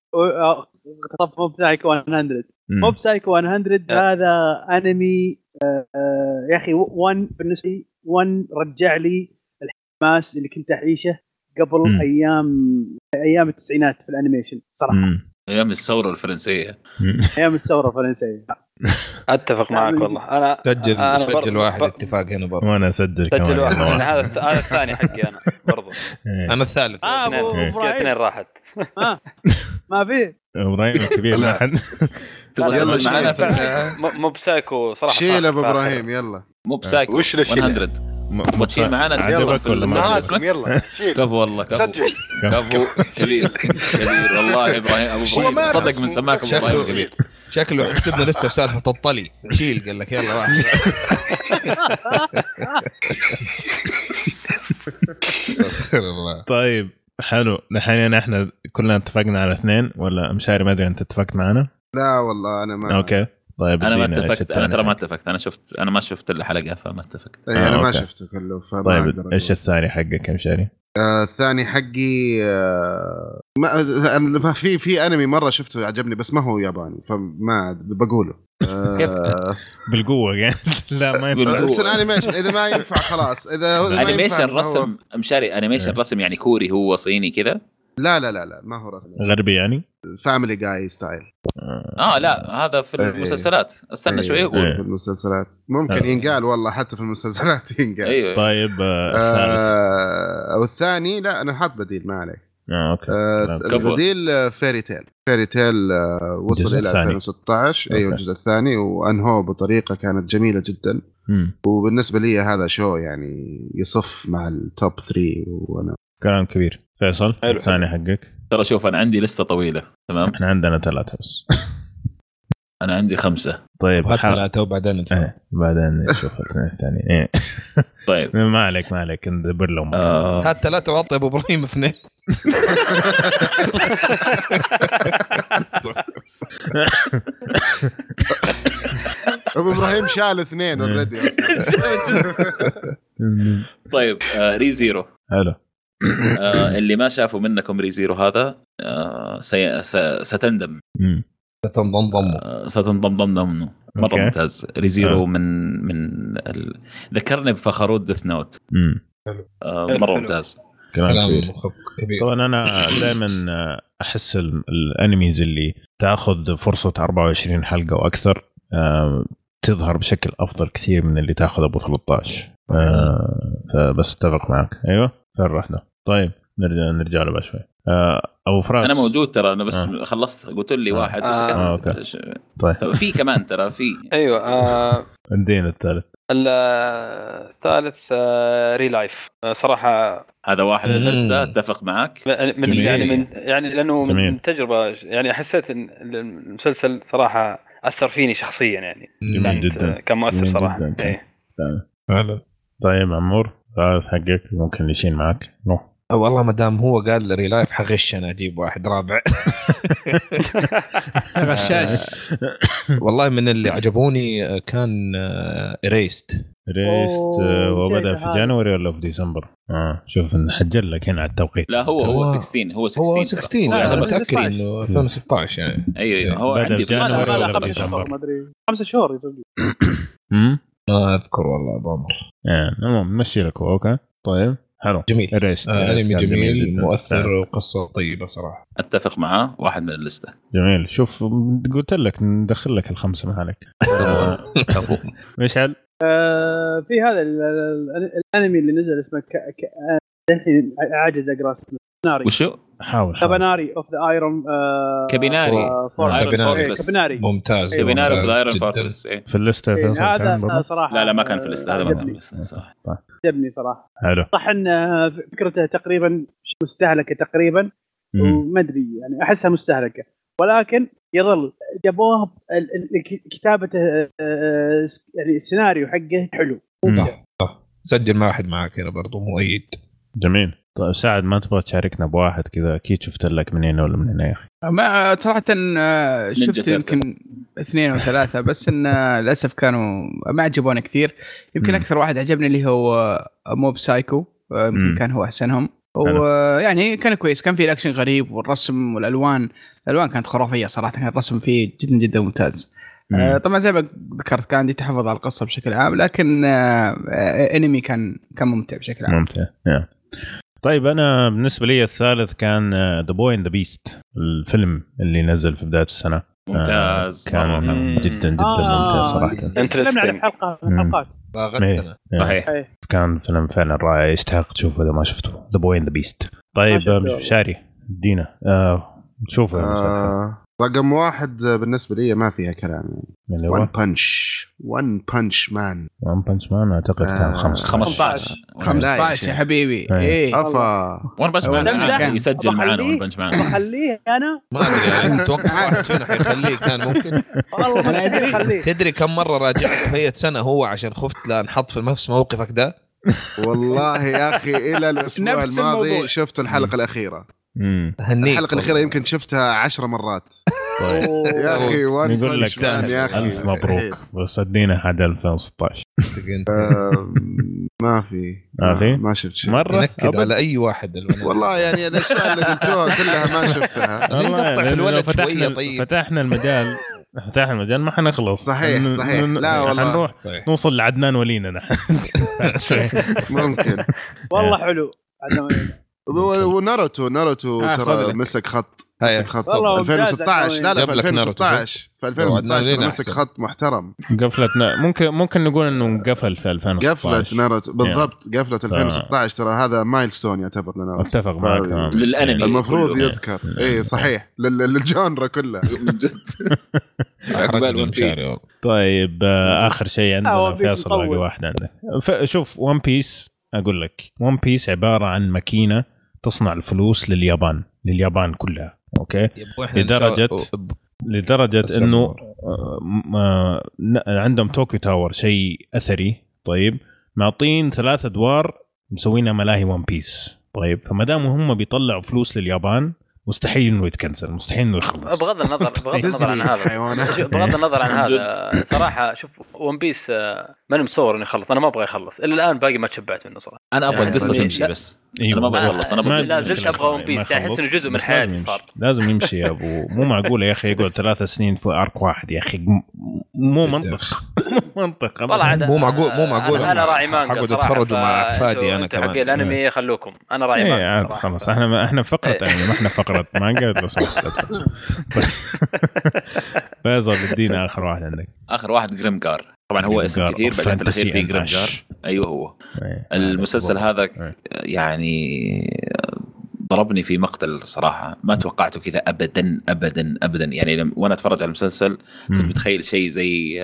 سايكو 100. موب سايكو 100 هذا انمي يا اخي. بالنسبه لي 1 رجع لي الحماس اللي كنت اعيشه قبل ايام التسعينات في الانيميشن صراحه. ايام الثوره الفرنسيه. اتفق معك والله. انا سجل واحد اتفاق هنا برضه. وانا اسجل كمان. هذا الثاني حقي انا برضه. انا الثالث. اثنين راحت. ما في ابراهيم الكبير. لا يلا معنا مو بسايكو صراحه. شيل ابو ابراهيم يلا. مو بسايكو 100. تشيل معنا عجبك ولا ما عجبك؟ يلا شيل. كفو والله سجل. كفو كبير والله. ابراهيم ابو صدق من سماك ابو ابراهيم كبير. شكله حسبنا لسه سالفه الطلي. شيل قال لك يلا واحد. طيب حلو. الحين احنا كلنا اتفقنا على 2 ولا مشاري؟ ما ادري انت اتفقت معنا؟ لا والله انا ما. اوكي طيب انا ما اتفقت. انا ترى ما اتفقت. انا ما شفت الحلقه فما اتفقت. انا ما شفته كله. طيب ايش الثاني حقك يا مشاري؟ الثاني حقي ما في انمي مره شفته عجبني بس ما هو ياباني فما بقوله بالقوه يعني. لا ما ينفع انيميشن اذا ما ينفع خلاص. اذا انيميشن رسم مشاري انيميشن رسم يعني كوري هو صيني كذا. لا ما هو رسم غربي يعني فاميلي جاي ستايل. لا هذا في المسلسلات. استنى شوي يقول في المسلسلات ممكن ينقال والله حتى في المسلسلات ينقال. أيوة. طيب او الثاني لا انا حاط بديل ما عليك. اوكي البديل فيري تيل وصل الى 2016. ايوه الجزء الثاني وانهو بطريقه كانت جميله جدا. وبالنسبه لي هذا شو يعني يصف مع التوب 3 وانا كلام كبير. فيصل الثاني حقك؟ ترى شوف انا عندي لسته طويله تمام. احنا عندنا 3 بس. انا عندي 5. طيب هات 3 وبعدين بعدين نشوف الثاني. طيب ما عليك ندبر لهم. هات 3 وعطي ابو ابراهيم 2. ابو ابراهيم شال 2 اوريدي طيب ريزيرو حلو. اللي ما شافوا منكم ريزيرو هذا ستندم. ستنضم مرة ممتاز. ريزيرو من ذكرني بفخروت ديث نوت. مرة ممتاز. كلام كبير. طبعا انا دائما احس الانميز اللي تاخذ فرصة 24 حلقة واكثر تظهر بشكل افضل كثير من اللي تاخذ ابو 13. فبس اتفق معك. ايوه فرحنا. طيب نرجع له شوي. ابو فراس انا موجود ترى انا بس خلصت قلت لي واحد طيب في كمان ترى في ايوه عندنا الثالث ريلايف صراحه هذا واحد من اللسته. اتفق معك يعني لانه من تجربه يعني حسيت ان المسلسل صراحه اثر فيني شخصيا يعني كان مؤثر صراحه. فعلا. طيب عمور ثالث حقك ممكن يشين معك؟ والله ما دام هو قال ريلايف حغش انا اجيب واحد رابع. غشاش. والله من اللي عجبوني كان ريست وبدأ في جانوري ولا في ديسمبر. شوف نحجر لك هنا على التوقيت. لا هو 16 يعني متأكد انه 2016 يعني. ايوه هو عندي في جانوري ولا في ديسمبر ما ادري 5 شهور ما اذكر والله بامر يعني. مشي لك اوكي. طيب حلو جميل. انمي جميل مؤثر وقصه طيبه صراحه. اتفق معاه واحد من اللسته. جميل. شوف قلت لك ندخل لك ال5 معك. مشعل في هذا الانمي اللي نزل اسمه الحين عاجز اقرا اسمه ناري. وشو حاول كابيناري اوف ذا ايرون كابيناري ممتاز. كابيناري اوف ذا ايرون فورترس في الليسته. هذا صراحه لا ما كان في الليسته. هذا ما كان في الليسته صح. عجبني صراحه. حلو. صح ان فكرته تقريبا مستهلكه تقريبا وما ادري يعني احسها مستهلكه ولكن يظل جابوه كتابته يعني السيناريو حقه حلو. سجل مع واحد معك هنا برضو مؤيد. جميل. طيب سعد ما تبغى تشاركنا بواحد كذا؟ اكيد شفت لك منين ولا منين يا اخي؟ ما صراحه شفت يمكن 2 أو 3 بس ان للاسف كانوا ما عجبوني كثير. يمكن اكثر واحد عجبني اللي هو موب سايكو. يمكن كان هو احسنهم. ويعني كان كويس. كان فيه الاكشن غريب والرسم والالوان كانت خرافيه صراحه. كان الرسم فيه جدا جدا ممتاز. طبعا زي ما ذكرت كان عندي تحفظ على القصه بشكل عام لكن انمي كان ممتع بشكل عام. ممتع. طيب انا بالنسبه لي الثالث كان ذا بوي اند ذا بيست الفيلم اللي نزل في بدايه السنه. ممتاز. كان جدا ممتاز صراحه. انترستنج حلقات باغتنا صحيح. كان فيلم فعلا رائع يستحق تشوفه اذا ما شفته. ذا بوي اند ذا بيست. طيب شاري دينا شوفه. رقم 1 بالنسبة لي ما فيها كلام يعني. وان بانش مان أعتقد كان 15 يا حبيبي. أفا وان بانش مان يسجل معنا. وان بانش مان خليه أنا ما أدري أتوقع واحد فينا حيخليه كان ممكن. والله ما أدري خليه. تدري كم مرة راجعت هي سنة هو عشان خفت لا نحط في نفس موقفك ده. والله يا أخي إلى الأسبوع الماضي شفت الحلقة الأخيرة. الحلقة الأخيرة يمكن شفتها 10 مرات. يا اخي وان نقول لك يا اخي الف مبروك بس ادينا حد 2016 ما في ما شفت شيء مره نكد على اي واحد والله يعني الاشياء اللي قلتوها كلها ما شفتها نقطع في الولد شويه. طيب فتحنا المجال ما حنخلص. صحيح لا والله حنروح نوصل لعدنان ولينا نحن ممكن والله حلو وناروتو ترى مسك خط 2016 لا 2016 في 2016 مسك خط محترم. قفلتنا ممكن نقول انه قفل في 2016 قفلت ناروتو بالضبط قفلت 2016 ترى هذا مايلستون يعتبر لنا. اتفق معك للانمي المفروض يذكر اي صحيح للجانرا كلها من جد. طيب اخر شيء عندنا فيصل باقي واحد عندك. شوف ون بيس اقول لك ون بيس عباره عن ماكينه تصنع الفلوس لليابان كلها. اوكي لدرجه انه عندهم طوكيو تاور شيء اثري. طيب معطين 3 أدوار مسوينها ملاهي ون بيس. طيب فما دام هم بيطلعوا فلوس لليابان مستحيل انه يتكنسل مستحيل انه يخلص. بغض النظر عن هذا صراحه شوف ون بيس ماني مصور انه يخلص. انا ما ابغى يخلص الا الان باقي ما تشبعت منه صراحه. انا ابغى القصه تمشي بس انا ما ابغى اخلص. انا لازلت ابغى ون بيس احس انه جزء من حياتي صار لازم يمشي يا ابو. مو معقول يا اخي يقعد 3 سنين في ارك واحد يا اخي. مو منطق مو معقول انا راعي مانجا صراحه اتفرجوا مع احفادي انا كمان الانمي خلوكم انا راعي مانجا خلاص احنا فقره يعني ما احنا فقره مانجا بس. فيصل بدينا اخر واحد عندك. اخر واحد جريمجار طبعا هو اسم كثير بعدين في الاخير في جريمجار. ايوه هو المسلسل هذا يعني ضربني في مقتل صراحه ما توقعته كذا ابدا يعني وانا اتفرج على المسلسل كنت متخيل شيء زي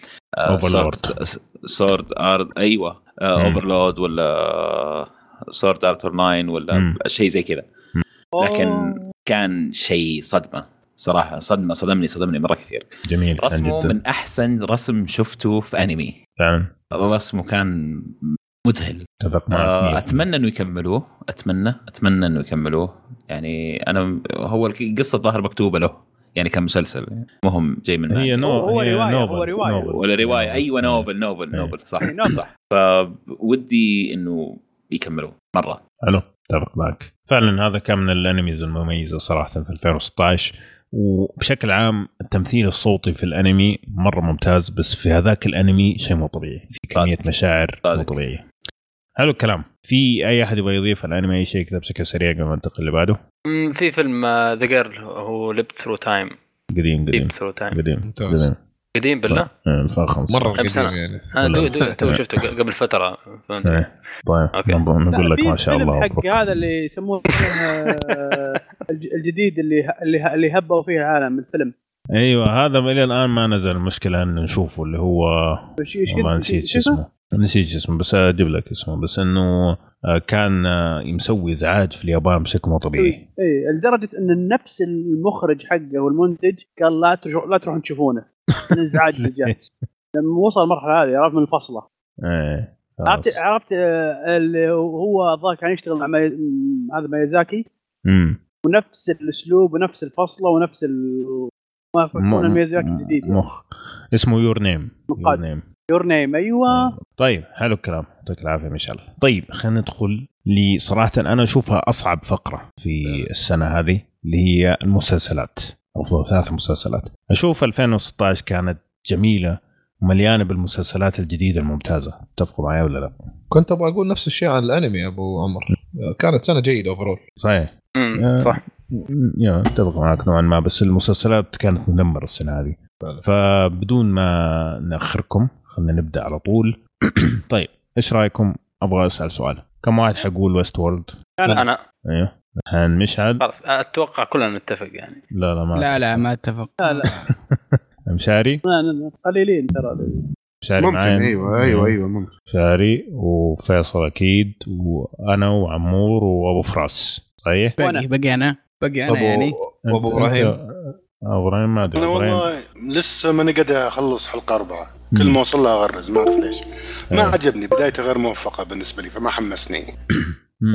سورد ارت ايوه اوفرلود ولا سورد ارت 9 ولا شيء زي كذا. لكن كان شيء صدمه صراحه صدمني مره كثير. جميل رسمه من احسن رسم شفته في انمي فعلا. رسمه كان مذهل. اتمنى انه يكملوه اتمنى انه يكملوه يعني. انا هو القصه ظاهر مكتوبه له يعني كان مسلسل مهم جاي من هي روايه ولا روايه. ايوه نوفل صح فودي انه يكملوه مره. حلو اتفق معك فعلا. هذا كان من الانميز المميزه صراحه في 2016 وبشكل عام التمثيل الصوتي في الانمي مره ممتاز. بس في هذاك الانمي شيء مو طبيعي في كميه مشاعر مو طبيعيه. حلو الكلام. في اي احد يبغى يضيف الانمي اي شيء كذا بشكل سريع قبل ما ننتقل اللي بعده؟ في فيلم ذا جيرل هو ليب ثرو تايم قديم بالله مره قديم يعني. انا شفته قبل فتره. طيب نقول لك ما شاء الله حق هذا اللي يسموه الجديد اللي هبوا فيه العالم الفيلم. ايوه هذا الى الان ما نزل. المشكله ان نشوفه اللي هو ما نسيت اسمه بس اجيب لك اسمه. بس انه كان مسوي ازعاج في اليابان بشكل مو طبيعي. اي لدرجه ان نفس المخرج حقه والمنتج قال لا تروحون تشوفونه من ازعاج اللي جاء. لما وصل المرحله هذه عرف من الفصله. عرفت اللي هو الظاهر كان يشتغل مع هذا ميازاكي ونفس الاسلوب ونفس الفصله ونفس ما فكرنا ميازاكي الجديد اسمه يور نيم. ايوه طيب حلو الكلام يعطيك العافيه ان شاء الله. طيب خلينا ندخل صراحه انا اشوفها اصعب فقره في السنه هذه اللي هي المسلسلات. افضل 3 مسلسلات اشوف 2016 كانت جميله ومليانه بالمسلسلات الجديده الممتازه. تتفقوا معي ولا لا؟ كنت ابغى اقول نفس الشيء عن الانمي يا ابو عمر. كانت سنه جيده اوفرول. صحيح صح اتفق معك نوعا ما. بس المسلسلات كانت مدمره السنه هذه. فبدون ما ناخركم خلينا نبدا على طول. طيب ايش رايكم؟ ابغى اسال سؤال. كم واحد حيقول ويست وورلد؟ انا ايوه الحين مشعل. خلاص اتوقع كلنا نتفق يعني. لا ما اتفق. لا مشاري قليلين ترى. مشاري ممكن معين. ايوه ممكن. مشاري وفيصل اكيد وانا وعمور وابو فراس. صحيح باقي انا يعني. وابو ابراهيم ما ادري. انا والله لسه ماني قاعد اخلص حلقه 4 كل ما اوصل لها اغرز ما اعرف ليش. ما عجبني بدايته غير موفقه بالنسبه لي فما حمسني.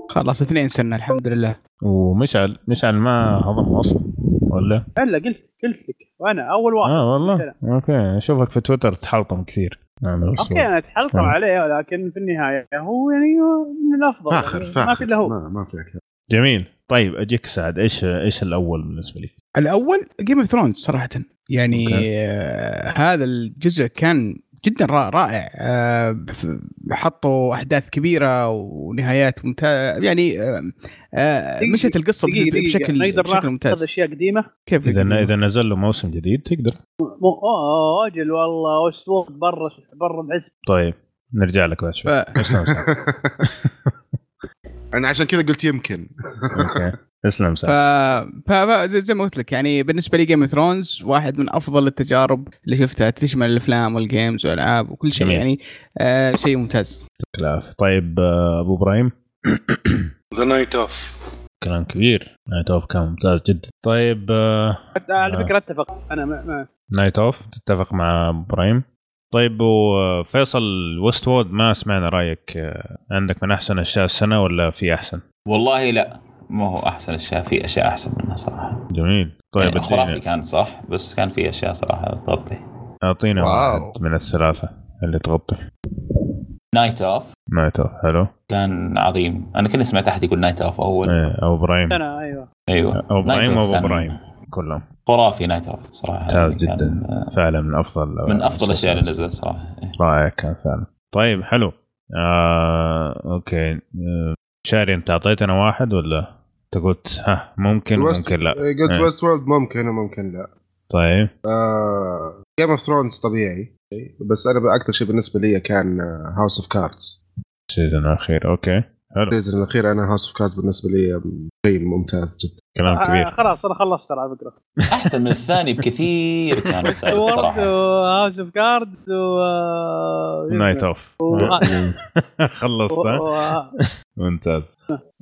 خلاص 2 سنة الحمد لله. ومشعل ما هضم اصلا ولا؟ الا قلت لك وانا اول واحد. والله اوكي، اشوفك في تويتر تحلطم كثير. اوكي انا اتحلطم عليه، ولكن في النهايه هو يعني من الافضل. فاخر ما في له ما في أكثر. جميل. طيب اجيك سعد، ايش الاول بالنسبه لي؟ الاول جيم اوف ثرونز صراحه يعني. هذا الجزء كان جدا رائع. حطوا احداث كبيره ونهايات ممتازه يعني. مشت القصه بشكل ممتاز. اشياء قديمه كيف اذا نزل له موسم جديد تقدر اجل والله واسود برا العزب. طيب نرجع لك بعد شوي. انا عشان كذا قلت يمكن. اوكي اسلم سعد. زي ما قلت لك يعني بالنسبه لي جيم اوف ثرونز واحد من افضل التجارب اللي شفتها، تشمل الافلام والجيمز والالعاب وكل شيء يعني. شيء ممتاز. طيب ابو ابراهيم. ذا نايت اوف. كلام كبير. نايت اوف كان ممتاز جدا. طيب على فكره اتفق انا ما نايت اوف تتفق مع ابراهيم. طيب وفيصل ويست وود ما سمعنا رايك، عندك من احسن اشياء السنه ولا في احسن؟ والله لا ما هو احسن اشياء، في اشياء احسن منها صراحه. جميل. طيب يعني خرافي كان صح، بس كان في اشياء صراحه تغطي. اعطينا واحد من الثلاثه اللي تغطي. نايت اوف حلو كان عظيم. انا كنت سمعت احد يقول نايت اوف اول. او ابراهيم. انا ايوه او ابراهيم وابو ابراهيم كلهم خرافي. نايت اوف صراحه ممتاز جدا فعلا، من افضل الاشياء اللي نزلت صراحه. رائع كان فعلا. طيب حلو. اوكي شاري انت اعطيتنا واحد ولا قلت ممكن لا؟ قلت ويست وورلد ممكن لا. طيب جيم اوف ثرونز طبيعي، بس انا اكثر شيء بالنسبه لي كان هاوس اوف كاردز السيزون الاخير. اوكي حلو. السيزون الاخير انا هاوس اوف كاردز بالنسبه لي شيء ممتاز جدا. كلام كبير. خلاص انا خلصت على فكره. احسن من الثاني بكثير كان صراحه. هاوس اوف كاردز نايت اوف خلصت. ممتاز.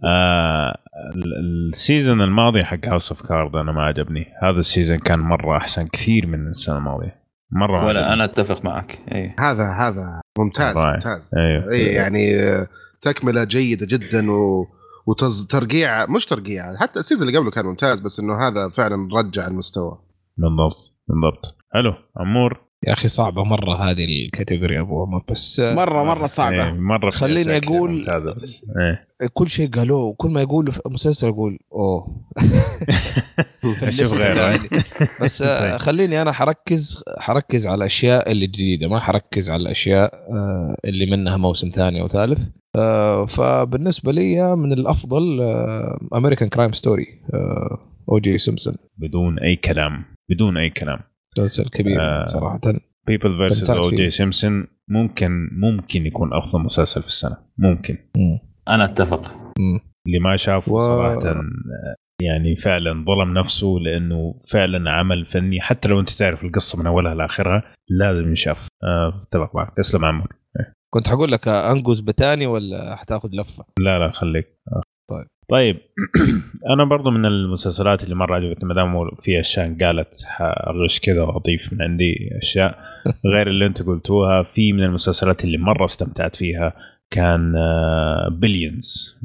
السيزون الماضي حق هاوس اوف كارد انا ما عجبني. هذا السيزون كان مره احسن كثير من السنه الماضيه مره. ولا انا اتفق معك. هذا ممتاز. أيوه. يعني تكمله جيده جدا وترقيع، مش ترقيع، حتى السيزون اللي قبله كان ممتاز، بس انه هذا فعلا رجع المستوى. بالضبط. حلو. عمور يا اخي صعبه مره هذه الكاتيجوري ابو عمر، بس مره صعبه. مرة خليني اقول كل شيء قالوه وكل ما يقولوا في مسلسل اقول اوه اشوف غيره. بس خليني انا حركز على الاشياء اللي جديده، ما حركز على الاشياء اللي منها موسم ثاني او ثالث. فبالنسبه لي من الافضل امريكان كرايم ستوري او جي سيمبسون بدون اي كلام. مسلسل كبير صراحه. بيبل فيرسز او جي سيمبسون ممكن يكون افضل مسلسل في السنه. ممكن. انا اتفق. اللي ما شافه صراحه يعني فعلا ظلم نفسه، لانه فعلا عمل فني. حتى لو انت تعرف القصه من اولها لاخرها لازم ينشاف. اتفق معك. تسلم عمر. كنت حقول لك انجز بتاني ولا حتاخد لفه؟ لا خليك. طيب انا برضو من المسلسلات اللي مره عجبتني، ما دام في اشياء قالت حرش كذا واضيف من عندي اشياء غير اللي انت قلتوها. في من المسلسلات اللي مره استمتعت فيها كان بليونز.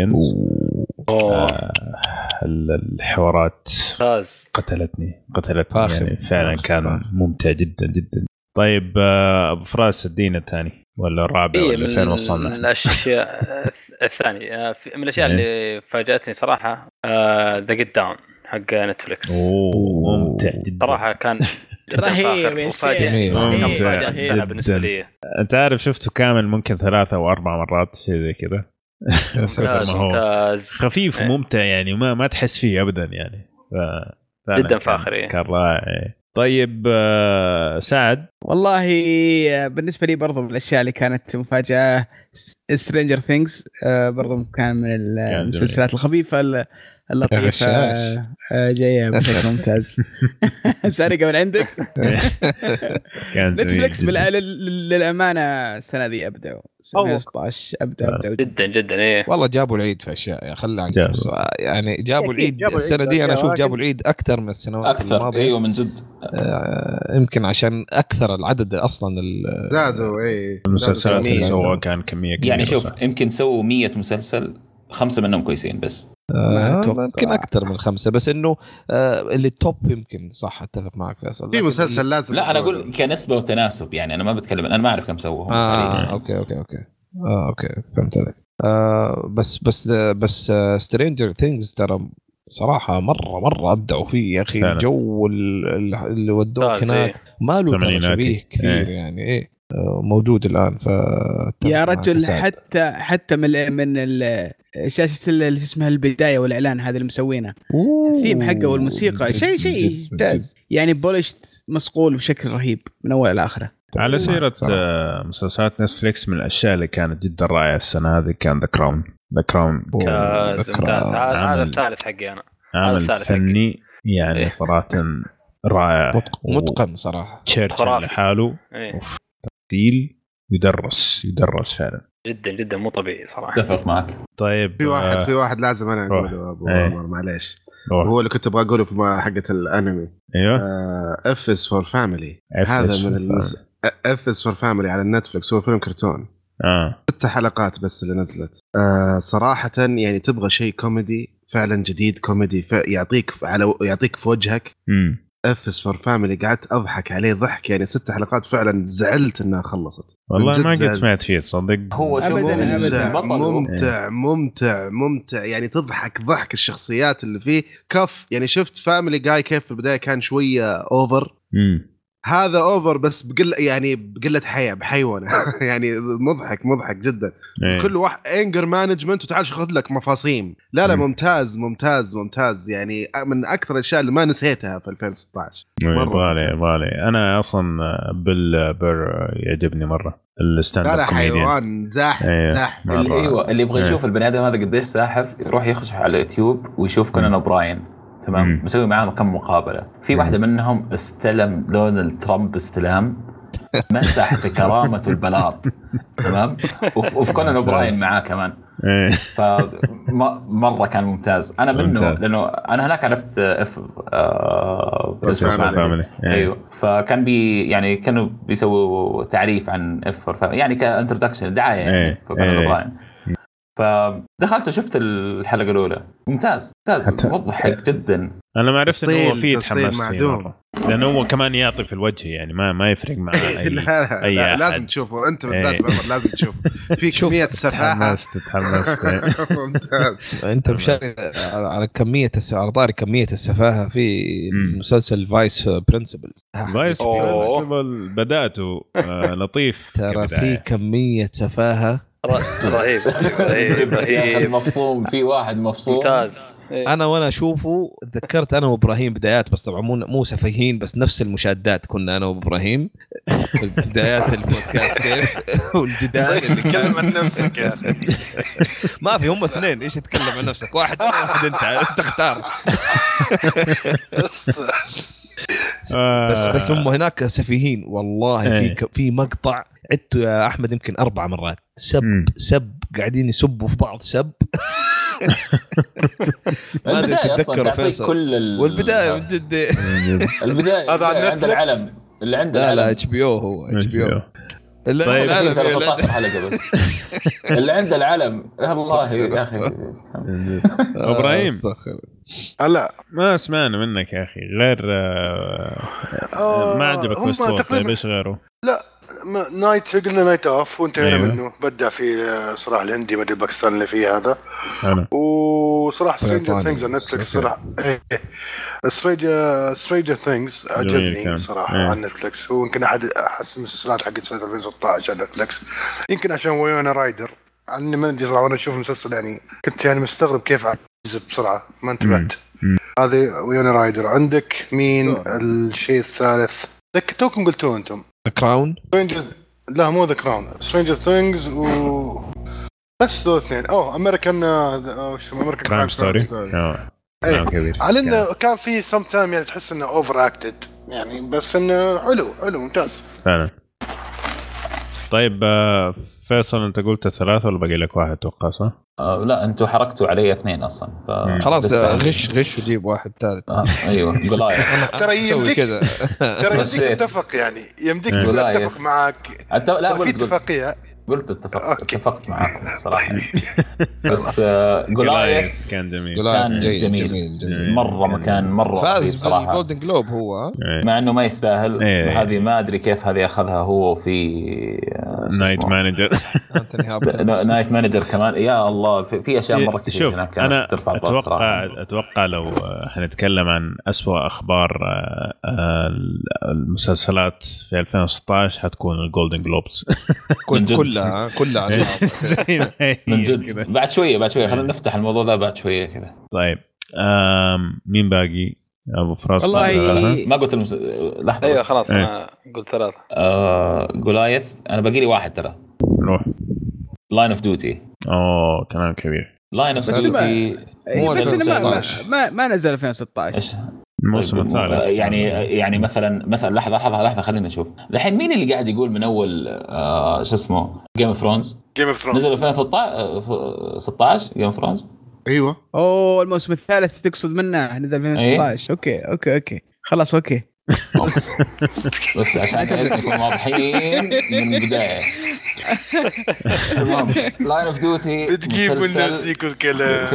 الحوارات قتلتني يعني فعلا كان ممتع جدا جدا. طيب ابو فراس الدين الثاني ولا الرابع ولا فين وصلنا؟ من الاشياء الثاني من الاشياء اللي فاجأتني صراحه ذا جيت داون حق نتفليكس. ممتع جدا صراحه. كان رهيب مفاجأة السنة بالنسبة لي. انت عارف شفته كامل ممكن 3 أو 4 مرات شيء زي كذا. ممتاز خفيف وممتع يعني ما تحس فيه ابدا يعني. جدا فاخر. كان رائع. طيب سعد. والله بالنسبة لي برضو من الأشياء اللي كانت مفاجأة Stranger Things. برضو كان من المسلسلات الخفيفة اللطيفة جاية بشكل ممتاز. سارقة من عندك. نتفليكس للأمانة السنة دي أبدأوا 2016 أبدأوا جدا إيه. والله جابوا العيد في أشياء يا خلى يعني جابوا العيد السنة دي. أنا أشوف جابوا العيد أكثر من السنوات الماضية. أيوة من جد. يمكن عشان أكثر العدد أصلا زادوا المسلسلات اللي سووا كان كمية كبيرة. يعني شوف يمكن سووا 100 مسلسل 5 منهم كويسين بس. ممكن اكثر من 5 بس انه اللي توب يمكن صح. اتفق معك فيصل في مسلسل لازم. لا انا اقول كنسبه وتناسب يعني انا ما بتكلم انا ما اعرف كم سووا. اوكي فهمت عليك. بس سترينجر ثينجز ترى صراحه مره ابدعوا فيه يا اخي. الجو اللي ودوه هناك ما له شبيه كثير يعني موجود الان. يا رجل حتى من الشاشه اللي اسمها البدايه والاعلان هذا اللي مسوينه الثيم حقه والموسيقى شيء ممتاز يعني بولشت مصقول بشكل رهيب من اول لاخره. على سيرة مسلسلات نتفليكس من الأشياء اللي كانت جدا رائعة السنة هذه كان ذا كراون. ممتاز. هذا الثالث حقي أنا. عمل فني يعني صراحة رائع متقن صراحة. تشيرشل لحاله تمثيل يدرس فعلا جدا مو طبيعي صراحة. اتفق معك. طيب في واحد لازم أنا أقوله أبو عمر معليش هو اللي كنت أبغى أقوله في حقة الأنمي. أيوه F is for family. هذا من F is for family على النتفلكس. هو فيلم كرتون 6 حلقات بس اللي نزلت. صراحة يعني تبغى شيء كوميدي فعلا جديد كوميدي يعطيك في وجهك. F is for family قعدت أضحك عليه ضحك يعني 6 حلقات فعلا زعلت إنها خلصت والله ما قد سمعت فيه تصدق. هو ممتع يعني تضحك ضحك الشخصيات اللي فيه كف يعني. شفت فاميلي جاي كيف في البداية كان شوية أوفر هذا أوفر بس بقلة حياة بحيوانة يعني مضحك جدا. كل واحد انجر مانجمنت وتعال خذ لك مفاصيم. لا ممتاز يعني من أكثر الأشياء اللي ما نسيتها في 2016. بالي أنا أصلا بالبر يعجبني مرة الستاند اب كوميديان. حيوان زاحف أيوة اللي يبغى يشوف البني آدم هذا قديش ساحف يروح يخش على اليوتيوب ويشوف كونان أوبراين. تمام مسوي معاه كم مقابلة. في واحدة منهم استلم دونالد ترامب استلام مسح في كرامته البلاط. تمام وفي كونان أوبراين معاه كمان. فمرة كان ممتاز. أنا منه لأنه أنا هناك عرفت فاميلي. أيوة فكان يعني كانوا بيسووا تعريف عن يعني كانترودكشن دعاية يعني في كونان أوبراين. فدخلت وشفت الحلقة الأولى ممتاز مضحك جدا. أنا ما عرفت إنه هو فيه تحمس لأنه هو كمان يعطي في الوجه يعني ما يفرق مع لا لازم تشوفه أنت بالذات لازم تشوفه في كمية سفاهة. تحمست أنت مشارك على كمية كمية السفاهة في مسلسل فايس برينسيبلز. بدأته لطيف ترى في كمية سفاهة رهيب مفصوم. في واحد مفصوم ممتاز. انا وانا اشوفه تذكرت انا وابراهيم بدايات بس طبعا مو سفيهين بس نفس المشادات كنا انا وابراهيم في بدايات البودكاست كيف والجدال اللي تتكلم عن نفسك يا اخي. ما في هم اثنين ايش تتكلم عن نفسك واحد انت اختار. بس هم هناك سفيهين والله. في مقطع عدته يا احمد يمكن 4 مرات سب قاعدين يسبوا في بعض سب. ما تتذكر فيصل والبدايه جد البدايه عند العلم اللي عنده لا اتش بي او هو اتش بي او اللي عنده العلم 13 حلقه بس اللي عنده العلم والله يا اخي. ابراهيم لا ما سمعنا منك يا اخي غير ما عجبك وستورد. ايش غيره؟ لا نايت قلنا نايت اوف وانتهينا منه. بدع في صراحه الهندي ما ادري باكستان اللي فيه هذا. وصراحه سترينجر ثينجز على نتفلكس صراحه سترينجر ثينجز عجبني صراحه على نتفلكس. هو يمكن احد احسن المسلسلات حقت سنه 2016 على نتفلكس يمكن عشان ويونا رايدر. عني ما ادري صراحه وانا اشوف المسلسل يعني كنت يعني مستغرب كيف عجز بسرعه ما انتبهت. هذه ويونا رايدر. عندك مين الشيء الثالث توكم قلتوه انتم؟ كراون لا مو ذا كراون سترينجر ثينجز بس ذو اثنين. امريكان كرايم ستوري. على انه كان في سم تايم يعني تحس انه اوفر اكتد يعني بس انه حلو ممتاز فعلا. طيب فيصل انت قلت 3 ولا باقي لك واحد توقع صح؟ لا انتوا حركتوا علي 2 اصلا خلاص غش وجيب واحد ثالث. ايوه قلاية ترى يمديك ترى يمديك تتفق يعني يمديك تتفق معك. لا في اتفاقية قلت اتفقت معاكم صراحه. بس جولايث كان جميل، كان جميل مره، مكان مره فاز بالجولدن جلوب هو، مع انه ما يستاهل. هذه ما ادري كيف هذه اخذها هو في نايت مانجر. نايت مانجر كمان، يا الله في اشياء مره كثير هناك كانت ترفع الضغط صراحه. اتوقع لو حنتكلم عن أسوأ اخبار المسلسلات في 2016 حتكون الجولدن جلوبز كلها من جد. بعد شويه خلينا نفتح الموضوع ده بعد شويه كذا. طيب مين باقي؟ ابو فراس والله ما قلت لحظه. ايوه خلاص انا قلت 3. جولايث انا باقي لي واحد ترى. روح. لاين اوف ديوتي. كلام كبير. لاين اوف ديوتي ما نزل 2016 الموسم الثالث. يعني مثلا لحظه خلينا نشوف الحين مين اللي قاعد يقول من اول شو اسمه جيم اوف ثرونز نزل 2016 جيم اوف ثرونز. ايوه الموسم الثالث تقصد منه نزل 2016. اوكي خلاص اوكي. بس عشان نكون واضحين من البدايه. المهم لاين اوف ديوتي بتجيب نفسي كل كلام.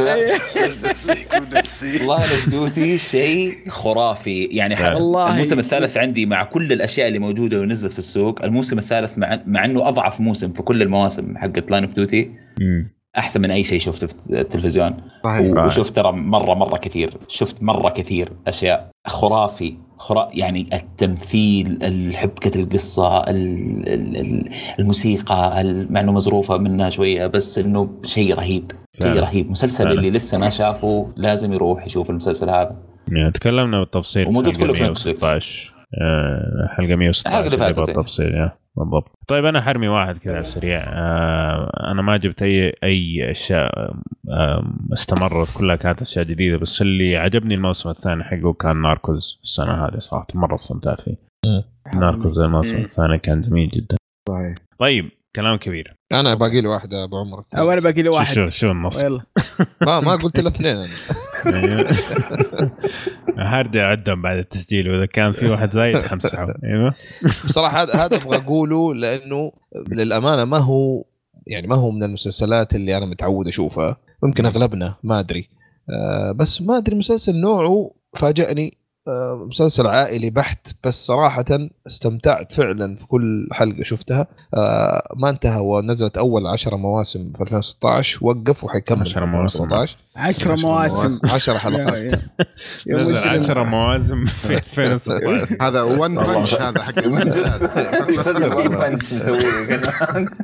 لاين اوف ديوتي شيء خرافي يعني. الموسم الثالث عندي مع كل الاشياء اللي موجوده ونزلت في السوق، الموسم الثالث مع انه اضعف موسم في كل المواسم حقت لاين اوف ديوتي احسن من اي شيء شفته في التلفزيون. وشفت ترى مره كثير اشياء خرافي يعني التمثيل، حبكه القصه، الموسيقى مع انه مزروفه منها شويه، بس انه شيء رهيب. مسلسل اللي لسه ما شافه لازم يروح يشوف المسلسل هذا. يعني تكلمنا بالتفصيل وموجود كله في نتفليكس. حلقه 116 بالتفصيل بالضبط. طيب انا حرمي واحد كذا على السريع. انا ما جبت اي اشياء استمرت، كلها كانت اشياء جديده، بس اللي عجبني الموسم الثاني حقه كان ناركوز. السنه هذه صراحه مره استمتعت فيه. ناركوز الموسم الثاني كان جميل جدا. صحيح. طيب كلام كبير. انا باقي لي واحد ابو عمر. انا باقي لي واحد. شو النص؟ ما قلت الاثنين. هرجع عدهم بعد التسجيل، واذا كان في واحد زايد حمسحه. ايوه بصراحه هذا ابغى اقوله، لانه للامانه ما هو من المسلسلات اللي انا متعود اشوفها. ممكن اغلبنا ما ادري، بس ما ادري مسلسل نوعه فاجأني. مسلسل عائلي بحت، بس صراحة استمتعت فعلا في كل حلقة شفتها. ما انتهى ونزلت أول 10 مواسم في 2016، وقف وحيكمل 10 مواسم 10 مواسم 10 حلقات 10 مواسم في 2016. هذا ون بنش، هذا حق مسلسل ون بنش مسويه كده.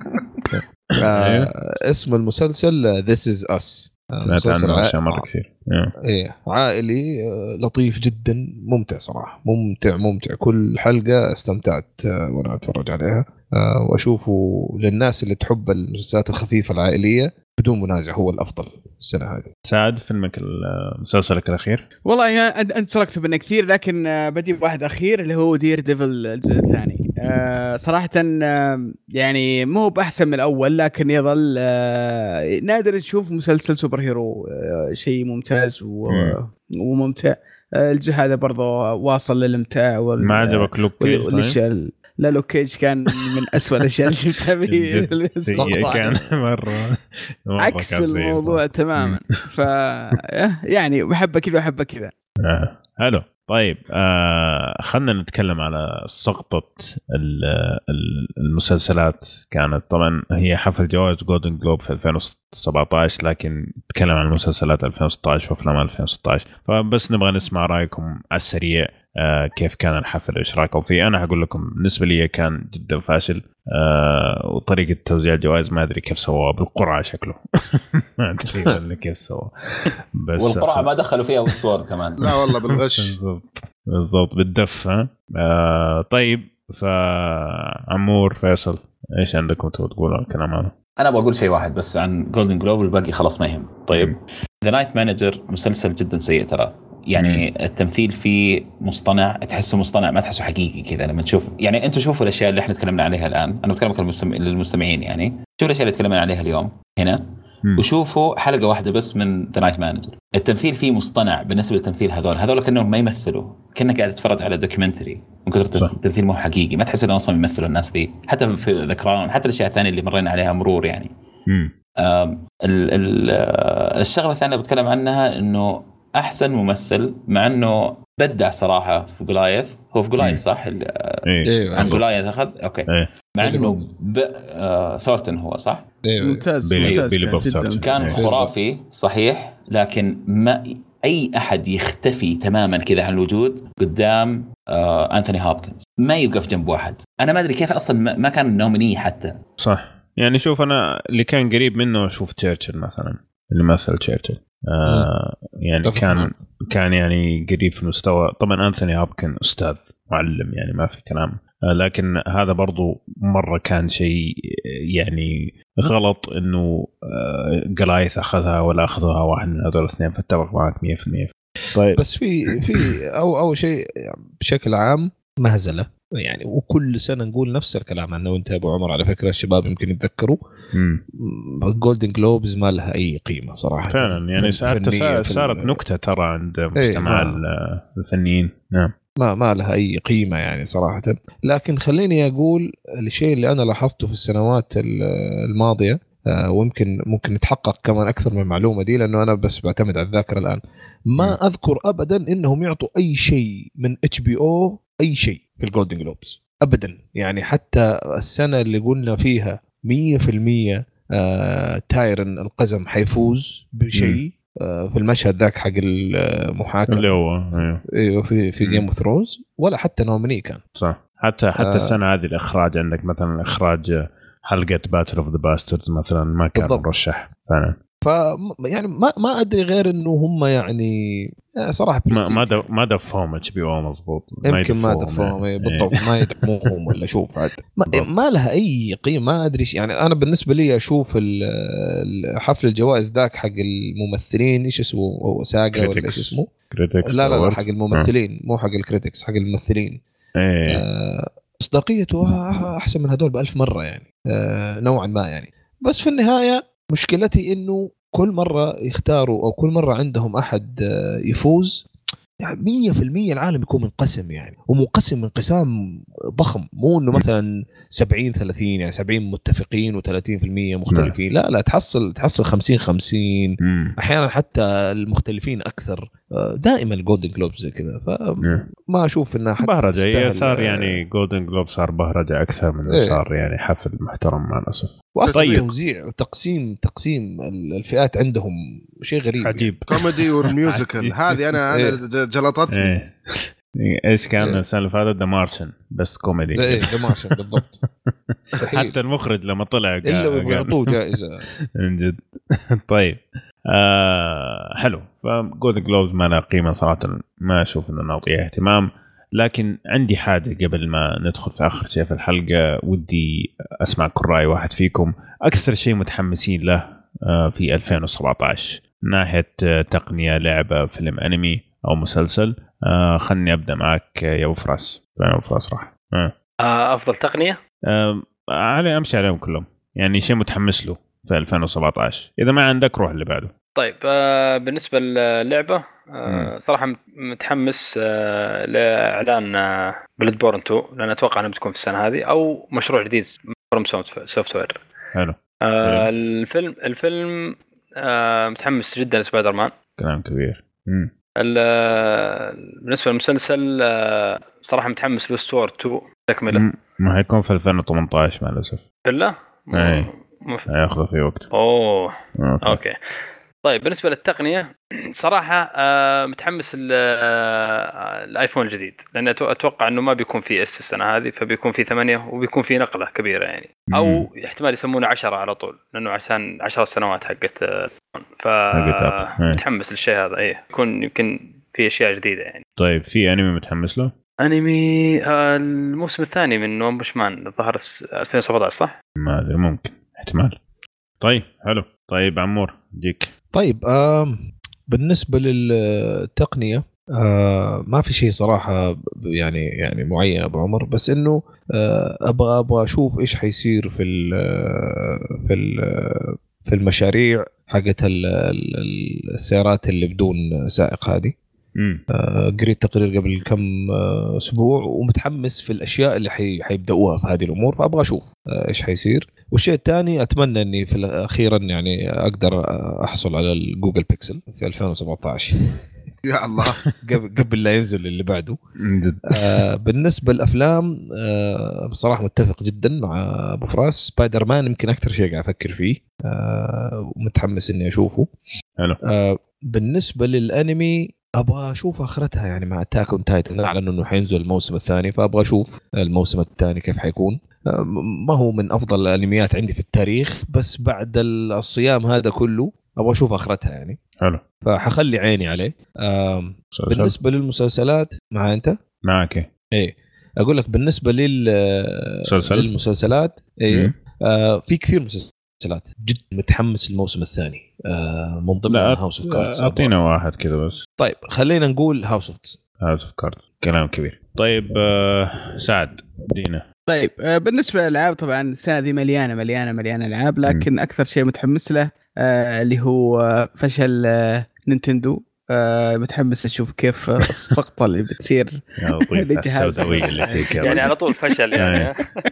اسم المسلسل This Is Us. مسلسل مرة كثير. عائلي لطيف جدا، ممتع صراحة، ممتع كل حلقة استمتعت وانا اتفرج عليها. واشوفه للناس اللي تحب المسلسلات الخفيفة العائلية بدون منازع هو الافضل السنة هذه. سعد فيلمك مسلسلك الاخير؟ والله انت سرقت مني كثير، لكن بجيب واحد اخير اللي هو دير ديفل الجزء الثاني. صراحة يعني مو بأحسن من الأول، لكن يظل نادر نشوف مسلسل سوبر هيرو شيء ممتاز وممتع. الجزء هذا برضه واصل للإمتاع. ما عجبك لوك كيج؟ لا لوك كيج كان من أسوأ الأشياء اللي شفتها كان مرة عكس الموضوع تماما. يعني بحبه كذا. حلو. طيب خلنا نتكلم على سقطة المسلسلات. كانت طبعا هي حفل جوائز جولدن جلوب في 2017، لكن نتكلم عن المسلسلات 2016 وافلام 2016. فبس نبغى نسمع رأيكم على السريع. كيف كان الحفل، ايش رايكم فيه؟ انا هقول لكم بالنسبه لي كان جدا فاشل. وطريقه توزيع الجوائز ما ادري كيف سووها، بالقرعه شكله ما ادري ولا كيف سووها. بس والقرعه ما دخلوا فيها والصور كمان. لا والله بالغش. بالضبط بالدف. طيب فعمور فيصل ايش عندكم تقولوا الكلام هذا؟ انا بقول شيء واحد بس عن جولدن جلوب، والباقي خلاص ما يهم. طيب ذا نايت مانجر مسلسل جدا سيء ترى. يعني التمثيل فيه مصطنع، تحسه مصطنع ما تحسه حقيقي كذا. لما تشوف يعني انتم شوفوا الاشياء اللي احنا تكلمنا عليها الان، انا بتكلم للمستمعين، يعني شوفوا الاشياء اللي تكلمنا عليها اليوم هنا، وشوفوا حلقة واحدة بس من The Night Manager. التمثيل فيه مصطنع بالنسبة للتمثيل هذول كأنهم ما يمثلوا، كأنك قاعد تتفرج على دوكيومنتري من كثر التمثيل مو حقيقي، ما تحس إنه أصلا يمثلوا الناس ذي حتى في ذكران، حتى الأشياء الثانية اللي مرينا عليها مرور يعني. الشغلة الثانية بتكلم عنها إنه أحسن ممثل، مع إنه بدع صراحة في جولايث. هو في جولايث صح؟ عن جولايث أخذ أوكي. مع إنه ثورتن هو صح؟ ممتاز كان خرافي صحيح، لكن ما أي أحد يختفي تماما كذا عن الوجود قدام أنثوني هوبكنز، ما يوقف جنب واحد. أنا ما أدري كيف أصلا ما كان نوميني حتى. صح يعني شوف أنا اللي كان قريب منه شوف تشيرشل مثلا، اللي مثل تشيرشل يعني كان يعني قريب في المستوى. طبعا أنثوني هوبكنز أستاذ معلم يعني ما في كلام، لكن هذا برضو مرة كان شيء يعني غلط إنه جولايث أخذها ولا أخذها واحد من هذول الاثنين، فاتفق معك 100%. طيب بس في أو شيء بشكل عام مهزلة يعني، وكل سنة نقول نفس الكلام عنه. وانت أبو عمر على فكرة الشباب يمكن يتذكروا جولدن جلوبز ما لها أي قيمة صراحة فعلا يعني صارت نكتة ترى عند مجتمع الفنيين. نعم ما لها أي قيمة يعني صراحة. لكن خليني أقول الشيء اللي أنا لاحظته في السنوات الماضية، ويمكن ممكن نتحقق كمان أكثر من المعلومة دي لأنه أنا بس بعتمد على الذاكرة الآن. ما أذكر أبدا إنهم يعطوا أي شيء من HBO أي شيء في الجولدن جلوبز أبدا يعني. حتى السنة اللي قلنا فيها 100% تايرن القزم حيفوز بشيء في المشهد ذاك حق المحاكمة اللي هو ايوه في جيم اوف ثرونز، ولا حتى نوميني كان صح. حتى السنة هذه الإخراج عندك مثلا إخراج حلقة باتل اوف ذا باستردز مثلا ما كان مرشح فعلا. يعني ما ادري غير انه هم يعني صراحه ما دفهم اتش بي او مضبوط، يمكن ما دفهم يعني. بالضبط ما يدعموهم ولا شوف عاد ما لها اي قيمه. ما ادري يعني انا بالنسبه لي اشوف حفل الجوائز ذاك حق الممثلين ايش اسمه ساقا ولا ايش اسمه لا حق الممثلين مو حق الكريتكس حق الممثلين. مصداقيته احسن من هذول ب1000 مره يعني نوعا ما يعني. بس في النهايه مشكلتي انه كل مرة يختاروا أو كل مرة عندهم أحد يفوز يعني 100% العالم يكون منقسم يعني، ومنقسم انقسام ضخم، مو إنه مثلا 70-30 يعني 70 متفقين و30% مختلفين. لا تحصل 50-50 أحيانا حتى المختلفين أكثر. دائما الجولدن جلوب زي كذا، فما أشوف إنها بهرجة صار يعني جولدن جلوب صار بهرجة أكثر من صار يعني حفل محترم مع الأسف. وأصلا توزيع وتقسيم الفئات عندهم شيء غريب عجيب يعني. كوميدي والميوزيكال هذه أنا جلطتني. ايش كان السنه اللي فاتت ذا مارشن بس كوميدي. ذا مارشن بالضبط. حتى المخرج لما طلع الا يعطوه جائزه من جد. طيب حلو. فجولدن جلوبز ما له قيمه صراحه، ما اشوف انه نعطيه اهتمام. لكن عندي حاجه قبل ما ندخل في اخر شيء في الحلقه، ودي اسمع كل راي واحد فيكم. اكثر شيء متحمسين له في 2017 من ناحيه تقنيه، لعبه، فيلم انمي او مسلسل. خلني ابدا معك يا فراس راح. افضل تقنيه علي امشي عليهم كلهم يعني شيء متحمس له في 2017. اذا ما عندك روح اللي بعده. طيب بالنسبه للعبه صراحه متحمس لاعلان بلاد بورن 2 لان اتوقع انها بتكون في السنه هذه، او مشروع جديد فروم سوفت وير. حلو. الفيلم متحمس جدا لسبايدر مان. كلام كبير. بالنسبه للمسلسل صراحه متحمس لستور 2 تكمله. ما هيكون في 2018 مع الاسف. بالله هياخذ في وقت. اوكي. طيب بالنسبه للتقنيه صراحه متحمس الايفون الجديد، لان اتوقع انه ما بيكون في اس السنه هذه، فبيكون في 8 وبيكون في نقله كبيره يعني. او احتمال يسمونه 10 على طول، لانه عشان 10 سنوات حقت متحمس للشيء هذا. يمكن في اشياء جديده يعني. طيب في انمي متحمس له؟ انمي الموسم الثاني من ون بنش مان ظهر 2017 صح؟ ما ادري، ممكن احتمال. طيب حلو. طيب عمور جيك. طيب بالنسبه للتقنيه ما في شيء صراحه يعني معين ابو عمر، بس انه ابغى اشوف ايش حيصير في في المشاريع حقت السيارات اللي بدون سائق هذه. قريت تقرير قبل كم أسبوع ومتحمس في الأشياء اللي حيبدأوها في هذه الأمور، فأبغى أشوف إيش حيصير. والشيء الثاني أتمنى أني في أخيرا يعني أقدر أحصل على الجوجل بيكسل في 2017 يا الله قبل لا ينزل اللي بعده. بالنسبة للأفلام بصراحة متفق جدا مع أبو فراس. سبايدر مان يمكن أكثر شيء قاعد أفكر فيه ومتحمس إني أشوفه. بالنسبة للأنمي أبغى أشوف آخرتها يعني مع أتاك أون تايتن، أعلن إنه حينزل الموسم الثاني، فأبغى أشوف الموسم الثاني كيف حيكون. ما هو من أفضل الأنميات عندي في التاريخ، بس بعد الصيام هذا كله أبغى أشوف آخرتها يعني. حلو، فحخلي عيني عليه. بالنسبة للمسلسلات معك إيه أقول لك بالنسبة للمسلسلات إيه في كثير مسلسلات جد متحمس الموسم الثاني. من ضمن هاوس اوف كاردز. اعطينا واحد كذا بس. طيب خلينا نقول هاوس اوف كاردز كلام كبير. طيب سعد دينا. طيب بالنسبه للالعاب طبعا السنه دي مليانه العاب، لكن اكثر شيء متحمس له اللي هو فشل نينتندو. متحمس اشوف كيف السقطه اللي بتصير السوداويه اللي فيك يعني على طول فشل يعني.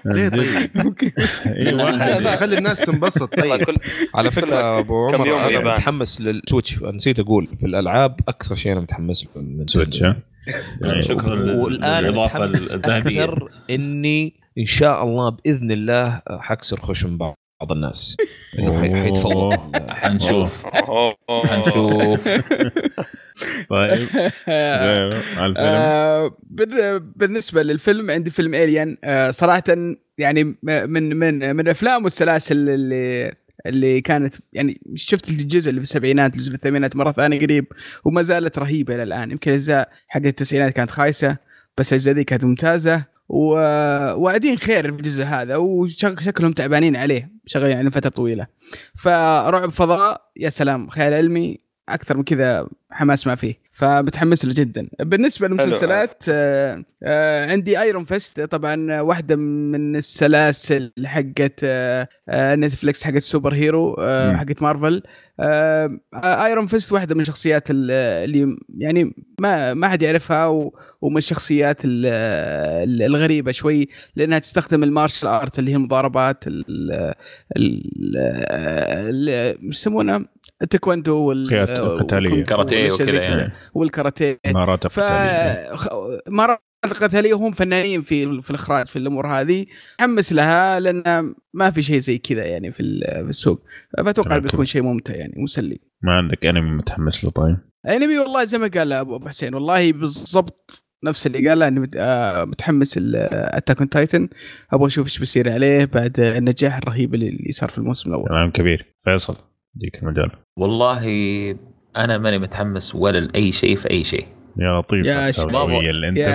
خلي الناس تنبسط. طيب على فكره ابو عمر انا متحمس للسويتش، نسيت اقول في الالعاب اكثر شيء انا متحمس له السويتش. شكرا للاضافه الذهبيه اكثر اني ان شاء الله باذن الله حكسر خشم بعض الناس انه حيتفضل. حنشوف طيب على الفيلم. بالنسبه للفيلم عندي فيلم إيليان صراحه يعني من الافلام والسلاسل اللي كانت يعني شفت الجزء اللي في السبعينات الجزء في الثمانينات مرة ثانية قريب وما زالت رهيبة إلى الآن. يمكن الأجزاء حق التسعينات كانت خايسة بس الأجزاء دي كانت ممتازة وقاعدين خير في الجزء هذا وشكلهم تعبانين عليه شغالين يعني فترة طويلة. فرعب فضاء يا سلام، خيال علمي أكثر من كذا حماس ما فيه، فمتحمس له جدا. بالنسبة للمسلسلات عندي ايرون فيست طبعا واحدة من السلاسل حقت نتفليكس حقت سوبر هيرو حقت مارفل. ايرون فيست واحدة من الشخصيات اللي يعني ما حد يعرفها ومن الشخصيات الغريبة شوي لأنها تستخدم المارشال آرت اللي هي المضاربات يسمونها التايكوندو والقتالية كاراتيه وكذا يعني والكاراتيه مرات القتالية هم فنانين في الإخراج في الأمور هذه. حمس لها لأن ما في شيء زي كذا يعني في السوق، فأتوقع بيكون شيء ممتع يعني مسلي. ما عندك أنمي متحمس له؟ طيب أنمي والله زي ما قال أبو حسين والله بالضبط نفس اللي قاله أني متحمس أتاك أون تايتن، أبغى أشوف إيش بيصير عليه بعد النجاح الرهيب اللي صار في الموسم الأول. كلام كبير. فيصل ديك المجال. والله أنا ماني متحمس ولا لأي شيء في أي شيء. يا لطيف السوداوية اللي انت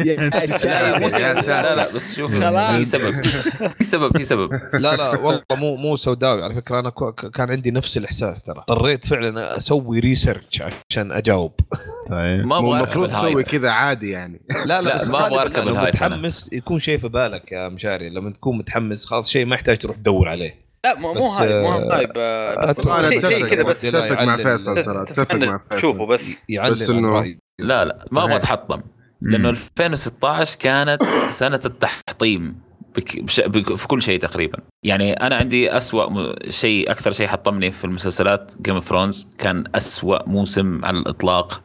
لا بس شوف في سبب لا والله مو سوداوي على فكرة. أنا كان عندي نفس الإحساس، ترى اضطريت فعلا أسوي ريسيرش عشان أجاوب. ما المفروض تسوي كذا عادي يعني. لا ما أبغى أركب الهايب. متحمس يكون شيء في بالك يا مشاري، لما تكون متحمس خلاص شيء ما يحتاج تروح تدور عليه. لا مو هايب شيء كذا بس. اتفق مع فيصل ترى اتفق مع فيصل. شوفوا بس إنه لا ما ابغى اتحطم لانه 2016 كانت سنة التحطيم في كل شيء تقريبا. يعني انا عندي أسوأ شيء، اكثر شيء حطمني في المسلسلات جيم اوف ثرونز، كان أسوأ موسم على الاطلاق.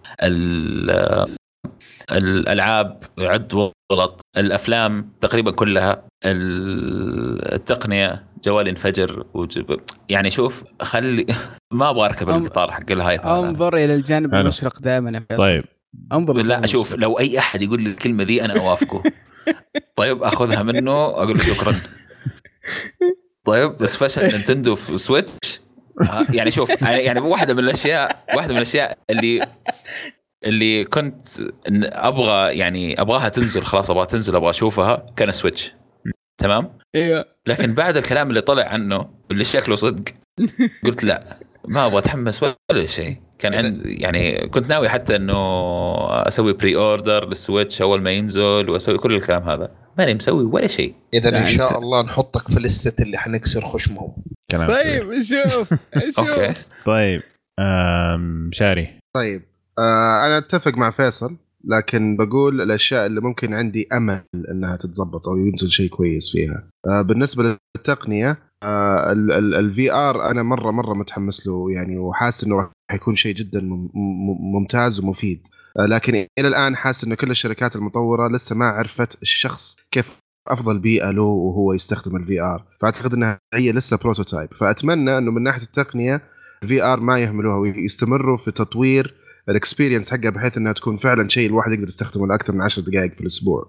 الالعاب عد غلط، الافلام تقريبا كلها، التقنيه جوالي انفجر يعني شوف خلي ما ابغى اركب القطار حق الهايب. انظر الى الجانب المشرق دائما يا فيصل. طيب انظر لا اشوف لو اي احد يقول لي الكلمه دي انا اوافقه. طيب اخذها منه اقول له شكرا. طيب بس فشل نينتندو في سويتش يعني شوف يعني واحده من الاشياء اللي كنت ابغاها تنزل، خلاص ابغاها تنزل، ابغى اشوفها، كان سويتش تمام. ايوه لكن بعد الكلام اللي طلع عنه اللي شكله صدق قلت لا ما ابغى اتحمس ولا شيء. كان عندي يعني كنت ناوي حتى انه اسوي بري اوردر للسويتش اول ما ينزل واسوي كل الكلام هذا، ماني مسوي ولا شيء. اذا ان شاء الله نحطك في لستة اللي حنكسر خشمهم. طيب شوف اوكي طيب شاري. طيب انا اتفق مع فيصل، لكن بقول الاشياء اللي ممكن عندي امل انها تتضبط او ينزل شيء كويس فيها. بالنسبه للتقنيه الفي ار انا مره متحمس له يعني، وحاسس انه راح يكون شيء جدا ممتاز ومفيد. لكن الى الان حاسس انه كل الشركات المطوره لسه ما عرفت الشخص كيف افضل بيئه له وهو يستخدم الفي ار، فاعتقد انها هي لسه بروتوتايب. فاتمنى انه من ناحيه التقنيه الفي ار ما يهملوها ويستمروا في تطوير الاكسبيرينس حقها بحيث انها تكون فعلا شيء الواحد يقدر يستخدمه لاكثر من 10 دقائق في الاسبوع.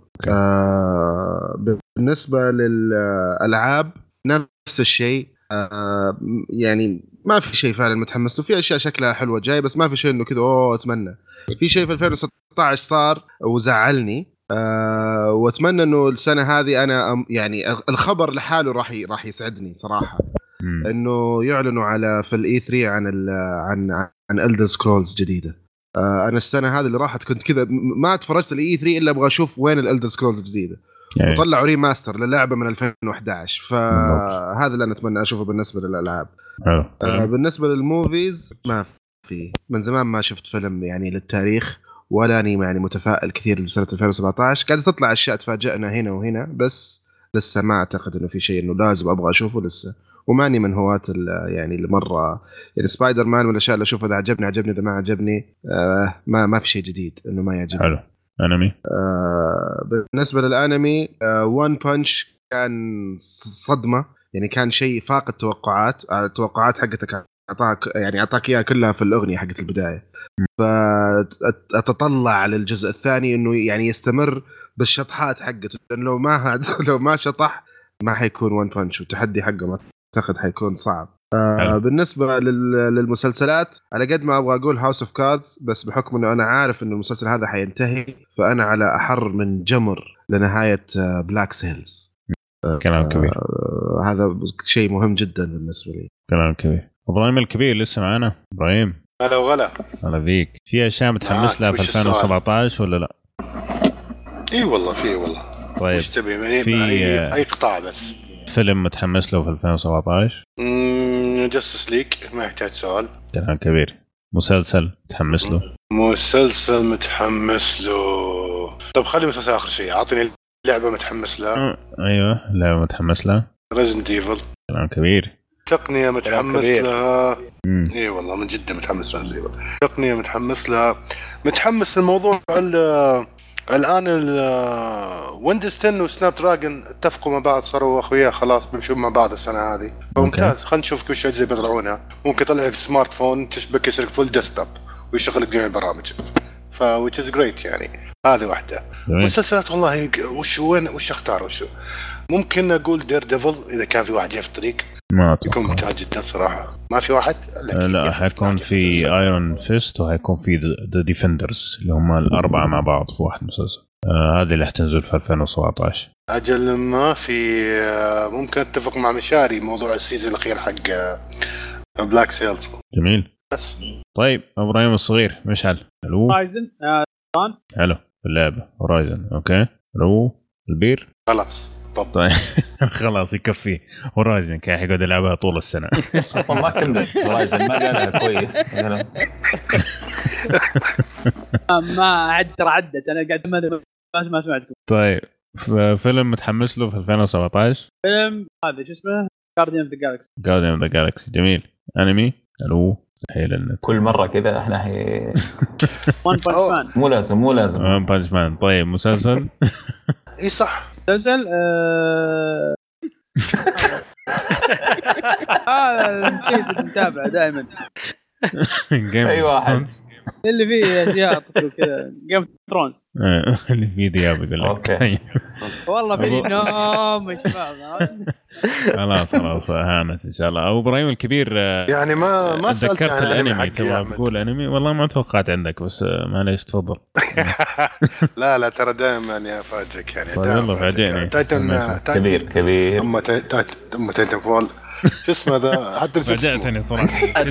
بالنسبه للالعاب نفس الشيء. يعني ما في شيء فعلا متحمس له، في اشياء شكلها حلوه جاي بس ما في شيء انه كذا اتمنى. في شيء في 2016 صار وزعلني، واتمنى انه السنه هذه انا يعني الخبر لحاله راح يسعدني صراحه، انه يعلنوا على في الاي 3 عن Elder Scrolls جديده. انا السنه هذه اللي راحت كنت كذا ما تفرجت الاي 3 الا ابغى اشوف وين الالدر سكرولز الجديده، وطلعوا ريماستر للعبه من 2011. فهذا اللي انا اتمنى اشوفه بالنسبه للالعاب. بالنسبه للموفيز ما في، من زمان ما شفت فيلم يعني للتاريخ، ولا اني يعني متفائل كثير لسنه 2017. قاعده تطلع اشياء تفاجئنا هنا وهنا، بس لسه ما اعتقد انه في شيء انه لازم ابغى اشوفه لسه. وماني من هواة يعني اللي مرة يعني سبايدر مان من الأشياء اللي أشوفها إذا عجبني إذا ما عجبني ما في شيء جديد إنه ما يعجبني. حلو. أنمي بالنسبة للأنمي وان بانش كان صدمة يعني، كان شيء فاق التوقعات حقتك، أعطاك إياها كلها في الأغنية حقت البداية. فأتطلع للجزء الثاني إنه يعني يستمر بالشطحات حقته، لأن لو ما شطح ما حيكون وان بانش، والتحدي حقه ما أعتقد حيكون صعب. بالنسبة للمسلسلات على قد ما أبغى أقول هاوس اوف كاردز، بس بحكم أنه أنا عارف أنه المسلسل هذا حينتهي فأنا على أحر من جمر لنهاية بلاك سيلز. كلام كبير. هذا شيء مهم جدا بالنسبة لي. كلام كبير. إبراهيم الكبير لسه معنا. إبراهيم هلا وغلا. هلا فيك. في أشياء متحمس لها في 2017 ولا لا؟ إيه والله في والله. طيب مش تبي في أي قطاع بس فيلم متحمس له في 2017؟ جاستس ليج ما يحتاج سؤال. كلام كبير. مسلسل متحمس له؟ مسلسل متحمس له. طب خلي مسلسل آخر شيء. أعطني لعبة متحمس لها. أيوة لعبة متحمس لها. Resident Evil. كلام كبير. تقنية متحمس لها. إيه والله من جدا متحمس Resident Evil. تقنية متحمس لها. متحمس للموضوع الآن ويندوز 10 وسناب دراجون اتفقوا مع بعض، صاروا أخويا خلاص بيمشوا مع بعض السنة هذه. ممتاز. خلينا نشوف كل شيء زي بيطلعونها. ممكن يطلع سمارت فون تشبك يشغل فول ديسكتوب ويشغل جميع البرامج. which is great يعني. هذه واحدة. مسلسلات والله وش اختار وشو. ممكن أقول دير ديفل إذا كان في واحد جاي في الطريق. ما يكون ممتاز جدا صراحة. ما في واحد؟ لا حيكون في ايرون فيست وهيكون في ذا ديفندرز اللي هم الأربعة مع بعض في واحد مسلسل. هذه اللي حتنزل في 2017. أجل ما في. ممكن اتفق مع مشاري موضوع السيزون الأخير حق بلاك سيلز. جميل. بس طيب إبراهيم الصغير مشعل. الو هورايزن. حلو في اللعبة هورايزن. اوكي الو البير خلاص. طيب خلاص يكفي. هورايزن كان يقعد يلعبها طول السنة. اصلا ما كمل هورايزن، ما قالها كويس. ما عدت انا قاعد ما سمعتكم. طيب فيلم متحمس له في 2017؟ فيلم هذا شو اسمه Guardian of the Galaxy. جميل. انمي. الو مستحيل كل مرة كذا احنا One Punch Man. مو لازم One Punch Man. طيب مسلسل. اي صح مسلسل نسيت نتابع دائما. اي واحد اللي فيه اشياء كذا Game of Thrones. اللي فيه دياب يقول لك. اوكي والله في نوم يا شباب. خلاص هانت ان شاء الله. ابو ابراهيم الكبير يعني ما ذكرت الانمي. تبغى تقول انمي؟ والله ما توقعت عندك بس معليش تفضل. لا ترى دائما يعني افاجئك يعني. والله فاجئني. تايتن كبير ام تايتن فول شو اسمه ذا حتى فاجأتني صراحه.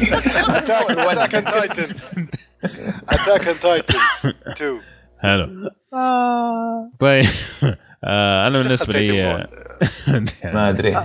اتاك ان تايتنز 2. حلو. طيب انا بالنسبه لي ما ادري.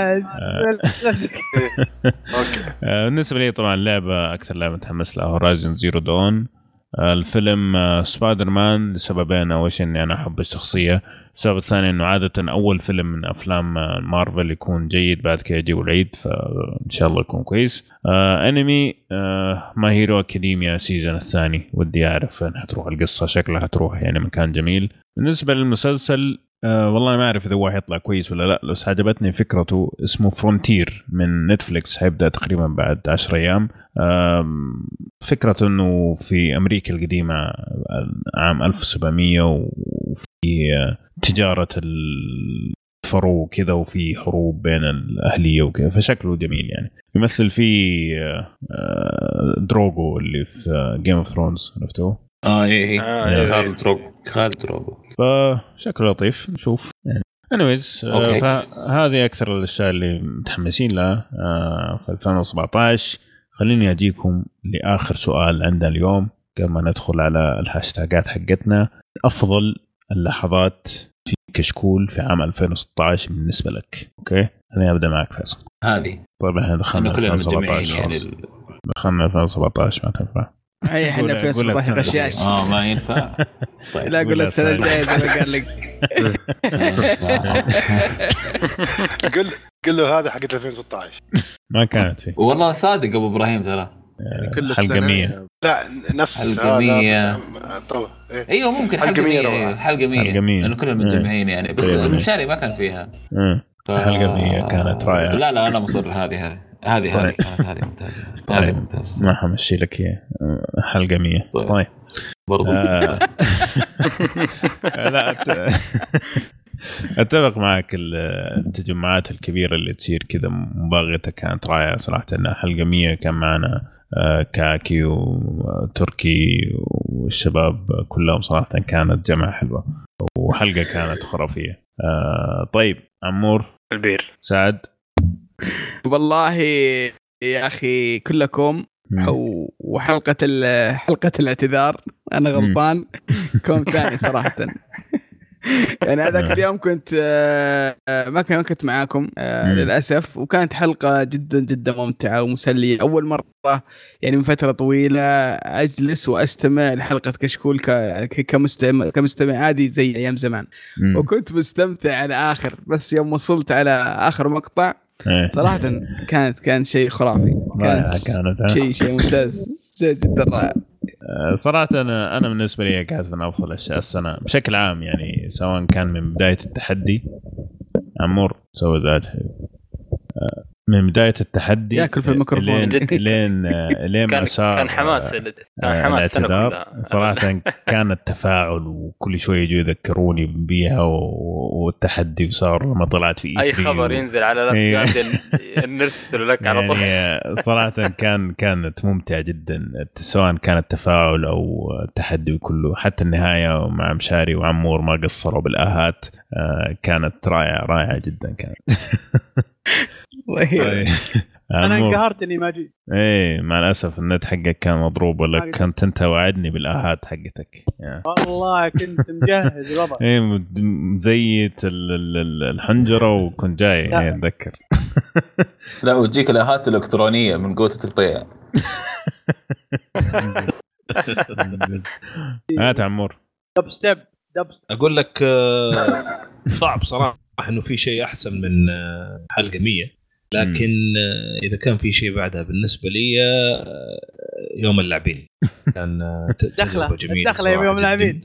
بالنسبه لي طبعا لعبه اكثر لعبه متحمس لها هورايزن زيرو دون. الفيلم سبايدر مان لسببين. اول شيء اني انا احب الشخصيه، السبب الثاني انه عاده اول فيلم من افلام مارفل يكون جيد بعد كده يجيبوا العيد، فان شاء الله يكون كويس. انمي ما هيرو اكاديميا سيزون الثاني، ودي اعرف فين حتروح القصه، شكلها حتروح يعني مكان جميل. بالنسبه للمسلسل والله ما أعرف إذا هو حيطلع كويس ولا لا، بس عجبتني فكرته. اسمه فرونتير من نتفليكس، حيبدأ تقريبا بعد 10 أيام. فكرة أنه في أمريكا القديمة عام 1700 وفي تجارة الفرو كذا، وفي حروب بين الأهلية وكذا، فشكله جميل يعني. يمثل فيه دروغو اللي في جيم اوف ثرونز، عرفتوه؟ خالد دروغو فشكله لطيف نشوف يعني. anyways فهذه أكثر الأشياء اللي متحمسين لها في 2017. خليني أجيكم لآخر سؤال عندنا اليوم قبل ما ندخل على الهاشتاجات حقتنا. أفضل اللحظات في كشكول في عام 2016 بالنسبة لك. أوكي أنا أبدأ معك فيصل. هذه طبعا احنا دخلنا 2017 يعني دخلنا 2017 ما تنفع. اي احنا في اسبوع غشاش ما ينفع. طيب لا اقول السنه الجايه زي ما قال لك. قل له هذا حق 2016 ما كانت فيه والله. صادق ابو ابراهيم ترى يعني كل حلقه 100. لا نفس حلقه 100 طبعا. ايوه ممكن حلقه 100 لانه كلنا متجمعين يعني، بس المشاري ما كان فيها. حلقه 100 كانت رائعه. لا انا مصر هذه هذه ممتازه. هذه ممتازه ما حمشي لك هي حلقه 100. طيب برضو لا اتفق معك. التجمعات الكبيره اللي تصير كذا مباغته كانت رائعه صراحه. انها حلقه 100 كان معنا كاكي وتركي والشباب كلهم صراحه كانت جمعه حلوه وحلقه كانت خرافيه. طيب عمور البير سعد. والله يا اخي كلكم وحلقه الاعتذار انا غلطان كوم ثاني صراحه. يعني هذاك اليوم كنت ما كنت معاكم للأسف، وكانت حلقة جدا جدا ممتعة ومسلية. أول مرة يعني من فترة طويلة أجلس وأستمع لحلقة كشكول كمستمع عادي زي أيام زمان، وكنت مستمتع على آخر. بس يوم وصلت على آخر مقطع صراحة كان شيء خرافي، كانت شيء ممتاز، شيء جدا رائع صراحة. أنا بالنسبة لي كانت من أفضل أشياء السنة بشكل عام يعني، سواء كان من بداية التحدي. عمور سوى ذات من بداية التحدي ياكل في الميكروفون لين ما صار كان حماس السنة كلها صراحة. كان التفاعل وكل شوية يجوا يذكروني بيها والتحدي وصار لما طلعت في أي خبر ينزل على نفس قاعد نرسل لك على طول يعني صراحة كانت ممتعة جدا، سواء كان التفاعل أو التحدي وكله. حتى النهاية مع مشاري وعمور ما قصروا بالآهات. كانت رائعة جدا كانت. انا انقهرت اني ما جيت. ايه مع الاسف النت حقك كان مضروب، ولا كنت انت وعدني بالاهات حقتك؟ والله كنت مجهز والله. ايه مزيت الحنجره وكنت جاي اتذكر. لا وتجيك الاهات الالكترونيه من قوه التقطيع. هات عمور. دب ستيب اقول لك صعب صراحه انه في شيء احسن من حلقه 100، لكن اذا كان في شيء بعدها بالنسبه لي يوم اللاعبين كان تجربه جميله. دخله يوم اللاعبين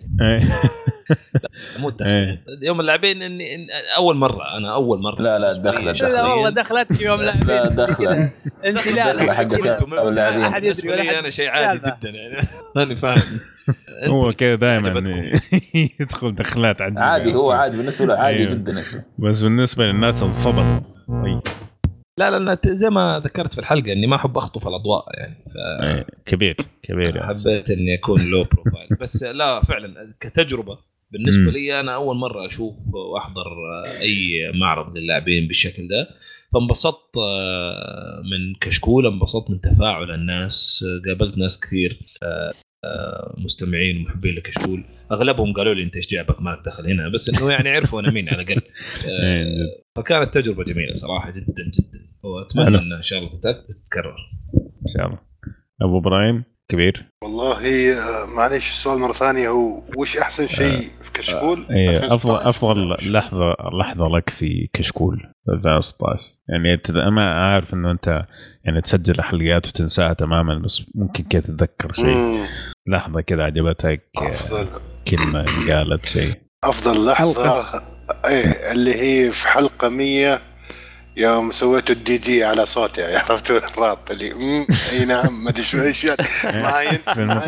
مو يوم اللاعبين اني اول مره لا دخلت والله دخلت يوم اللاعبين. لا دخله انت لا حقت اللاعبين بالنسبه لي انا شيء عادي جدا يعني ماني فاهم. هو كذا دائما يدخل دخلات عادي، هو عادي بالنسبه له عادي جدا، بس بالنسبه للناس انصدموا. لا زي ما ذكرت في الحلقه اني ما احب اخطف الاضواء يعني كبير حبيت اني اكون لو بروفايل. بس لا فعلا كتجربه بالنسبه لي انا اول مره اشوف واحضر اي معرض للاعبين بالشكل ده، فانبسطت من كشكول، انبسطت من تفاعل الناس، قابلت ناس كثير مستمعين ومحبين لكشكول اغلبهم قالوا لي انت ايش جابك ما دخل هنا، بس انه يعني عرفوا انا مين على الاقل. فكانت تجربه جميله صراحه جدا جدا، واتمنى ان شاء الله تتكرر ان شاء الله. ابو ابراهيم كبير، والله معليش السؤال مره ثانيه، هو وش احسن شيء في كشكول؟ افضل لحظه لك في كشكول 2016 يعني. ما اعرف انه انت يعني تسجل حلقات وتنساها تماما، بس ممكن كده تتذكر شيء لحظه كده عجبتك، كلمه قالت شيء. افضل لحظه اللي هي في حلقه 100 يوم سويتوا الدي جي على صوتي، عرفتوا الرابط اللي اي نعم ما ادري شو ايش معين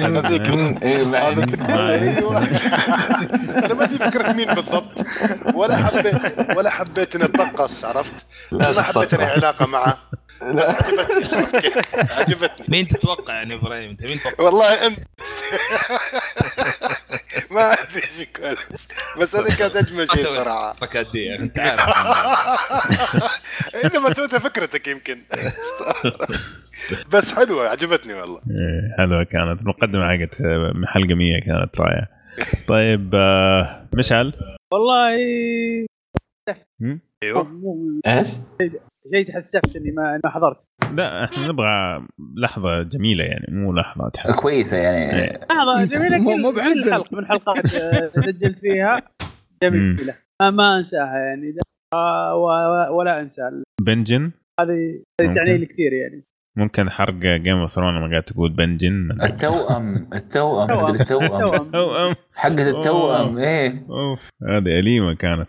انا ما ادري فكره مين بالضبط، ولا حبيت اني اتطقص، عرفت؟ ما حبيت اني علاقه معه، بس عجبتني. مين تتوقع يعني ابراهيم؟ انت مين تتوقع؟ والله انت ما ادري ايش كويس، بس انا كانت اجمل شيء صراحه فكاديه انت عارف انت ما سويتها فكرتك يمكن بس حلوه عجبتني والله. حلوه كانت المقدمه حقت حلقه 100 كانت رائعه. طيب مشعل والله ايوه ايش جاي تحسفت اني ما حضرت. لا احنا نبغى لحظه جميله يعني، مو لحظه تحس كويسه يعني. لحظه جميله مو بحزن حلقه من حلقات سجلت فيها جميله ما انساها يعني، ولا انسى بنجن. هذه تعني لي كثير يعني. ممكن حرق جيم اوف ثرونز لما قاعد تقول بنجن التوأم حقة التوأم ايه اوف هذه أليمة كانت.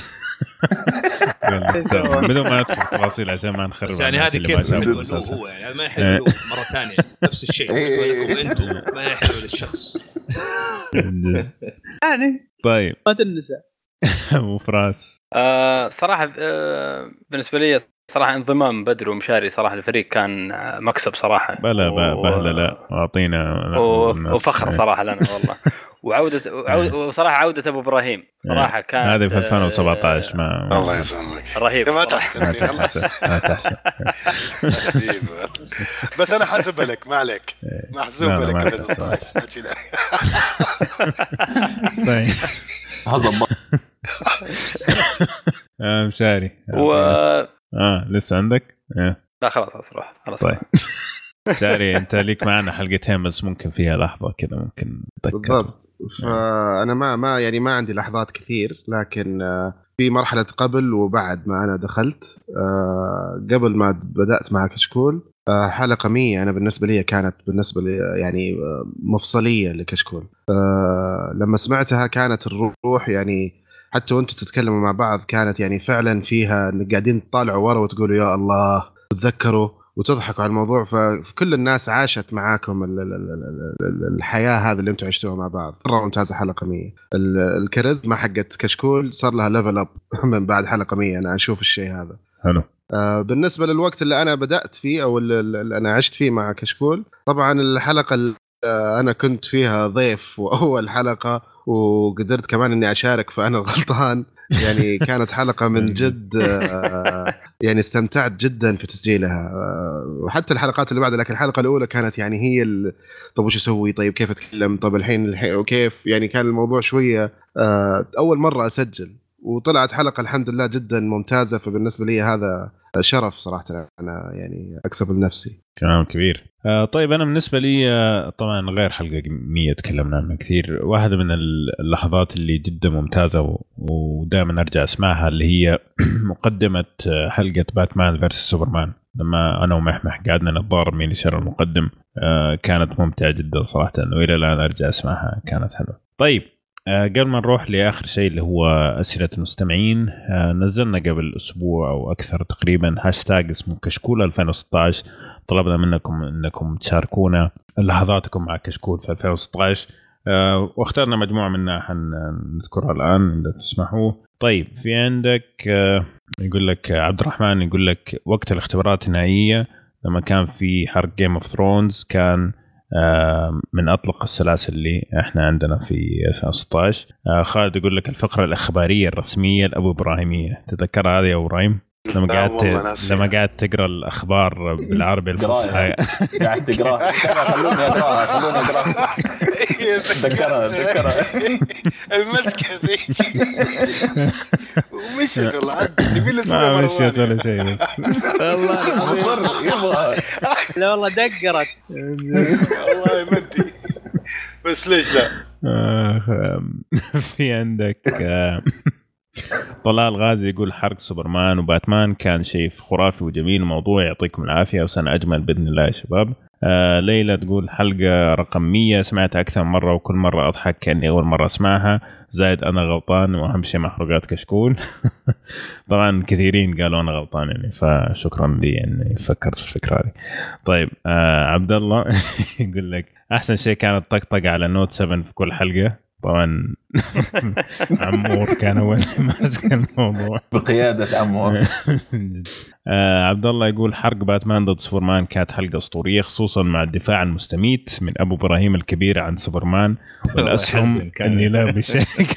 بدون ما ندخل تفاصيل عشان ما نخرب يعني هذه كيف هو يعني ما يحلو مرة ثانية نفس الشيء لكم انتم ما يحلو للشخص يعني. طيب ما تنسى وفراس صراحة بالنسبة لي صراحة انضمام بدر ومشاري صراحة الفريق كان مكسب صراحة. بلا بهلا لا أعطينا وفخر صراحة لنا والله. وصراحة عودة أبو إبراهيم صراحة كان هذه في 2017 ما الله يسلمك رهيب. ما تحسبني خلاص ما تحسب بس أنا حاسبها لك ما عليك محسوبة لك 2016 طيب هضبط مشاري لسه عندك لا خلاص روح خلاص. طيب شاري انت ليك معنا حلقتين بس ممكن فيها لحظه كذا ممكن تذكر. بالضبط. فانا ما يعني ما عندي لحظات كثير، لكن في مرحله قبل وبعد ما انا دخلت قبل ما بدات مع كشكول حلقه 100 انا بالنسبه لي كانت بالنسبه لي يعني مفصليه لكشكول. لما سمعتها كانت الروح يعني حتى وانتم تتكلموا مع بعض كانت يعني فعلا فيها انك قاعدين تطالعوا ورا وتقولوا يا الله تتذكروا وتضحكوا على الموضوع. فكل الناس عاشت معاكم الحياة هذا اللي انتم عشتوها مع بعض. مرة ممتازة حلقة 100. الكاريزما حقت كشكول صار لها ليفل اب من بعد حلقة 100. انا اشوف الشيء هذا حلو. بالنسبة للوقت اللي انا بدأت فيه او اللي انا عشت فيه مع كشكول، طبعا الحلقة اللي انا كنت فيها ضيف واول حلقة وقدرت كمان اني اشارك فانا غلطان يعني كانت حلقة من جد يعني استمتعت جدا في تسجيلها. وحتى الحلقات اللي بعدها، لكن الحلقة الأولى كانت يعني هي طب وش أسوي، طيب كيف أتكلم، طب الحين وكيف يعني كان الموضوع شوية أول مرة أسجل، وطلعت حلقة الحمد لله جدا ممتازة. فبالنسبة لي هذا شرف صراحة، أنا يعني أكسب لنفسي. كلام كبير. طيب أنا بالنسبة لي طبعا غير حلقة 100 تكلمنا عنها كثير، واحدة من اللحظات اللي جدا ممتازة ودائما أرجع أسمعها اللي هي مقدمة حلقة باتمان فيرسس سوبرمان، لما أنا ومحمح قعدنا نتضارب مين يصير المقدم. كانت ممتعة جدا صراحة، وإلى الآن أرجع أسمعها كانت حلوة. طيب قبل ما نروح لآخر شيء اللي هو أسئلة المستمعين، نزلنا قبل أسبوع أو أكثر تقريبا هاشتاج اسمه كشكول 2016. طلبنا منكم أنكم تشاركونا لحظاتكم مع كشكول في 2016، واخترنا مجموعة منها حنذكرها الآن إذا تسمحوا. طيب في عندك يقول لك عبد الرحمن، يقول لك وقت الاختبارات النهائية لما كان في حرق جيم اوف ثرونز كان من أطلق السلاسل اللي احنا عندنا في 2016. خالد يقول لك الفقرة الإخبارية الرسمية لأبو إبراهيمية، تذكر هذه يا إبراهيم؟ لما قاعد تقرا الاخبار بالعربي الفصحى قاعد تقراها خلوني اقراها ذكرها المسكه ذي ومشيت والله عدت ما مشيت ولا شيء والله مصر يبغى لا والله دقرت والله ما ادري بس ليش لا. في عندك طلال غازي يقول حرق سوبرمان وباتمان كان شيء خرافي وجميل الموضوع يعطيكم العافية وسنة أجمل بإذن الله يا شباب. ليلى تقول حلقة رقم 100 سمعتها أكثر مرة وكل مرة أضحك كأني أول مرة أسمعها زايد أنا غلطان وأهم شيء محروقات كشكول. طبعا كثيرين قالوا أنا غلطان يعني فشكرا لي أني فكرت في الفكرة هذه. طيب عبد الله يقول لك أحسن شيء كانت طقطقة على نوت 7 في كل حلقة. طبعا عمور كان اول ماسك الموضوع بقياده عمور. عبد الله يقول حرق باتمان ضد سوبرمان كانت حلقه اسطوريه خصوصا مع الدفاع المستميت من ابو ابراهيم الكبير عن سوبرمان والاسهم اني لا بشيك.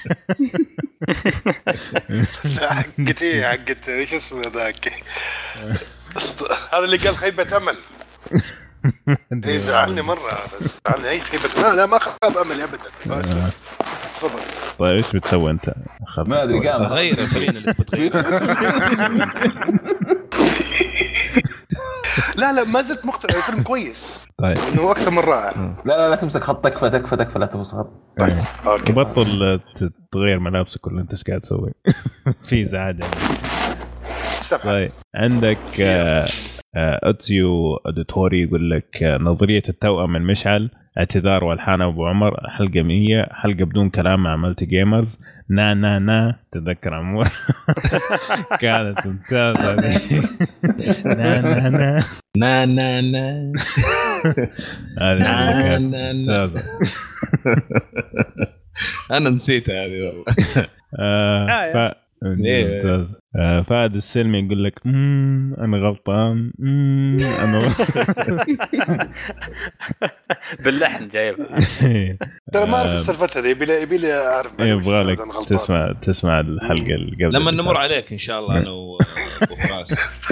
حقت ايش اسمه ذاك هذا اللي قال خيبه امل. زعلني مرة بس زعلني أي خيبة. لا ما خاب أمل أبدا. تفضل. طيب إيش بتسوي أنت؟ ما أدري قام غير خلينا اللي بتغير. لا ما زلت مقتنع الفيلم كويس. طيب. إنه أكثر من رائع. لا تمسك خط تكفى لا تمسك خط. طيب. أوكي. بطل تغير ملابسك ولا أنت إيش قاعد تسوي؟ في زعادة. طيب عندك أتسيو أديتوري يقول لك نظرية التوأم من مشعل اعتذار والحان أبو عمر حلقة 100 حلقة بدون كلام مع مالتي جيمرز نا تذكر عمور. كانت ممتازة نا هذه ممتازة. أنا نسيتها هذه والله. فهد السلمي يقول لك انا غلطان انا باللحن جايبها. ترى ما اعرف السالفه هذه يبي لي اعرف. يبغى لك تسمع الحلقه اللي قبل لما نمر عليك ان شاء الله انا وفراس.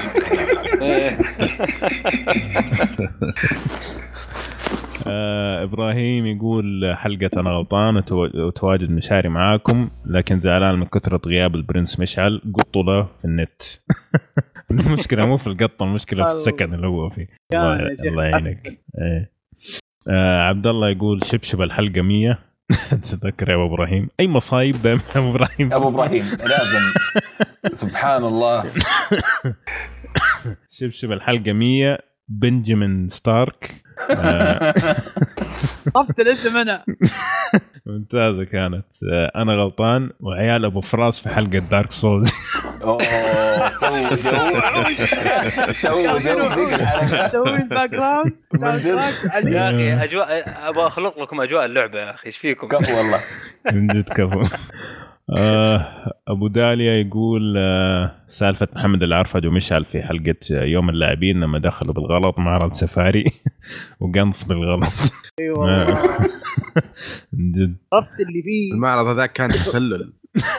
إبراهيم يقول حلقة أنا غلطان وتواجد مشاري معاكم لكن زعلان من كثرة غياب البرنس مشعل قطوا له في النت. المشكلة مو في القطة المشكلة في السكن اللي هو فيه. الله يعينك. عبد الله يقول شبشب الحلقة 100. تذكر يا أبو إبراهيم أي مصايب دائما أبو إبراهيم لازم سبحان الله. شبشب الحلقة 100 بنجامين ستارك. طفت الاسم أنا. ممتازة كانت. أنا غلطان وعيال أبو فراس في حلقة دارك سولز. سوي باك جراوند يا أخي أجواء أبغى أخلق لكم أجواء اللعبة يا أخي إيش فيكم كفو والله من جد كفو. أبو داليا يقول سالفة محمد العرفج ومشعل في حلقة يوم اللاعبين لما دخلوا بالغلط معرض سفاري وقنص بالغلط. أيوة جد رفت اللي فيه المعرض هذاك كان تسلل.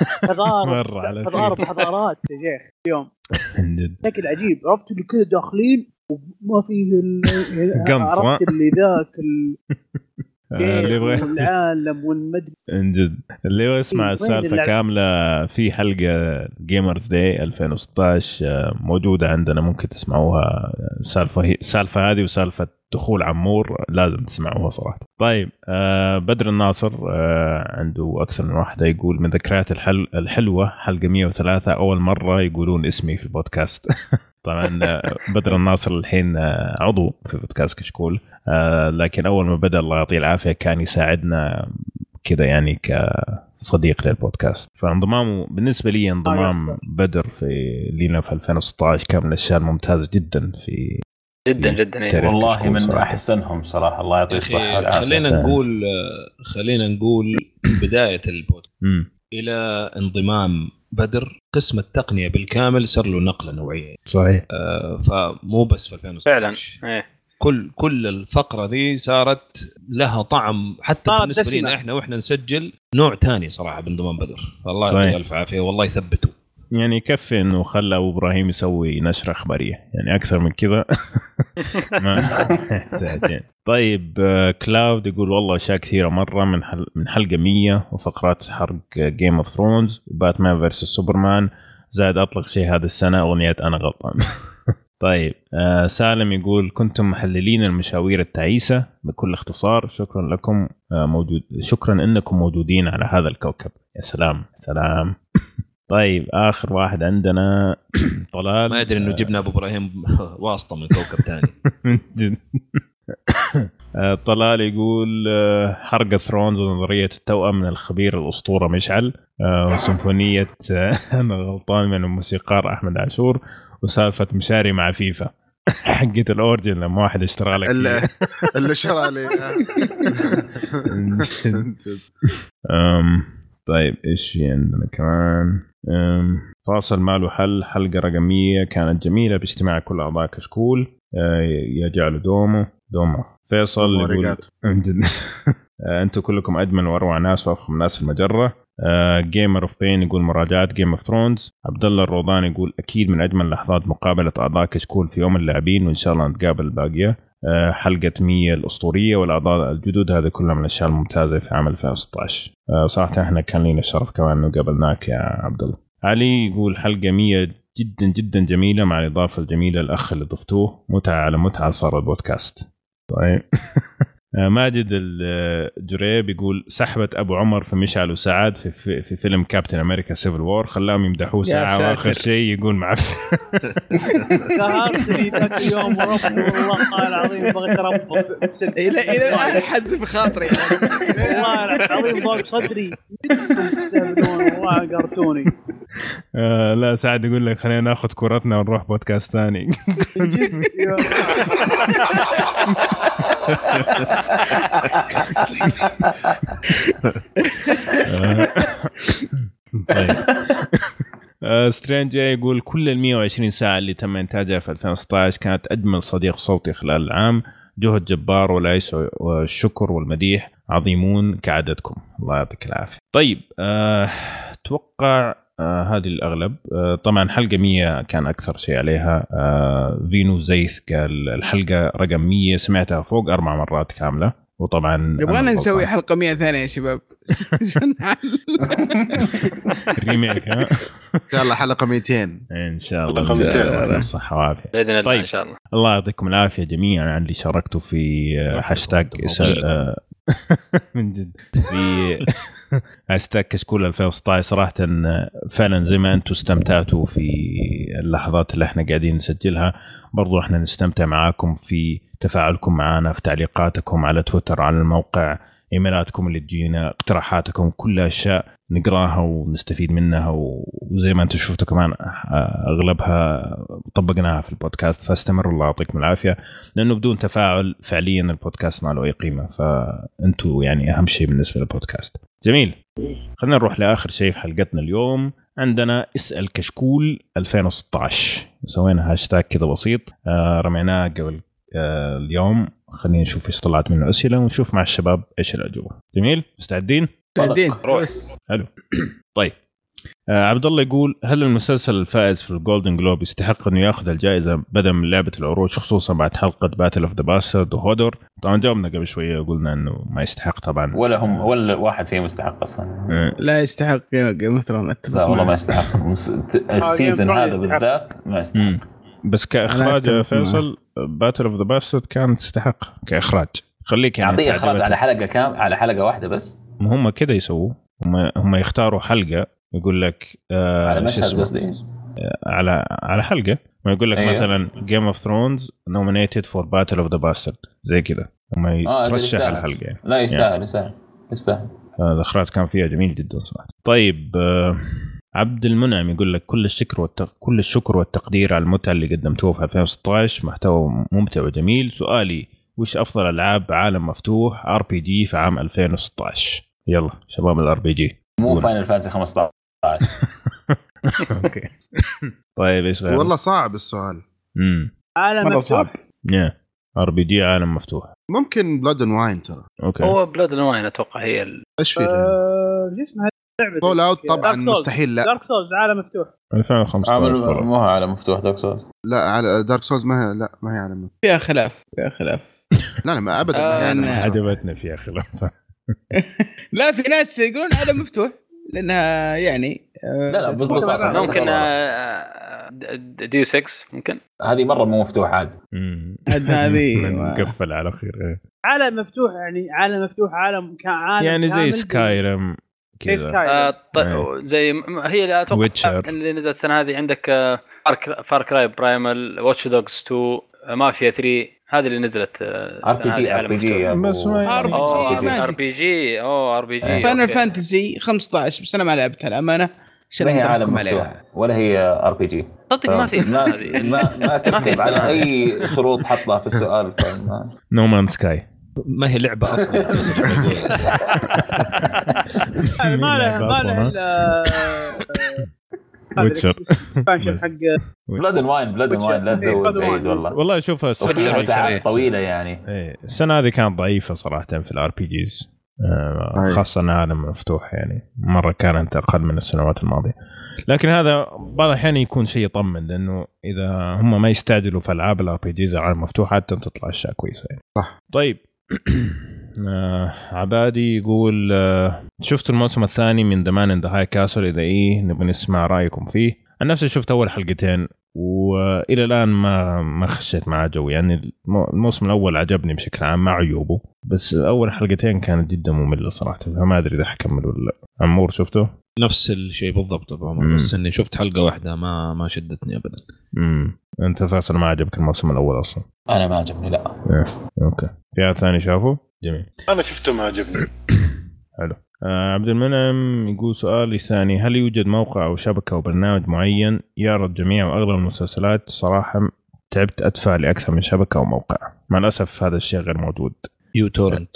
حضارات يا شيخ اليوم شكل عجيب. رفت اللي كده داخلين وما فيه قنص. عرفت اللي ذاك اللي يبغى العالم والمدري جد اللي يسمع السالفة كاملة في حلقة جيمرز داي 2016 موجودة عندنا ممكن تسمعوها. السالفة هذه وسالفة دخول عمور لازم تسمعوها صراحة. طيب بدر الناصر عنده أكثر من واحدة يقول من ذكريات الحلوة حلقة 103 أول مرة يقولون اسمي في البودكاست. طبعا بدر الناصر الحين عضو في بودكاست كشكول لكن أول ما بدأ الله يعطيه العافية كان يساعدنا كذا يعني كصديق للبودكاست. فانضمامه بالنسبة لي انضمام بدر لينا في 2016 كان من الأشياء الممتازة جدا في جدا والله من أحسنهم صراحة الله يعطيه الصحة والعافية. خلينا نقول بداية البودكاست إلى انضمام بدر قسم التقنية بالكامل صار له نقلة نوعية. صحيح. فمو بس في 2016 فعلا. كل الفقرة ذي صارت لها طعم حتى بالنسبة لنا احنا واحنا نسجل نوع تاني صراحة بانضمام بدر. فالله يعطيه الف عافية والله يثبته يعني يكفي انه خلى ابو ابراهيم يسوي نشره اخباريه، يعني اكثر من كذا ما يحتاج. طيب كلاود يقول والله اشياء كثيره مره من حلقه 100 وفقرات حرق جيم اوف ثرونز وباتمان فيرسس سوبرمان، زائد اطلق شيء هذا السنه اغنيه انا غلطان. طيب سالم يقول كنتم محللين المشاوير التعيسه بكل اختصار، شكرا لكم شكرا انكم موجودين على هذا الكوكب. يا سلام سلام. طيب اخر واحد عندنا طلال، ما ادري انه جبنا ابو ابراهيم واسطه من كوكب ثاني. طلال يقول حرق ثرونز ونظريه التوأم من الخبير الاسطوره مشعل، وسيمفونيه انا غلطان من الموسيقار احمد عاشور، وسالفه مشاري مع فيفا حقت الاورجن لما واحد اشترى لك اللي شرى لي. طيب ايش في عندنا كمان؟ فاصل ماله حل، حلقه رقميه كانت جميله باجتماع كل اعضاء كشكول، يجعل دومه فيصل يقول انتم كلكم اجمل واروع ناس وافخم ناس في المجره. جيمر اوف بين يقول مراجعات جيم اوف ثرونز. عبد الله الروضاني يقول اكيد من اجمل لحظات مقابله اعضاء كشكول في يوم اللاعبين، وان شاء الله نتقابل الباقيه. حلقه 100 الاسطوريه والاعضاء الجدد، هذه كلها من الاشياء الممتازه في عام 2016. صراحه احنا كان لنا الشرف كمان انه قابلناك يا عبد الله. علي يقول حلقه 100 جدا جدا جميله، مع الاضافه الجميله الاخ اللي ضفتوه، متعه على متعه صار البودكاست. طيب ماجد الجريب يقول سحبة أبو عمر في مشعل وسعد في فيلم كابتن أمريكا سيفل وور خلاهم يمدحوه ساعة، وآخر شيء يقول معفن. قهرتني ذاك اليوم والله العظيم بغيت أربط إلى الآن حز بخاطري والله العظيم ضاق صدري تستهبلون والله قهرتوني. لا سعد يقول لك خلينا ناخذ كرتنا ونروح بودكاست ثاني. طيب سترينج يقول كل ال 120 ساعة اللي تم إنتاجها في 2016 كانت أجمل صديق صوتي خلال العام، جهد جبار والعيش والشكر والمديح عظيمون كعادتكم، الله يعطيك العافية. طيب توقع هذه الأغلب. طبعا حلقة 100 كان أكثر شيء عليها. فينو زيث قال الحلقة رقم 100 سمعتها فوق 4 مرات كاملة، وطبعا يبغانا نسوي حلقة 100 ثانية يا شباب. ريميك ها يلا حلقة 200 إن شاء الله. صحة وعافية بإذن الله. طيب. إن شاء الله. الله يعطيكم العافية جميعا اللي شاركتوا في هاشتاج من جد في هاشتاج كشكول 2016. صراحة فعلا زي ما أنتم استمتعتوا في اللحظات اللي احنا قاعدين نسجلها، برضو احنا نستمتع معاكم في تفاعلكم معنا، في تعليقاتكم على تويتر، على الموقع، ايميلاتكم اللي تجينا، اقتراحاتكم، كل اشياء نقراها ونستفيد منها، وزي ما انتم شفتوا كمان اغلبها طبقناها في البودكاست. فاستمروا الله يعطيكم العافيه، لانه بدون تفاعل فعليا البودكاست ما له اي قيمه، فانتم يعني اهم شيء بالنسبه للبودكاست. جميل، خلينا نروح لاخر شيء في حلقتنا اليوم. عندنا اسال كشكول 2016، سوينا هاشتاج كذا بسيط رميناه قبل اليوم، خلينا نشوف ايش طلعت منه اسئله ونشوف مع الشباب ايش الاجوبه. جميل، مستعدين؟ بس حلو. طيب عبد الله يقول هل المسلسل الفائز في الجولدن جلوب يستحق انه ياخذ الجائزه بدل من لعبه العروش، خصوصا بعد حلقه باتل اوف ذا باسترد وهودور؟ طبعا جاوبنا قبل شويه وقلنا انه ما يستحق طبعا، ولا واحد فيهم يستحق اصلا. لا يستحق مثلا. لا والله ما يستحق. السيزون هذا بالذات ما يستحق. بس كاخراج فيصل باتل اوف ذا باسترد كان تستحق كاخراج. خليك يعني يعطيه اخراج على حلقه كام، على حلقه واحده بس. هم كده يسووا، هم يختاروا حلقه يقول لك على مشهد قصدي على حلقه، ما يقول لك مثلا Game of Thrones nominated for Battle of the Bastard زي كده، هم يرشح الحلقه يعني. لا يستاهل يستاهل. الاخراج كان فيها جميل جدا صراحه. طيب عبد المنعم يقول لك كل الشكر والتقدير على المتعه اللي قدمتوه في 2016، محتوى ممتع وجميل. سؤالي وش افضل العاب عالم مفتوح RPG في عام 2016؟ يلا شباب الار بي جي، مو فاينل فانتسي 15. اوكي طيب ايش غير؟ والله صعب السؤال. عالم مفتوح صعب. ار بي جي عالم مفتوح ممكن بلاد اند واين ترى. اوكي هو بلاد اند واين اتوقع هي ايش في اسمها فول اوت طبعا مستحيل. لا دارك سولز عالم مفتوح 2015 مو عالم مفتوح دارك سولز. لا على دارك سولز ما هي عالم مفتوح. فيها خلاف لا ما ابدا يعني عجبتني فيها خلاف. لا في ناس يقولون عالم مفتوح لانها يعني لا بالضبط ممكن ديو 6 ممكن هذه مره مو مفتوح عاد. هذه مقفل على خير. عالم مفتوح يعني عالم مفتوح عالم كعالم يعني زي سكايرم كذا. زي هي اللي اتوقع اللي نزلت السنه هذه. عندك فار كراي برايمال، واتش دوغز 2، مافيا 3، هذه اللي نزلت ار بي جي فاينل فانتسي 15 بس انا ما لعبتها الامانه عشان اعرفكم عليها. ولا هي ار بي جي صدق ما في ما تكتب على اي شروط حطها في السؤال. نو مان سكاي ما هي لعبه اصلا. ما لها ويتشر حق بلاد واين لا بعيد والله شوفها ساعات طويله يعني. السنه هذه كانت ضعيفه صراحه في الار بي جيز، خاصه ان عالم مفتوح يعني مره كانت اقل من السنوات الماضيه. لكن هذا بعض الاحيان يكون شيء يطمن، لانه اذا هم ما يستعجلوا في العاب الار بي جيز عالم مفتوح حتى تطلع اشياء كويسه يعني. صح. طيب عبادي يقول شفت الموسم الثاني من The Man in the High Castle؟ إذا نبغى نسمع رأيكم فيه. أنا نفسي شفت أول حلقتين وإلى الآن ما خشيت مع جو يعني. الموسم الأول عجبني بشكل عام مع عيوبه، بس أول حلقتين كانت جدا مملة صراحة، فما أدري إذا حكمل ولا لا. عمور شفته؟ نفس الشيء بالضبط بس إني شفت حلقة واحدة ما شدتني أبدا. أنت فاصل ما عجبك الموسم الأول أصلا؟ أنا ما عجبني لا. أوكي. في ثاني شافه؟ جميل. أنا شفته ما عجبني. حلو. عبد المنعم يقول سؤالي الثاني: هل يوجد موقع أو شبكة أو برنامج معين يعرض جميع وأغلب المسلسلات؟ صراحة تعبت أدفع لأكثر من شبكة أو موقع، مع الأسف هذا الشيء غير موجود. يوتورنت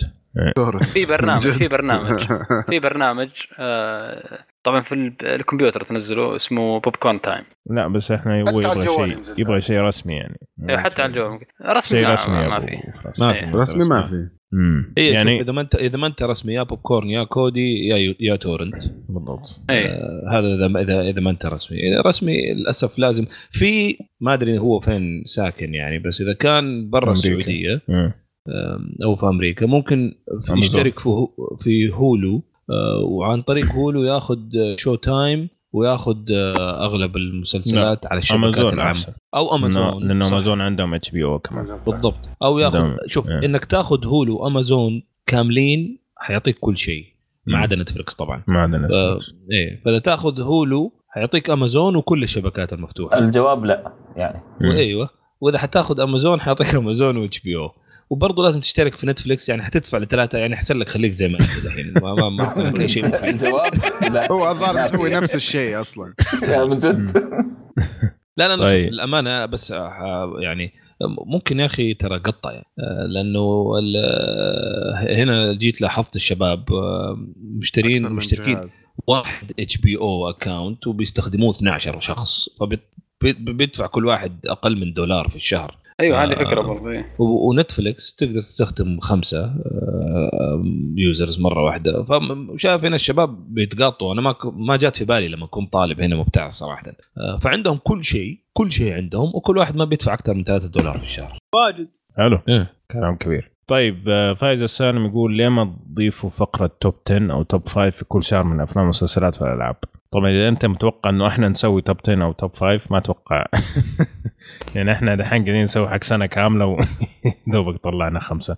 في برنامج طبعا في الكمبيوتر تنزله اسمه بوب كورن تايم. لا بس احنا يبغى شيء رسمي يعني. حتى على الجوال ممكن رسمي ما في رسمي ما في. يعني اذا ما انت رسمي يا بوب كورن يا كودي يا تورنت بالضبط. هذا اذا ما انت رسمي للاسف لازم في ما ادري هو فين ساكن يعني، بس اذا كان برا السعوديه او في امريكا ممكن يشترك في هولو، وعن طريق هولو ياخذ شو تايم وياخذ اغلب المسلسلات على الشبكات العامه او امازون، لانه امازون عندهم اتش بي او كمان. بالضبط. او ياخذ شوف انك تاخذ هولو امازون كاملين حيعطيك كل شيء ما عدا نتفلكس طبعا. ما عدا نتفلكس. فاذا تاخذ هولو حيعطيك امازون وكل الشبكات المفتوحه. الجواب لا يعني. وايوه، واذا حتاخذ امازون حيعطيك امازون واتش بي او، وبرضه لازم تشترك في نتفليكس يعني حتدفع ل3 يعني احسن لك خليك زي ما انت الحين ما في شيء مفيد. الجواب لا. هو الظاهر مسوي نفس الشيء اصلا من جد. لا طيب. الامانه بس يعني ممكن يا اخي ترى قطع يعني، لانه هنا جيت لاحظت الشباب مشترين واحد اتش بي او اكاونت وبيستخدموه 12 شخص، فبيدفع كل واحد اقل من $1 في الشهر. ايوه هذه فكره برضه. ونتفليكس تقدر تستخدم 5 يوزرز مره واحده. فشايف هنا الشباب بيتقاطوا. انا ما جات في بالي لما كنت طالب هنا مبتاع صراحه. فعندهم كل شيء عندهم، وكل واحد ما بيدفع اكثر من $3 في الشهر. واجد حلو. كلام كبير. طيب فايز السالم يقول ليه ما تضيفوا فقره توب 10 او توب 5 في كل شهر من افلام ومسلسلات والالعاب؟ طبعا اذا انت متوقع انه احنا نسوي توب 10 او توب 5 ما اتوقع. يعني احنا دحين قاعدين نسوي حق سنه كامله ودوبك طلعنا 5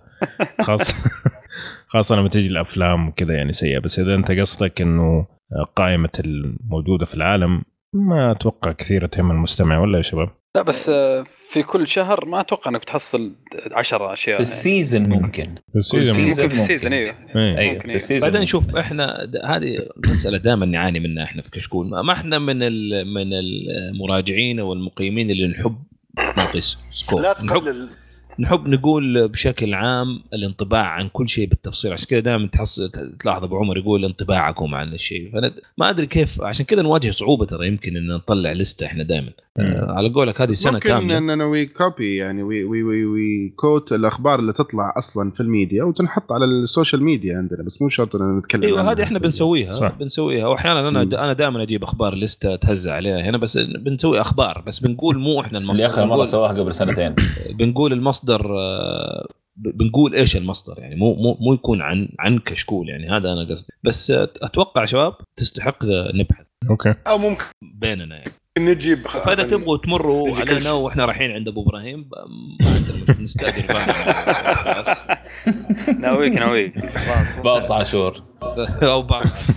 خاصه لما تيجي الافلام وكذا يعني سيئه. بس اذا انت قصدك انه قائمه الموجوده في العالم ما اتوقع كثير تهم المستمع، ولا يا شباب؟ لا بس في كل شهر ما اتوقع انك تحصل 10 اشياء. في السيزون ممكن. في السيزون ايوه. بعدين نشوف احنا هذه مساله دائما نعاني منها احنا في كشكول. ما احنا من المراجعين والمقيمين اللي نحب نقيس سكور. نحب نقول بشكل عام الانطباع عن كل شيء بالتفصيل. عشان كذا دائما تلاحظ ابو عمر يقول انطباعكم عن الشيء. فانا ما ادري كيف، عشان كذا نواجه صعوبه ترى. يمكن ان نطلع لسته احنا دائما على قولك هذه سنه كامله ممكن اننا وي كوبي يعني وي كوت الاخبار اللي تطلع اصلا في الميديا وتنحط على السوشيال ميديا عندنا، بس مو شرط اننا نتكلم. ايوه هذه احنا بنسويها واحيانا انا دائما اجيب اخبار لسته تهزع عليها هنا، بس بنسوي اخبار بس بنقول مو احنا المصدر. اللي اخر مره سواها قبل سنتين بنقول المصدر، بنقول ايش المصدر يعني، مو يكون عن كشكول يعني. هذا انا قصدي. بس اتوقع شباب تستحق نبحث اوكي او ممكن بيننا يعني نجيب فاذا تبغوا تمروا علينا واحنا رايحين عند ابو ابراهيم ما عندنا مشكله نستاجر خلاص. ناويك باص عاشور او باص.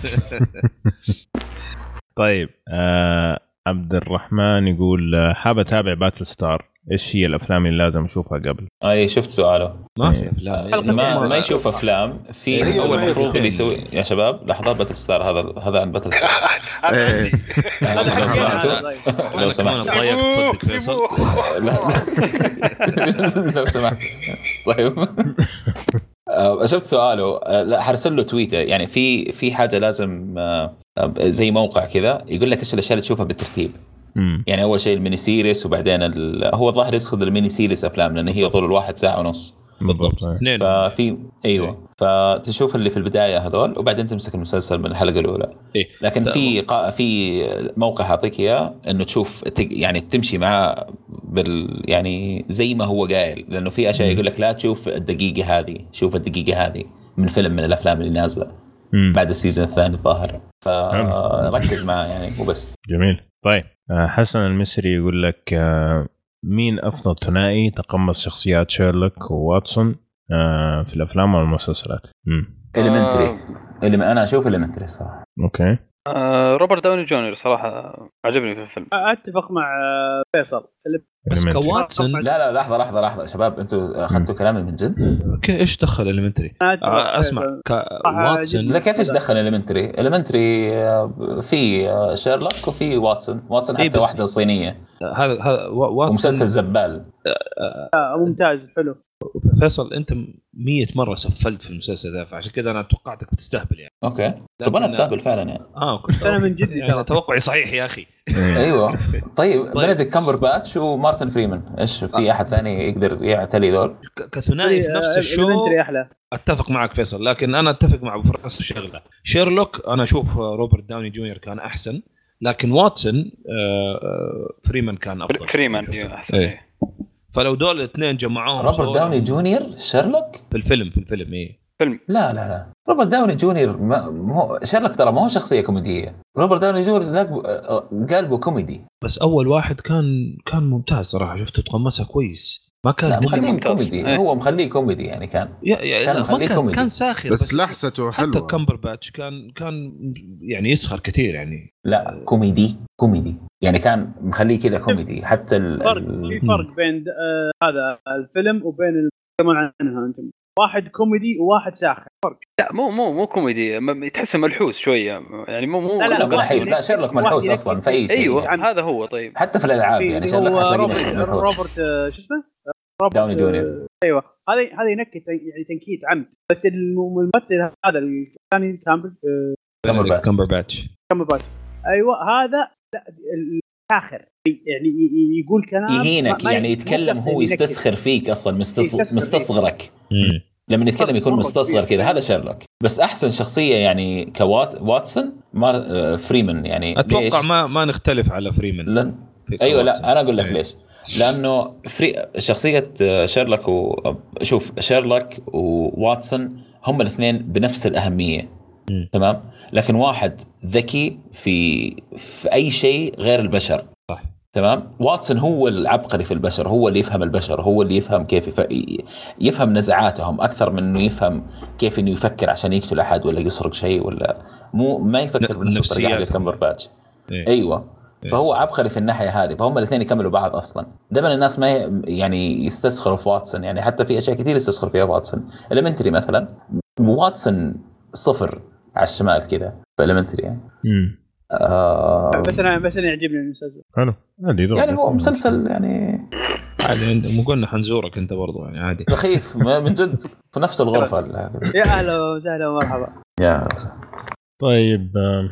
طيب عبد الرحمن يقول حابب اتابع باتل ستار، ايش هي الافلام اللي لازم اشوفها قبل؟ اي شفت سؤاله. ما في افلام ما يشوف افلام في اول المفروض اللي يسوي يا شباب لحظات باتل ستار. هذا عن باتل ستار لو سمحت ضيق صدق فيصل لو سمحت. طيب شفت سؤاله. لا حرسل له تويتر يعني في حاجه لازم زي موقع كذا يقول لك ايش الاشياء اللي تشوفها بالترتيب. يعني اول شيء الميني سيريس وبعدين هو الظاهر يقصد الميني سيريس افلام لان هي طول الواحد ساعه ونص بالضبط. ففي ايوه فتشوف اللي في البدايه هذول وبعدين تمسك المسلسل من الحلقه الاولى. لكن في موقع اعطيك اياه انه تشوف يعني تمشي معاه يعني زي ما هو قايل، لانه في اشياء يقول لك لا تشوف الدقيقه هذه، شوف الدقيقه هذه من فيلم من الافلام اللي نازله بعد السيزون الثاني الظاهر، فركز معاه يعني وبس. جميل. طيب حسن المصري يقول لك مين أفضل ثنائي تقمص شخصيات شيرلوك وواتسون في الأفلام والمسلسلات؟ إليمنتري. أنا أشوف إليمنتري صراحة. أوكي. روبرت داوني جونيور صراحة عجبني في الفيلم. أتفق مع فيصل. بس كواتسون لا لحظة شباب أنتوا أخذتوا كلامي من جد؟ أوكي إيش دخل إليمنتري؟ أسمع واتسون. لا كيف إيش دخل إليمنتري في شيرلوك وفي واتسون حتى واحدة صينية. هذا ومسلسل زبال. ممتاز حلو. فيصل انت 100 مره سفلت في المسلسل ذا، فعشان كده انا توقعتك بتستهبل يعني. اوكي طب انا استهبل فعلا يعني. كنت انا من جد يعني توقعي صحيح يا اخي. ايوه طيب بنديكت كامبرباتش ومارتن فريمان، ايش في احد ثاني يقدر يعتلي ذول كثنائي في نفس الشو؟ اتفق معك فيصل، لكن انا اتفق مع ابو فراس شغله. شيرلوك انا اشوف روبرت داوني جونيور كان احسن، لكن واتسون فريمان كان افضل. فريمان احسن. فلو دول الاثنين جمعوهم روبرت داوني جونيور شيرلوك في الفيلم فيلم لا روبرت داوني جونيور شيرلوك ترى ما هو شخصيه كوميديه. روبرت داوني جونيور قلبه كوميدي، بس اول واحد كان ممتاز صراحه، شفته تقمصها كويس. ما كان مخليه كوميدي. هو مخليه كوميدي يعني كان ساخر بس لحسته حلوه. حتى كامبرباتش كان يعني يسخر كثير يعني. لا كوميدي يعني كان مخليه كذا كوميدي. حتى في فرق بين هذا الفيلم وبين كمان عنها انتم. واحد كوميدي وواحد ساخر، فرق. لا مو كوميدي، تحسه ملحوس شويه يعني. مو لا شيرلوك ملحوس اصلا في اي شيء. ايوه يعني. هذا هو. طيب حتى في الالعاب يعني شيرلوك هتلاقيه روبرت شو اسمه داوني جونيور. ايوه هذه نكت يعني تنكيت عمد. بس الممثل هذا الثاني كامبرباتش ايوه هذا ساخر يعني يقول كلام يهينك يعني يتكلم هو يستسخر فيك اصلا مستصغرك. لما يتكلم يكون مستصغر كذا. هذا شيرلوك. بس احسن شخصيه يعني واتسون فريمان يعني. اتوقع ما نختلف على فريمان. ايوه لا انا اقول لك ليش. لانه شخصيه شيرلوك شوف شيرلوك وواتسون هم الاثنين بنفس الاهميه. تمام. لكن واحد ذكي في اي شيء غير البشر. صح. تمام. واتسون هو العبقري في البشر، هو اللي يفهم البشر، هو اللي يفهم كيف يفهم نزعاتهم اكثر من انه يفهم كيف انه يفكر عشان يقتل احد ولا يسرق شيء ولا ما يفكر بنفس الطريقه حق كامبرباتش. ايوه فهو عبقري في الناحيه هذه. فهم الاثنين يكملوا بعض اصلا. دائما الناس ما يعني يستسخروا في واتسون يعني. حتى في اشياء كثير يستسخروا فيها واتسون. إليمنتري مثلا واتسون 0 على الشمال كذا في إليمنتري يعني. بس انا يعجبني المسلسل. حلو يعني هو مسلسل يعني عادي. مو قلنا حنزورك انت برضو يعني عادي سخيف من جد في نفس الغرفه. يا اهلا وسهلا ومرحبا. يا طيب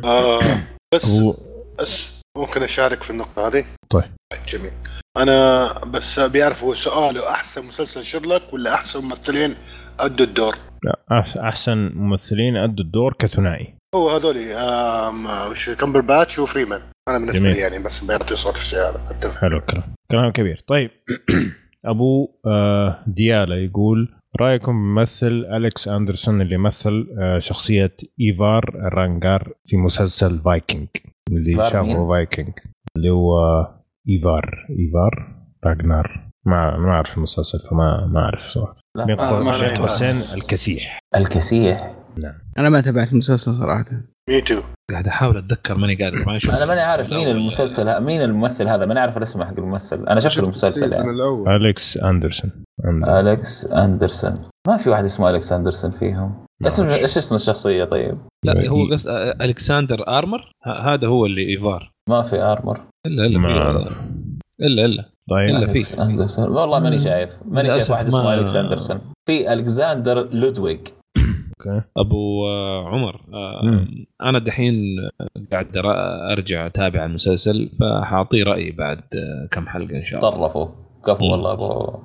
بس ممكن اشارك في النقطه هذه. طيب جميل. انا بس بيعرفوا سؤاله احسن مسلسل شيرلوك ولا احسن ممثلين ادوا الدور؟ لا احسن ممثلين ادوا الدور كثنائي هو هذولي وش كامبرباتش وفريمان. انا بالنسبه لي يعني بس بيعطي صوت في الشيء هذا. حلو كلام كبير. طيب ابو ديالا يقول رايكم بممثل أليكس أندرسون اللي مثل شخصيه ايفار رانغار في مسلسل فايكنج اللي شافه فايكنج اللي هو ايفار راغنار. ما اعرف المسلسل فما اعرف صراحه. ما حسين الكسيح. نعم انا ما تابعت المسلسل صراحه. ميتو قاعد احاول اتذكر ماني قادر ما اشوف. انا ماني عارف مين المسلسل مين الممثل هذا. ما اعرف الاسم حق الممثل. انا شفت المسلسل يعني. أليكس أندرسون. ما في واحد اسمه أليكس أندرسون فيهم. ايش اسم الشخصيه طيب؟ لا هو قص ألكسندر آرمر. هذا هو اللي إيفار. ما في آرمر إلا طيب إلا في والله ماني شايف واحد اسمه أليكس أندرسون. في ألكسندر لودويغ. أبو عمر أنا دحين قاعد أرجع أتابع المسلسل فحاعطيه رأيي بعد كم حلقة إن شاء الله. طرفوا كفو والله أبو.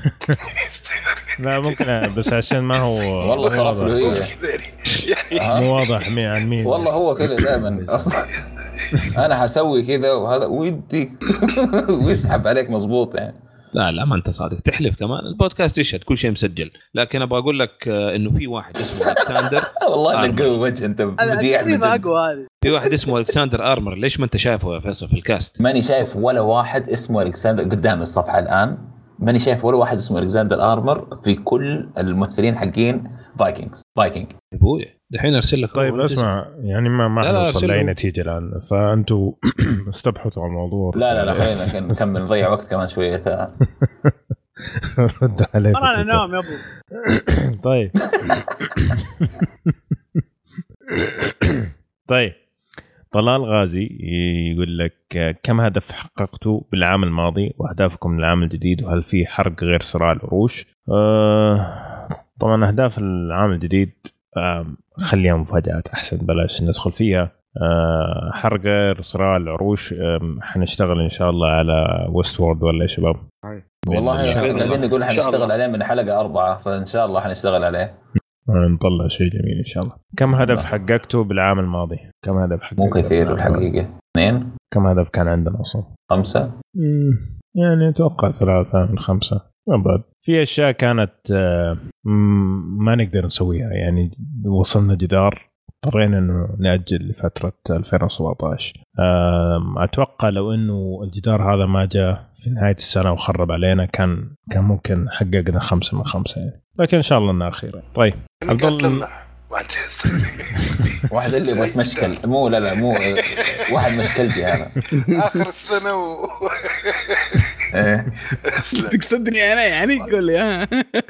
لا ممكن بس عشان ما هو والله صرف له مو واضح عن مين. والله هو كذا دائما أصلا. أنا حسوي كذا وهذا ويدي ويسحب عليك مضبوط يعني. لا ما انت صادق تحلف كمان. البودكاست يشهد كل شيء مسجل. لكن ابغى اقول لك انه في واحد اسمه ألكسندر والله انك قوي وجه انت بديع من جد. في واحد اسمه ألكسندر آرمر. ليش ما انت شايفه يا فيصل في الكاست؟ ماني شايف ولا واحد اسمه ألكسندر قدام الصفحه الان. ماني شايف ولا واحد اسمه ألكسندر آرمر في كل الممثلين حقين فايكنج. ابوي دحين ارسل لك. طيب اسمع يعني ما نوصل لاي نتيجه الان فانتوا استبحثوا عن الموضوع. لا خلينا نكمل نضيع وقت كمان شويه. رد عليك انا نام يا ابو. طيب طلال غازي يقول لك كم هدف حققتوا بالعام الماضي واهدافكم للعام الجديد وهل في حرق غير صراع العروش؟ طبعا اهداف العام الجديد خليها مفاجآت احسن بلاش ندخل فيها. حرق غير صراع العروش حنشتغل ان شاء الله على ويست وورد ولا يا شباب؟ والله قاعدين نقول حنشتغل عليه من حلقة 4 فان شاء الله حنشتغل عليه. نطلع شيء جميل ان شاء الله. كم هدف حققته بالعام الماضي؟ كم هدف حققته؟ مو كثير الحقيقة. 2. كم هدف كان عندنا اصلا؟ 5 يعني اتوقع 3 من 5. بعد في اشياء كانت ما نقدر نسويها يعني وصلنا جدار اضطرينا انه نأجل لفترة 2017. اتوقع لو انه الجدار هذا ما جاء في نهاية السنة وخرب علينا كان ممكن حققنا 5 من 5 يعني. لكن ان شاء الله انها اخيرا. طيب واحد اللي يبغى مشكل مو مو واحد مشكلتي هذا اخر السنه ايه تقصدني انا يعني تقول لي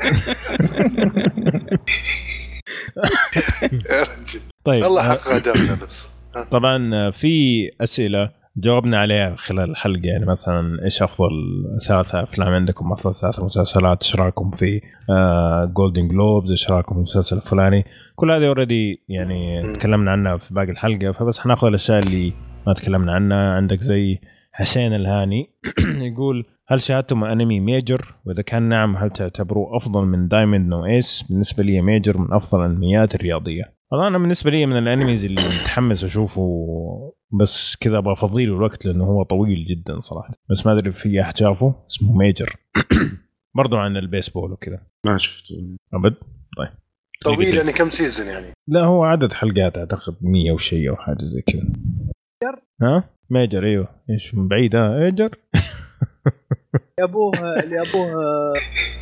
طيب الله حق هدفنا بس. طبعا في اسئله جاوبنا عليها خلال الحلقه يعني مثلا ايش افضل 3 افلام عندكم، افضل 3 مسلسلات، ايش رايكم في جولدن جلوبز، ايش رايكم في المسلسل الفلاني. كل هذه اوريدي يعني تكلمنا عنها في باقي الحلقه فبس حناخذ الاشياء اللي ما تكلمنا عنها. عندك زي حسين الهاني يقول هل شاهدتم انمي ميجر واذا كان نعم هل تعتبروه افضل من دايموند نو ايس؟ بالنسبه لي ميجر من افضل الانميات الرياضيه. انا بالنسبه لي من الانميز اللي متحمس اشوفه بس كذا ابغى افضيله الوقت لانه هو طويل جدا صراحه. بس ما ادري في احد شافه اسمه ميجر برضو عن البيسبول وكذا. ما شفته ابد. طيب طويل يعني كم سيزن يعني؟ لا هو عدد حلقات اعتقد 100 او شيء او حاجه زي كذا. ها ميجر ايوه ايش من بعيد ميجر يا ابوه اللي ابوه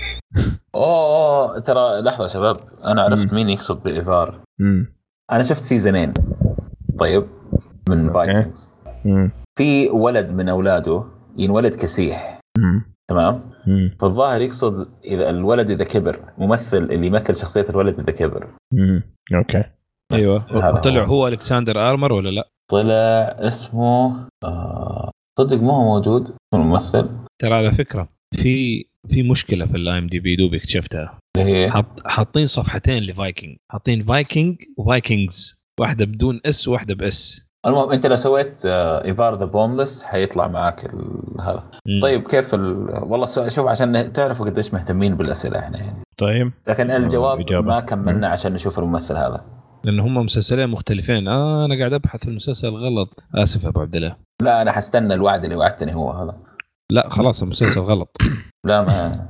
ترى لحظه شباب انا عرفت مين يقصد بايفار. انا شفت سيزنين طيب من فايكنجز. في ولد من اولاده ينولد كسيح تمام. فالظاهر يقصد اذا الولد اذا كبر ممثل اللي يمثل شخصيه الولد اذا كبر. اوكي ايوه طلع هو ألكسندر آرمر ولا لا؟ طلع اسمه صدق ما هو موجود الممثل. ترى على فكرة في مشكلة في اللايم دي بي دوب اكتشفتها. حاطين صفحتين لفايكنج، حاطين فايكنج وفايكنجز، واحدة بدون اس وواحدة باس. المهم انت لو سويت ايفار ذا بوملس حيطلع معك هذا. طيب كيف والله شوف عشان تعرفوا قديش مهتمين بالاسئله احنا يعني. طيب لكن الجواب ما كملنا عشان نشوف الممثل هذا، لان هم مسلسلين مختلفين. انا قاعد ابحث في المسلسل غلط، اسف يا ابو عبد الله. لا انا حستنى الوعد اللي وعدتني هو هذا. لا خلاص المسلسل غلط. لا ما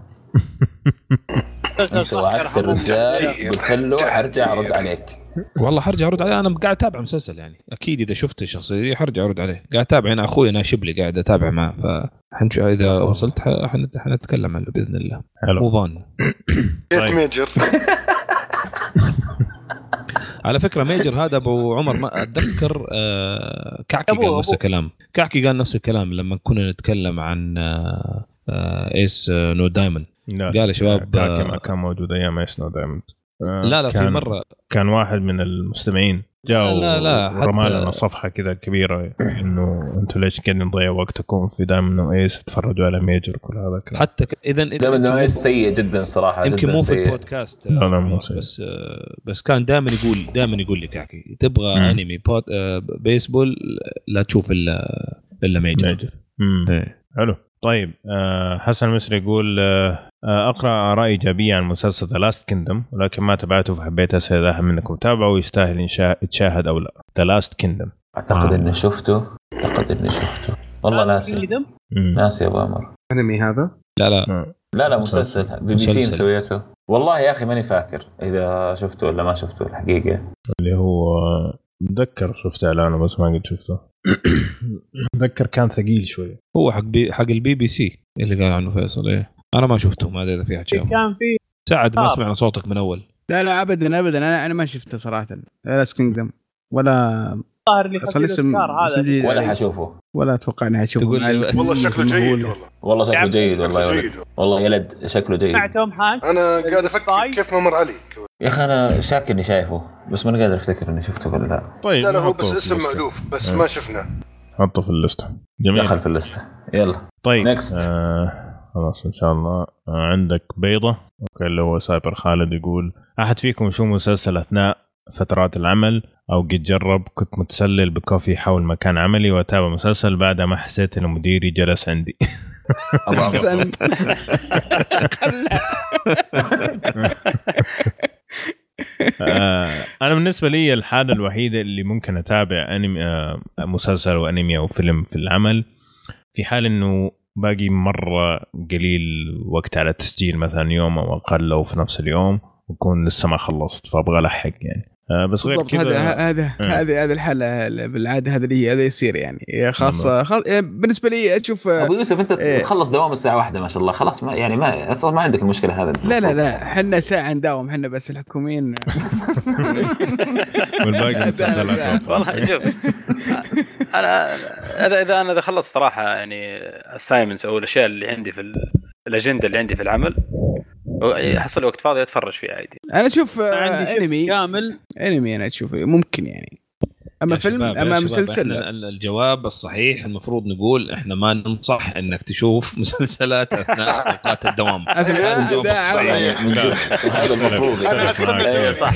انت وعدت الرجال قلت له حرجع ارد عليك. والله حرجع ارد عليه، انا قاعد اتابع مسلسل يعني اكيد اذا شفت الشخصيه دي حرجع ارد عليه. قاعد اتابع انا اخوي ناشب لي قاعد اتابع معه، فحنشوف اذا وصلت حنتكلم عنه باذن الله. موفان كيف ميجر؟ على فكره ميجر هذا ابو عمر ما اتذكر. كعكي قال نفس الكلام. كعكي قال نفس الكلام لما كنا نتكلم عن ايس نو دايموند. قال يا شباب ما كان موجود ايام ايس نو دايموند. لا في مره كان واحد من المستمعين جاء ورمى لنا صفحه كذا كبيره انه انتم ليش قاعدين نضيع وقتكم في دايموند وايس تفرجوا على ميجر وكل هذا الكلام. حتى اذا دايموند وايس سيء جدا صراحه. يمكن مو في البودكاست. لا بس كان دائما يقول لك كعكي تبغى انمي بيسبول لا تشوف الا ميجر. حلو. طيب حسن مصري يقول أقرأ آراء إيجابية عن مسلسل The Last Kingdom ولكن ما تابعته فحبيت أسأل إذا منكم تابعه ويستاهل يتشاهد أو لا. The Last Kingdom أعتقد إني شفته. والله ناسي يا أبو عمر. أنمي هذا؟ لا مسلسل بي بي سي مسويته. والله يا أخي ماني فاكر إذا شفته ولا ما شفته الحقيقة. اللي هو متذكر شفت إعلانه بس ما قد شفته. متذكر كان ثقيل شوي. هو حق البي بي سي اللي قال عنه فيصل. ايه انا ما شفته، ما ادري اذا في حاجه. كان في سعد ما سمعنا صوتك من اول. لا ابدا انا ما شفته صراحه. لا كينجدم ولا ظاهر اللي خد الاسكار هذا ولا حشوفه ولا اتوقع اني حشوفه. والله شكله جيد. والله شكله جيد والله يلد شكله جيد. سمعتهم حاج. انا قاعد افكر كيف ما مر علي يا اخي. انا شاك اني شايفه بس ما قادر افتكر اني شفته ولا لا. طيب لا هو بس اسم مألوف بس ما شفناه. حطه في الليسته. جميل. دخل في الليسته يلا. طيب خلاص ان شاء الله. عندك بيضه اوكي اللي هو سايبر خالد يقول احد فيكم شو مسلسل اثناء فترات العمل او قد جرب كنت متسلل بكوفي حول مكان عملي واتابع مسلسل بعد ما حسيت انه مديري جلس عندي. انا بالنسبه لي الحاله الوحيده اللي ممكن اتابع انمي مسلسل وانمي او فيلم في العمل في حال انه باقي مره قليل وقت على التسجيل مثلا يوم او اقل او في نفس اليوم وكون لسه ما خلصت فابغى الحق يعني. بس غير كذا هذه الحاله بالعاده هذا يصير يعني خاصه بالنسبه لي اشوف ابو يوسف انت تخلص دوام الساعه 1 ما شاء الله خلاص ما يعني ما اصلا ما عندك المشكله هذا. لا احنا ساعه نداوم احنا بس الحكوميين والباقي مسلسلات. والله شوف انا اذا خلصت صراحه يعني السايمنز او الاشياء اللي عندي في الاجنده اللي عندي في العمل يحصل وقت فاضي اتفرج فيه عادي. انا اشوف انمي كامل انا اشوف ممكن يعني. اما فيلم اما مسلسل الجواب الصحيح المفروض نقول احنا ما ننصح انك تشوف مسلسلات اثناء اوقات الدوام. هذا الجواب الصحيح من جد. هذا المفروض. انا استمتع. صح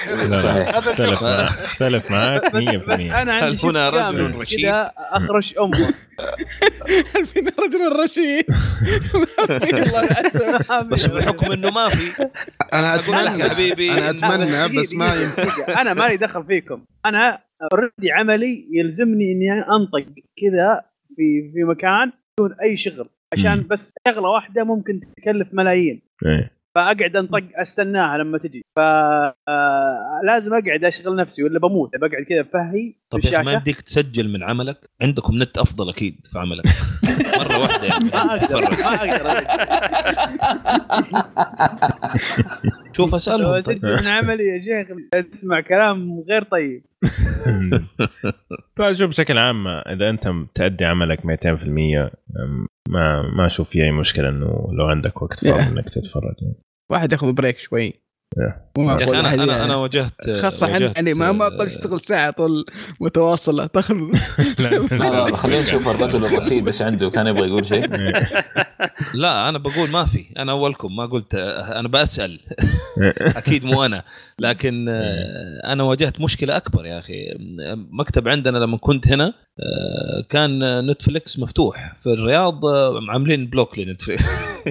اختلف معك 100%. انا عندي هنا رجل رشيد اخرج امه. فينا رجل رشيد بس بحكم انه ما في. انا اتمنى حبيبي انا اتمنى بس ما ينفع. انا مالي دخل فيكم. انا اوريدي عملي يلزمني اني انطق كذا في مكان بدون اي شغل عشان بس شغله واحده ممكن تكلف ملايين. فاقعد انطق استناها لما تجي فلازم اقعد اشغل نفسي ولا بموت بقعد كذا بفهي. طب يا اخي ما بدك تسجل من عملك؟ عندكم نت افضل اكيد في عملك. مره واحده يعني ما اقدر شوف اسالهم طيب. من عملي يا شيخ تسمع كلام غير طيب. فشوف بشكل عام اذا انت تأدي عملك 200% ما اشوف فيه اي مشكله انه لو عندك وقت فاضي انك تتفرج يعني. واحد ياخذ بريك شوي يا اخي انا واجهت خاصه يعني ما اقول اشتغل ساعه طول متواصله تاخذ. لا خلينا نشوف الرجل الرشيد ايش عنده، كان يبغى يقول شيء. لا انا بقول ما في، انا اولكم ما قلت، انا بسأل اكيد مو انا، لكن انا واجهت مشكله اكبر يا اخي. مكتب عندنا لما كنت هنا كان نتفليكس مفتوح في الرياض، عاملين بلوك لنتفليكس.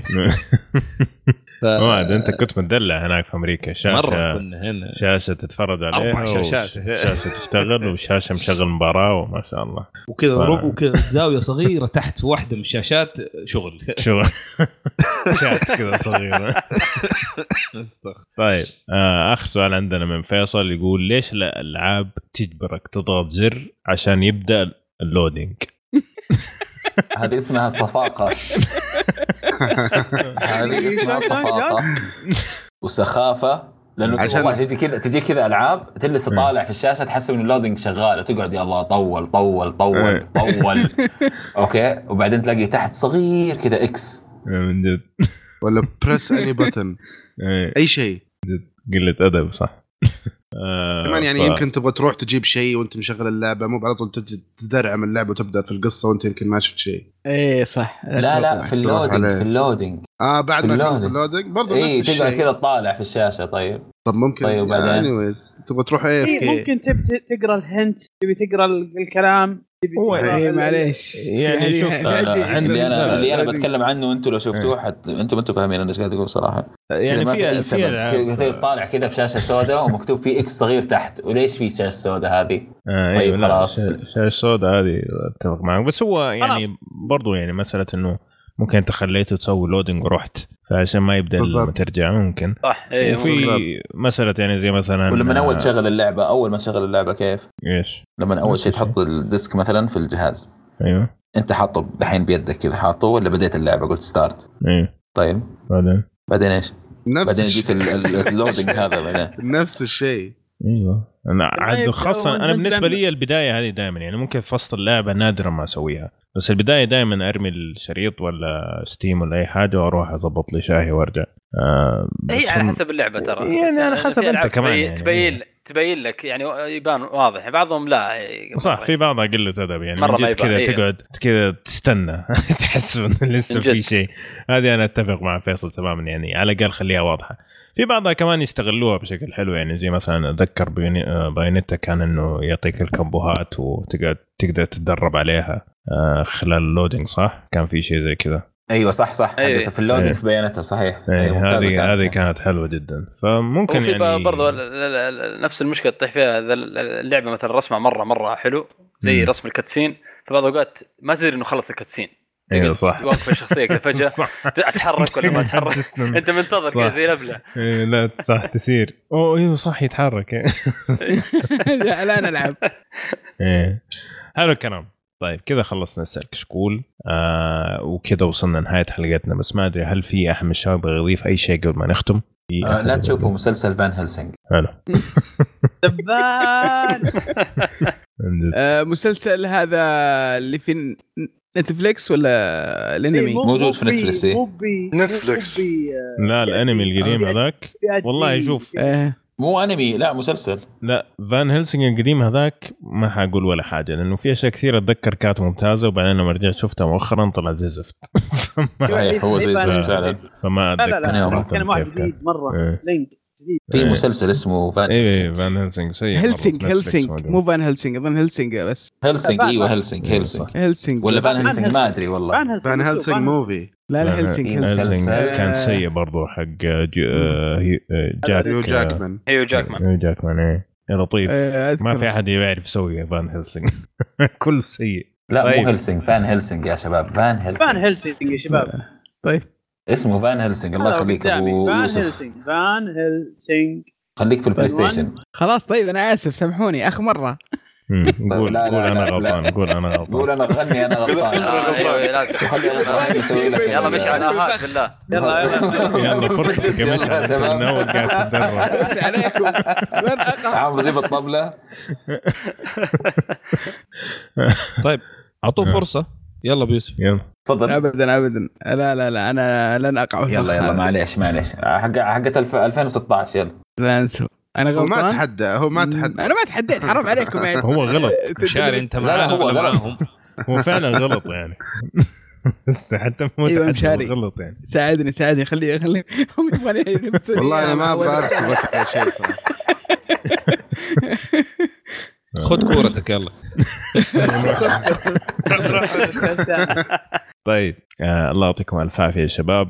انت كنت مدلع هناك في امريكا، شاشه مرة كنا هنا شاشه تتفرج عليها، 4 شاشات، شاشه تشتغل وشاشه مشغل مباراه وما شاء الله وكذا وكذا زاويه صغيره تحت واحده من الشاشات شغل شاشة كذا صغيره. طيب اخر سؤال عندنا من فيصل، يقول ليش الالعاب تجبرك تضغط زر عشان يبدا اللودينج؟ هذه اسمها صفاقة. هذه اسمها صفاقة وسخافة، لأنه والله تجي كذا ألعاب تجلس تطالع في الشاشة تحسب إن اللودينج شغال وتقعد يا الله طول طول طول طول. أوكي، وبعدين تلاقي تحت صغير كذا إكس من جد، ولا بريس أي بutton أي شيء. قلة أدب صح. كمان يعني يمكن تبغى تروح تجيب شيء وانت مشغل اللعبه، مو على طول تدرعم اللعبه وتبدا في القصه وانت يمكن ما شفت شيء. ايه صح. لا في اللودينج بعد ما تخلص اللودينج برضه نفس الشيء. تقعد كذا تطالع في الشاشه. طيب ممكن يعني تبغى تروح ممكن تبي تقرا الهنت، تبي تقرا الكلام. معليش يعني شوف اللي انا بتكلم عنه انتم لو شفتوه انتم فاهمين انا ايش قاعد اقول صراحه. يعني ما في اي سبب طالع كذا في شاشه سوداء ومكتوب فيه اكس صغير تحت، وليش في شاشه سوداء هذه؟ طيب خلاص شاشه سوداء هذه اتفق معك، بس هو يعني برضو يعني مساله انه ممكن انت خليته تسوي لودنج ورحت، فعشان ما يبدا لما ترجع ممكن صح. وفي مساله يعني زي مثلا ولما اول تشغل اللعبه، اول ما تشغل اللعبه كيف ايش لما اول شيء تحط الديسك مثلا في الجهاز. ايوه انت حاطه دحين بيدك كذا حاطه، ولا بديت اللعبه قلت ستارت؟ ايوه طيب بعدين ايش؟ بعدين يجيك اللودنج هذا بعدين نفس الشيء. ايوه انا عاد خاصه انا بالنسبه لي البدايه هذه دائما يعني ممكن في فصل اللعبه نادرا ما اسويها، بس البدايه دائما ارمي الشريط ولا ستيم ولا اي حاجه واروح اضبط لي شاي وارجع. هي على حسب اللعبه ترى، يعني على حسب انت كمان يعني تبين لك يعني يبان واضح، بعضهم لا صح في بعضها قله ادب يعني من جد كذا تقعد كذا تستنى تحس انه لسه في شيء. هذه انا اتفق مع فيصل تماما، يعني على الاقل خليها واضحه. في بعضها كمان يستغلوها بشكل حلو، يعني زي مثلا اتذكر بايونيتا كان انه يعطيك الكمبوهات وتقعد تقدر تتدرب عليها خلال اللودينج، صح كان في شيء زي كذا. ايوه صح أيوة. في اللودينج في بياناتها صحيح. أيوة هذه كانت حلوه جدا. فممكن يعني برضو نفس المشكله تطيح فيها اللعبه مثلا رسمها مره حلو زي رسم الكاتسين، في بعض الاوقات ما تدري انه خلص الكاتسين. ايوه صح واقف الشخصيه كذا فجاه اتحرك ولا ما اتحرك انت منتظر كذا زي نبله. لا صح تسير ايوه صح يتحرك. لا انا العب. حلو الكلام. طيب كذا خلصنا السؤال كشكول وكذا وصلنا نهايه حلقتنا، بس ما ادري هل في احد من الشباب يبغى يضيف اي شيء قبل ما نختم؟ لا تشوفوا مسلسل فان هيلسينج. حلو. مسلسل هذا اللي في نتفليكس ولا الانمي؟ موجود في نتفليكس. نتفليكس لا الانمي القديم هذاك والله شوف مو انمي، لا مسلسل. لا فان هيلسينج القديم هذاك ما حقول ولا حاجه، لانه في اشياء كثيره اتذكر كانت ممتازه، وبعدين لما رجعت شفتها مؤخرا طلع زي الزفت. هو زي الزفت فعلا. فما اتذكر لا كان واحد جديد مره لينك في مسلسل اسمه فان هيلسينج. فان هيلسينج هيلسينج مو فان هيلسينج، اظن هيلسينج بس هيلسينج. ايوه هيلسينج ولا فان هيلسينج ما ادري والله. فان هيلسينج موفي. لا هيلسينج كان سيء برضو حق جاكمان. يا لطيف ما في احد يعرف يسوي فان هيلسينج. كله سيء. لا مو هيلسينج، فان هيلسينج يا شباب. فان هيلسينج يا شباب. طيب اسمه فان هيلسينج. الله يخليك ابو يوسف. فان هيلسينج خليك في البلاي ستيشن. خلاص طيب انا اسف سامحوني اخر مره. قول انا غلطان. قول انا غني انا غلطان. يلا مش على هات بالله. يلا فرصتك يا مشعل من اول قاعد تدرب عليكم. وين اقع عم زي الطبله. طيب اعطوه فرصه يلا بيوسف يلا تفضل. ابدا لا انا لن اقع في يلا معليش حقت 2016 يلا لا انسوا. انا هو ما تحدى انا ما تحديت، حرام عليكم يعني. هو غلط شاري انت معانا ولا معاهم؟ هو فعلا غلط يعني. حتى مو غلط يعني. ساعدني خليه هم يبغون يلبسوني. والله انا ما برسبك يا شيء صراحه. خذ كورتك يلا. طيب الله يعطيكم الف عافيه يا شباب.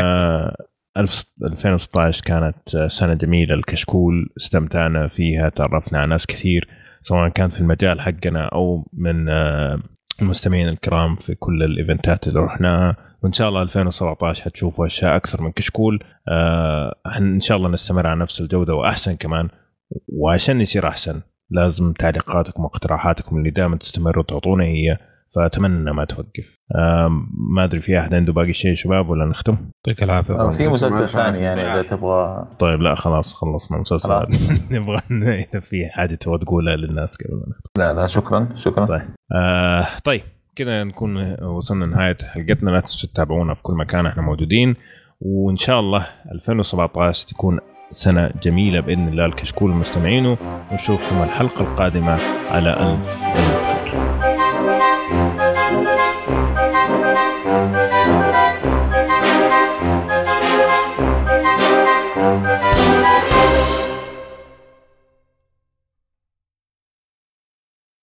2016 كانت سنه جميله الكشكول، استمتعنا فيها، تعرفنا على ناس كثير سواء كان في المجال حقنا او من المستمعين الكرام في كل الايفنتات اللي رحناها. وان شاء الله 2017 حتشوفوا اشياء اكثر من كشكول. ان شاء الله نستمر على نفس الجوده واحسن كمان، وعشان يصير احسن لازم تعليقاتكم واقتراحاتكم اللي دائما تستمروا تعطونا هي، فأتمنى ما توقف. ما أدري في أحد عنده باقي شيء شباب ولا نختم؟ يعطيك العافية. في مسلسل ثاني يعني إذا تبغى. طيب لا خلاص خلصنا مسلسل. نبغى إذا في حاجة تبغى تقولها للناس قبل ما نختم. لا شكرا. طيب كده نكون وصلنا نهاية حلقتنا. لا تنسوا تتابعونا في كل مكان احنا موجودين، وإن شاء الله 2017 تكون سنة جميلة بإذن الله الكشكول مستمعينه، ونشوفكم الحلقة القادمة على ألف